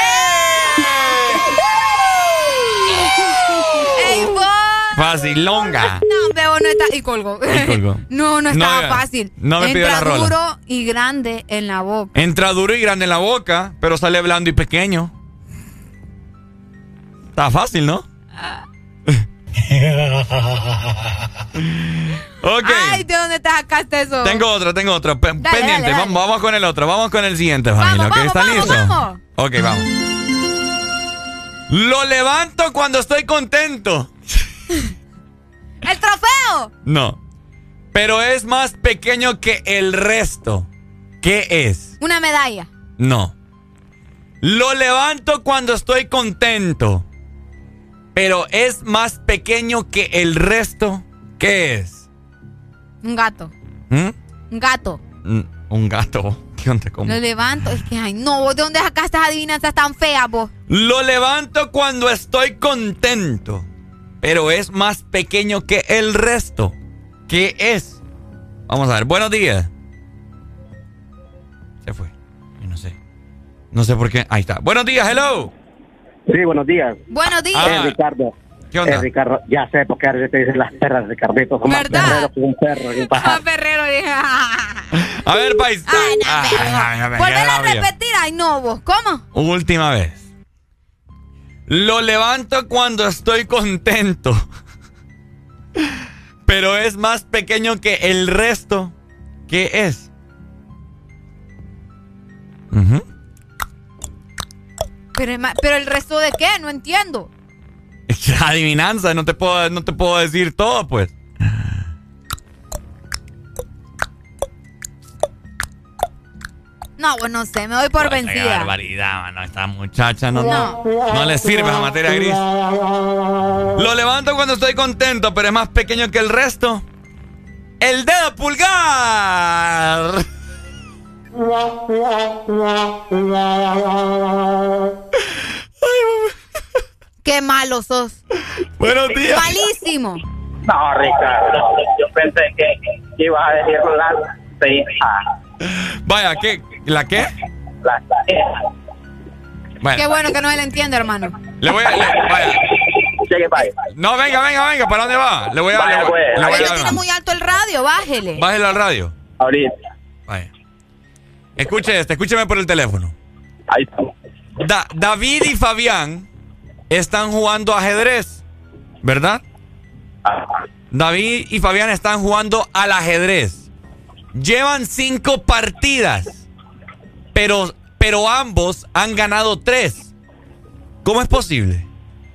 Speaker 3: ¡Ey, vos!
Speaker 4: Facilonga.
Speaker 3: No, bebo, no está... Y colgó.
Speaker 4: Y colgó.
Speaker 3: No, no estaba
Speaker 4: No,
Speaker 3: fácil.
Speaker 4: no me pidió la rola.
Speaker 3: Entra duro y grande en la boca.
Speaker 4: Entra duro y grande en la boca, pero sale blando y pequeño. Está fácil, ¿no? Ok.
Speaker 3: Ay, ¿de dónde te sacaste eso?
Speaker 4: Tengo otro, tengo otro. P-
Speaker 3: Dale,
Speaker 4: pendiente,
Speaker 3: dale, dale.
Speaker 4: Vamos, vamos con el otro. Vamos con el siguiente, familia.
Speaker 3: Vamos,
Speaker 4: ¿Ok?
Speaker 3: vamos,
Speaker 4: ¿Están
Speaker 3: vamos,
Speaker 4: listos?
Speaker 3: vamos.
Speaker 4: Ok, vamos. Lo levanto cuando estoy contento.
Speaker 3: ¡El trofeo!
Speaker 4: No. Pero es más pequeño que el resto. ¿Qué es?
Speaker 3: Una medalla.
Speaker 4: No. Lo levanto cuando estoy contento. Pero es más pequeño que el resto. ¿Qué es?
Speaker 3: Un gato.
Speaker 4: ¿Mm?
Speaker 3: Un gato.
Speaker 4: Mm, Un gato. ¿Qué onda? ¿Cómo?
Speaker 3: Lo levanto. Es que, ay, no, ¿vos ¿de dónde sacaste estas adivinanzas tan feas, vos?
Speaker 4: Lo levanto cuando estoy contento. Pero es más pequeño que el resto. ¿Qué es? Vamos a ver. Buenos días. No sé por qué. Ahí está. Buenos días, hello.
Speaker 17: Sí, buenos días.
Speaker 3: Buenos días.
Speaker 4: Ah,
Speaker 17: Eh, Ricardo.
Speaker 4: ¿Qué onda?
Speaker 17: Eh, Ricardo, ya sé por qué ahora te dicen las perras, Ricardito. Son más perreros que un perro y un pájaro.
Speaker 3: Ferrero dije.
Speaker 4: A ver, país.
Speaker 3: Ay, no,
Speaker 4: Ay,
Speaker 3: pero-
Speaker 4: ay, ay,
Speaker 3: Volver
Speaker 4: ya
Speaker 3: a
Speaker 4: la vi.
Speaker 3: repetir. Ay, no, vos. ¿Cómo?
Speaker 4: Última vez. Lo levanto cuando estoy contento. Pero es más pequeño que el resto. ¿Qué es? Ujú.
Speaker 3: Pero, es ma- pero el resto de qué? No entiendo.
Speaker 4: Adivinanza, no te puedo, no te puedo decir todo, pues.
Speaker 3: No, pues no sé, me doy por
Speaker 4: Qué
Speaker 3: vencida.
Speaker 4: barbaridad, mano. Esta muchacha no, no.
Speaker 3: No.
Speaker 4: no le sirve esa materia gris. Lo levanto cuando estoy contento, pero es más pequeño que el resto. ¡El dedo pulgar!
Speaker 3: Qué malo sos.
Speaker 4: Buenos días.
Speaker 3: Malísimo.
Speaker 13: No, Ricardo, yo pensé que, que ibas a decir la ceja.
Speaker 4: Vaya, ¿qué? ¿La qué?
Speaker 13: La ceja.
Speaker 4: Bueno,
Speaker 3: Qué bueno que no se le entiende, hermano.
Speaker 4: le voy a... le- vaya.
Speaker 13: Llegue, vaya.
Speaker 4: No, venga, venga, venga. ¿Para dónde va? Le voy a...
Speaker 13: Vaya,
Speaker 4: le voy-
Speaker 13: pues.
Speaker 4: le voy a
Speaker 3: Pero
Speaker 4: dar
Speaker 3: tiene
Speaker 4: una-
Speaker 3: muy alto el radio, bájele.
Speaker 4: Bájelo al radio.
Speaker 13: Ahorita.
Speaker 4: Vaya. Escuche este, escúcheme por el teléfono.
Speaker 13: Ahí está.
Speaker 4: Da- David y Fabián están jugando ajedrez, ¿verdad? David y Fabián están jugando al ajedrez. Llevan cinco partidas, pero, pero ambos han ganado tres. ¿Cómo es posible?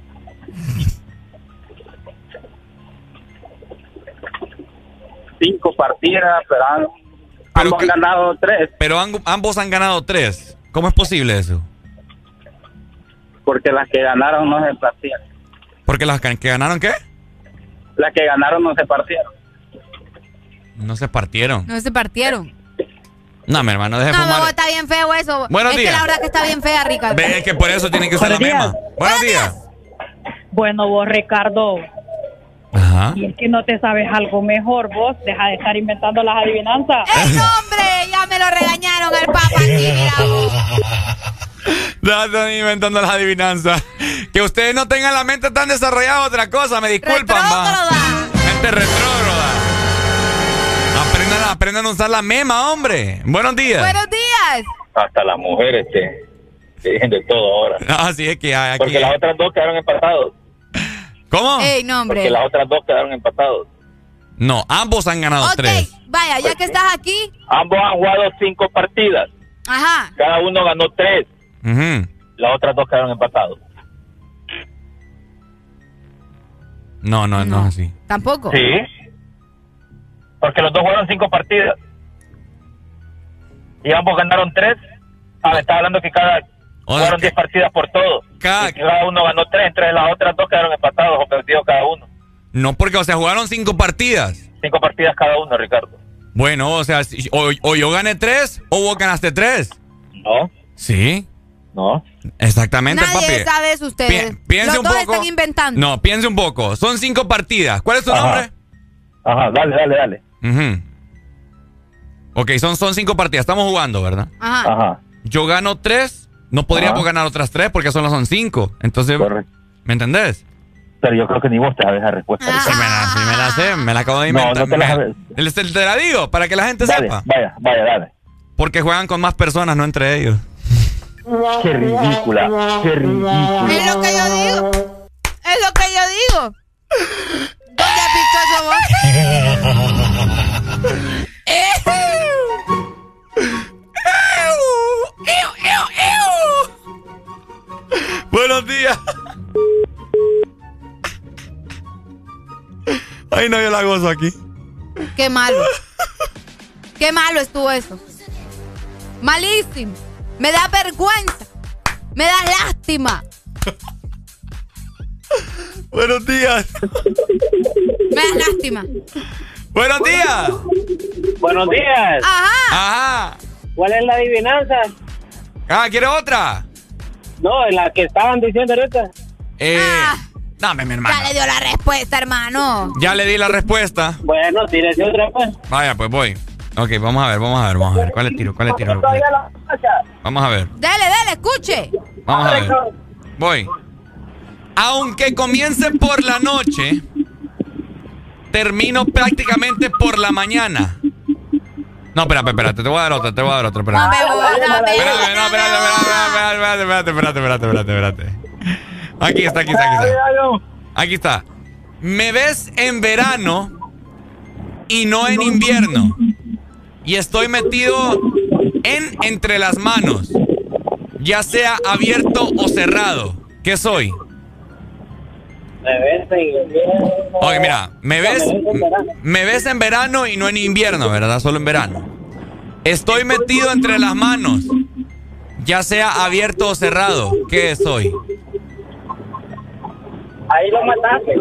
Speaker 13: Cinco partidas, pero han,
Speaker 4: Pero
Speaker 13: ambos han ganado tres.
Speaker 4: Pero ang- ambos han ganado tres. ¿Cómo es posible eso?
Speaker 13: Porque las que ganaron no se partieron.
Speaker 4: Porque las que que ganaron, ¿qué?
Speaker 13: Las que ganaron no se partieron.
Speaker 4: No se partieron.
Speaker 3: No se partieron.
Speaker 4: No, mi hermano, deje
Speaker 3: No,
Speaker 4: fumar.
Speaker 3: no, está bien feo eso.
Speaker 4: Buenos
Speaker 3: es
Speaker 4: días.
Speaker 3: que la verdad que está bien fea, Ricardo.
Speaker 4: Ve, es que por eso tiene que usar la
Speaker 12: Buenos
Speaker 4: misma. Buenos días.
Speaker 12: Bueno, vos, Ricardo,
Speaker 4: Ajá.
Speaker 12: y es que no te sabes algo mejor, vos, deja de estar inventando las adivinanzas.
Speaker 3: ¡Eh, no, hombre! Ya me lo regañaron el papa aquí, mira vos.
Speaker 4: Ya están inventando las adivinanzas. Que ustedes no tengan la mente tan desarrollada, otra cosa, me disculpan, va.
Speaker 3: Retrógrada.
Speaker 4: Gente retrógrada. Aprendan, aprendan a usar la mema, hombre. Buenos días.
Speaker 3: Buenos días.
Speaker 13: Hasta las mujeres te, te dicen de todo ahora.
Speaker 4: Ah, sí, es que hay aquí.
Speaker 13: Porque las otras dos quedaron empatados.
Speaker 4: ¿Cómo?
Speaker 3: Ey, no, hombre.
Speaker 13: Porque las otras dos quedaron empatados.
Speaker 4: No, ambos han ganado
Speaker 3: Ok,
Speaker 4: tres.
Speaker 3: vaya, ya que estás aquí.
Speaker 13: Ambos han jugado cinco partidas.
Speaker 3: Ajá.
Speaker 13: Cada uno ganó tres.
Speaker 4: Ujú.
Speaker 13: Las otras dos quedaron empatados.
Speaker 4: No, no, no, es así.
Speaker 3: Tampoco.
Speaker 13: Sí. Porque los dos jugaron cinco partidas. Y ambos ganaron tres. Ah, me estaba hablando que cada jugaron diez partidas por todo.
Speaker 4: Cada...
Speaker 13: Y cada uno ganó tres. Entre las otras dos quedaron empatados o perdidos cada uno.
Speaker 4: No, porque, o sea, jugaron cinco partidas.
Speaker 13: Cinco partidas cada uno, Ricardo.
Speaker 4: Bueno, o sea, si- o, o yo gané tres o vos ganaste tres.
Speaker 13: No.
Speaker 4: Sí.
Speaker 13: No.
Speaker 4: Exactamente,
Speaker 3: Nadie
Speaker 4: papi.
Speaker 3: sabe eso ustedes.
Speaker 4: Pi- piense
Speaker 3: Los
Speaker 4: un
Speaker 3: dos
Speaker 4: poco.
Speaker 3: están inventando.
Speaker 4: No, piense un poco. Son cinco partidas. ¿Cuál es tu
Speaker 13: Ajá.
Speaker 4: nombre?
Speaker 13: Ajá, dale, dale, dale.
Speaker 4: Ujú. Ok, son, son cinco partidas. Estamos jugando, ¿verdad?
Speaker 3: Ajá.
Speaker 13: Ajá.
Speaker 4: Yo gano tres. No podríamos
Speaker 13: Ajá.
Speaker 4: ganar otras tres porque solo son cinco. Entonces,
Speaker 13: Correcto.
Speaker 4: ¿me entendés?
Speaker 13: Pero yo creo que ni vos te sabes esa respuesta.
Speaker 3: Ah.
Speaker 4: Sí me, la, sí me la sé, me la acabo de
Speaker 13: No,
Speaker 4: inventar.
Speaker 13: no te la
Speaker 4: Me-
Speaker 13: sabes.
Speaker 4: el- Te, te la digo para que la gente
Speaker 13: Dale,
Speaker 4: sepa.
Speaker 13: vaya, vaya, dale.
Speaker 4: Porque juegan con más personas, no entre ellos.
Speaker 13: Qué ridícula, qué ridícula.
Speaker 3: Es lo que yo digo. Es lo que yo digo. ¿Dónde has visto eso vos?
Speaker 4: Buenos días. Ay, no, yo la gozo aquí.
Speaker 3: Qué malo. Qué malo estuvo eso. Malísimo. Me da vergüenza. Me da lástima.
Speaker 4: Buenos días.
Speaker 3: Me da lástima.
Speaker 4: Buenos días.
Speaker 12: Buenos días.
Speaker 3: Ajá.
Speaker 4: Ajá.
Speaker 12: ¿Cuál es la adivinanza?
Speaker 4: Ah, ¿quieres otra?
Speaker 12: No, la que estaban diciendo ahorita.
Speaker 4: Eh,
Speaker 3: Ah.
Speaker 4: dame, mi hermano.
Speaker 3: Ya le dio la respuesta, hermano.
Speaker 4: Ya le di la respuesta.
Speaker 12: Bueno, tírese otra pues.
Speaker 4: Vaya, pues voy. Ok, vamos a ver, vamos a ver, vamos a ver. ¿Cuál le tiro? ¿Cuál le tiro?
Speaker 12: Todavía la muchacha.
Speaker 4: Vamos a ver.
Speaker 3: Dale, dale, escuche.
Speaker 4: Vamos a ver. Voy. Aunque comience por la noche, termino prácticamente por la mañana. No, espérate, espérate, te voy a dar otra, te voy a dar otra, espérate.
Speaker 3: No, me voy, no, me
Speaker 4: Espérate, no, espérate, espérate, espérate, espérate, espérate, espérate, espérate. Aquí está, aquí está, aquí está. Aquí está. Me ves en verano y no en invierno. Y estoy metido en entre las manos, ya sea abierto o cerrado. ¿Qué soy?
Speaker 13: Me ves en invierno.
Speaker 4: Oye, mira, me ves, me ves en verano y no en invierno, ¿verdad? Solo en verano. Estoy metido entre las manos, ya sea abierto o cerrado. ¿Qué soy?
Speaker 13: Ahí lo mataste.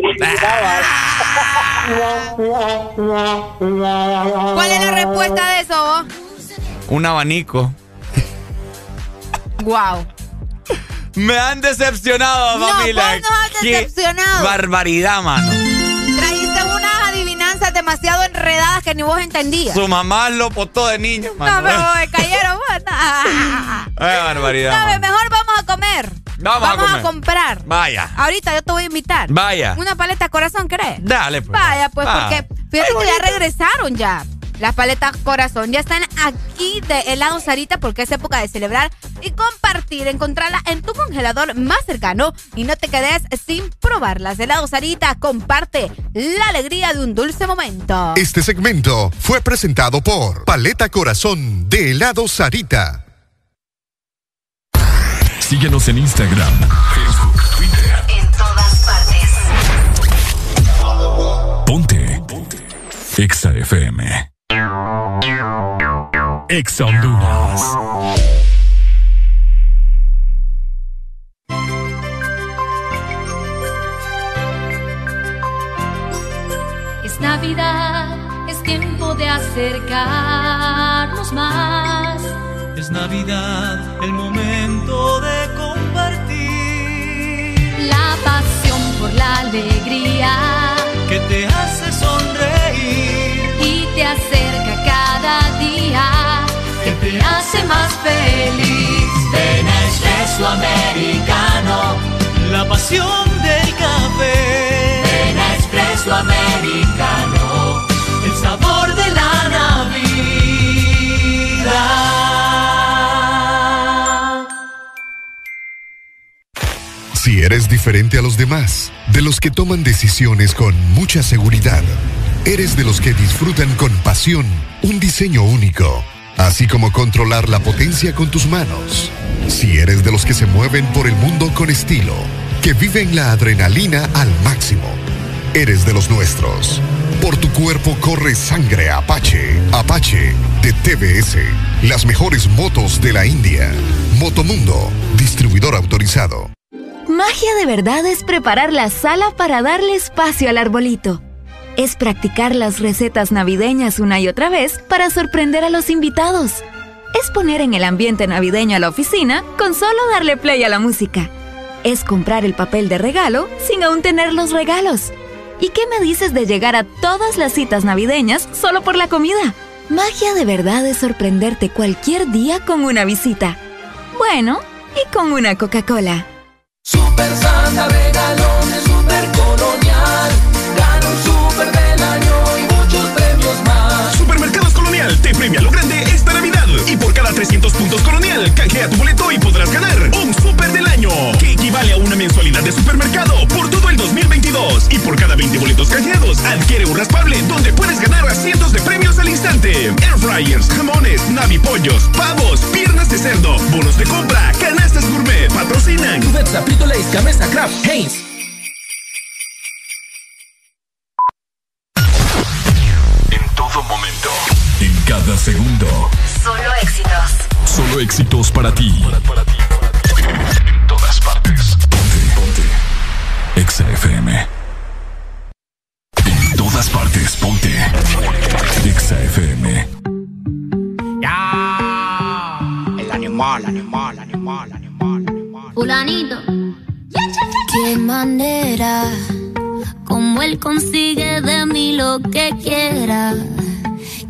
Speaker 3: ¿Cuál es la respuesta de eso, vos?
Speaker 4: Un abanico.
Speaker 3: Wow.
Speaker 4: Me han decepcionado,
Speaker 3: no,
Speaker 4: familia.
Speaker 3: No, nos has decepcionado.
Speaker 4: Qué barbaridad, mano.
Speaker 3: Trajiste unas adivinanzas demasiado enredadas que ni vos entendías.
Speaker 4: Su mamá lo botó de niño, mano.
Speaker 3: No, pero me cayeron.
Speaker 4: Qué barbaridad.
Speaker 3: No, mejor vamos a comer.
Speaker 4: Vamos,
Speaker 3: vamos
Speaker 4: a, comer.
Speaker 3: a comprar.
Speaker 4: Vaya.
Speaker 3: Ahorita yo te voy a invitar.
Speaker 4: Vaya.
Speaker 3: Una paleta corazón, ¿querés?
Speaker 4: Dale, pues.
Speaker 3: Vaya, pues,
Speaker 4: ah.
Speaker 3: porque fíjate que ya regresaron ya. Las paletas corazón ya están aquí de helado Sarita porque es época de celebrar y compartir. Encontrarla en tu congelador más cercano y no te quedes sin probarlas. Helado Sarita, comparte la alegría de un dulce momento.
Speaker 1: Este segmento fue presentado por Paleta Corazón de helado Sarita.
Speaker 2: Síguenos en Instagram, Facebook, Twitter.
Speaker 10: En todas partes.
Speaker 2: Ponte. Ponte. Exa F M. Exa Honduras.
Speaker 21: Es Navidad, es tiempo de acercarnos más.
Speaker 20: Es Navidad, el momento de compartir
Speaker 21: la pasión por la alegría
Speaker 20: que te hace sonreír
Speaker 21: y te acerca cada día, que te hace más feliz.
Speaker 20: Ven a Espresso Americano, la pasión del café.
Speaker 19: Ven a Espresso Americano,
Speaker 20: el sabor de la Navidad.
Speaker 1: Si eres diferente a los demás, de los que toman decisiones con mucha seguridad, eres de los que disfrutan con pasión un diseño único, así como controlar la potencia con tus manos. Si eres de los que se mueven por el mundo con estilo, que viven la adrenalina al máximo, eres de los nuestros. Por tu cuerpo corre sangre Apache. Apache de T V S. Las mejores motos de la India. Motomundo, distribuidor autorizado.
Speaker 18: Magia de verdad es preparar la sala para darle espacio al arbolito. Es practicar las recetas navideñas una y otra vez para sorprender a los invitados. Es poner en el ambiente navideño a la oficina con solo darle play a la música. Es comprar el papel de regalo sin aún tener los regalos. ¿Y qué me dices de llegar a todas las citas navideñas solo por la comida? Magia de verdad es sorprenderte cualquier día con una visita. Bueno, y con una Coca-Cola.
Speaker 19: Super Santa regalones, Super Colonial. Gana un Super del año y muchos premios más.
Speaker 11: Supermercados Colonial te premia lo grande esta Navidad. Y por cada trescientos puntos Colonial, canjea tu boleto y podrás ganar un Super del año, que equivale a una mensualidad de supermercado por todo el dos mil veintidós. Y por cada veinte boletos canjeados, adquiere un raspable donde puedes ganar a cientos de premios al instante. Air fryers, jamones, navipollos, pavos, piernas de cerdo, bonos de compra, canastas gourmet, patrocinan
Speaker 20: Cubeta, Frito Lays, Gamesa, Kraft, Heinz.
Speaker 2: En todo momento, en cada segundo.
Speaker 10: Solo éxitos.
Speaker 2: Solo éxitos para ti. Para, para ti, para ti. En todas partes. Ponte, ponte. Exa F M. En todas partes, ponte. Exa F M.
Speaker 14: Ya. El animal, animal, animal, animal, animal.
Speaker 21: Fulanito.
Speaker 6: Qué manera, como él consigue de mí lo que quiera.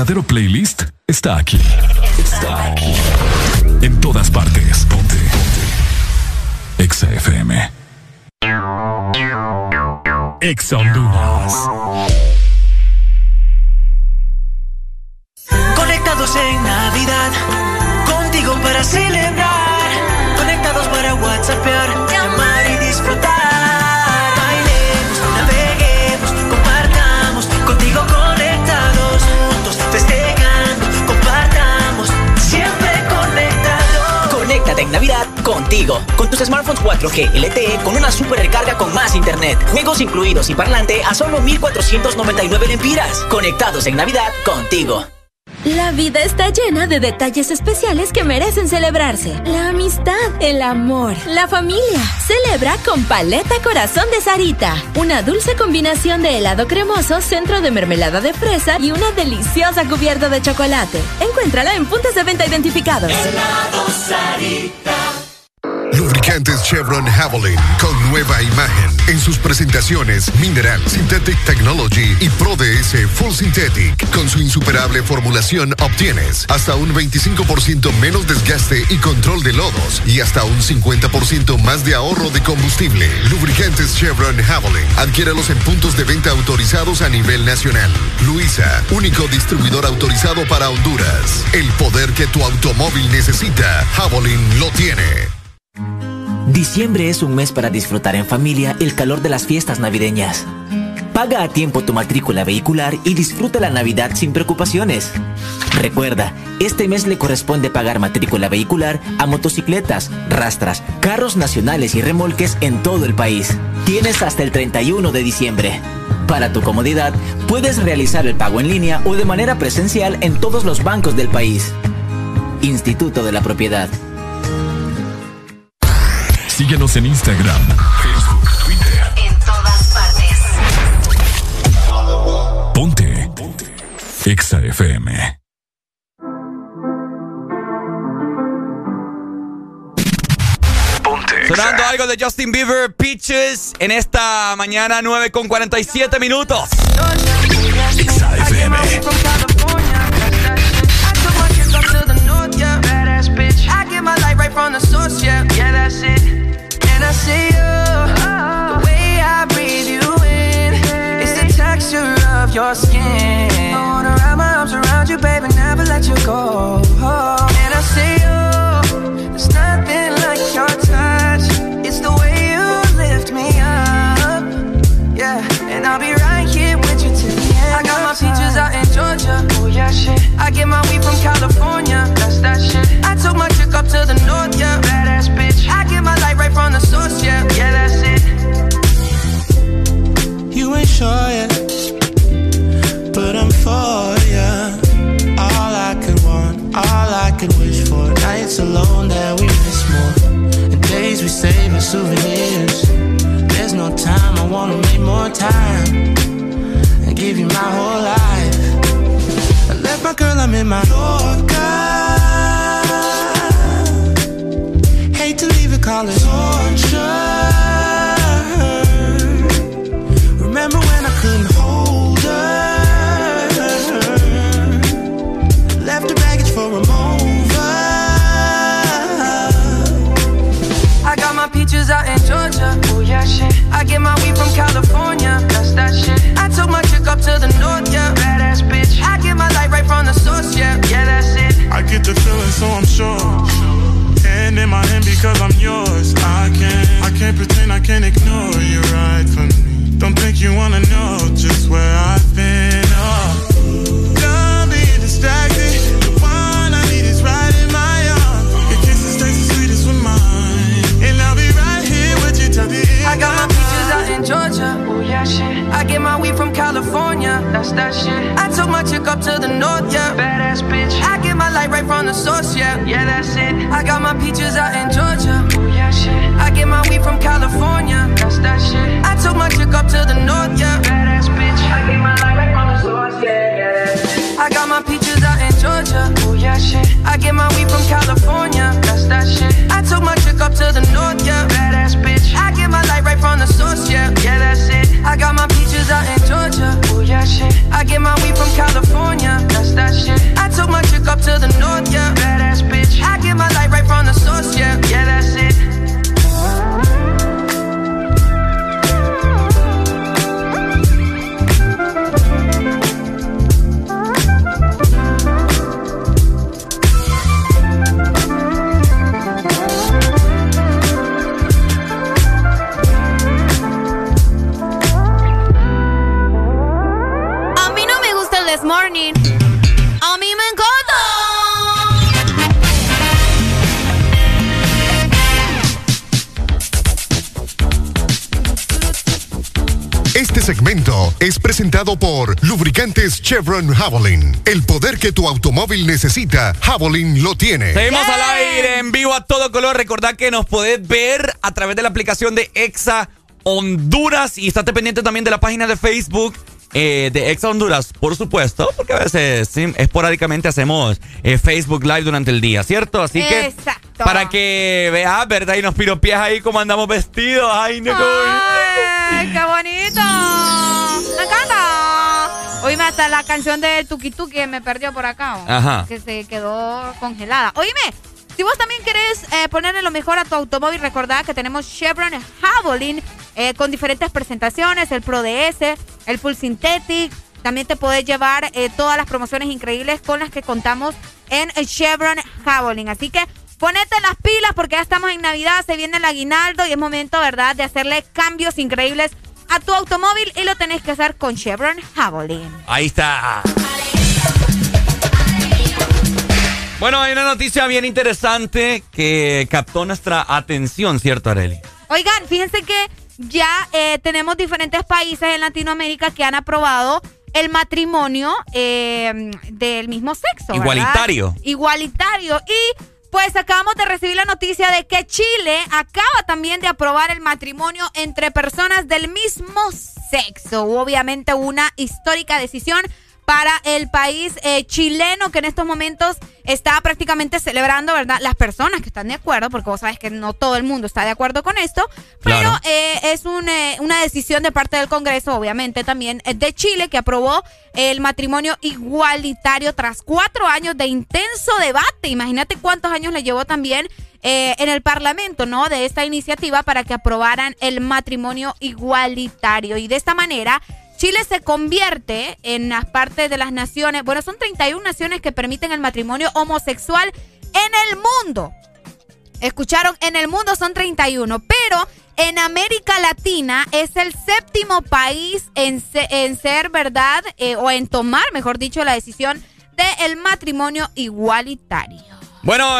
Speaker 2: verdadero playlist está aquí. Está aquí. En todas partes. Ponte. Ponte. Exa F M. Exa Honduras.
Speaker 7: Conectados en Navidad, contigo para celebrar. Conectados para WhatsAppear, llamar y disfrutar. Bailemos, naveguemos, compartamos. Contigo conectados, juntos festejando. Compartamos, siempre conectados.
Speaker 8: Conéctate en Navidad contigo. Con tus smartphones cuatro G L T E con una super recarga con más internet, juegos incluidos y parlante a solo mil cuatrocientos noventa y nueve lempiras. Conectados en Navidad contigo.
Speaker 23: La vida está llena de detalles especiales que merecen celebrarse. La amistad, el amor, la familia. Celebra con Paleta Corazón de Sarita. Una dulce combinación de helado cremoso, centro de mermelada de fresa y una deliciosa cubierta de chocolate. Encuéntrala en puntos de venta identificados.
Speaker 19: Helado Sarita.
Speaker 1: Lubricantes Chevron Javelin con nueva imagen en sus presentaciones Mineral, Synthetic Technology y Pro D S Full Synthetic. Con su insuperable formulación obtienes hasta un veinticinco por ciento menos desgaste y control de lodos y hasta un cincuenta por ciento más de ahorro de combustible. Lubricantes Chevron Javelin. Adquiéralos en puntos de venta autorizados a nivel nacional. Luisa, único distribuidor autorizado para Honduras. El poder que tu automóvil necesita, Javelin lo tiene.
Speaker 8: Diciembre es un mes para disfrutar en familia el calor de las fiestas navideñas. Paga a tiempo tu matrícula vehicular y disfruta la Navidad sin preocupaciones. Recuerda, este mes le corresponde pagar matrícula vehicular a motocicletas, rastras, carros nacionales y remolques en todo el país. Tienes hasta el treinta y uno de diciembre. Para tu comodidad, puedes realizar el pago en línea o de manera presencial en todos los bancos del país. Instituto de la Propiedad.
Speaker 2: Síguenos en Instagram, Facebook, Twitter.
Speaker 10: En todas partes.
Speaker 2: Ponte. Ponte. Exa F M.
Speaker 4: Ponte. Sonando algo de Justin Bieber, Peaches, en esta mañana nueve con cuarenta y siete minutos.
Speaker 2: Exa F M.
Speaker 7: And I see you, the way I breathe you in, it's the texture of your skin. I wanna wrap my arms around you, baby, never let you go. And I see you, there's nothing like your touch. It's the way you lift me up, yeah. And I'll be right here with you till the end. I got my peaches out in Georgia, oh yeah, shit. I get my weed from California, that's that shit. I took my chick up to the north, yeah, badass bitch. I get my light right from the source, yeah, yeah, that's it. You ain't sure yet, but I'm for ya. All I could want, all I could wish for. Nights alone that we miss more, and days we save as souvenirs. There's no time, I wanna make more time and give you my whole life. I left my girl, I'm in my Yorker. Hate to leave it, call it torture. Remember when I couldn't hold her? Left her baggage for a mover. I got my peaches out in Georgia, oh yeah, shit. I get my weed from California, that's that shit. I took my chick up to the north, yeah, badass bitch. I get my light right from the source, yeah, yeah, that's it. I get the feeling, so I'm sure. Hand in my hand because I'm yours. I can't, I can't pretend, I can't ignore you right from me. Don't think you wanna know just where I've been. Oh, don't be distracted. The one I need is right in my arms. Your kisses taste the sweetest with mine, and I'll be right here with you till the end. I got my peaches out in Georgia, oh yeah, shit. I get my weed from California, that's that shit. I took my chick up to the north, yeah, badass bitch. I get my light right from the source, yeah, yeah, that's it. I got my peaches out in Georgia, oh yeah, shit. I get my weed from California, that's that shit. I took my chick up to the north, yeah, badass bitch. I get my light right from the source, yeah, yeah, that's it. I got my peaches out in Georgia, oh yeah, shit. I get my weed from California, that's that shit. I took my chick up to the north, yeah, badass bitch. I get my light right from the source, yeah, yeah, that's it. I got my peaches out in Georgia, oh yeah, shit. I get my weed from California, that's that shit.
Speaker 3: This Morning. A mí me encanta.
Speaker 1: Este segmento es presentado por Lubricantes Chevron Javelin. El poder que tu automóvil necesita, Javelin lo tiene.
Speaker 4: Seguimos al aire en vivo a todo color. Recordad que nos podés ver a través de la aplicación de Exa Honduras y estate pendiente también de la página de Facebook eh, de Exa Honduras, por supuesto, porque a veces sí, esporádicamente hacemos eh, Facebook Live durante el día, ¿cierto? Así que
Speaker 3: exacto,
Speaker 4: para que veas, ¿verdad? Y nos piropias ahí como andamos vestidos. ¡Ay, no!
Speaker 3: ¡Ay, qué bonito! ¡Me encanta! Oíme, hasta la canción de Tuki Tuki que me perdió por acá, ¿o?
Speaker 4: Ajá.
Speaker 3: Que se quedó congelada. Oíme, si vos también querés eh, ponerle lo mejor a tu automóvil, recordad que tenemos Chevron Javelin eh, con diferentes presentaciones, el Pro D S, el Full Synthetic. También te podés llevar eh, todas las promociones increíbles con las que contamos en Chevron Javelin. Así que ponete las pilas porque ya estamos en Navidad, se viene el aguinaldo y es momento, ¿verdad?, de hacerle cambios increíbles a tu automóvil y lo tenés que hacer con Chevron Javelin.
Speaker 4: Ahí está. Bueno, hay una noticia bien interesante que captó nuestra atención, ¿cierto, Arely?
Speaker 3: Oigan, fíjense que ya eh, tenemos diferentes países en Latinoamérica que han aprobado el matrimonio eh, del mismo sexo, ¿verdad?
Speaker 4: Igualitario.
Speaker 3: Igualitario. Y pues acabamos de recibir la noticia de que Chile acaba también de aprobar el matrimonio entre personas del mismo sexo. Obviamente una histórica decisión para el país eh, chileno, que en estos momentos está prácticamente celebrando, ¿verdad?, las personas que están de acuerdo, porque vos sabés que no todo el mundo está de acuerdo con esto, claro. Pero eh, es un, eh, una decisión de parte del Congreso, obviamente también eh, de Chile, que aprobó el matrimonio igualitario tras cuatro años de intenso debate. Imagínate cuántos años le llevó también eh, en el Parlamento, ¿no?, de esta iniciativa para que aprobaran el matrimonio igualitario. Y de esta manera Chile se convierte en las partes de las naciones, bueno, son treinta y una naciones que permiten el matrimonio homosexual en el mundo. Escucharon, en el mundo son treinta y uno, pero en América Latina es el séptimo país en, se, en ser, ¿verdad? Eh, o en tomar, mejor dicho, la decisión del matrimonio igualitario.
Speaker 4: Bueno,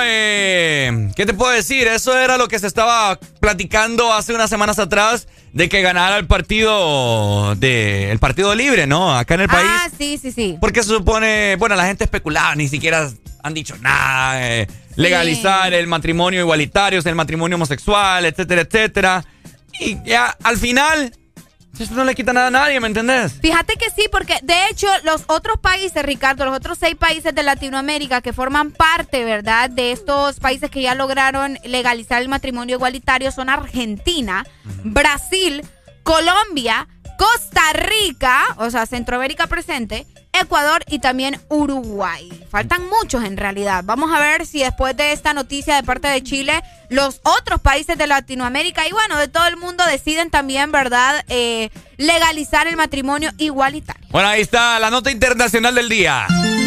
Speaker 4: eh, ¿qué te puedo decir? Eso era lo que se estaba platicando hace unas semanas atrás, de que ganara el partido de el Partido Libre, ¿no? Acá en el país.
Speaker 3: Ah, sí, sí, sí.
Speaker 4: Porque se supone, bueno, la gente especulaba, ni siquiera han dicho nada, eh, legalizar sí. el matrimonio igualitario, el matrimonio homosexual, etcétera, etcétera. Y ya, al final, eso no le quita nada a nadie, ¿me entendés?
Speaker 3: Fíjate que sí, porque de hecho los otros países, Ricardo, los otros seis países de Latinoamérica que forman parte, ¿verdad?, de estos países que ya lograron legalizar el matrimonio igualitario son Argentina, uh-huh. Brasil, Colombia, Costa Rica, o sea, Centroamérica presente, Ecuador y también Uruguay. Faltan muchos en realidad. Vamos a ver si después de esta noticia de parte de Chile, los otros países de Latinoamérica y bueno, de todo el mundo deciden también, ¿verdad?, eh, legalizar el matrimonio igualitario.
Speaker 4: Bueno, ahí está la nota internacional del día.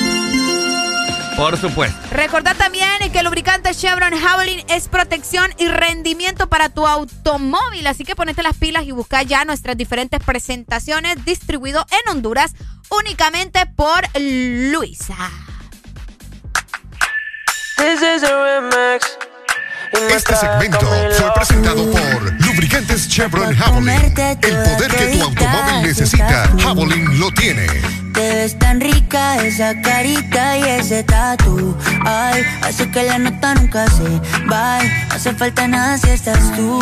Speaker 4: Por supuesto.
Speaker 3: Recordad también que el lubricante Chevron Javelin es protección y rendimiento para tu automóvil. Así que ponete las pilas y busca ya nuestras diferentes presentaciones, distribuido en Honduras únicamente por Luisa.
Speaker 1: Este segmento fue presentado por Lubricantes Chevron Javelin. El poder que tu automóvil necesita, Javelin lo tiene.
Speaker 5: Te ves tan rica esa carita y ese tatu. Ay, hace que la nota nunca se va. No hace falta nada si estás tú.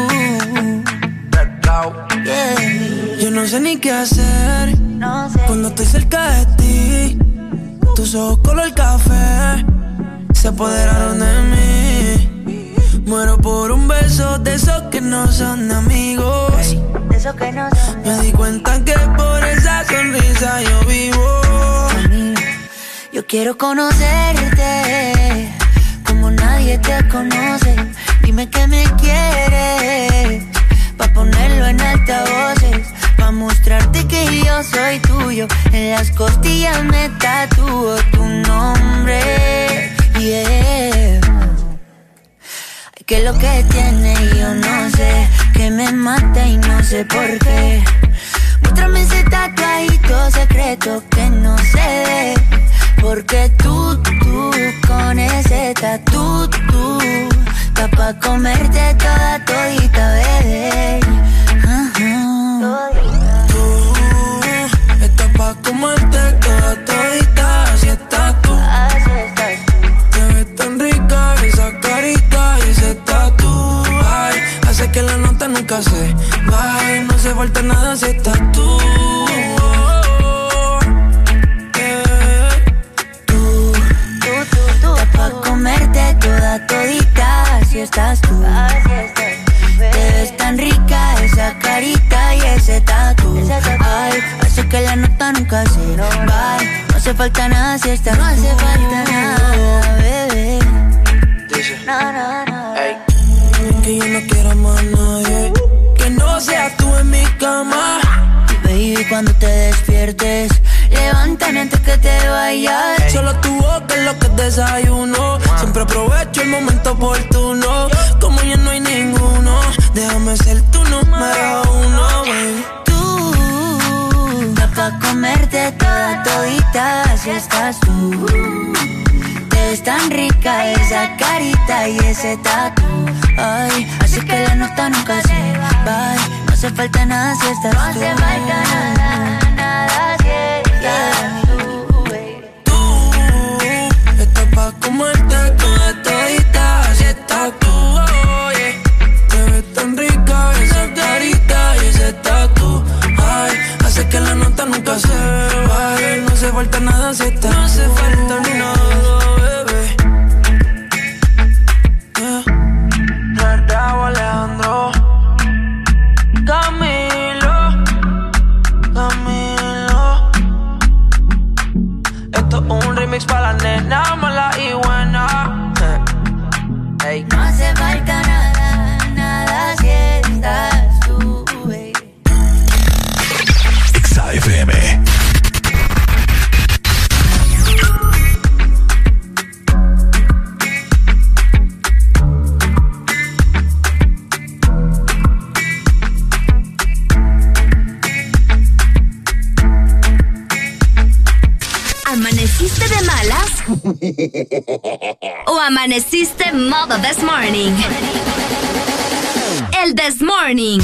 Speaker 7: Yeah. Yo no sé ni qué hacer
Speaker 5: no sé.
Speaker 7: Cuando estoy cerca de ti. Tus ojos color café se apoderaron de mí. Muero por un beso de esos que no son amigos.
Speaker 5: Hey, de esos que no son.
Speaker 7: Me di cuenta que por esa sonrisa yo vivo.
Speaker 5: Yo quiero conocerte como nadie te conoce. Dime que me quieres pa' ponerlo en altavoces, pa' mostrarte que yo soy tuyo. En las costillas me tatúo tu nombre. Yeah. Que lo que tiene yo no sé, que me mata y no sé por qué. Muéstrame ese tatuajito secreto secreto que no se ve. Porque tú, tú, con ese tatu, tú, está pa' comerte toda todita, bebé. Uh-huh.
Speaker 7: Tú, estás pa' comerte toda todita, así estás tú.
Speaker 5: Así estás tú.
Speaker 7: Te ves tan rica esa carita y ese tatu. Ay, hace que la nota nunca se baje. No hace falta nada si estás tú.
Speaker 5: Comerte toda todita, así estás tú. Así estás tú, te ves tan rica esa carita y ese tatu. Ay, hace que la nota nunca se va. No hace falta nada si estás. No hace falta nada, bebé. No, no, no.
Speaker 7: Hey. Que yo no quiero más nadie que no seas tú en mi cama.
Speaker 5: Baby, cuando te despiertes, levántame antes que te vayas.
Speaker 7: Hey. Solo tu boca es lo que desayuno. Wow. Siempre aprovecho el momento oportuno. Como ya no hay ninguno, déjame ser tu número uno, baby.
Speaker 5: Tú, da pa' comerte toda todita, así estás tú. Te ves tan rica esa carita y ese tatu. Ay, así que la nota nunca se va. No hace falta nada si estás tú. No hace falta nada, nada si estás tú.
Speaker 7: Tú, estás pa' comerte toda todita, así estás tú. Oh, yeah. Te ves tan rica esa carita y ese tatu. Ay, hace que la nota nunca se va. No hace falta nada si estás tú. No hace falta ni nada. Alejandro, Camilo, Camilo. Esto es un remix para la nena mala y buena. Hey.
Speaker 5: No hace falta nada, nada si estás tú, baby.
Speaker 2: Exa F M.
Speaker 10: ¿Amaneciste de malas? ¿O amaneciste modo This Morning? El This Morning.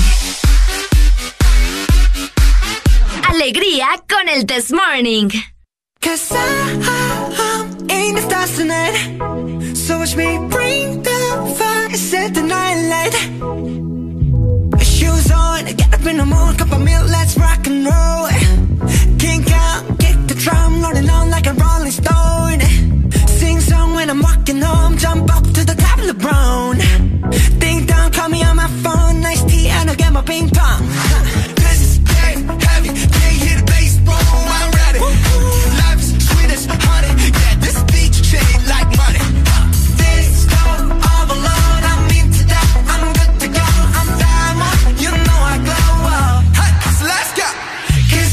Speaker 10: Alegría con el This Morning.
Speaker 9: Cause I'm in the stars tonight. So watch me bring the fire, set the night light. Shoes on, get up in the mood, cup of milk, let's rock and roll. Kink out, kick the drum, rolling on like a rolling stone. Sing song when I'm walking home, jump up to the top of LeBron. Ding dong, call me on my phone, nice tea and I'll get my ping pong. This is getting heavy, can't hear the bass roll, I'm ready. Life is sweet as honey, yeah, this beach chain like money. This love all alone, I'm into that, I'm good to go, I'm diamond, you know I glow up. Hey, so let's go. Cause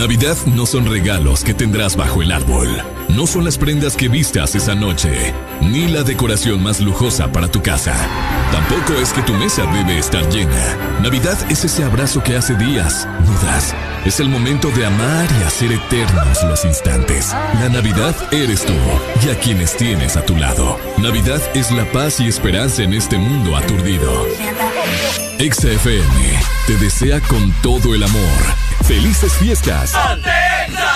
Speaker 2: Navidad no son regalos que tendrás bajo el árbol. No son las prendas que vistas esa noche, ni la decoración más lujosa para tu casa. Tampoco es que tu mesa debe estar llena. Navidad es ese abrazo que hace días no das. Es el momento de amar y hacer eternos los instantes. La Navidad eres tú y a quienes tienes a tu lado. Navidad es la paz y esperanza en este mundo aturdido. Exa F M te desea con todo el amor. ¡Felices fiestas!
Speaker 19: ¡Ponte Exa!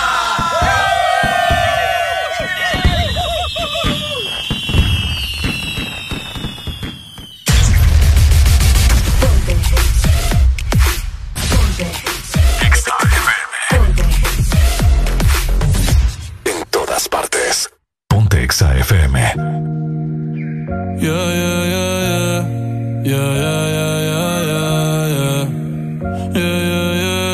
Speaker 2: En todas partes. Ponte Exa F M.
Speaker 12: Yeah, yeah, yeah, yeah. Yeah, yeah, yeah, yeah, yeah, yeah. Yeah, yeah,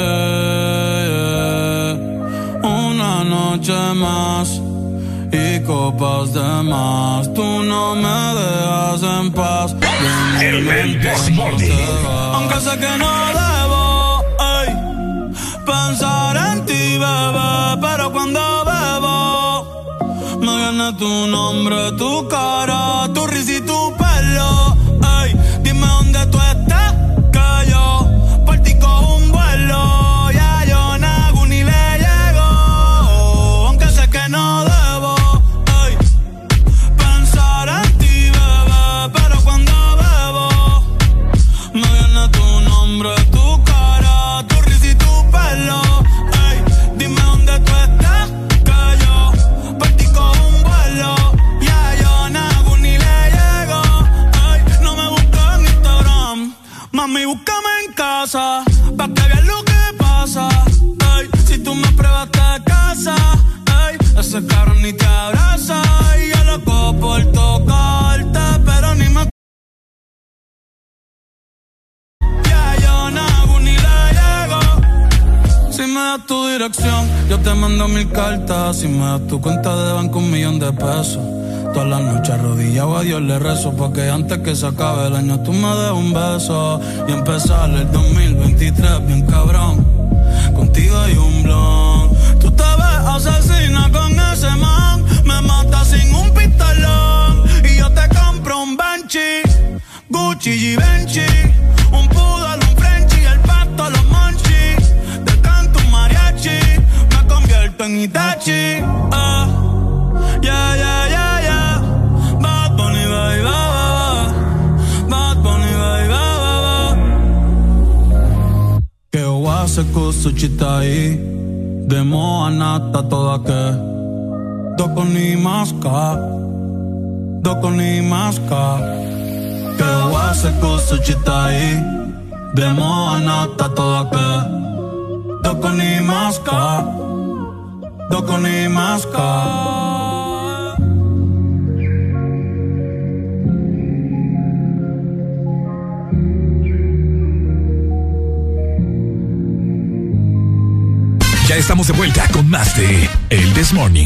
Speaker 12: yeah, yeah. Una noche más y copas de más. Tú no me dejas en paz.
Speaker 11: El Desmorning.
Speaker 12: Aunque sé que no debo, ey, pensar en ti, bebé, pero cuando bebo me viene tu nombre, tu cara, tu risa y tu pelo. Ey, dime dónde tú estás, que yo por ti cojo un vuelo. Ya yo no hago ni le llego, aunque sé que no debo, ey, pensar en ti, bebé, pero cuando bebo me viene tu nombre, tu cara, tu risa y tu pelo. Ey, dime dónde tú estás, que yo por ti cojo un vuelo. Ya yo no hago ni le llego. Ey, no me busques en Instagram, mami, búscame en casa, pa' que veas lo que pasa. Ey, si tú me pruebas te casa, ey, ese cabrón ni te abraza. Y yo loco por tocarte, pero ni me. Ya yo no hago ni le llego. Si me das tu dirección, yo te mando mil cartas. Si me das tu cuenta de banco, un millón de pesos. Todas las noches arrodillado a Dios le rezo, porque antes que se acabe el año tú me des un beso y empezar el dos mil veintitrés bien cabrón. Contigo hay un blon. Tú te ves asesina con ese man, me mata sin un pistolón. Y yo te compro un Banshee, Gucci, Givenchy, un poodle, un Frenchie, el pato, los monchis. Te canto un mariachi, me convierto en Itachi. Ah, yeah, yeah, yeah, yeah. Bad Bunny, baby, ba, ba. Bad Bunny, baby, ba, ba, ba. Que oase kusu chitai, demo anata toda que. Doko ni maska, doko ni maska. Que oase kusu chitai, demo anata toda que. Doko ni maska, doko ni maska.
Speaker 2: Ya estamos de vuelta con más de El Desmorning.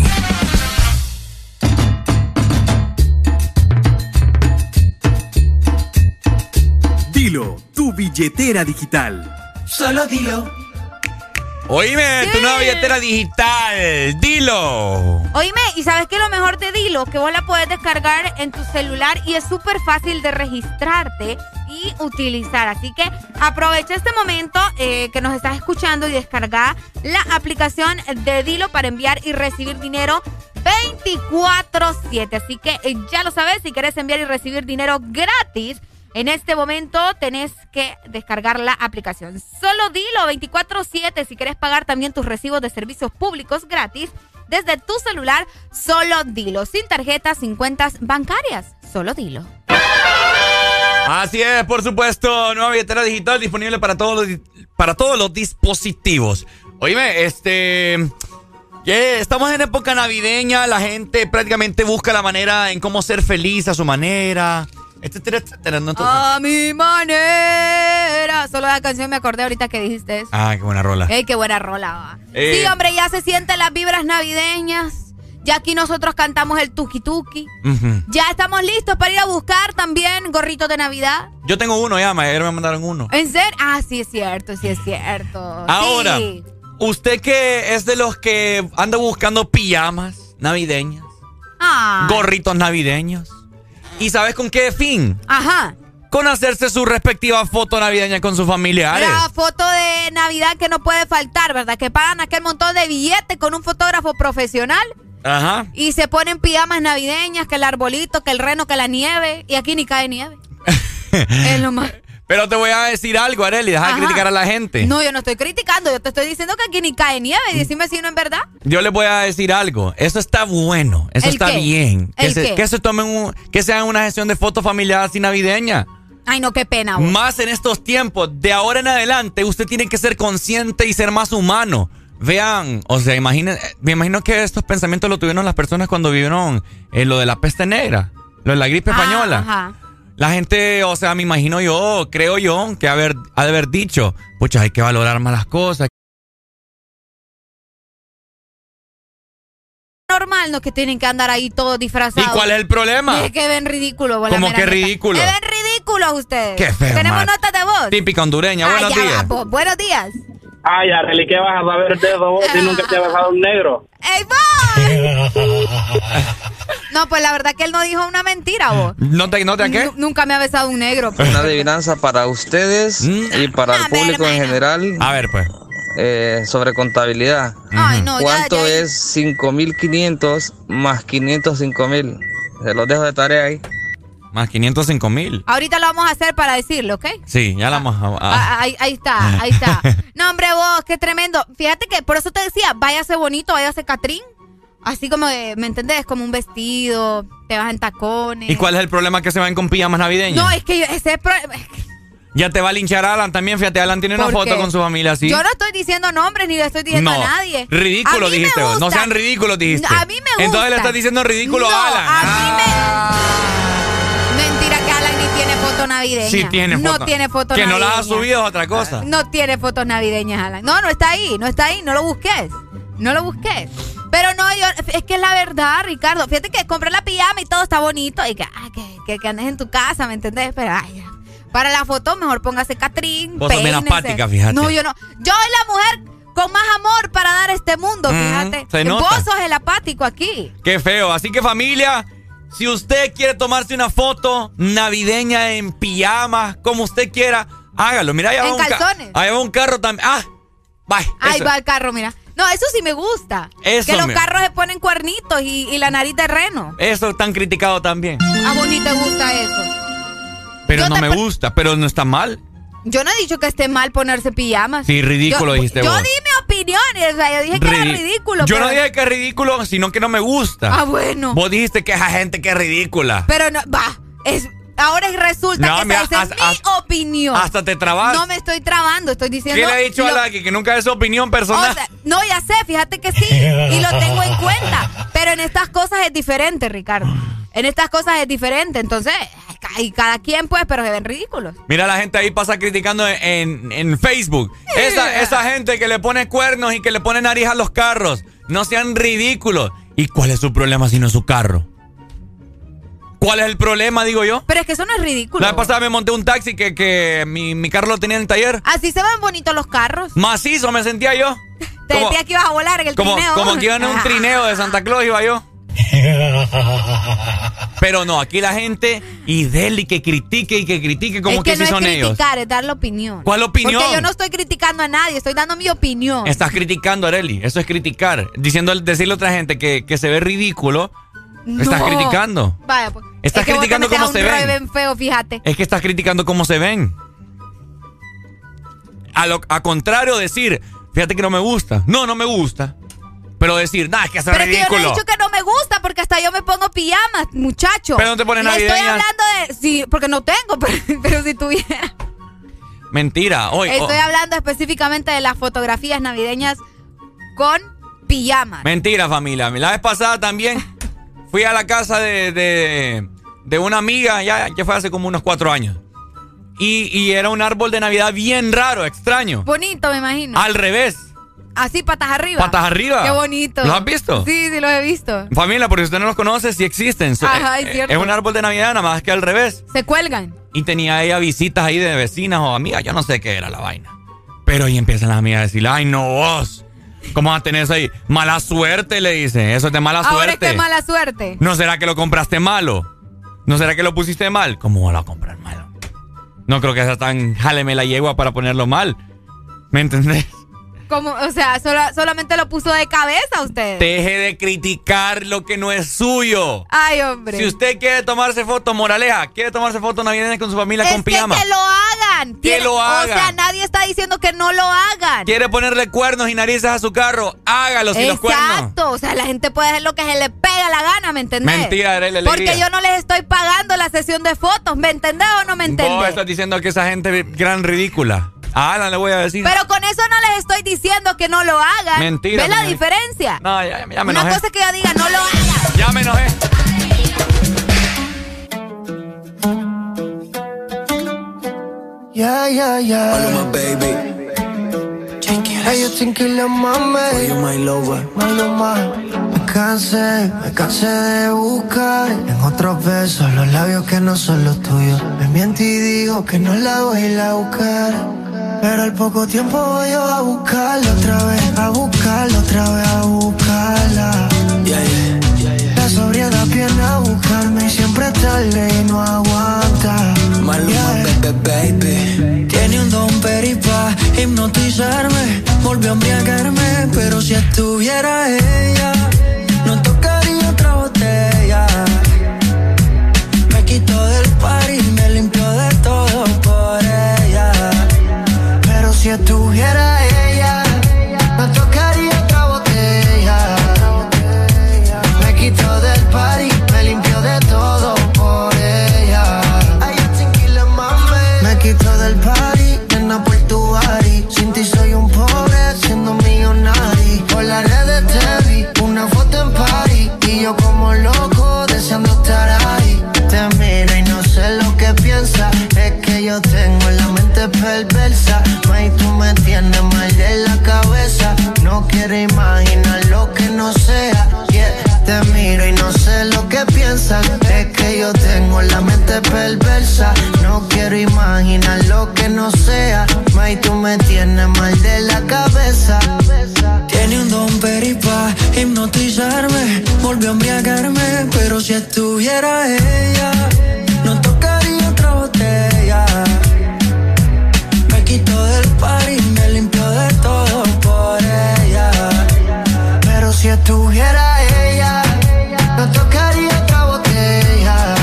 Speaker 16: Dilo, tu billetera digital.
Speaker 9: Solo dilo.
Speaker 4: Oíme,
Speaker 3: Sí.
Speaker 4: tu nueva billetera digital. Dilo.
Speaker 3: Oíme, ¿y sabes qué es lo mejor de Dilo? Que vos la puedes descargar en tu celular y es súper fácil de registrarte y utilizar. Así que aprovecha este momento eh, que nos estás escuchando y descarga la aplicación de Dilo para enviar y recibir dinero veinticuatro siete. Así que eh, ya lo sabes, si quieres enviar y recibir dinero gratis, en este momento tenés que descargar la aplicación. Solo Dilo veinticuatro siete. Si quieres pagar también tus recibos de servicios públicos gratis desde tu celular, solo Dilo. Sin tarjetas, sin cuentas bancarias, solo Dilo.
Speaker 4: Así es, por supuesto, nueva billetera digital disponible para todos los, para todos los dispositivos. Oíme, este... Yeah, estamos en época navideña, la gente prácticamente busca la manera en cómo ser feliz a su manera. Etcétera, etcétera. No,
Speaker 3: A mi manera. Solo la canción me acordé ahorita que dijiste eso.
Speaker 4: Ah, qué buena rola.
Speaker 3: Ey, qué buena rola. Va.
Speaker 4: Eh.
Speaker 3: Sí, hombre, ya se sienten las vibras navideñas. Ya aquí nosotros cantamos el tuki tuki.
Speaker 4: Uh-huh.
Speaker 3: Ya estamos listos para ir a buscar también gorritos de Navidad.
Speaker 4: Yo tengo uno ya, ayer me mandaron uno.
Speaker 3: ¿En serio? Ah, sí es cierto, sí es cierto.
Speaker 4: Ahora,
Speaker 3: sí.
Speaker 4: usted que es de los que anda buscando pijamas navideñas,
Speaker 3: ah.
Speaker 4: gorritos navideños, ¿y sabes con qué fin?
Speaker 3: Ajá.
Speaker 4: Con hacerse su respectiva foto navideña con sus familiares.
Speaker 3: La foto de Navidad que no puede faltar, ¿verdad? Que pagan aquel montón de billetes con un fotógrafo profesional.
Speaker 4: Ajá.
Speaker 3: Y se ponen pijamas navideñas, que el arbolito, que el reno, que la nieve. Y aquí ni cae nieve. Es lo más.
Speaker 4: Pero te voy a decir algo, Arely, deja de criticar a la gente.
Speaker 3: No, yo no estoy criticando, yo te estoy diciendo que aquí ni cae nieve. Y decime si no es verdad.
Speaker 4: Yo les voy a decir algo. Eso está bueno, eso está
Speaker 3: qué?
Speaker 4: bien. Que
Speaker 3: ¿El
Speaker 4: se,
Speaker 3: qué?
Speaker 4: que se tomen un, que se hagan una sesión de fotos familiares y navideña.
Speaker 3: Ay, no, qué pena. Vos.
Speaker 4: Más en estos tiempos, de ahora en adelante, usted tiene que ser consciente y ser más humano. Vean, o sea, imaginen, me imagino que estos pensamientos lo tuvieron las personas cuando vivieron eh, lo de la peste negra, lo de la gripe
Speaker 3: ah,
Speaker 4: española.
Speaker 3: Ajá.
Speaker 4: La gente, o sea, me imagino yo, creo yo, que haber, ha de haber dicho, pucha, hay que valorar más las cosas.
Speaker 3: Normal, no que tienen que andar ahí todos disfrazados.
Speaker 4: ¿Y cuál es el problema?
Speaker 3: Es que ven ridículo.
Speaker 4: ¿Cómo que ridículo?
Speaker 3: Que ven ridículos ustedes.
Speaker 4: Qué feo,
Speaker 3: Tenemos
Speaker 4: man.
Speaker 3: notas de voz.
Speaker 4: Típica hondureña, buenos
Speaker 3: ah, ya
Speaker 4: días.
Speaker 3: Va, vos. Buenos días.
Speaker 13: Ay, Arely, ¿qué vas a saber de eso vos si nunca te has besado un negro?
Speaker 3: ¡Ey, vos! No, pues la verdad que él no dijo una mentira, vos.
Speaker 4: ¿No te, no te a qué?
Speaker 3: N nunca me ha besado un negro. Pues.
Speaker 17: Una adivinanza para ustedes y para el público en general.
Speaker 4: A ver, pues.
Speaker 17: Eh, sobre contabilidad.
Speaker 3: Ay, no,
Speaker 17: ¿Cuánto
Speaker 3: ya, ya,
Speaker 17: es cinco mil quinientos más quinientos cinco mil? Se los dejo de tarea ahí.
Speaker 4: Más quinientos cinco mil.
Speaker 3: Ahorita lo vamos a hacer para decirlo, ¿ok?
Speaker 4: Sí, ya la vamos a...
Speaker 3: Ah, ahí, ahí está, ahí está. No, hombre, vos, qué tremendo. Fíjate que por eso te decía, váyase bonito, váyase Catrín. Así como, de, ¿me entendés? Como un vestido, te vas en tacones.
Speaker 4: ¿Y cuál es el problema que se van con pijamas navideñas?
Speaker 3: No, es que yo, ese es pro...
Speaker 4: Ya te va a linchar Alan también, fíjate, Alan tiene una foto
Speaker 3: qué?
Speaker 4: con su familia así.
Speaker 3: Yo no estoy diciendo nombres ni le estoy diciendo
Speaker 4: no.
Speaker 3: a nadie.
Speaker 4: Ridículo dijiste vos, no sean ridículos dijiste.
Speaker 3: A mí me gusta.
Speaker 4: Entonces le estás diciendo ridículo
Speaker 3: no,
Speaker 4: a Alan.
Speaker 3: a mí me... Mentira que Alan ni tiene foto navideña.
Speaker 4: Sí tiene foto.
Speaker 3: No tiene foto
Speaker 4: que
Speaker 3: navideña.
Speaker 4: Que no las ha subido es otra cosa.
Speaker 3: No tiene fotos navideñas, Alan. No, no está ahí, no está ahí, no lo busques. No lo busques. Pero no, yo, es que es la verdad, Ricardo. Fíjate que compré la pijama y todo está bonito. Y que, ah, que, que, que andes en tu casa, ¿me entendés? Pero, ay, para la foto mejor póngase Catrín.
Speaker 4: Vos sos bien apática, fíjate.
Speaker 3: No, yo no. Yo soy la mujer con más amor para dar este mundo, fíjate.
Speaker 4: Mm, se nota.
Speaker 3: Vos sos el apático aquí.
Speaker 4: Qué feo. Así que, familia, si usted quiere tomarse una foto navideña en pijamas, como usted quiera, hágalo. Mira, allá va un,
Speaker 3: calzones.
Speaker 4: Allá va un carro también. Ah, bye.
Speaker 3: Ahí
Speaker 4: eso.
Speaker 3: va el carro, mira. No, eso sí me gusta.
Speaker 4: Eso,
Speaker 3: que los
Speaker 4: mira.
Speaker 3: carros se ponen cuernitos y, y la nariz de reno.
Speaker 4: Eso es tan criticado también.
Speaker 3: A vos ni te gusta eso.
Speaker 4: Pero
Speaker 3: Yo
Speaker 4: no
Speaker 3: te
Speaker 4: me
Speaker 3: pre-
Speaker 4: gusta, pero no está mal.
Speaker 3: Yo no he dicho que esté mal ponerse pijamas.
Speaker 4: Sí, ridículo
Speaker 3: yo,
Speaker 4: dijiste
Speaker 3: yo
Speaker 4: vos.
Speaker 3: di mi opinión, o sea, yo dije que era
Speaker 4: Ridi-
Speaker 3: ridículo.
Speaker 4: Yo
Speaker 3: pero,
Speaker 4: no dije que es ridículo, sino que no me gusta.
Speaker 3: Ah, bueno.
Speaker 4: Vos dijiste que esa gente que es ridícula.
Speaker 3: Pero no, va, es, ahora resulta
Speaker 4: No,
Speaker 3: que
Speaker 4: mira,
Speaker 3: esa, esa
Speaker 4: hasta-
Speaker 3: es mi opinión.
Speaker 4: Hasta te trabas.
Speaker 3: No me estoy trabando, estoy diciendo...
Speaker 4: ¿Qué le ha dicho
Speaker 3: lo-
Speaker 4: a la que, que nunca es su opinión personal?
Speaker 3: O sea, no, ya sé, fíjate que sí, y lo tengo en cuenta. Pero en estas cosas es diferente, Ricardo. En estas cosas es diferente, entonces, y cada quien pues, pero se ven ridículos.
Speaker 4: Mira, la gente ahí pasa criticando en, en, en Facebook. Esa, esa gente que le pone cuernos y que le pone nariz a los carros. No sean ridículos. ¿Y cuál es su problema si no es su carro? ¿Cuál es el problema, digo yo?
Speaker 3: Pero es que eso no es ridículo.
Speaker 4: La vez pasada me monté un taxi que, que mi, mi carro lo tenía en el taller.
Speaker 3: Así se ven bonitos los carros.
Speaker 4: Macizo me sentía yo.
Speaker 3: Te
Speaker 4: Como-
Speaker 3: sentías que ibas a volar en el
Speaker 4: Como,
Speaker 3: trineo.
Speaker 4: como que iban en un trineo de Santa Claus iba yo. Pero no, aquí la gente y dele que critique y que critique como
Speaker 3: es que,
Speaker 4: que,
Speaker 3: no
Speaker 4: sí son
Speaker 3: es
Speaker 4: ellos.
Speaker 3: criticar, es dar la opinión.
Speaker 4: ¿Cuál opinión?
Speaker 3: Porque yo no estoy criticando a nadie, estoy dando mi opinión.
Speaker 4: Estás criticando, Arely. Eso es criticar. Diciendo, decirle a otra gente que, que se ve ridículo.
Speaker 3: No.
Speaker 4: Estás criticando.
Speaker 3: Vaya, pues.
Speaker 4: Estás
Speaker 3: es que
Speaker 4: criticando
Speaker 3: vos te
Speaker 4: cómo
Speaker 3: metes
Speaker 4: se
Speaker 3: a un
Speaker 4: ven.
Speaker 3: rollo bien feo, fíjate.
Speaker 4: Es que estás criticando cómo se ven. A, lo, a contrario, decir, fíjate que no me gusta. No, no me gusta. Pero decir, nah, es que eso es
Speaker 3: Pero es que yo no
Speaker 4: ridículo.
Speaker 3: he dicho que no me gusta porque hasta yo me pongo pijamas, muchacho.
Speaker 4: Pero no te pones
Speaker 3: Le estoy
Speaker 4: navideñas.
Speaker 3: hablando de... Sí, porque no tengo, pero, pero si tuviera...
Speaker 4: Mentira. Hoy,
Speaker 3: Estoy
Speaker 4: oh,
Speaker 3: hablando específicamente de las fotografías navideñas con pijamas.
Speaker 4: mentira, familia. La vez pasada también fui a la casa de, de, de una amiga, ya que fue hace como unos cuatro años. Y, y era un árbol de Navidad bien raro, extraño.
Speaker 3: Bonito, me imagino.
Speaker 4: Al revés.
Speaker 3: Así, patas arriba.
Speaker 4: Patas arriba.
Speaker 3: Qué bonito.
Speaker 4: ¿Lo has visto?
Speaker 3: Sí, sí, lo he visto.
Speaker 4: Familia, porque si usted no los conoce, sí existen. So-
Speaker 3: Ajá, es
Speaker 4: eh,
Speaker 3: cierto.
Speaker 4: es un árbol de Navidad, nada más que al revés.
Speaker 3: Se cuelgan.
Speaker 4: Y tenía ella visitas ahí de vecinas o amigas, yo no sé qué era la vaina. Pero ahí empiezan las amigas a decirle, ay no vos, ¿Cómo vas a tener eso ahí? Mala suerte, le dicen. Eso es de mala
Speaker 3: Ahora
Speaker 4: suerte.
Speaker 3: es que es mala suerte.
Speaker 4: ¿No será que lo compraste malo? ¿No será que lo pusiste mal? ¿Cómo lo va a comprar malo? No creo que sea tan jáleme la yegua para ponerlo mal. ¿Me entendés?
Speaker 3: Como, o sea, solo, solamente lo puso de cabeza usted.
Speaker 4: Deje de criticar lo que no es suyo.
Speaker 3: Ay, hombre.
Speaker 4: Si usted quiere tomarse foto, moraleja, quiere tomarse foto navideña con su familia
Speaker 3: es
Speaker 4: con pijama.
Speaker 3: Que, que lo hagan.
Speaker 4: Que
Speaker 3: Tiene,
Speaker 4: lo hagan.
Speaker 3: O sea, nadie está diciendo que no lo hagan.
Speaker 4: Quiere ponerle cuernos y narices a su carro, hágalo sin los cuernos.
Speaker 3: Exacto. O sea, la gente puede hacer lo que se le pega la gana, ¿me entendés?
Speaker 4: Mentira, Arely,
Speaker 3: porque yo no les estoy pagando la sesión de fotos, ¿me entendés o no me entendés?
Speaker 4: Vos estás diciendo que esa gente es gran ridícula. A Alan le voy a decir.
Speaker 3: Pero con eso no les estoy diciendo que no lo hagan.
Speaker 4: Mentira.
Speaker 3: ¿Ves la
Speaker 4: me...
Speaker 3: diferencia?
Speaker 4: No, ya, ya, ya me
Speaker 3: Una
Speaker 4: enojé.
Speaker 3: cosa es que yo diga, no lo hagan.
Speaker 4: Ya me enojé.
Speaker 9: Yeah, yeah, yeah.
Speaker 14: Maluma, baby.
Speaker 9: Hey, you think you love mami.
Speaker 14: For you, my lover.
Speaker 9: Maluma. Me cansé, me cansé de buscar en otros besos los labios que no son los tuyos. Me miento y digo que no la voy a ir a buscar, pero al poco tiempo voy yo a buscarla otra vez, a buscarla otra vez, a buscarla.
Speaker 14: Yeah, yeah, yeah, yeah.
Speaker 9: La sobriedad viene a buscarme y siempre tarde y no aguanta.
Speaker 14: Maluma,
Speaker 9: Yeah.
Speaker 14: baby, baby.
Speaker 9: Tiene un don peripa, hipnotizarme, volvió a embriagarme, pero si estuviera ella, no tocaría otra botella. Me quitó del party, me limpió de todo por ella. Pero si estuviera ella, no tocaría otra botella. Me quitó del party, me limpió de todo por ella. Me quitó del party, nena por tu body. Sin ti soy un pobre, siendo millonario. Por las redes te vi, una foto en party, y yo como loco, deseando estar ahí. Te miro y no sé lo que piensas, es que yo tengo la mente perversa. May, tú me tienes mal de la cabeza, no quiero imaginar lo que no sea. Yeah. Te miro y no sé lo que piensas, es que yo tengo la mente perversa, no quiero imaginar lo que no sea. May, tú me tienes mal de la cabeza. Tiene un don peripa, hipnotizarme, volvió a embriagarme, pero si estuviera ella, no tocaría otra botella. Me quitó del party, me limpió de todo por ella. Pero si estuviera ella, no tocaría otra botella.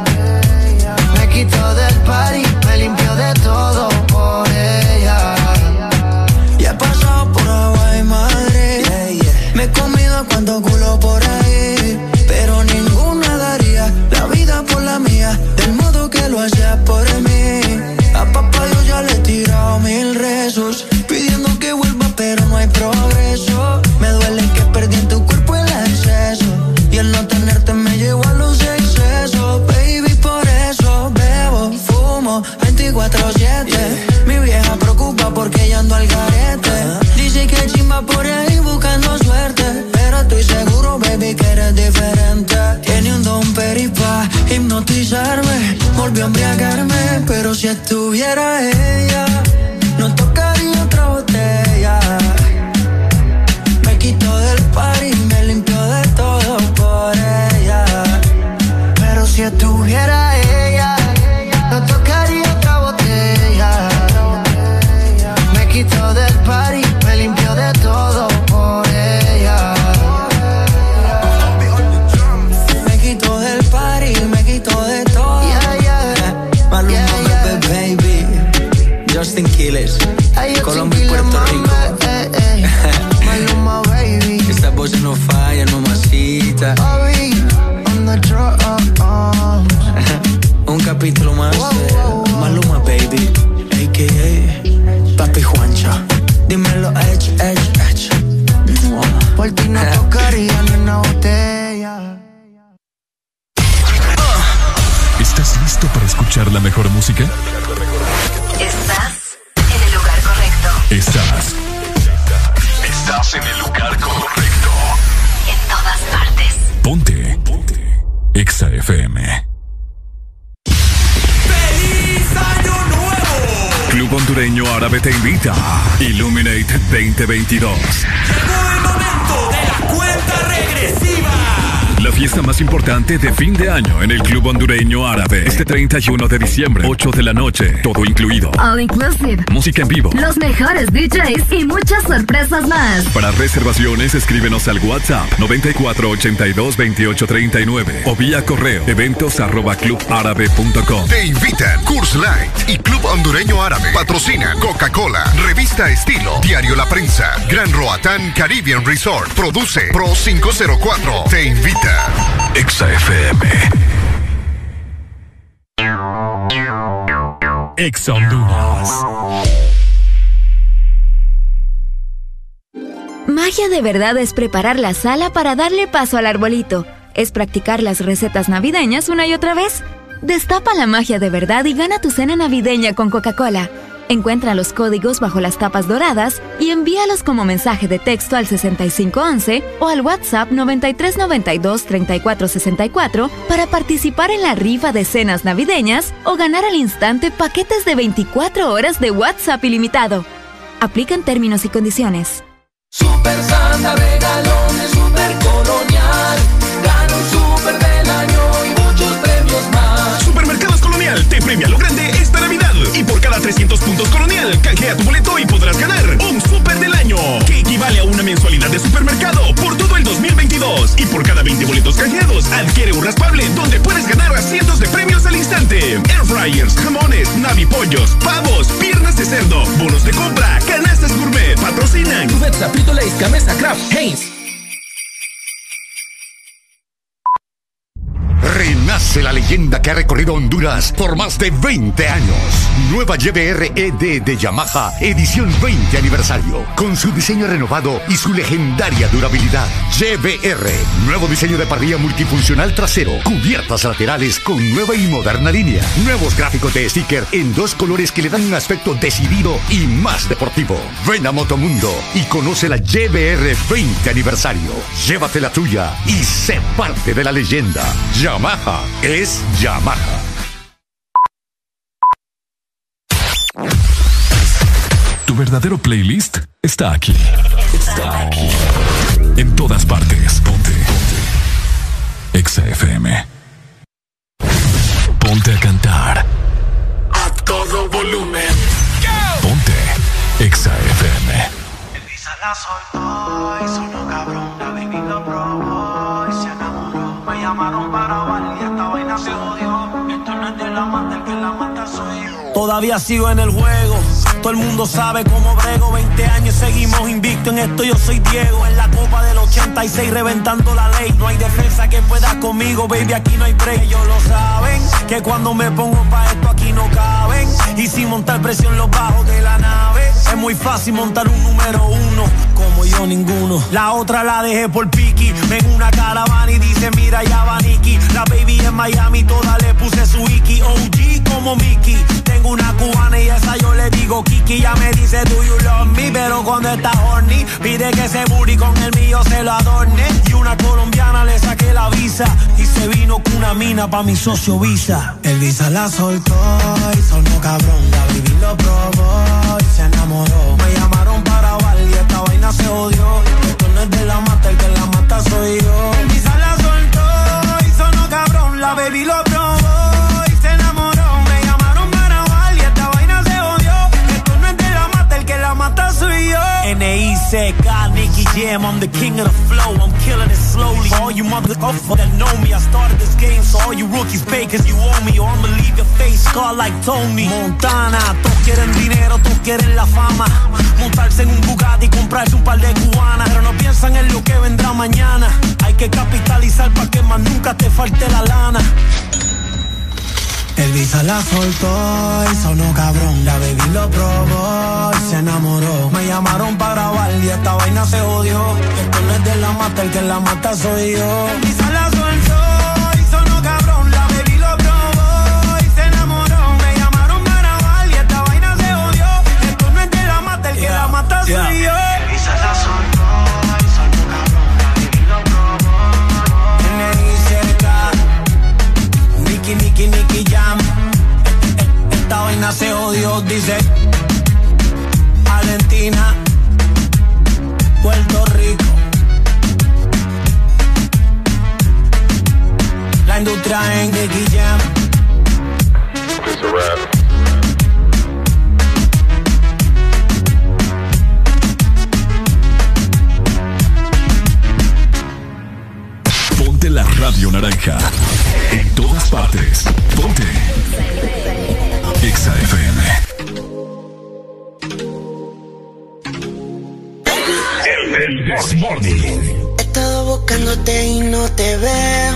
Speaker 9: Me quitó del party, me limpió de todo por ella. Ya he pasado por agua y madre, yeah, yeah. Me he comido a cuanto culo por ahí, pero ninguna daría la vida por la mía, del modo que lo hacía por mí. A papá yo ya le he tirado mil rezos, pidiendo que vuelva pero no hay progreso. Me duele que perdí en tu cuerpo el exceso, y el no tenerte me llevó a los excesos. Baby, por eso bebo y fumo veinticuatro siete, yeah. Mi vieja preocupa porque ya ando al garete, uh-huh. Dice que chimba por ahí buscando suerte, pero estoy seguro, baby, que eres diferente. Tiene un don peripa, hipnotizarme, volvió a embriagarme, pero si estuviera ella, no tocaría otra botella. Me quitó del party, me limpió de todo por ella. Pero si estuviera ella, no tocaría otra botella. Me quitó del party, me limpió de todo por ella. Me quitó del party, me quitó de todo. Yeah, yeah.
Speaker 14: Maluma,
Speaker 9: Yeah, yeah.
Speaker 14: baby, baby. Justin Quiles, Colombia y Puerto Rico.
Speaker 9: Eh, eh. Maluma, baby.
Speaker 14: Esta voz no falla, mamacita.
Speaker 9: Bobby, on the drum.
Speaker 14: Un capítulo más
Speaker 9: Wow,
Speaker 14: de
Speaker 9: wow, wow.
Speaker 14: Maluma, baby, a k a. Papi Juancho. Dímelo, Edge, Edge, Edge.
Speaker 9: Por ti no tocaría ni una botella.
Speaker 2: ¿Estás listo para escuchar la mejor música?
Speaker 10: Estás en el lugar correcto.
Speaker 2: Estás. Estás en el lugar correcto.
Speaker 10: En todas partes.
Speaker 2: Ponte. Ponte. Exa F M.
Speaker 12: ¡Feliz Año Nuevo!
Speaker 2: Club Hondureño Árabe te invita. Illuminate veinte veintidós.
Speaker 18: Llegó el momento de la cuenta regresiva.
Speaker 2: La fiesta más importante de fin de año en el Club Hondureño Árabe. Este treinta y uno de diciembre, ocho de la noche, todo incluido.
Speaker 10: All inclusive.
Speaker 2: Música en vivo.
Speaker 10: Los mejores D Js y muchas sorpresas más.
Speaker 2: Para reservaciones, escríbenos al WhatsApp noventa y cuatro ochenta y dos veintiocho treinta y nueve o vía correo eventos arroba club árabe punto com.
Speaker 1: Te invitan Coors Light y Club Hondureño Árabe. Patrocina Coca-Cola, Revista Estilo, Diario La Prensa, Gran Roatán Caribbean Resort. Produce Pro quinientos cuatro. Te invita
Speaker 2: Exa F M. Exa Honduras.
Speaker 23: Magia de verdad es preparar la sala para darle paso al arbolito. Es practicar las recetas navideñas una y otra vez. Destapa la magia de verdad y gana tu cena navideña con Coca-Cola. Encuentra los códigos bajo las tapas doradas y envíalos como mensaje de texto al sesenta y cinco once o al WhatsApp noventa y tres noventa y dos treinta y cuatro sesenta y cuatro para participar en la rifa de cenas navideñas o ganar al instante paquetes de veinticuatro horas de WhatsApp ilimitado. Aplican términos y condiciones.
Speaker 19: Super Santa regalones, Super Colonial. Gana un Super del año y muchos premios más.
Speaker 11: Supermercados Colonial te premia lo grande esta Navidad. Y por cada trescientos puntos Colonial, canjea tu boleto y podrás ganar un Super del año, que equivale a una mensualidad de supermercado por todo el dos mil veintidós. Y por cada veinte boletos canjeados, adquiere un raspable donde puedes ganar a cientos de premios al instante. Air fryers, jamones, navipollos, pavos, piernas de cerdo, bonos de compra, canastas gourmet. Patrocinan
Speaker 18: Cubeta, Frito Lays, Gamesa, Kraft, Heinz.
Speaker 20: Renace la leyenda que ha recorrido Honduras por más de veinte años. Nueva Y B R E D de Yamaha, edición veinte aniversario. Con su diseño renovado y su legendaria durabilidad. Y B R, nuevo diseño de parrilla multifuncional trasero. Cubiertas laterales con nueva y moderna línea. Nuevos gráficos de sticker en dos colores que le dan un aspecto decidido y más deportivo. Ven a Motomundo y conoce la Y B R veinte aniversario. Llévate la tuya y sé parte de la leyenda. Yamaha es Yamaha.
Speaker 2: Tu verdadero playlist está aquí. Está aquí. En todas partes. Ponte. Ponte. Exa F M. Ponte a cantar.
Speaker 19: A todo volumen.
Speaker 2: Ponte. Exa F M.
Speaker 19: Elisa la soltó y sonó cabrón. La baby lo probó y se enamoró. Me llamaron para bailar y esta vaina se odió. Esto no es de la mata, el que la mata soy yo.
Speaker 21: Todavía sigo en el juego, todo el mundo sabe cómo brego. veinte años seguimos invicto en esto, yo soy Diego. En la copa del ochenta y seis reventando la ley. No hay defensa que pueda conmigo, baby, aquí no hay break. Ellos lo saben, que cuando me pongo pa' esto aquí no caben. Y sin montar presión los bajos de la nave. Es muy fácil montar un número uno, como yo ninguno. La otra la dejé por Piki, ven una caravana y dice mira ya va Nicky. La baby en Miami toda le puse su Iki. O G como Mickey. Tengo una cubana y esa yo le digo Kiki. Ya me dice do you love me, pero cuando está horny pide que ese booty con el mío se lo adorne. Y una colombiana le saqué la visa y se vino con una mina pa' mi socio Visa. El Visa la soltó y sonó cabrón. La baby lo probó y se enamoró. Me llamaron para bailar y esta vaina se odió. Esto no es de la mata, el que la mata soy yo. El Visa la soltó y sonó cabrón. La baby lo probó. N I C K, Nicky Jam, I'm the king of the flow, I'm killing it slowly. All you motherfuckers that know me, I started this game, so all you rookies pay cause you owe me, or I'ma leave your face scarred like Tony Montana. Todos quieren dinero, todos quieren la fama, montarse en un Bugatti y comprarse un par de cubanas, pero no piensan en lo que vendrá mañana. Hay que capitalizar pa' que más nunca te falte la lana. El Visa la soltó y sonó cabrón. La baby lo probó y se enamoró. Me llamaron para grabar y esta vaina se odió. Esto no es de la mata, el que la mata soy yo. El Visa la soltó y sonó cabrón. La baby lo probó y se enamoró. Me llamaron para grabar y esta vaina se odió. Esto no es de la mata, el que yeah, la mata yeah. soy yo. El Visa la soltó y sonó cabrón. La baby lo probó. N I C K, Nicky, Nicky, Nicky Jam. Esta vaina se odió, dice Valentina. está en Nicky Jam.
Speaker 6: It's a rap.
Speaker 2: Ponte la radio naranja. En todas partes. Ponte. Exa F M.
Speaker 9: El Desmorning. He estado buscándote y no te veo.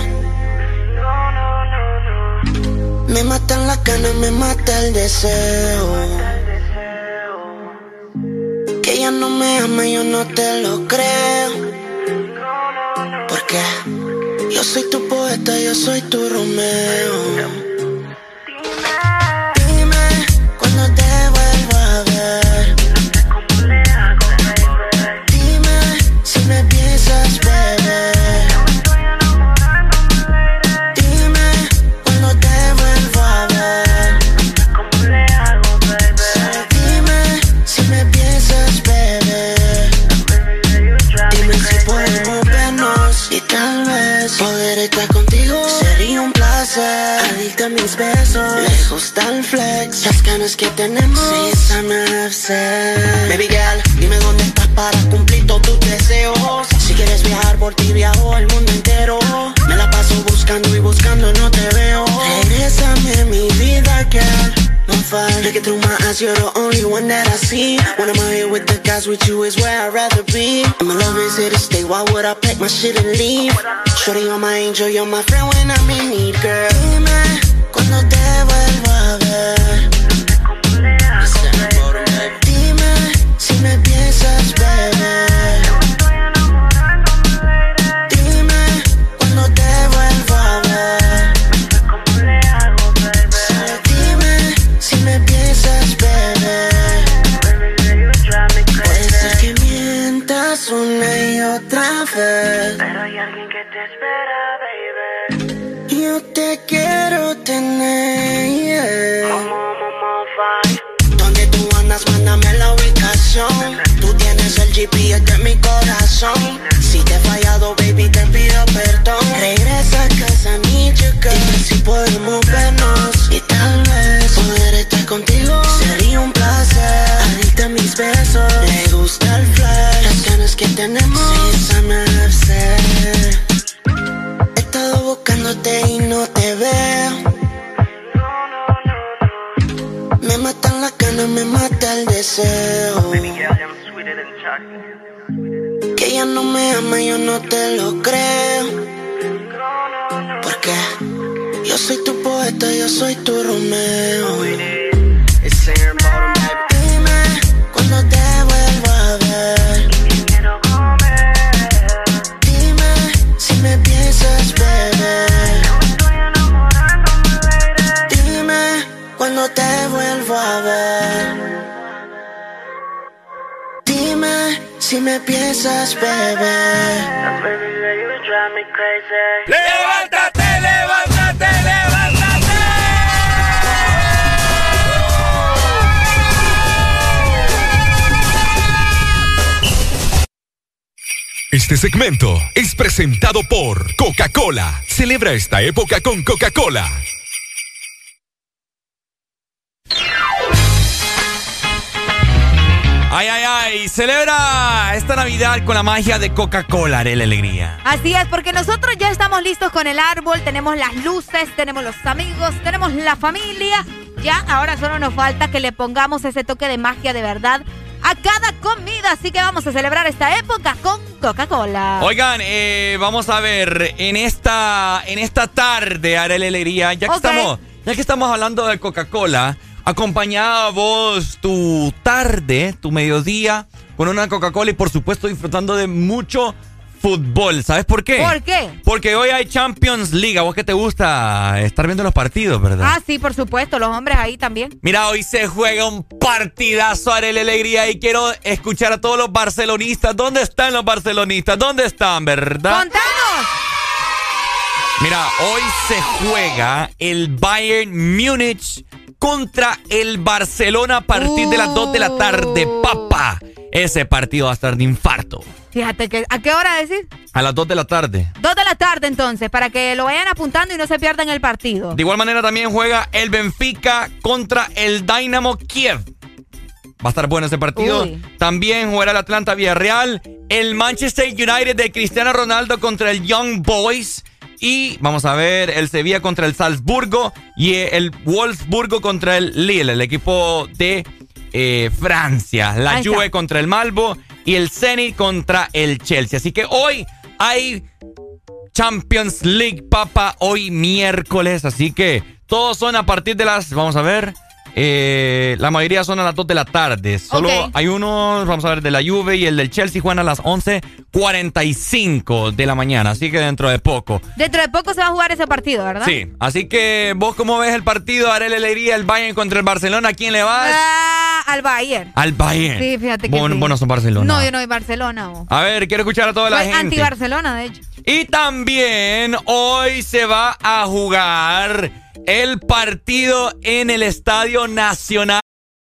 Speaker 9: Me matan las ganas, me mata el deseo. Que ella no me ama, yo no te lo creo. Porque yo soy tu poeta, yo soy tu Romeo. Dime cuando te vuelvo a ver. Dime si me piensas, bebé. Dime cuando te vuelvo a ver. Dime si me piensas, bebé. Dime si podemos vernos y tal vez poder estar contigo sería un placer. Adicta a mis besos, le gusta el flex, las ganas que tenemos sí están a hacer. Baby girl, dime dónde estás para cumplir todos tus deseos. Si quieres viajar por ti, viajo el mundo entero. Me la paso buscando y buscando, no te veo. Regrésame mi vida, girl. On fire, look through my eyes, you're the only one that I see. When I'm out here with the guys, with you is where I'd rather be. And my love is here to stay, why would I pack my shit and leave? Shorty, you're my angel, you're my friend when I'm in need, girl. Dime cuando te vuelvo a ver. Dime si me piensas, bebé. Dime cuando te vuelvo a ver. Dime si me piensas, bebé. Puede ser que mientas una y otra vez, pero hay alguien que te espera, baby. Yo te quiero tener, yeah. Donde tú andas, mándame la ubicación. Tú tienes el G P S de mi corazón. Si te he fallado, baby, te pido perdón. Regresa a casa, need you, girl. Dime si podemos vernos y tal vez poder estar contigo sería un placer. Adicta a mis besos, le gusta el flash, las ganas que tenemos sí están a hacer. He estado buscándote y no te veo. Me matan las ganas, me mata el deseo. Que ella no me ama, yo no te lo creo. Porque yo soy tu poeta, yo soy tu Romeo. Dime cuando te vuelvo a ver. Dime si me piensas, bebé. Dime cuando te vuelvo a ver. Dime si me piensas, bebé.
Speaker 4: ¡Levántate, levántate, levántate!
Speaker 2: Este segmento es presentado por Coca-Cola. Celebra esta época con Coca-Cola.
Speaker 4: Ay, ay, ay, celebra esta Navidad con la magia de Coca-Cola, haré la alegría.
Speaker 3: Así es, porque nosotros ya estamos listos con el árbol, tenemos las luces, tenemos los amigos, tenemos la familia. Ya, ahora solo nos falta que le pongamos ese toque de magia de verdad a cada comida, así que vamos a celebrar esta época con Coca-Cola.
Speaker 4: Oigan, eh, vamos a ver, en esta, en esta tarde, haré la alegría, ya que,
Speaker 3: Okay.
Speaker 4: estamos, ya que estamos hablando de Coca-Cola, acompañada vos tu tarde, tu mediodía, con una Coca-Cola y por supuesto disfrutando de mucho fútbol. ¿Sabes por qué?
Speaker 3: ¿Por qué?
Speaker 4: Porque hoy hay Champions League. ¿A vos que te gusta estar viendo los partidos, verdad?
Speaker 3: Ah, sí, por supuesto, los hombres ahí también.
Speaker 4: Mira, hoy se juega un partidazo, haré la alegría, y quiero escuchar a todos los barcelonistas. ¿Dónde están los barcelonistas? ¿Dónde están, verdad?
Speaker 3: ¡Contanos!
Speaker 4: Mira, hoy se juega el Bayern Múnich contra el Barcelona a partir uh. de las dos de la tarde, papá. Ese partido va a estar de infarto. Toronto.
Speaker 3: Fíjate que, ¿a qué hora decís?
Speaker 4: A las dos de la tarde.
Speaker 3: dos de la tarde entonces, para que lo vayan apuntando y no se pierdan el partido.
Speaker 4: De igual manera también juega el Benfica contra el Dynamo Kiev. Va a estar bueno ese partido.
Speaker 3: Uy.
Speaker 4: También jugará el Atlanta Villarreal, el Manchester United de Cristiano Ronaldo contra el Young Boys. Y vamos a ver el Sevilla contra el Salzburgo y el Wolfsburgo contra el Lille, el equipo de eh, Francia. La
Speaker 3: Ahí
Speaker 4: Juve
Speaker 3: está.
Speaker 4: contra el Malbo y el Zenit contra el Chelsea. Así que hoy hay Champions League, papá, hoy miércoles. Así que todos son a partir de las, vamos a ver, eh, la mayoría son a las dos de la tarde. Solo
Speaker 3: Ok.
Speaker 4: hay unos, vamos a ver, de la Juve y el del Chelsea juegan a las once cuarenta y cinco de la mañana. Así que dentro de poco.
Speaker 3: Dentro de poco se va a jugar ese partido, ¿verdad?
Speaker 4: Sí, así que vos cómo ves el partido, Arely Alegría, el Bayern contra el Barcelona, ¿a quién le vas?
Speaker 3: Ah, al Bayern.
Speaker 4: Al Bayern.
Speaker 3: Sí, fíjate que
Speaker 4: Vos,
Speaker 3: sí.
Speaker 4: vos no sos Barcelona.
Speaker 3: No, yo no soy Barcelona. Oh.
Speaker 4: A ver, quiero escuchar a toda la
Speaker 3: Soy
Speaker 4: gente.
Speaker 3: anti-Barcelona, de hecho.
Speaker 4: Y también hoy se va a jugar el partido en el Estadio Nacional.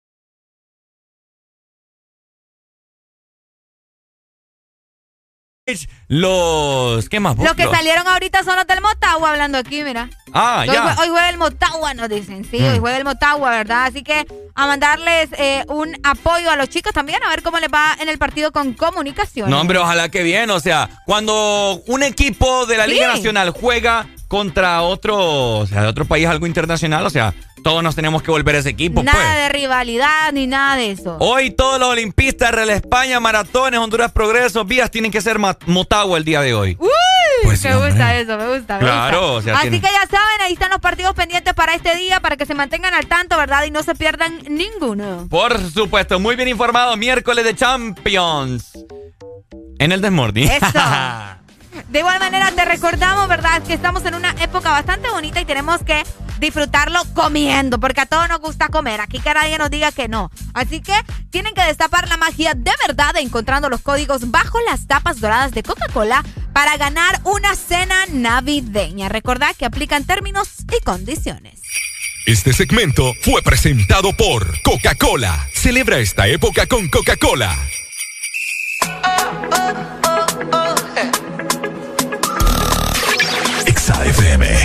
Speaker 4: Los... ¿Qué más?
Speaker 3: Los que
Speaker 4: Los-
Speaker 3: salieron ahorita son los del Motagua hablando aquí, mira.
Speaker 4: Ah,
Speaker 3: hoy,
Speaker 4: ya.
Speaker 3: jue- hoy juega el Motagua, nos dicen. Sí,
Speaker 4: Mm.
Speaker 3: hoy juega el Motagua, ¿verdad? Así que a mandarles eh, un apoyo a los chicos también, a ver cómo les va en el partido con Comunicaciones.
Speaker 4: No, hombre, ojalá que bien. O sea, cuando un equipo de la
Speaker 3: Sí.
Speaker 4: Liga Nacional juega contra otro, o sea, de otro país, algo internacional, o sea, todos nos tenemos que volver a ese equipo,
Speaker 3: Nada
Speaker 4: pues.
Speaker 3: de rivalidad ni nada de eso.
Speaker 4: Hoy todos los olimpistas, Real España, maratones, Honduras Progreso, vías tienen que ser ma- Motagua el día de hoy.
Speaker 3: ¡Uy!
Speaker 4: Pues
Speaker 3: me
Speaker 4: sí, hombre.
Speaker 3: gusta eso, me gusta, me
Speaker 4: Claro,
Speaker 3: gusta.
Speaker 4: o sea,
Speaker 3: Así
Speaker 4: tiene-
Speaker 3: que ya saben, ahí están los partidos pendientes para este día, para que se mantengan al tanto, ¿verdad? Y no se pierdan ninguno.
Speaker 4: Por supuesto, muy bien informado, miércoles de Champions. En el Desmordi.
Speaker 3: Eso. De igual manera, te recordamos, ¿verdad?, que estamos en una época bastante bonita y tenemos que disfrutarlo comiendo, porque a todos nos gusta comer. Aquí que nadie nos diga que no. Así que tienen que destapar la magia de verdad encontrando los códigos bajo las tapas doradas de Coca-Cola para ganar una cena navideña. Recordad que aplican términos y condiciones.
Speaker 8: Este segmento fue presentado por Coca-Cola. Celebra esta época con Coca-Cola.
Speaker 19: Exa F M.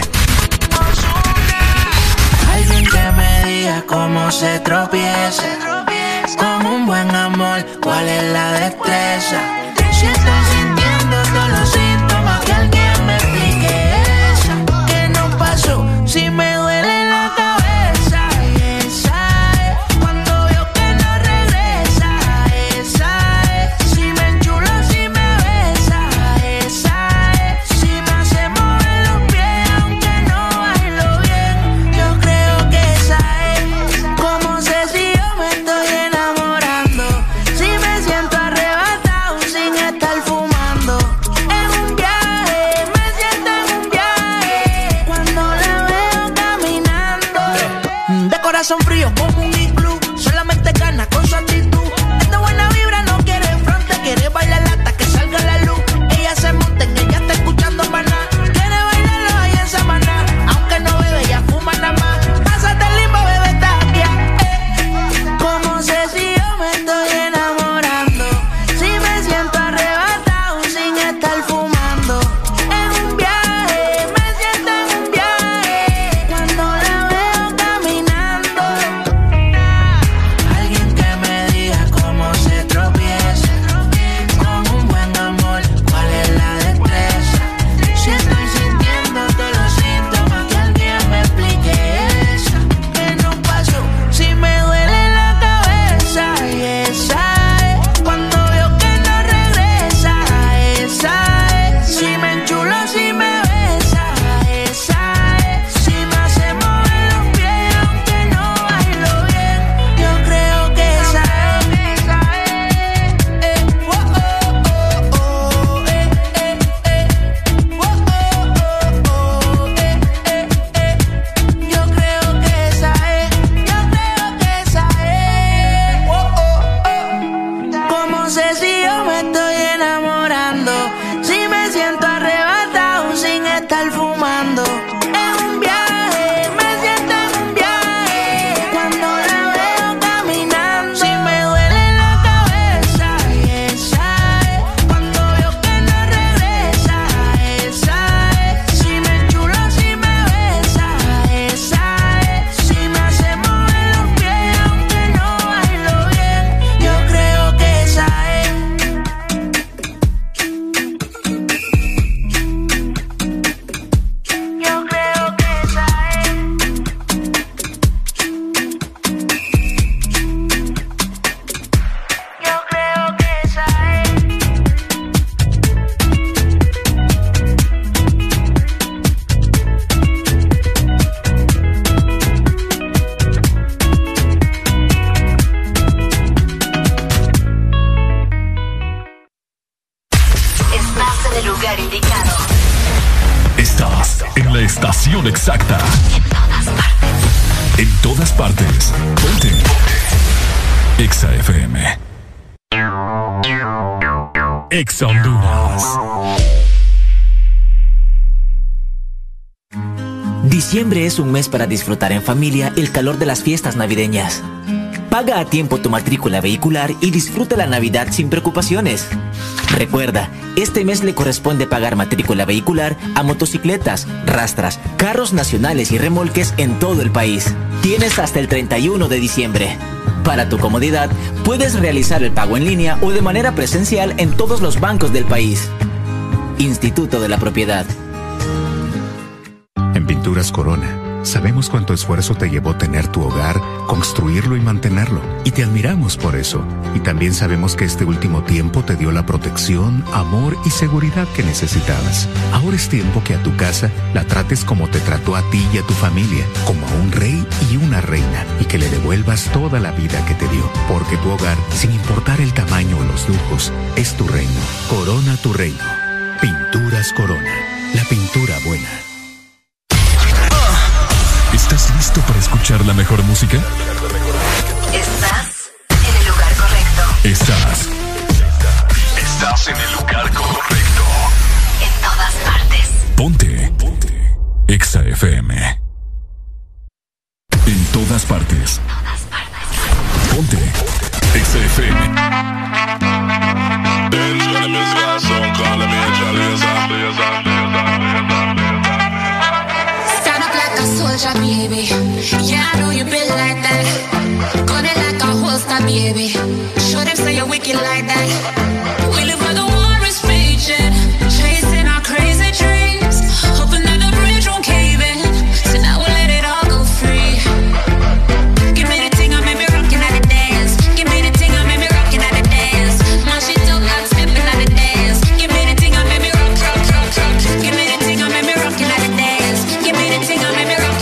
Speaker 9: Alguien que me diga cómo se tropieza con un buen amor, cuál es la destreza. Si estoy sintiendo todos los síntomas, que alguien me explique eso. ¿Qué nos pasó? Si me duele la cabeza, esa es. Cuando veo que no regresa, esa es. Si me enchulo, si me besa, esa es. Si me hace mover los pies, aunque no bailo bien, yo creo que esa es. ¿Cómo sé si yo me estoy enamorando? Si me siento arrebatado, si
Speaker 10: el lugar indicado.
Speaker 2: Estás en la estación exacta. En todas partes. En todas partes. Ponte. Exa F M. Exa Honduras.
Speaker 7: Diciembre es un mes para disfrutar en familia el calor de las fiestas navideñas. Paga a tiempo tu matrícula vehicular y disfruta la Navidad sin preocupaciones. Recuerda, este mes le corresponde pagar matrícula vehicular a motocicletas, rastras, carros nacionales y remolques en todo el país. Tienes hasta el treinta y uno de diciembre. Para tu comodidad, puedes realizar el pago en línea o de manera presencial en todos los bancos del país. Instituto de la Propiedad.
Speaker 15: En Pinturas Corona, sabemos cuánto esfuerzo te llevó tener tu hogar, construirlo y mantenerlo. Y te admiramos por eso. Y también sabemos que este último tiempo te dio la protección, amor y seguridad que necesitabas. Ahora es tiempo que a tu casa la trates como te trató a ti y a tu familia, como a un rey y una reina, y que le devuelvas toda la vida que te dio. Porque tu hogar, sin importar el tamaño o los lujos, es tu reino. Corona tu reino. Pinturas Corona. La pintura buena.
Speaker 2: ¿Estás listo para escuchar la mejor música?
Speaker 10: Estás en el lugar correcto.
Speaker 2: Estás. Estás en el lugar correcto.
Speaker 10: En todas partes.
Speaker 2: Ponte. Ponte. Exa F M. En todas partes. Ponte. Exa F M.
Speaker 22: Soldier, baby, yeah, I know you been like that. Gun it like a holster, baby. Show them say you're wicked like that. We live where the war is raging, chasing our crazy dreams, hoping that the bridge won't cave in. So now we'll let it all go free. Give me the thing, I made me rockin' at the dance. Give me the thing, I made me rockin' at the dance. My shit don't got steppin' at the dance. Give me the thing, I made me rock, rock, rock, rock. Give me the thing, I made me rockin' at the dance. Give me the thing, I made me rock.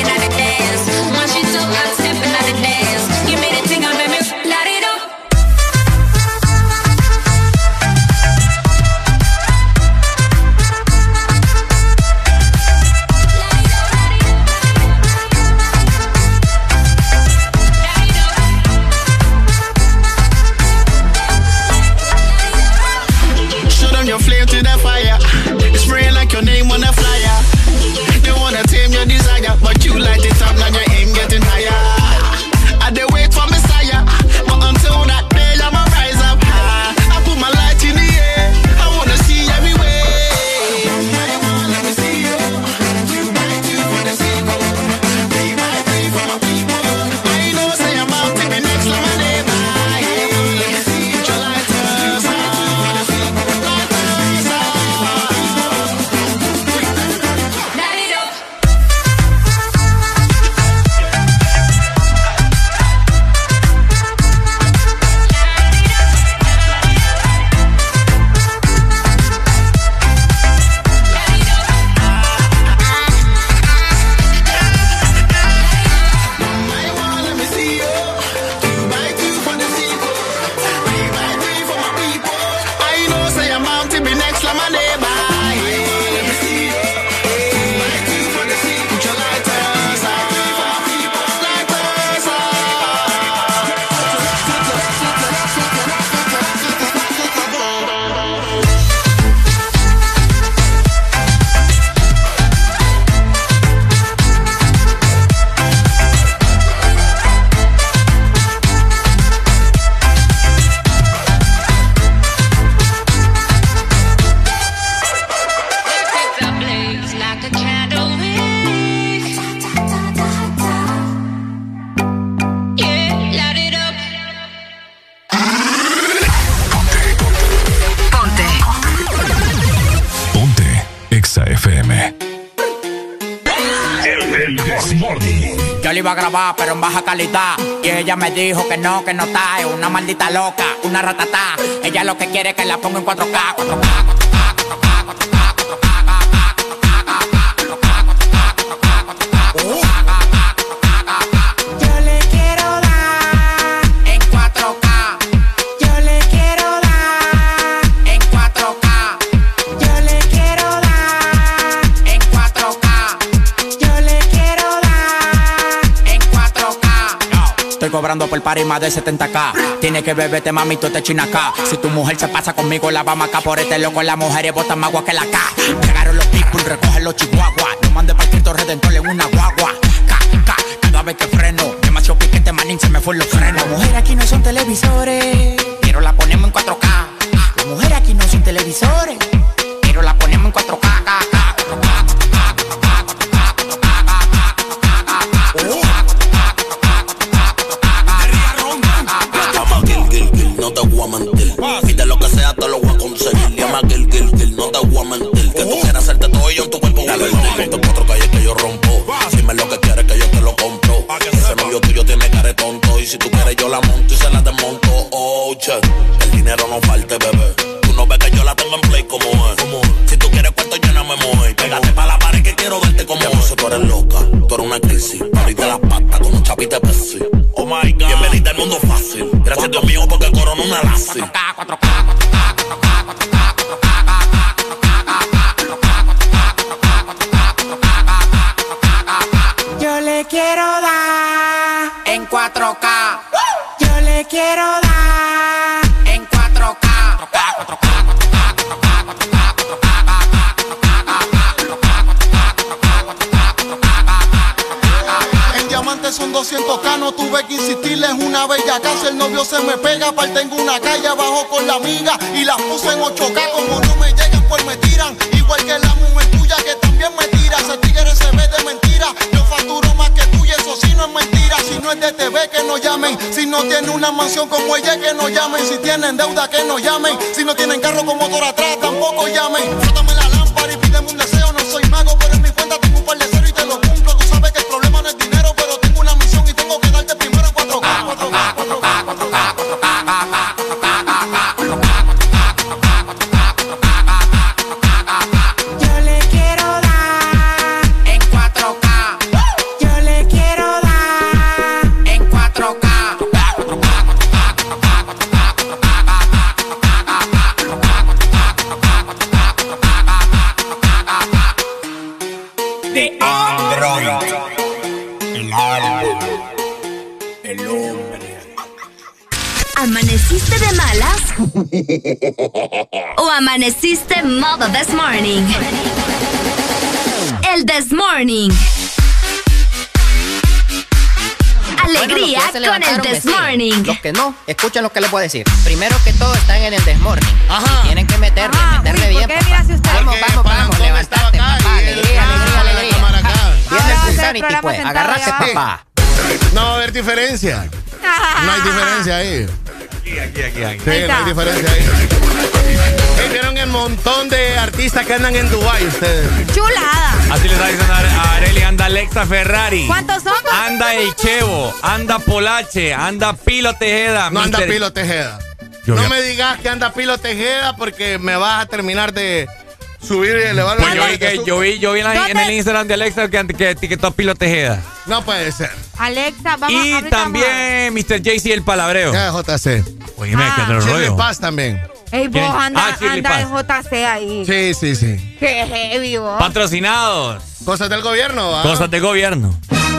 Speaker 24: But you light it up, now your aim getting higher. I dey wait for Messiah, but until that day I'ma rise up high. I put my light in the air, I wanna see everywhere. Let me see you, you might do for the sequel. Be my free for my people. I know say I'm out to be next like my neighbor. Put your lighters on, lighters on.
Speaker 22: Light it up.
Speaker 25: Yo le iba a grabar, pero en baja calidad. Y ella me dijo que no, que no está. Es una maldita loca, una ratatá. Ella lo que quiere es que la ponga en cuatro K, cuatro K, cuatro K.
Speaker 22: Yo le quiero dar en cuatro K. Yo le quiero
Speaker 25: cobrando por par y más de setenta k. Tienes que beberte, mami, tú te china acá. Si tu mujer se pasa conmigo, la vamos acá por este loco. Las mujeres botan más agua que la K. Llegaron los people, recogen los chihuahuas. No mande para Cristo Redentor en una guagua. K, K, cada vez que freno. Demasiado piquete, manín, se me fue los frenos. Las mujeres aquí no son televisores, pero la ponemos en cuatro K. Las mujeres aquí no son televisores, pero la ponemos en cuatro K.
Speaker 5: No te voy a mentir, pide lo que sea, te lo voy a conseguir. Llama Gil, Gil, Gil, no te voy a mentir. Que tú quieras hacerte todo y yo en tu cuerpo voy a mentir. Ponte cuatro calles que yo rompo, dime lo que quieres que yo te lo compro. Ese novio tuyo tiene cara de tonto, y si tú quieres yo la monto y se la desmonto. Oh, che, el dinero no falte, bebé. Tú no ves que yo la tengo en play como es. Si tú quieres cuarto yo no me muevo. Pégate pa' la pared que quiero verte como es. Tú eres loca, tú eres una crisis. Ahorita las patas con un chapite pesi. Oh my God, bienvenida al mundo fácil. Gracias Dios mío porque el corona una lazi. cuatro K, cuatro K, cuatro K, cuatro K, cuatro K.
Speaker 9: Yo le quiero dar
Speaker 25: en cuatro K.
Speaker 9: Yo le quiero dar
Speaker 25: en cuatro K. cuatro K, cuatro K, cuatro K, cuatro K, cuatro K, cuatro
Speaker 13: K. En diamantes son doscientos K, no tuve que insistirle, es una bella casa. El novio se me pega, aparte tengo una calle abajo con la amiga y las puse en ocho K. Como no me llegan, pues me tiran. Igual que la mujer tuya que también me tira. Ese tigre se ve de mentira. Yo facturo más que tú y eso sí no es mentira. Si no es de T V que no llamen. Si no tiene una mansión como ella que no llamen. Si tienen deuda que no llamen. Si no tienen carro con motor atrás tampoco llamen. Frótame la lámpara y pídeme un deseo. No soy mago pero en mi cuenta tengo un par de cero y te lo cumplo. Tú sabes que el problema no es dinero pero tengo una misión y tengo que darte primero en cuatro K. cuatro K, cuatro K, cuatro K, cuatro K.
Speaker 9: Yo le quiero dar
Speaker 25: en cuatro K.
Speaker 9: Yo le quiero dar
Speaker 25: en cuatro K.
Speaker 5: De Android, el álbum, el hombre.
Speaker 10: ¿Amaneciste de malas? ¿O amaneciste modo this morning? El This Morning. Alegría
Speaker 14: Bueno, los que ya se
Speaker 10: con el
Speaker 14: levantaron,
Speaker 10: This
Speaker 14: me siguen.
Speaker 10: Morning.
Speaker 14: Los que no, escuchen lo que les voy a decir. Primero que todo, están en el This Morning.
Speaker 13: Ajá.
Speaker 14: Y tienen que meterle, meterle bien, papá. Vamos, vamos, vamos, levantate, papá. Alegría, alegría, alegría. Viene el Insanity, pues. Agarrate, papá.
Speaker 13: No va a haber diferencia. No hay diferencia ahí.
Speaker 4: Aquí, aquí, aquí, aquí.
Speaker 13: Sí, no hay diferencia ahí. Hey, ¿vieron el montón de artistas que andan en Dubái ustedes?
Speaker 3: Chulada.
Speaker 4: Así les está diciendo a Arely, anda Alexa Ferrari.
Speaker 3: ¿Cuántos son?
Speaker 4: Anda el Chevo, anda Polache, anda Pilo Tejeda.
Speaker 13: No anda
Speaker 4: mister
Speaker 13: Pilo Tejeda.
Speaker 4: Yo
Speaker 13: no
Speaker 4: vi-
Speaker 13: me digas que anda Pilo Tejeda porque me vas a terminar de subir y elevar
Speaker 4: Pues yo
Speaker 13: los
Speaker 4: vi, que, yo vi, yo vi en, la- en el Instagram de Alexa que, que etiquetó a Pilo Tejeda.
Speaker 13: No puede ser.
Speaker 3: Alexa, vamos
Speaker 4: Y
Speaker 3: ahorita
Speaker 4: también mister Jay-Z el Palabreo.
Speaker 13: Ya, J C.
Speaker 4: Oye, me quedó el
Speaker 13: Shirley
Speaker 4: rollo.
Speaker 13: Paz también.
Speaker 3: vamos. Ey, vos
Speaker 4: ¿Quién?
Speaker 3: anda,
Speaker 4: Ah, Shirley
Speaker 3: anda en
Speaker 4: Paz.
Speaker 3: J C ahí.
Speaker 13: Sí, sí, sí.
Speaker 3: Qué heavy, vos.
Speaker 4: Patrocinados.
Speaker 13: Cosas del gobierno, ¿va?
Speaker 4: Cosas de gobierno.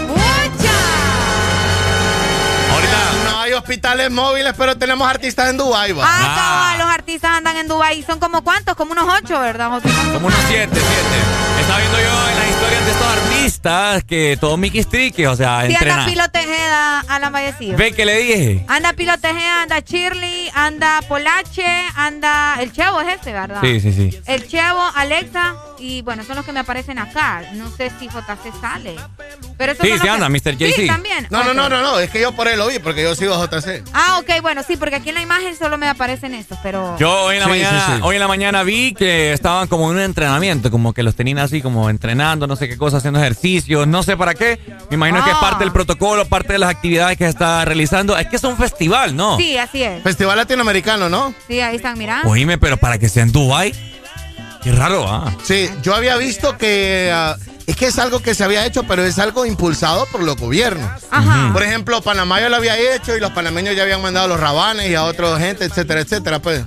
Speaker 4: Ahorita.
Speaker 13: No hay hospitales móviles, pero tenemos artistas en Dubái, va.
Speaker 3: Ah, cabal, los artistas andan en Dubái. ¿Son como cuántos? Como unos ocho, ¿verdad, José?
Speaker 4: Como unos siete, siete. Estaba viendo yo en las historias de estos artistas que todo Mickey Strique, o sea,
Speaker 3: Sí, anda
Speaker 4: entrena.
Speaker 3: Pilo Tejeda a la fallecido.
Speaker 4: Ve que le dije.
Speaker 3: Anda Pilo Tejeda, anda Shirley, anda Polache, anda... El Chevo es este, ¿verdad?
Speaker 4: Sí, sí, sí.
Speaker 3: El Chevo, Alexa, y bueno, son los que me aparecen acá. No sé si J C sale. Pero esos
Speaker 4: Sí,
Speaker 3: son
Speaker 4: sí
Speaker 3: los
Speaker 4: anda,
Speaker 3: que...
Speaker 4: mister Jay-Z.
Speaker 3: Sí, también.
Speaker 13: No, no,
Speaker 3: Ok.
Speaker 13: no, no, no. Es que yo por él lo vi, porque yo sigo a J C.
Speaker 3: Ah, ok, bueno, sí, porque aquí en la imagen solo me aparecen estos, pero...
Speaker 4: Yo hoy en la
Speaker 13: Sí,
Speaker 4: mañana,
Speaker 13: sí, sí.
Speaker 4: hoy en la mañana vi que estaban como en un entrenamiento, como que los tenían así como entrenando, no sé qué cosa, haciendo ejercicios, no sé para qué. Me imagino que es
Speaker 3: Ah.
Speaker 4: parte del protocolo, parte de las actividades que se está realizando. Es que es un festival, ¿no?
Speaker 3: Sí, así es.
Speaker 13: Festival latinoamericano, ¿no?
Speaker 3: Sí, ahí están mirando.
Speaker 4: Oíme, pero para que sea en Dubái. Qué raro, ah.
Speaker 13: Sí, yo había visto que ah, es que es algo que se había hecho, pero es algo impulsado por los gobiernos.
Speaker 3: Ajá.
Speaker 13: Por ejemplo, Panamá ya lo había hecho y los panameños ya habían mandado a los rabanes y a otra gente, etcétera, etcétera, pues.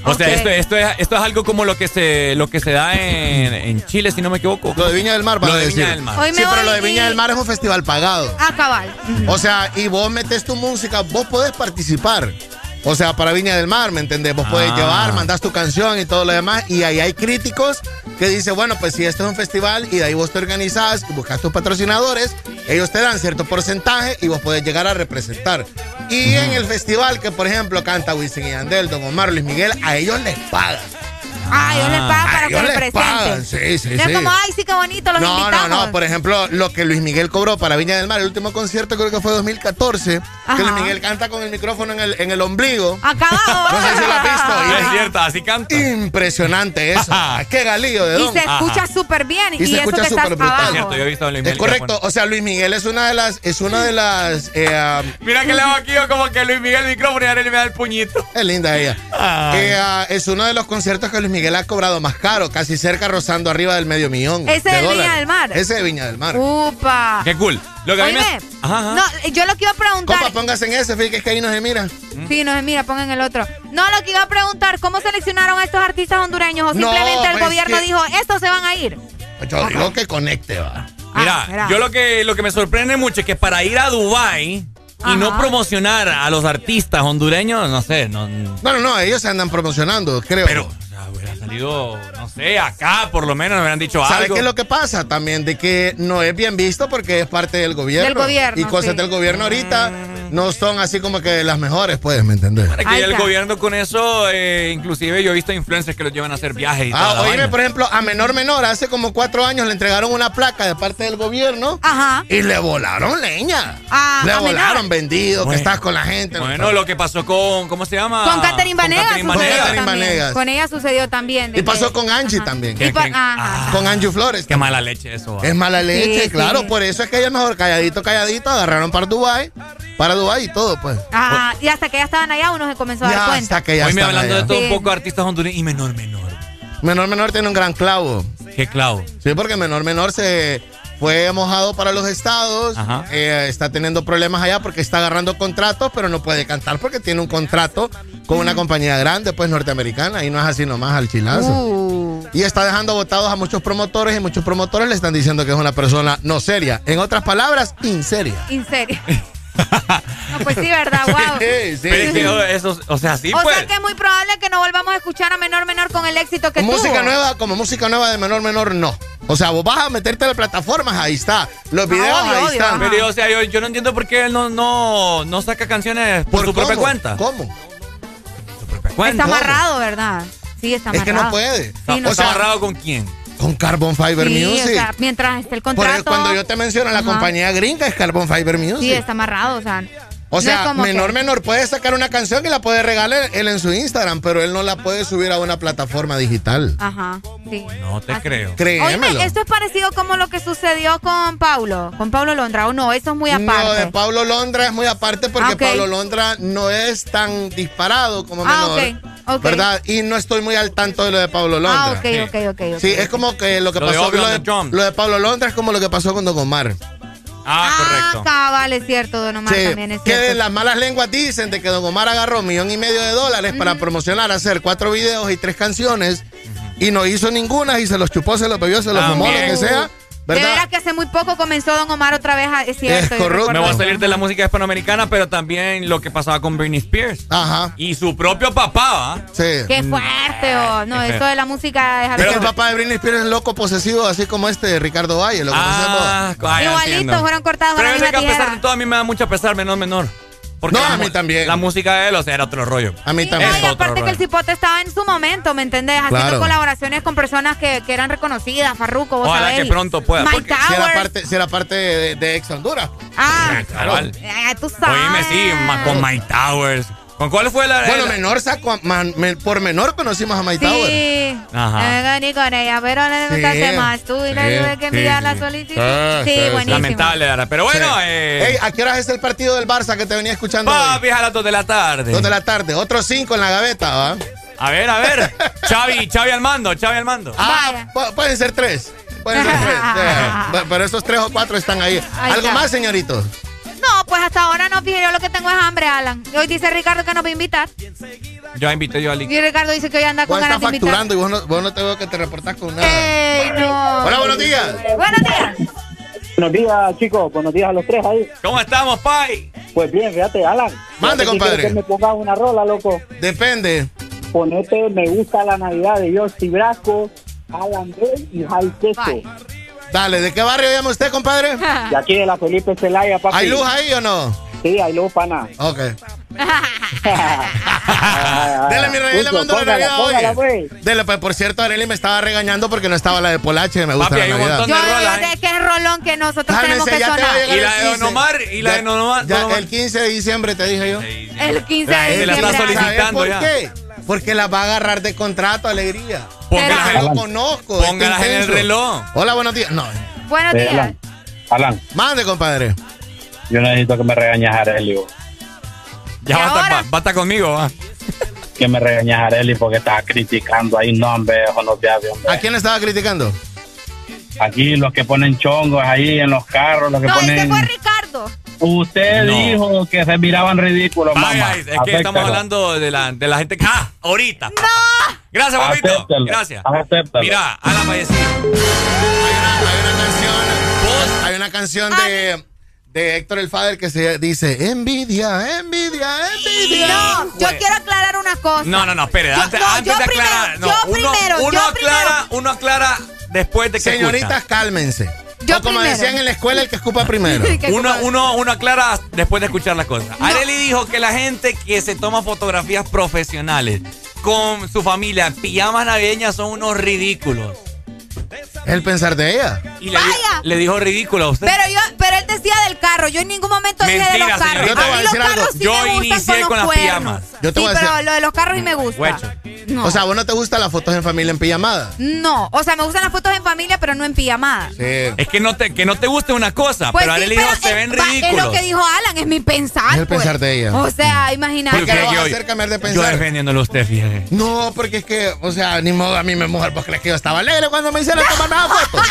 Speaker 4: O sea,
Speaker 3: Ok.
Speaker 4: esto, esto, es, esto es algo como lo que se, lo que se da en, en Chile, si no me equivoco.
Speaker 1: Lo de Viña del Mar, vas
Speaker 4: Lo
Speaker 1: a
Speaker 4: de
Speaker 1: decir.
Speaker 4: Viña del Mar.
Speaker 3: Hoy me
Speaker 1: Sí, pero
Speaker 3: voy
Speaker 1: lo de
Speaker 3: y-
Speaker 1: Viña del Mar es un festival pagado.
Speaker 3: Ah, cabal.
Speaker 1: O sea, y vos metes tu música, vos podés participar. O sea, para Viña del Mar, ¿me entendés? Vos podés
Speaker 4: Ah.
Speaker 1: llevar, mandás tu canción y todo lo demás. Y ahí hay críticos que dicen, bueno, pues si esto es un festival y de ahí vos te organizás y buscas tus patrocinadores, ellos te dan cierto porcentaje y vos podés llegar a representar. Y en el festival que, por ejemplo, canta Wisin y Yandel, Don Omar, Luis Miguel, a ellos les pagan.
Speaker 3: Ah, ellos les pagan
Speaker 1: A
Speaker 3: para que
Speaker 1: ellos les
Speaker 3: representen.
Speaker 1: pagan, sí, sí,
Speaker 3: No
Speaker 1: sí.
Speaker 3: es como, ay, sí, qué bonito, los
Speaker 1: No,
Speaker 3: invitamos.
Speaker 1: no, no. Por ejemplo, lo que Luis Miguel cobró para Viña del Mar, el último concierto creo que fue dos mil catorce,
Speaker 3: Ajá.
Speaker 1: que Luis Miguel canta con el micrófono en el, en el ombligo.
Speaker 3: Acabado.
Speaker 1: No sé si lo has visto.
Speaker 4: No
Speaker 1: Y
Speaker 4: es cierto, así canta.
Speaker 1: Impresionante eso. Qué galillo de
Speaker 3: Y
Speaker 1: don.
Speaker 3: se escucha súper bien. Y,
Speaker 1: Y se
Speaker 3: eso
Speaker 1: escucha
Speaker 3: que estás
Speaker 1: súper brutal.
Speaker 3: abajo.
Speaker 4: Es cierto, yo he visto a Luis Miguel.
Speaker 1: Es correcto. O sea, Luis Miguel es una de las, es una de las. eh, um,
Speaker 4: Mira que le hago aquí yo como que Luis Miguel el micrófono y Arely me da el puñito.
Speaker 1: es linda ella.
Speaker 4: Ay.
Speaker 1: Eh, ah, es uno de los conciertos que Luis Miguel ha cobrado más caro, casi cerca, rozando arriba del medio millón.
Speaker 3: Ese
Speaker 1: de
Speaker 3: de Viña
Speaker 1: dólares.
Speaker 3: del Mar.
Speaker 1: Ese de Viña del Mar.
Speaker 3: Upa.
Speaker 4: Qué cool. Lo que a mí me...
Speaker 3: Oíme,
Speaker 4: Ajá, ajá.
Speaker 3: no, yo lo que iba a preguntar.
Speaker 1: Compa, póngase en ese, fíjate que ahí no se mira.
Speaker 3: Sí, no se mira, pongan el otro. No, lo que iba a preguntar, ¿cómo seleccionaron a estos artistas hondureños? ¿O
Speaker 1: No,
Speaker 3: simplemente el
Speaker 1: pues
Speaker 3: gobierno
Speaker 1: que-
Speaker 3: dijo, estos se van a ir?
Speaker 1: Yo digo que conecte, va.
Speaker 4: Mira,
Speaker 3: Ah, mira.
Speaker 4: yo lo que, lo que me sorprende mucho es que para ir a Dubái
Speaker 3: Ajá.
Speaker 4: y no promocionar a los artistas hondureños, no sé, no...
Speaker 1: No, no, no, ellos se andan promocionando, creo.
Speaker 4: Pero, o sea, hubiera salido, no sé, acá por lo menos me hubieran dicho
Speaker 1: ¿Sabe
Speaker 4: algo.
Speaker 1: qué es lo que pasa? También de que no es bien visto porque es parte del gobierno.
Speaker 3: Del gobierno,
Speaker 1: Y cosas
Speaker 3: sí.
Speaker 1: del gobierno ahorita no son así como que las mejores, pues, ¿me entendés?
Speaker 4: Para que
Speaker 3: Ahí
Speaker 4: el
Speaker 3: está.
Speaker 4: gobierno con eso, eh, inclusive yo he visto influencers que los llevan a hacer viajes y toda
Speaker 1: Ah,
Speaker 4: la
Speaker 1: oíme,
Speaker 4: vaina.
Speaker 1: por ejemplo, a Menor Menor, hace como cuatro años le entregaron una placa de parte del gobierno
Speaker 3: Ajá.
Speaker 1: y le volaron leña.
Speaker 3: Ah,
Speaker 1: le
Speaker 3: a
Speaker 1: volaron
Speaker 3: Menor.
Speaker 1: vendido,
Speaker 4: Bueno.
Speaker 1: que estás con la gente.
Speaker 4: Bueno, lo que pasó con, ¿cómo se llama?
Speaker 3: Con Catherine Vanegas.
Speaker 4: Catherine
Speaker 3: sucedió
Speaker 4: Vanegas.
Speaker 1: Catherine
Speaker 3: también.
Speaker 1: Vanegas.
Speaker 3: Con ella sucedió también. de
Speaker 1: Y pasó
Speaker 3: que-
Speaker 1: con Angie
Speaker 3: Ajá.
Speaker 1: también.
Speaker 3: Y pa-
Speaker 4: ¿Quién?
Speaker 3: ajá.
Speaker 1: Con Angie Flores.
Speaker 4: Qué mala leche eso. va.
Speaker 1: Es mala leche,
Speaker 3: Sí,
Speaker 1: claro,
Speaker 3: sí.
Speaker 1: por eso es que ella mejor calladito, calladito, agarraron para Dubái, para Dubái y todo, pues.
Speaker 3: Ajá. Y hasta que ya estaban allá uno se comenzó a dar
Speaker 1: Ya
Speaker 3: cuenta.
Speaker 1: hasta que ya
Speaker 4: Hoy me
Speaker 1: están
Speaker 4: hablando
Speaker 1: allá.
Speaker 4: de todo
Speaker 3: Sí.
Speaker 4: un poco artistas hondureños y menor, menor.
Speaker 1: Menor Menor tiene un gran clavo.
Speaker 4: Qué clavo.
Speaker 1: Sí, porque Menor Menor se fue mojado para los estados,
Speaker 4: Ajá.
Speaker 1: eh, está teniendo problemas allá porque está agarrando contratos, pero no puede cantar porque tiene un contrato con una compañía grande, pues norteamericana, y no es así nomás al chilazo.
Speaker 3: Uh.
Speaker 1: Y está dejando votados a muchos promotores y muchos promotores le están diciendo que es una persona no seria. En otras palabras, inseria.
Speaker 3: En serio. No, pues sí, ¿verdad? Wow.
Speaker 1: Sí, sí.
Speaker 4: Pero es que oh, eso, o sea, sí,
Speaker 3: o
Speaker 4: pues.
Speaker 3: sea que es muy probable que no volvamos a escuchar a Menor Menor con el éxito que
Speaker 1: Música
Speaker 3: tuvo.
Speaker 1: nueva, como música nueva de Menor Menor, no. O sea, vos vas a meterte a las plataformas, ahí está. Los videos,
Speaker 3: obvio,
Speaker 1: ahí
Speaker 3: obvio,
Speaker 1: están.
Speaker 3: ajá.
Speaker 4: Pero, o sea, yo, yo no entiendo por qué él no, no, no saca canciones por, su propia
Speaker 1: cómo?
Speaker 4: cuenta.
Speaker 1: ¿Cómo?
Speaker 4: Su propia cuenta.
Speaker 3: Está amarrado, ¿verdad? Sí, está
Speaker 1: Es
Speaker 3: amarrado.
Speaker 1: que no puede.
Speaker 3: Sí, no
Speaker 1: o
Speaker 4: ¿Está
Speaker 1: sea,
Speaker 4: amarrado con quién?
Speaker 1: con Carbon Fiber
Speaker 3: Sí,
Speaker 1: Music.
Speaker 3: o sea, mientras esté el
Speaker 1: Por
Speaker 3: contrato.
Speaker 1: eso cuando yo te menciono la
Speaker 3: Ajá.
Speaker 1: compañía gringa es Carbon Fiber Music.
Speaker 3: Sí, está amarrado, o sea.
Speaker 1: o
Speaker 3: no
Speaker 1: sea,
Speaker 3: es como
Speaker 1: Menor
Speaker 3: que-
Speaker 1: Menor puede sacar una canción y la puede regalar él en su Instagram, pero él no la puede subir a una plataforma digital.
Speaker 3: Ajá, sí.
Speaker 4: No te creo.
Speaker 1: Créemelo.
Speaker 3: Oye, esto es parecido como lo que sucedió con Paulo, con Paulo Londra, o no, eso es muy
Speaker 1: No, de
Speaker 3: aparte.
Speaker 1: Pablo Londra es muy aparte porque
Speaker 3: Ah, ok.
Speaker 1: Pablo Londra no es tan disparado como
Speaker 3: Ah,
Speaker 1: Menor.
Speaker 3: ok, ok.
Speaker 1: ¿Verdad? Y no estoy muy al tanto de lo de Pablo Londra.
Speaker 3: Ah, ok, ok, ok, ok.
Speaker 1: Sí, es como que lo que
Speaker 4: Lo de
Speaker 1: pasó
Speaker 4: Obi on
Speaker 1: lo
Speaker 4: the
Speaker 1: de,
Speaker 4: Drum.
Speaker 1: lo de Pablo Londra es como lo que pasó con Don Omar.
Speaker 4: Ah,
Speaker 3: Ah,
Speaker 4: correcto.
Speaker 3: cabal, es cierto, Don Omar
Speaker 1: Sí,
Speaker 3: también es
Speaker 1: que
Speaker 3: cierto.
Speaker 1: las malas lenguas dicen de que Don Omar agarró un millón y medio de dólares para promocionar, hacer cuatro videos y tres canciones y no hizo ninguna y se los chupó, se los bebió, se los fumó, lo
Speaker 4: También.
Speaker 1: que sea.
Speaker 3: De
Speaker 1: ¿Verdad?
Speaker 3: veras que hace muy poco comenzó Don Omar otra vez, a- es cierto.
Speaker 1: Es
Speaker 3: yo
Speaker 1: correcto.
Speaker 3: recuerdo
Speaker 4: Me voy a
Speaker 3: eso.
Speaker 4: salir de la música hispanoamericana, pero también lo que pasaba con Britney Spears.
Speaker 1: Ajá.
Speaker 4: Y su propio papá, ¿va?
Speaker 1: Sí.
Speaker 3: Qué fuerte, oh. No,
Speaker 4: Qué
Speaker 3: eso
Speaker 4: feo.
Speaker 3: de la música es
Speaker 1: Pero
Speaker 3: algo-
Speaker 1: el papá de Britney Spears es loco posesivo, así como este Ricardo Valle, lo
Speaker 4: Ah,
Speaker 1: conocemos.
Speaker 4: ah, ya
Speaker 3: Igualito,
Speaker 4: entiendo.
Speaker 3: fueron cortados con
Speaker 4: Pero
Speaker 3: la
Speaker 4: es de
Speaker 3: misma
Speaker 4: que a pesar
Speaker 3: tijera.
Speaker 4: de todo, a mí me da mucho pesar, menor, menor. Porque
Speaker 1: No,
Speaker 4: la
Speaker 1: a mí
Speaker 4: mu-
Speaker 1: también.
Speaker 4: La música de él, o sea, era otro rollo.
Speaker 1: A mí
Speaker 3: Sí,
Speaker 1: también.
Speaker 3: no, y
Speaker 4: Es otro
Speaker 3: aparte que el
Speaker 4: rollo.
Speaker 3: cipote estaba en su momento, ¿me entendés? Haciendo
Speaker 1: Claro.
Speaker 3: colaboraciones con personas que, que eran reconocidas, Farruko, vos
Speaker 4: Ojalá
Speaker 3: sabés.
Speaker 4: que pronto pueda,
Speaker 3: Mike
Speaker 4: porque
Speaker 1: Si era
Speaker 3: Towers.
Speaker 1: parte, si era parte de, de Ex Honduras.
Speaker 3: Ah,
Speaker 4: Cabal.
Speaker 3: eh, tú sabes.
Speaker 4: Oíme, sí, ma- con Mike Towers. ¿Con cuál fue la...?
Speaker 1: Bueno,
Speaker 4: la-
Speaker 1: Menor sacó, a- man- me- por Menor conocimos a Mike Towers.
Speaker 3: Sí,
Speaker 4: Ajá.
Speaker 3: eh, ni con ella, pero le gustaste
Speaker 1: Sí,
Speaker 3: más tú y le
Speaker 1: sí,
Speaker 3: tuve que enviar
Speaker 1: sí,
Speaker 3: la
Speaker 1: sí.
Speaker 3: solicitud.
Speaker 1: Sí,
Speaker 3: Sí,
Speaker 1: sí,
Speaker 3: buenísimo.
Speaker 4: Lamentable, Dara. Pero bueno,
Speaker 1: Sí.
Speaker 4: eh...
Speaker 1: Ey, ¿a qué hora es el partido del Barça que te venía escuchando? hoy?
Speaker 4: papi, a las dos de la tarde.
Speaker 1: Dos de la tarde. Otros cinco en la gaveta, ¿va?
Speaker 4: A ver, a ver. Xavi, Xavi al mando, Xavi al mando.
Speaker 1: Ah, pu- pueden ser tres. Pueden ser tres. Sí. Pero esos tres o cuatro están ahí.
Speaker 3: Ahí
Speaker 1: ¿Algo
Speaker 3: está.
Speaker 1: más, señoritos?
Speaker 3: No, pues hasta ahora no, fíjate, yo lo que tengo es hambre, Alan. Y hoy dice Ricardo que nos va a invitar.
Speaker 4: Yo invité yo a Ali.
Speaker 3: Y Ricardo dice que hoy anda con ganas de invitar.
Speaker 1: Vos estás facturando y vos no, vos no te veo que te reportás con nada.
Speaker 3: ¡Ey, no!
Speaker 1: Hola, buenos días.
Speaker 3: Buenos días.
Speaker 11: Buenos días, chicos. Buenos días a los tres ahí.
Speaker 4: ¿Cómo estamos, Pai?
Speaker 11: Pues bien, fíjate, Alan.
Speaker 1: Mande,
Speaker 11: fíjate,
Speaker 1: compadre.
Speaker 11: Que me ponga una rola, loco.
Speaker 1: Depende.
Speaker 11: Ponete Me Gusta la Navidad de Yossi Brasco, Alan Rey y Jai Queso.
Speaker 1: Dale, ¿de qué barrio llama usted, compadre?
Speaker 11: De aquí de la Felipe Celaya, papi.
Speaker 1: ¿Hay luz ahí o no?
Speaker 11: Sí, hay luz, pana.
Speaker 1: Ok. Dele, mi rey, le mando la Navidad hoy. Dele, pues, por cierto, Arely me estaba regañando porque no estaba la de Polache, me gusta
Speaker 4: Papi,
Speaker 1: la
Speaker 4: hay un
Speaker 1: Navidad.
Speaker 4: montón
Speaker 3: Yo
Speaker 4: de rolas,
Speaker 3: de que es rolón que nosotros
Speaker 1: Cálmese,
Speaker 3: tenemos que
Speaker 1: ya te va a
Speaker 3: sonar.
Speaker 1: llegar
Speaker 4: Y la de
Speaker 1: el
Speaker 4: Don Omar, y la de Don Omar.
Speaker 1: Ya,
Speaker 4: Don Omar.
Speaker 1: el quince de diciembre te dije yo.
Speaker 3: El quince de
Speaker 4: La gente la
Speaker 3: diciembre.
Speaker 4: está solicitando
Speaker 1: ¿Sabes
Speaker 4: ya.
Speaker 1: por qué? Porque la va a agarrar de contrato, Alegría.
Speaker 4: Póngalas
Speaker 1: Yo
Speaker 4: en-
Speaker 1: lo conozco.
Speaker 4: póngalas
Speaker 1: es
Speaker 4: en el
Speaker 1: intenso.
Speaker 4: reloj.
Speaker 1: Hola, buenos días. No.
Speaker 3: Buenos
Speaker 11: Eh,
Speaker 3: días.
Speaker 11: Alan, Alan,
Speaker 1: Mande, compadre.
Speaker 11: yo necesito que me regañes a Arely.
Speaker 4: Ya
Speaker 3: ¿Y
Speaker 4: basta,
Speaker 3: ahora?
Speaker 4: ba- basta conmigo, va.
Speaker 11: Que me regañes a Arely porque estaba criticando ahí, no, hombre, ojo, no te hagas, hombre.
Speaker 1: ¿A quién estaba criticando?
Speaker 11: Aquí los que ponen chongos ahí en los carros, los que
Speaker 3: No, ese
Speaker 11: ponen...
Speaker 3: fue Ricardo.
Speaker 11: Usted
Speaker 4: No.
Speaker 11: dijo que se miraban ridículos, mamá.
Speaker 4: Vaya, es que estamos
Speaker 11: Acéptalo.
Speaker 4: hablando de la, de la gente que... ¡Ah! Ahorita. ¡No! Gracias, papito.
Speaker 11: Acéptalo.
Speaker 4: Gracias.
Speaker 11: Acéptalo.
Speaker 4: Mira, Alan va a decir.
Speaker 1: Hay una, hay una canción. Hay una canción de, de Héctor el Father que se dice envidia, envidia, envidia.
Speaker 3: No, yo
Speaker 4: Güey.
Speaker 3: quiero aclarar una cosa.
Speaker 4: No, no, no, espere.
Speaker 3: Yo-
Speaker 4: Antes,
Speaker 3: no,
Speaker 4: antes
Speaker 3: yo
Speaker 4: de aclarar.
Speaker 3: primero,
Speaker 4: no,
Speaker 3: yo
Speaker 4: uno,
Speaker 3: primero,
Speaker 4: uno
Speaker 3: yo
Speaker 4: aclara, uno aclara después de que
Speaker 1: Señoritas,
Speaker 4: escucha.
Speaker 1: cálmense.
Speaker 3: Yo
Speaker 1: o como
Speaker 3: primero.
Speaker 1: decían en la escuela, el que escupa primero.
Speaker 3: Que
Speaker 4: Uno,
Speaker 3: como-
Speaker 4: uno, uno aclara después de escuchar las cosas.
Speaker 3: No.
Speaker 4: Arely dijo que la gente que se toma fotografías profesionales con su familia en pijamas navideñas son unos ridículos.
Speaker 1: Es el pensar de ella.
Speaker 4: Y le, di-
Speaker 3: Vaya.
Speaker 4: le dijo ridículo a usted.
Speaker 3: Pero yo, pero él decía del carro. Yo en ningún momento dije de
Speaker 4: Mentira,
Speaker 3: los carros.
Speaker 4: señorita.
Speaker 1: Yo te voy a
Speaker 3: A mí los
Speaker 1: decir algo.
Speaker 3: carros sí
Speaker 4: Yo
Speaker 3: me gustan
Speaker 4: inicié
Speaker 3: con los
Speaker 4: con las
Speaker 3: cuernos.
Speaker 4: pijamas.
Speaker 1: Yo te
Speaker 3: Sí,
Speaker 1: voy a
Speaker 3: pero
Speaker 1: decir-
Speaker 3: lo de los carros sí me gusta.
Speaker 4: Huecho.
Speaker 3: No.
Speaker 1: O sea, ¿vos no te gustan las fotos en familia en pijamada?
Speaker 3: No, o sea, me gustan las fotos en familia, pero no en pijamada.
Speaker 1: Sí.
Speaker 4: Es que no te, que no te guste una cosa,
Speaker 3: Pues
Speaker 4: pero
Speaker 3: sí,
Speaker 4: Arely dijo
Speaker 3: pero
Speaker 4: se
Speaker 3: es-
Speaker 4: ven
Speaker 3: va-
Speaker 4: ridículos.
Speaker 3: Es lo que dijo Alan, es mi pensar.
Speaker 1: Es el
Speaker 3: pues.
Speaker 1: pensar de ella.
Speaker 3: O sea, imagínate.
Speaker 1: ¿Por qué
Speaker 4: Porque
Speaker 1: lo vas a
Speaker 4: yo-
Speaker 1: hacer cambiar de
Speaker 4: Yo
Speaker 1: pensar?
Speaker 4: defendiéndolo a usted, fíjate.
Speaker 1: No, porque es que, o sea, ni modo a mí me mujer, ¿vos crees que yo estaba alegre cuando me hicieron tomar nada fotos?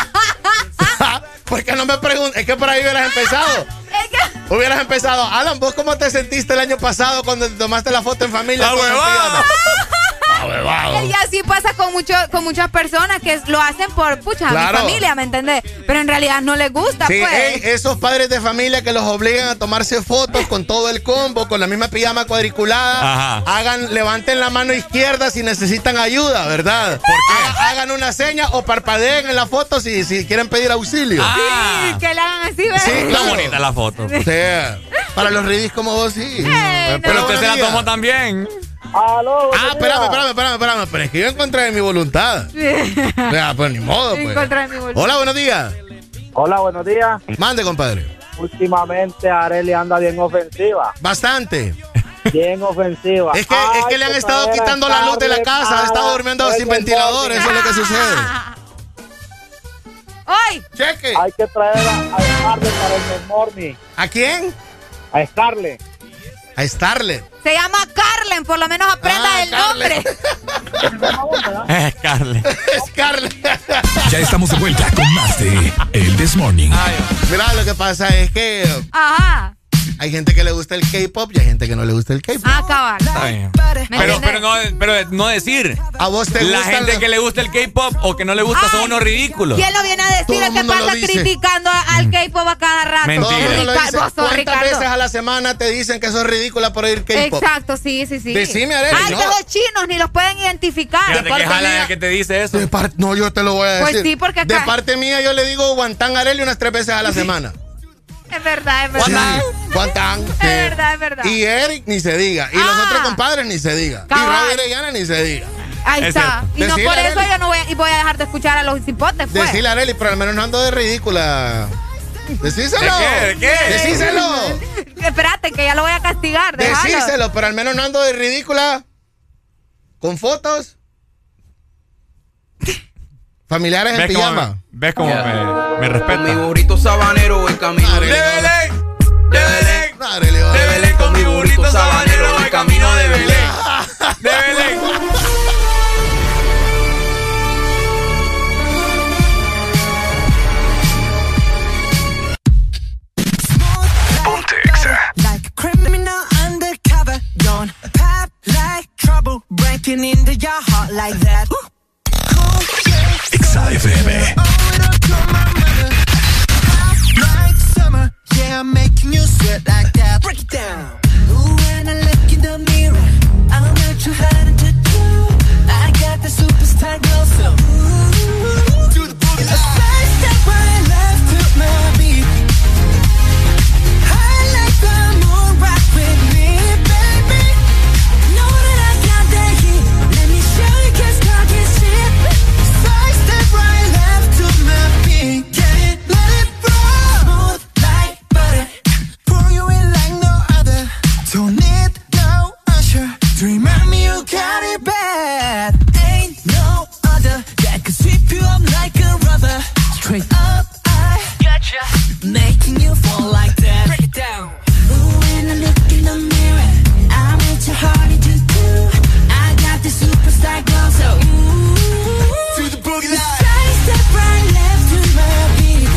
Speaker 1: ¿Por qué no me preguntas? Es que por ahí hubieras empezado.
Speaker 3: Es que-
Speaker 1: Hubieras empezado. Alan, ¿vos cómo te sentiste el año pasado cuando te tomaste la foto en familia?
Speaker 4: ¡Ah,
Speaker 1: con el
Speaker 4: huevado!
Speaker 1: pijama? ¡Ah, huevado!
Speaker 3: Y así pasa con mucho, con muchas personas que lo hacen por, pucha,
Speaker 1: Claro.
Speaker 3: mi familia, ¿me entendés? Pero en realidad no les gusta,
Speaker 1: Sí,
Speaker 3: pues.
Speaker 1: ey, esos padres de familia que los obligan a tomarse fotos con todo el combo, con la misma pijama cuadriculada,
Speaker 4: Ajá.
Speaker 1: hagan, levanten la mano izquierda si necesitan ayuda, ¿verdad? ¿Por qué? Hagan una seña o parpadeen en la foto si, si quieren pedir auxilio.
Speaker 4: Ah,
Speaker 3: Sí, que la hagan así, ¿ves?
Speaker 1: Sí,
Speaker 4: está
Speaker 1: claro.
Speaker 4: bonita la foto.
Speaker 1: Sí, para los ridis como vos, sí.
Speaker 3: no.
Speaker 4: Pero usted se la
Speaker 1: buenos
Speaker 4: tomó
Speaker 1: días.
Speaker 4: también.
Speaker 11: Aló,
Speaker 1: Ah, espérame, espérame, espérame, espérame. Pero es que yo en contra de mi voluntad. O sea, pues ni modo,
Speaker 3: En
Speaker 1: pues.
Speaker 3: contra de mi voluntad.
Speaker 1: Hola, buenos días.
Speaker 11: Hola, buenos días.
Speaker 1: Mande, compadre.
Speaker 11: Últimamente Arely anda bien ofensiva.
Speaker 1: Bastante.
Speaker 11: Bien ofensiva.
Speaker 1: Es que, es que le han estado quitando la luz de la casa. Ha estado durmiendo sin ventilador. Eso es lo que sucede.
Speaker 3: ¡Ay!
Speaker 1: Cheque.
Speaker 11: Hay que traer a, a Scarlett para el Desmorning.
Speaker 1: ¿A quién?
Speaker 11: A Scarlett.
Speaker 1: A Starlet.
Speaker 3: Se llama Carlen, por lo menos aprenda
Speaker 1: Ah,
Speaker 3: el nombre.
Speaker 4: Es Carly.
Speaker 1: Scarlet.
Speaker 2: Ya estamos de vuelta con más de El This Morning.
Speaker 1: Mira, lo que pasa es que
Speaker 3: Ajá.
Speaker 1: hay gente que le gusta el K-pop y hay gente que no le gusta el K-pop.
Speaker 3: Ah, cabal.
Speaker 4: Está bien.
Speaker 3: ¿Me
Speaker 4: Pero,
Speaker 3: entiendes?
Speaker 4: pero, no, pero no decir.
Speaker 1: ¿A vos te
Speaker 4: La
Speaker 1: gusta
Speaker 4: gente
Speaker 1: la-
Speaker 4: que le gusta el K-pop o que no le gusta son
Speaker 3: Ay,
Speaker 4: unos ridículos.
Speaker 3: ¿Quién lo viene a decir?
Speaker 1: Todo el
Speaker 3: Es que
Speaker 1: mundo lo
Speaker 3: pasa
Speaker 1: dice.
Speaker 3: criticando a- al K-pop a cada rato.
Speaker 4: Mentira.
Speaker 1: Todo el mundo lo
Speaker 3: Rica-
Speaker 1: dice.
Speaker 3: vos sos
Speaker 1: ¿Cuántas
Speaker 3: Ricardo.
Speaker 1: veces a la semana te dicen que sos ridícula por oír K-pop?
Speaker 3: Exacto, sí, sí, sí.
Speaker 1: Decime, Arely,
Speaker 3: Ay,
Speaker 1: no.
Speaker 3: que los chinos ni los pueden identificar.
Speaker 4: Fíjate
Speaker 1: de
Speaker 4: que
Speaker 1: parte
Speaker 4: jala
Speaker 1: mía-
Speaker 4: el que te dice eso.
Speaker 1: De par- no, yo te lo voy a decir.
Speaker 3: Pues sí, porque
Speaker 1: De
Speaker 3: acá-
Speaker 1: parte mía yo le digo guantán Arely unas tres veces a la semana.
Speaker 3: Es verdad, es verdad.
Speaker 1: Sí, guantán.
Speaker 3: Es
Speaker 1: sí.
Speaker 3: verdad, es verdad.
Speaker 1: Y Eric ni se diga. Y los
Speaker 3: Ah.
Speaker 1: otros compadres ni se diga.
Speaker 3: Cabal.
Speaker 1: Y Roger y Yana ni se diga.
Speaker 3: Ahí
Speaker 4: Es
Speaker 3: está.
Speaker 4: cierto.
Speaker 3: Y no
Speaker 1: Decile,
Speaker 3: por eso
Speaker 1: Arely.
Speaker 3: yo no voy a, y voy a dejar de escuchar a los cipotes, pues.
Speaker 1: Decile a Arely, pero al menos no ando de ridícula. Decíselo.
Speaker 4: ¿De qué? ¿De qué?
Speaker 1: Decíselo.
Speaker 3: Espérate, que ya lo voy a castigar. Déjalo.
Speaker 1: Decíselo, pero al menos no ando de ridícula. Con fotos. Familiares en
Speaker 4: ¿Ves cómo,
Speaker 1: pijama.
Speaker 4: me, ¿Ves cómo me, me respeta?
Speaker 12: Mi burrito sabanero el camino
Speaker 1: Arely,
Speaker 12: de
Speaker 4: ¡De Belén! ¡De Belén!
Speaker 1: no, Arely, va.
Speaker 4: ¡De Belén con mi burrito sabanero voy camino de Belén! ¡De Belén!
Speaker 2: Ponte Exa.
Speaker 9: like that.
Speaker 2: Exa F M.
Speaker 9: Like summer, yeah, I'm making you sweat like that. Break it down. Ooh, when I look in the mirror, I'm not too hard to do. I got the superstar glow, so ooh, do the boogie. A side step right left to my beat. I like the moon rock with me, baby. Know that I got that heat. Let me show you 'cause talk is cheap. Side step right left to my beat. Get it, let it roll. Smooth like butter. Pour you in like no other. Don't need no usher to remind me you got it bad. Ain't no other that could sweep you up like a rubber. Straight up, I gotcha. Making you fall like that. Break it down. Ooh, when I look in the mirror, I'm with your heart to do. I got the superstar glow, so ooh, to the boogie line. Side step right left to my beat.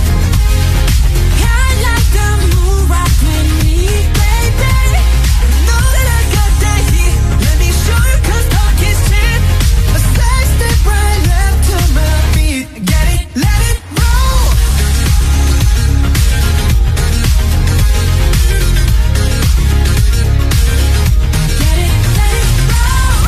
Speaker 9: I like the moon rock with me, baby. Know that I got that heat. Let me show you 'cause talk is cheap. A side step right left to my beat. Get it, let it roll. Get it, let it roll.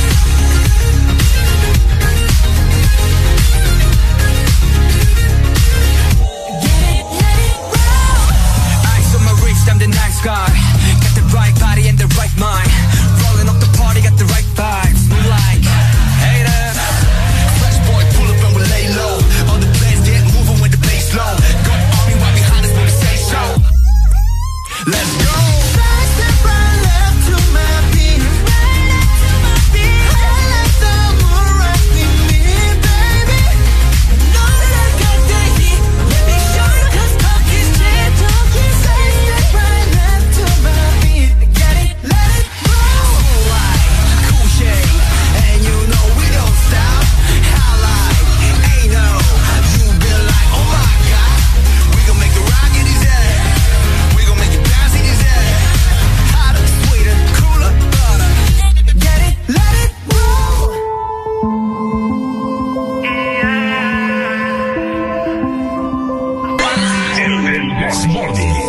Speaker 9: Get it, let it roll.
Speaker 21: Eyes on my wrist, I'm the nice guy. Got the right body and the right mind. Rolling up the party, got the right vibes. Move like haters.
Speaker 24: Fresh boy, pull up and we lay low. All the players get moving with the bass low. Got army right behind us when we say so. Let's go.
Speaker 9: Side step right left to my beat. Right left to my beat. I like the moon rock with me, baby. Know that I got that heat. Let me show you 'cause talk is cheap. Side step right left to my beat. Get it, let it roll.
Speaker 24: Like cool shade, and you know we don't stop. Highlight, ain't no. You been like, oh my god. We gon' make the rock in his head. We gon' make it bounce in his head. Hotter, sweeter, cooler, butter.
Speaker 9: Get it, let it roll.
Speaker 2: This morning.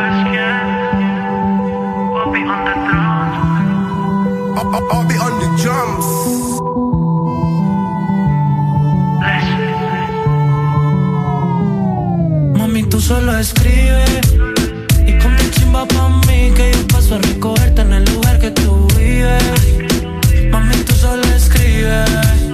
Speaker 24: I'll, I'll, I'll be on the drums.
Speaker 21: Mami, tú solo escribes y ponte chimba pa' mí que yo paso a recogerte en el lugar que tú vives. Mami, tú solo escribes,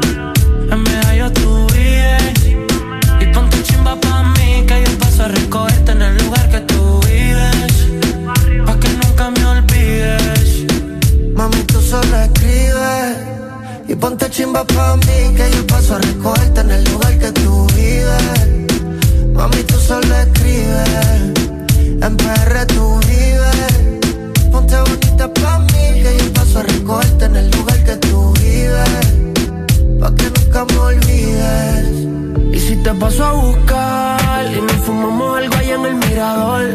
Speaker 21: en medallo tú vives. Y ponte chimba pa' mí que yo paso a recogerte en el lugar que tú vives, pa' que nunca me olvides.
Speaker 9: Mami, tú solo escribes y ponte chimba pa' mí que yo paso a recogerte en el lugar que tú vives. Mami, tú solo escribes, en P R tú vives. Ponte bonita pa' mí que yo paso a recogerte en el lugar que tú vives, pa' que nunca me olvides.
Speaker 21: Y si te paso a buscar y nos fumamos algo allá en el mirador,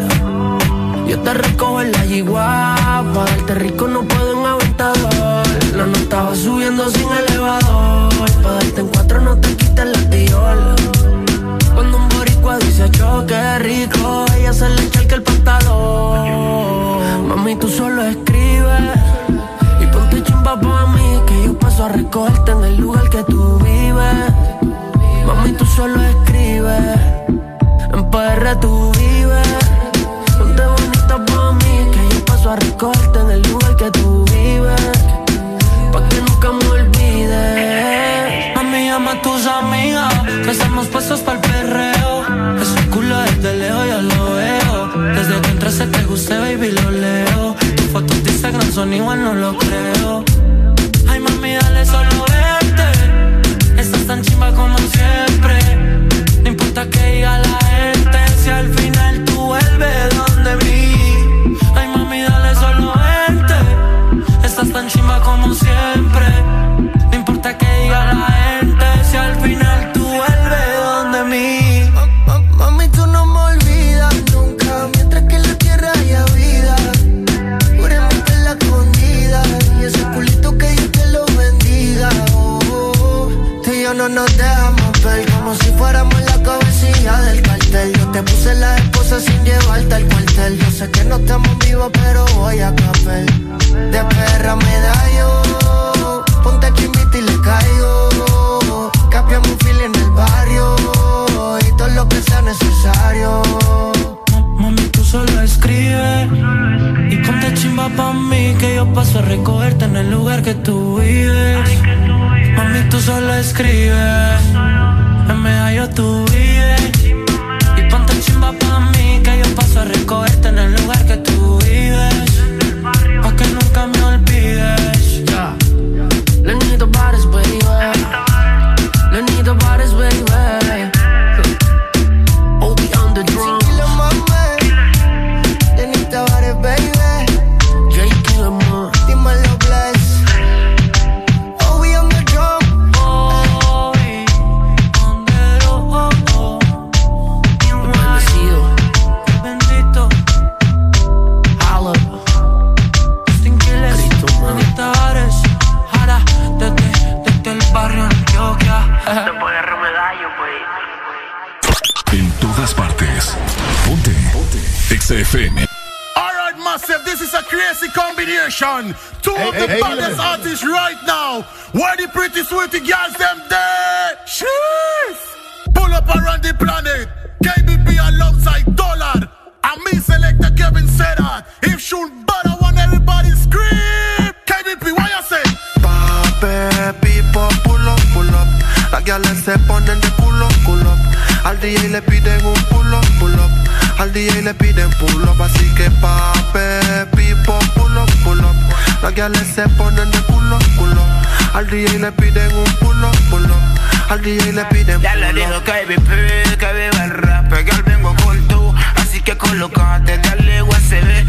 Speaker 21: yo te recojo en la yigua, pa' darte rico no puedo en aventador. La no estaba subiendo sin elevador, pa' darte en cuatro no te quites la tiola. Cuando un boricua dice choque rico, ella se le echa el pantalón. Mami, tú solo escribes y ponte chimba pa' mí que yo paso a recogerte en el lugar que tú vives. Mami, tú solo escribes, en P R tú vives. Ponte bonita pa' mí que yo paso a recogerte en el lugar que tú vives, pa' que nunca me olvides. Mami, llama a tus amigas, que estamos puestos pa'l perreo. Ese culo desde lejos yo lo veo. Desde que entraste te guste, baby, lo leo. Tus fotos de Instagram son igual, no lo creo. Ay, mami, dale solo verte. Estás tan chimba como siempre. No importa que diga la gente, si al final tú vuelves donde mí. Ay, mami, dale solo vente. Estás tan chimba como siempre. No importa que diga la gente, si al final tú vuelves donde mí.
Speaker 9: Mami, tú no me olvidas nunca, mientras que en la tierra haya vida. Júrame que en la escondida y ese culito
Speaker 16: no nos dejamos ver, como si fuéramos la cabecilla del cartel. Yo te puse la esposa sin llevarte al cuartel. Yo sé que no estamos vivos, pero voy a café. De perra me da yo, ponte chimbita y le caigo. Capiamos un fil en el barrio y todo lo que sea necesario.
Speaker 21: Mami, tú solo escribes y ponte chimba pa' mí, que yo paso a recogerte en el lugar que tú vives. Mami, tú solo escribes, en medallo tú vives. Y ponte chimba pa' mí, que yo paso a recogerte en el lugar que tú vives, pa' que nunca me olvides.
Speaker 16: Yeah. Lenito Bares, baby. Lenito Bares, baby. Obi on the drum. Lenito Bares, baby. J. Killamore. Dímelo, bless. Obi on the drum.
Speaker 21: Obi on the drum. Oh, oh, oh.
Speaker 16: Bendecido.
Speaker 21: Bendito.
Speaker 16: Holla.
Speaker 21: Stinkiles. Lenito Bares. Jara. Desde, desde el barrio Antioquia.
Speaker 2: En todas partes. Ponte. Ponte. Exa F M.
Speaker 19: Alright, massive, this is a crazy combination. Two
Speaker 1: Hey,
Speaker 19: of
Speaker 1: hey,
Speaker 19: the
Speaker 1: hey,
Speaker 19: baddest
Speaker 1: hey.
Speaker 19: artists right now. Where the pretty sweetie girls them there? Cheers! Pull up around the planet. K B P alongside Dollar. And me selector Kevin said that. If shoot butter, I want everybody scream. K B P, what you say?
Speaker 16: Pape, people, pull up, pull up. Las gales se ponen de culo, culo. Al D J le piden un pull up, pull up. Al D J le piden pull up. Así que pape, people, pull up, pull up. Las gales se ponen de culo, culo. Al D J le piden un pull up, pull up. Al D J le piden pull up.
Speaker 24: Ya le dijo K B P, que viva el rap. Que al vengo con tú, así que colócate, dale U S B.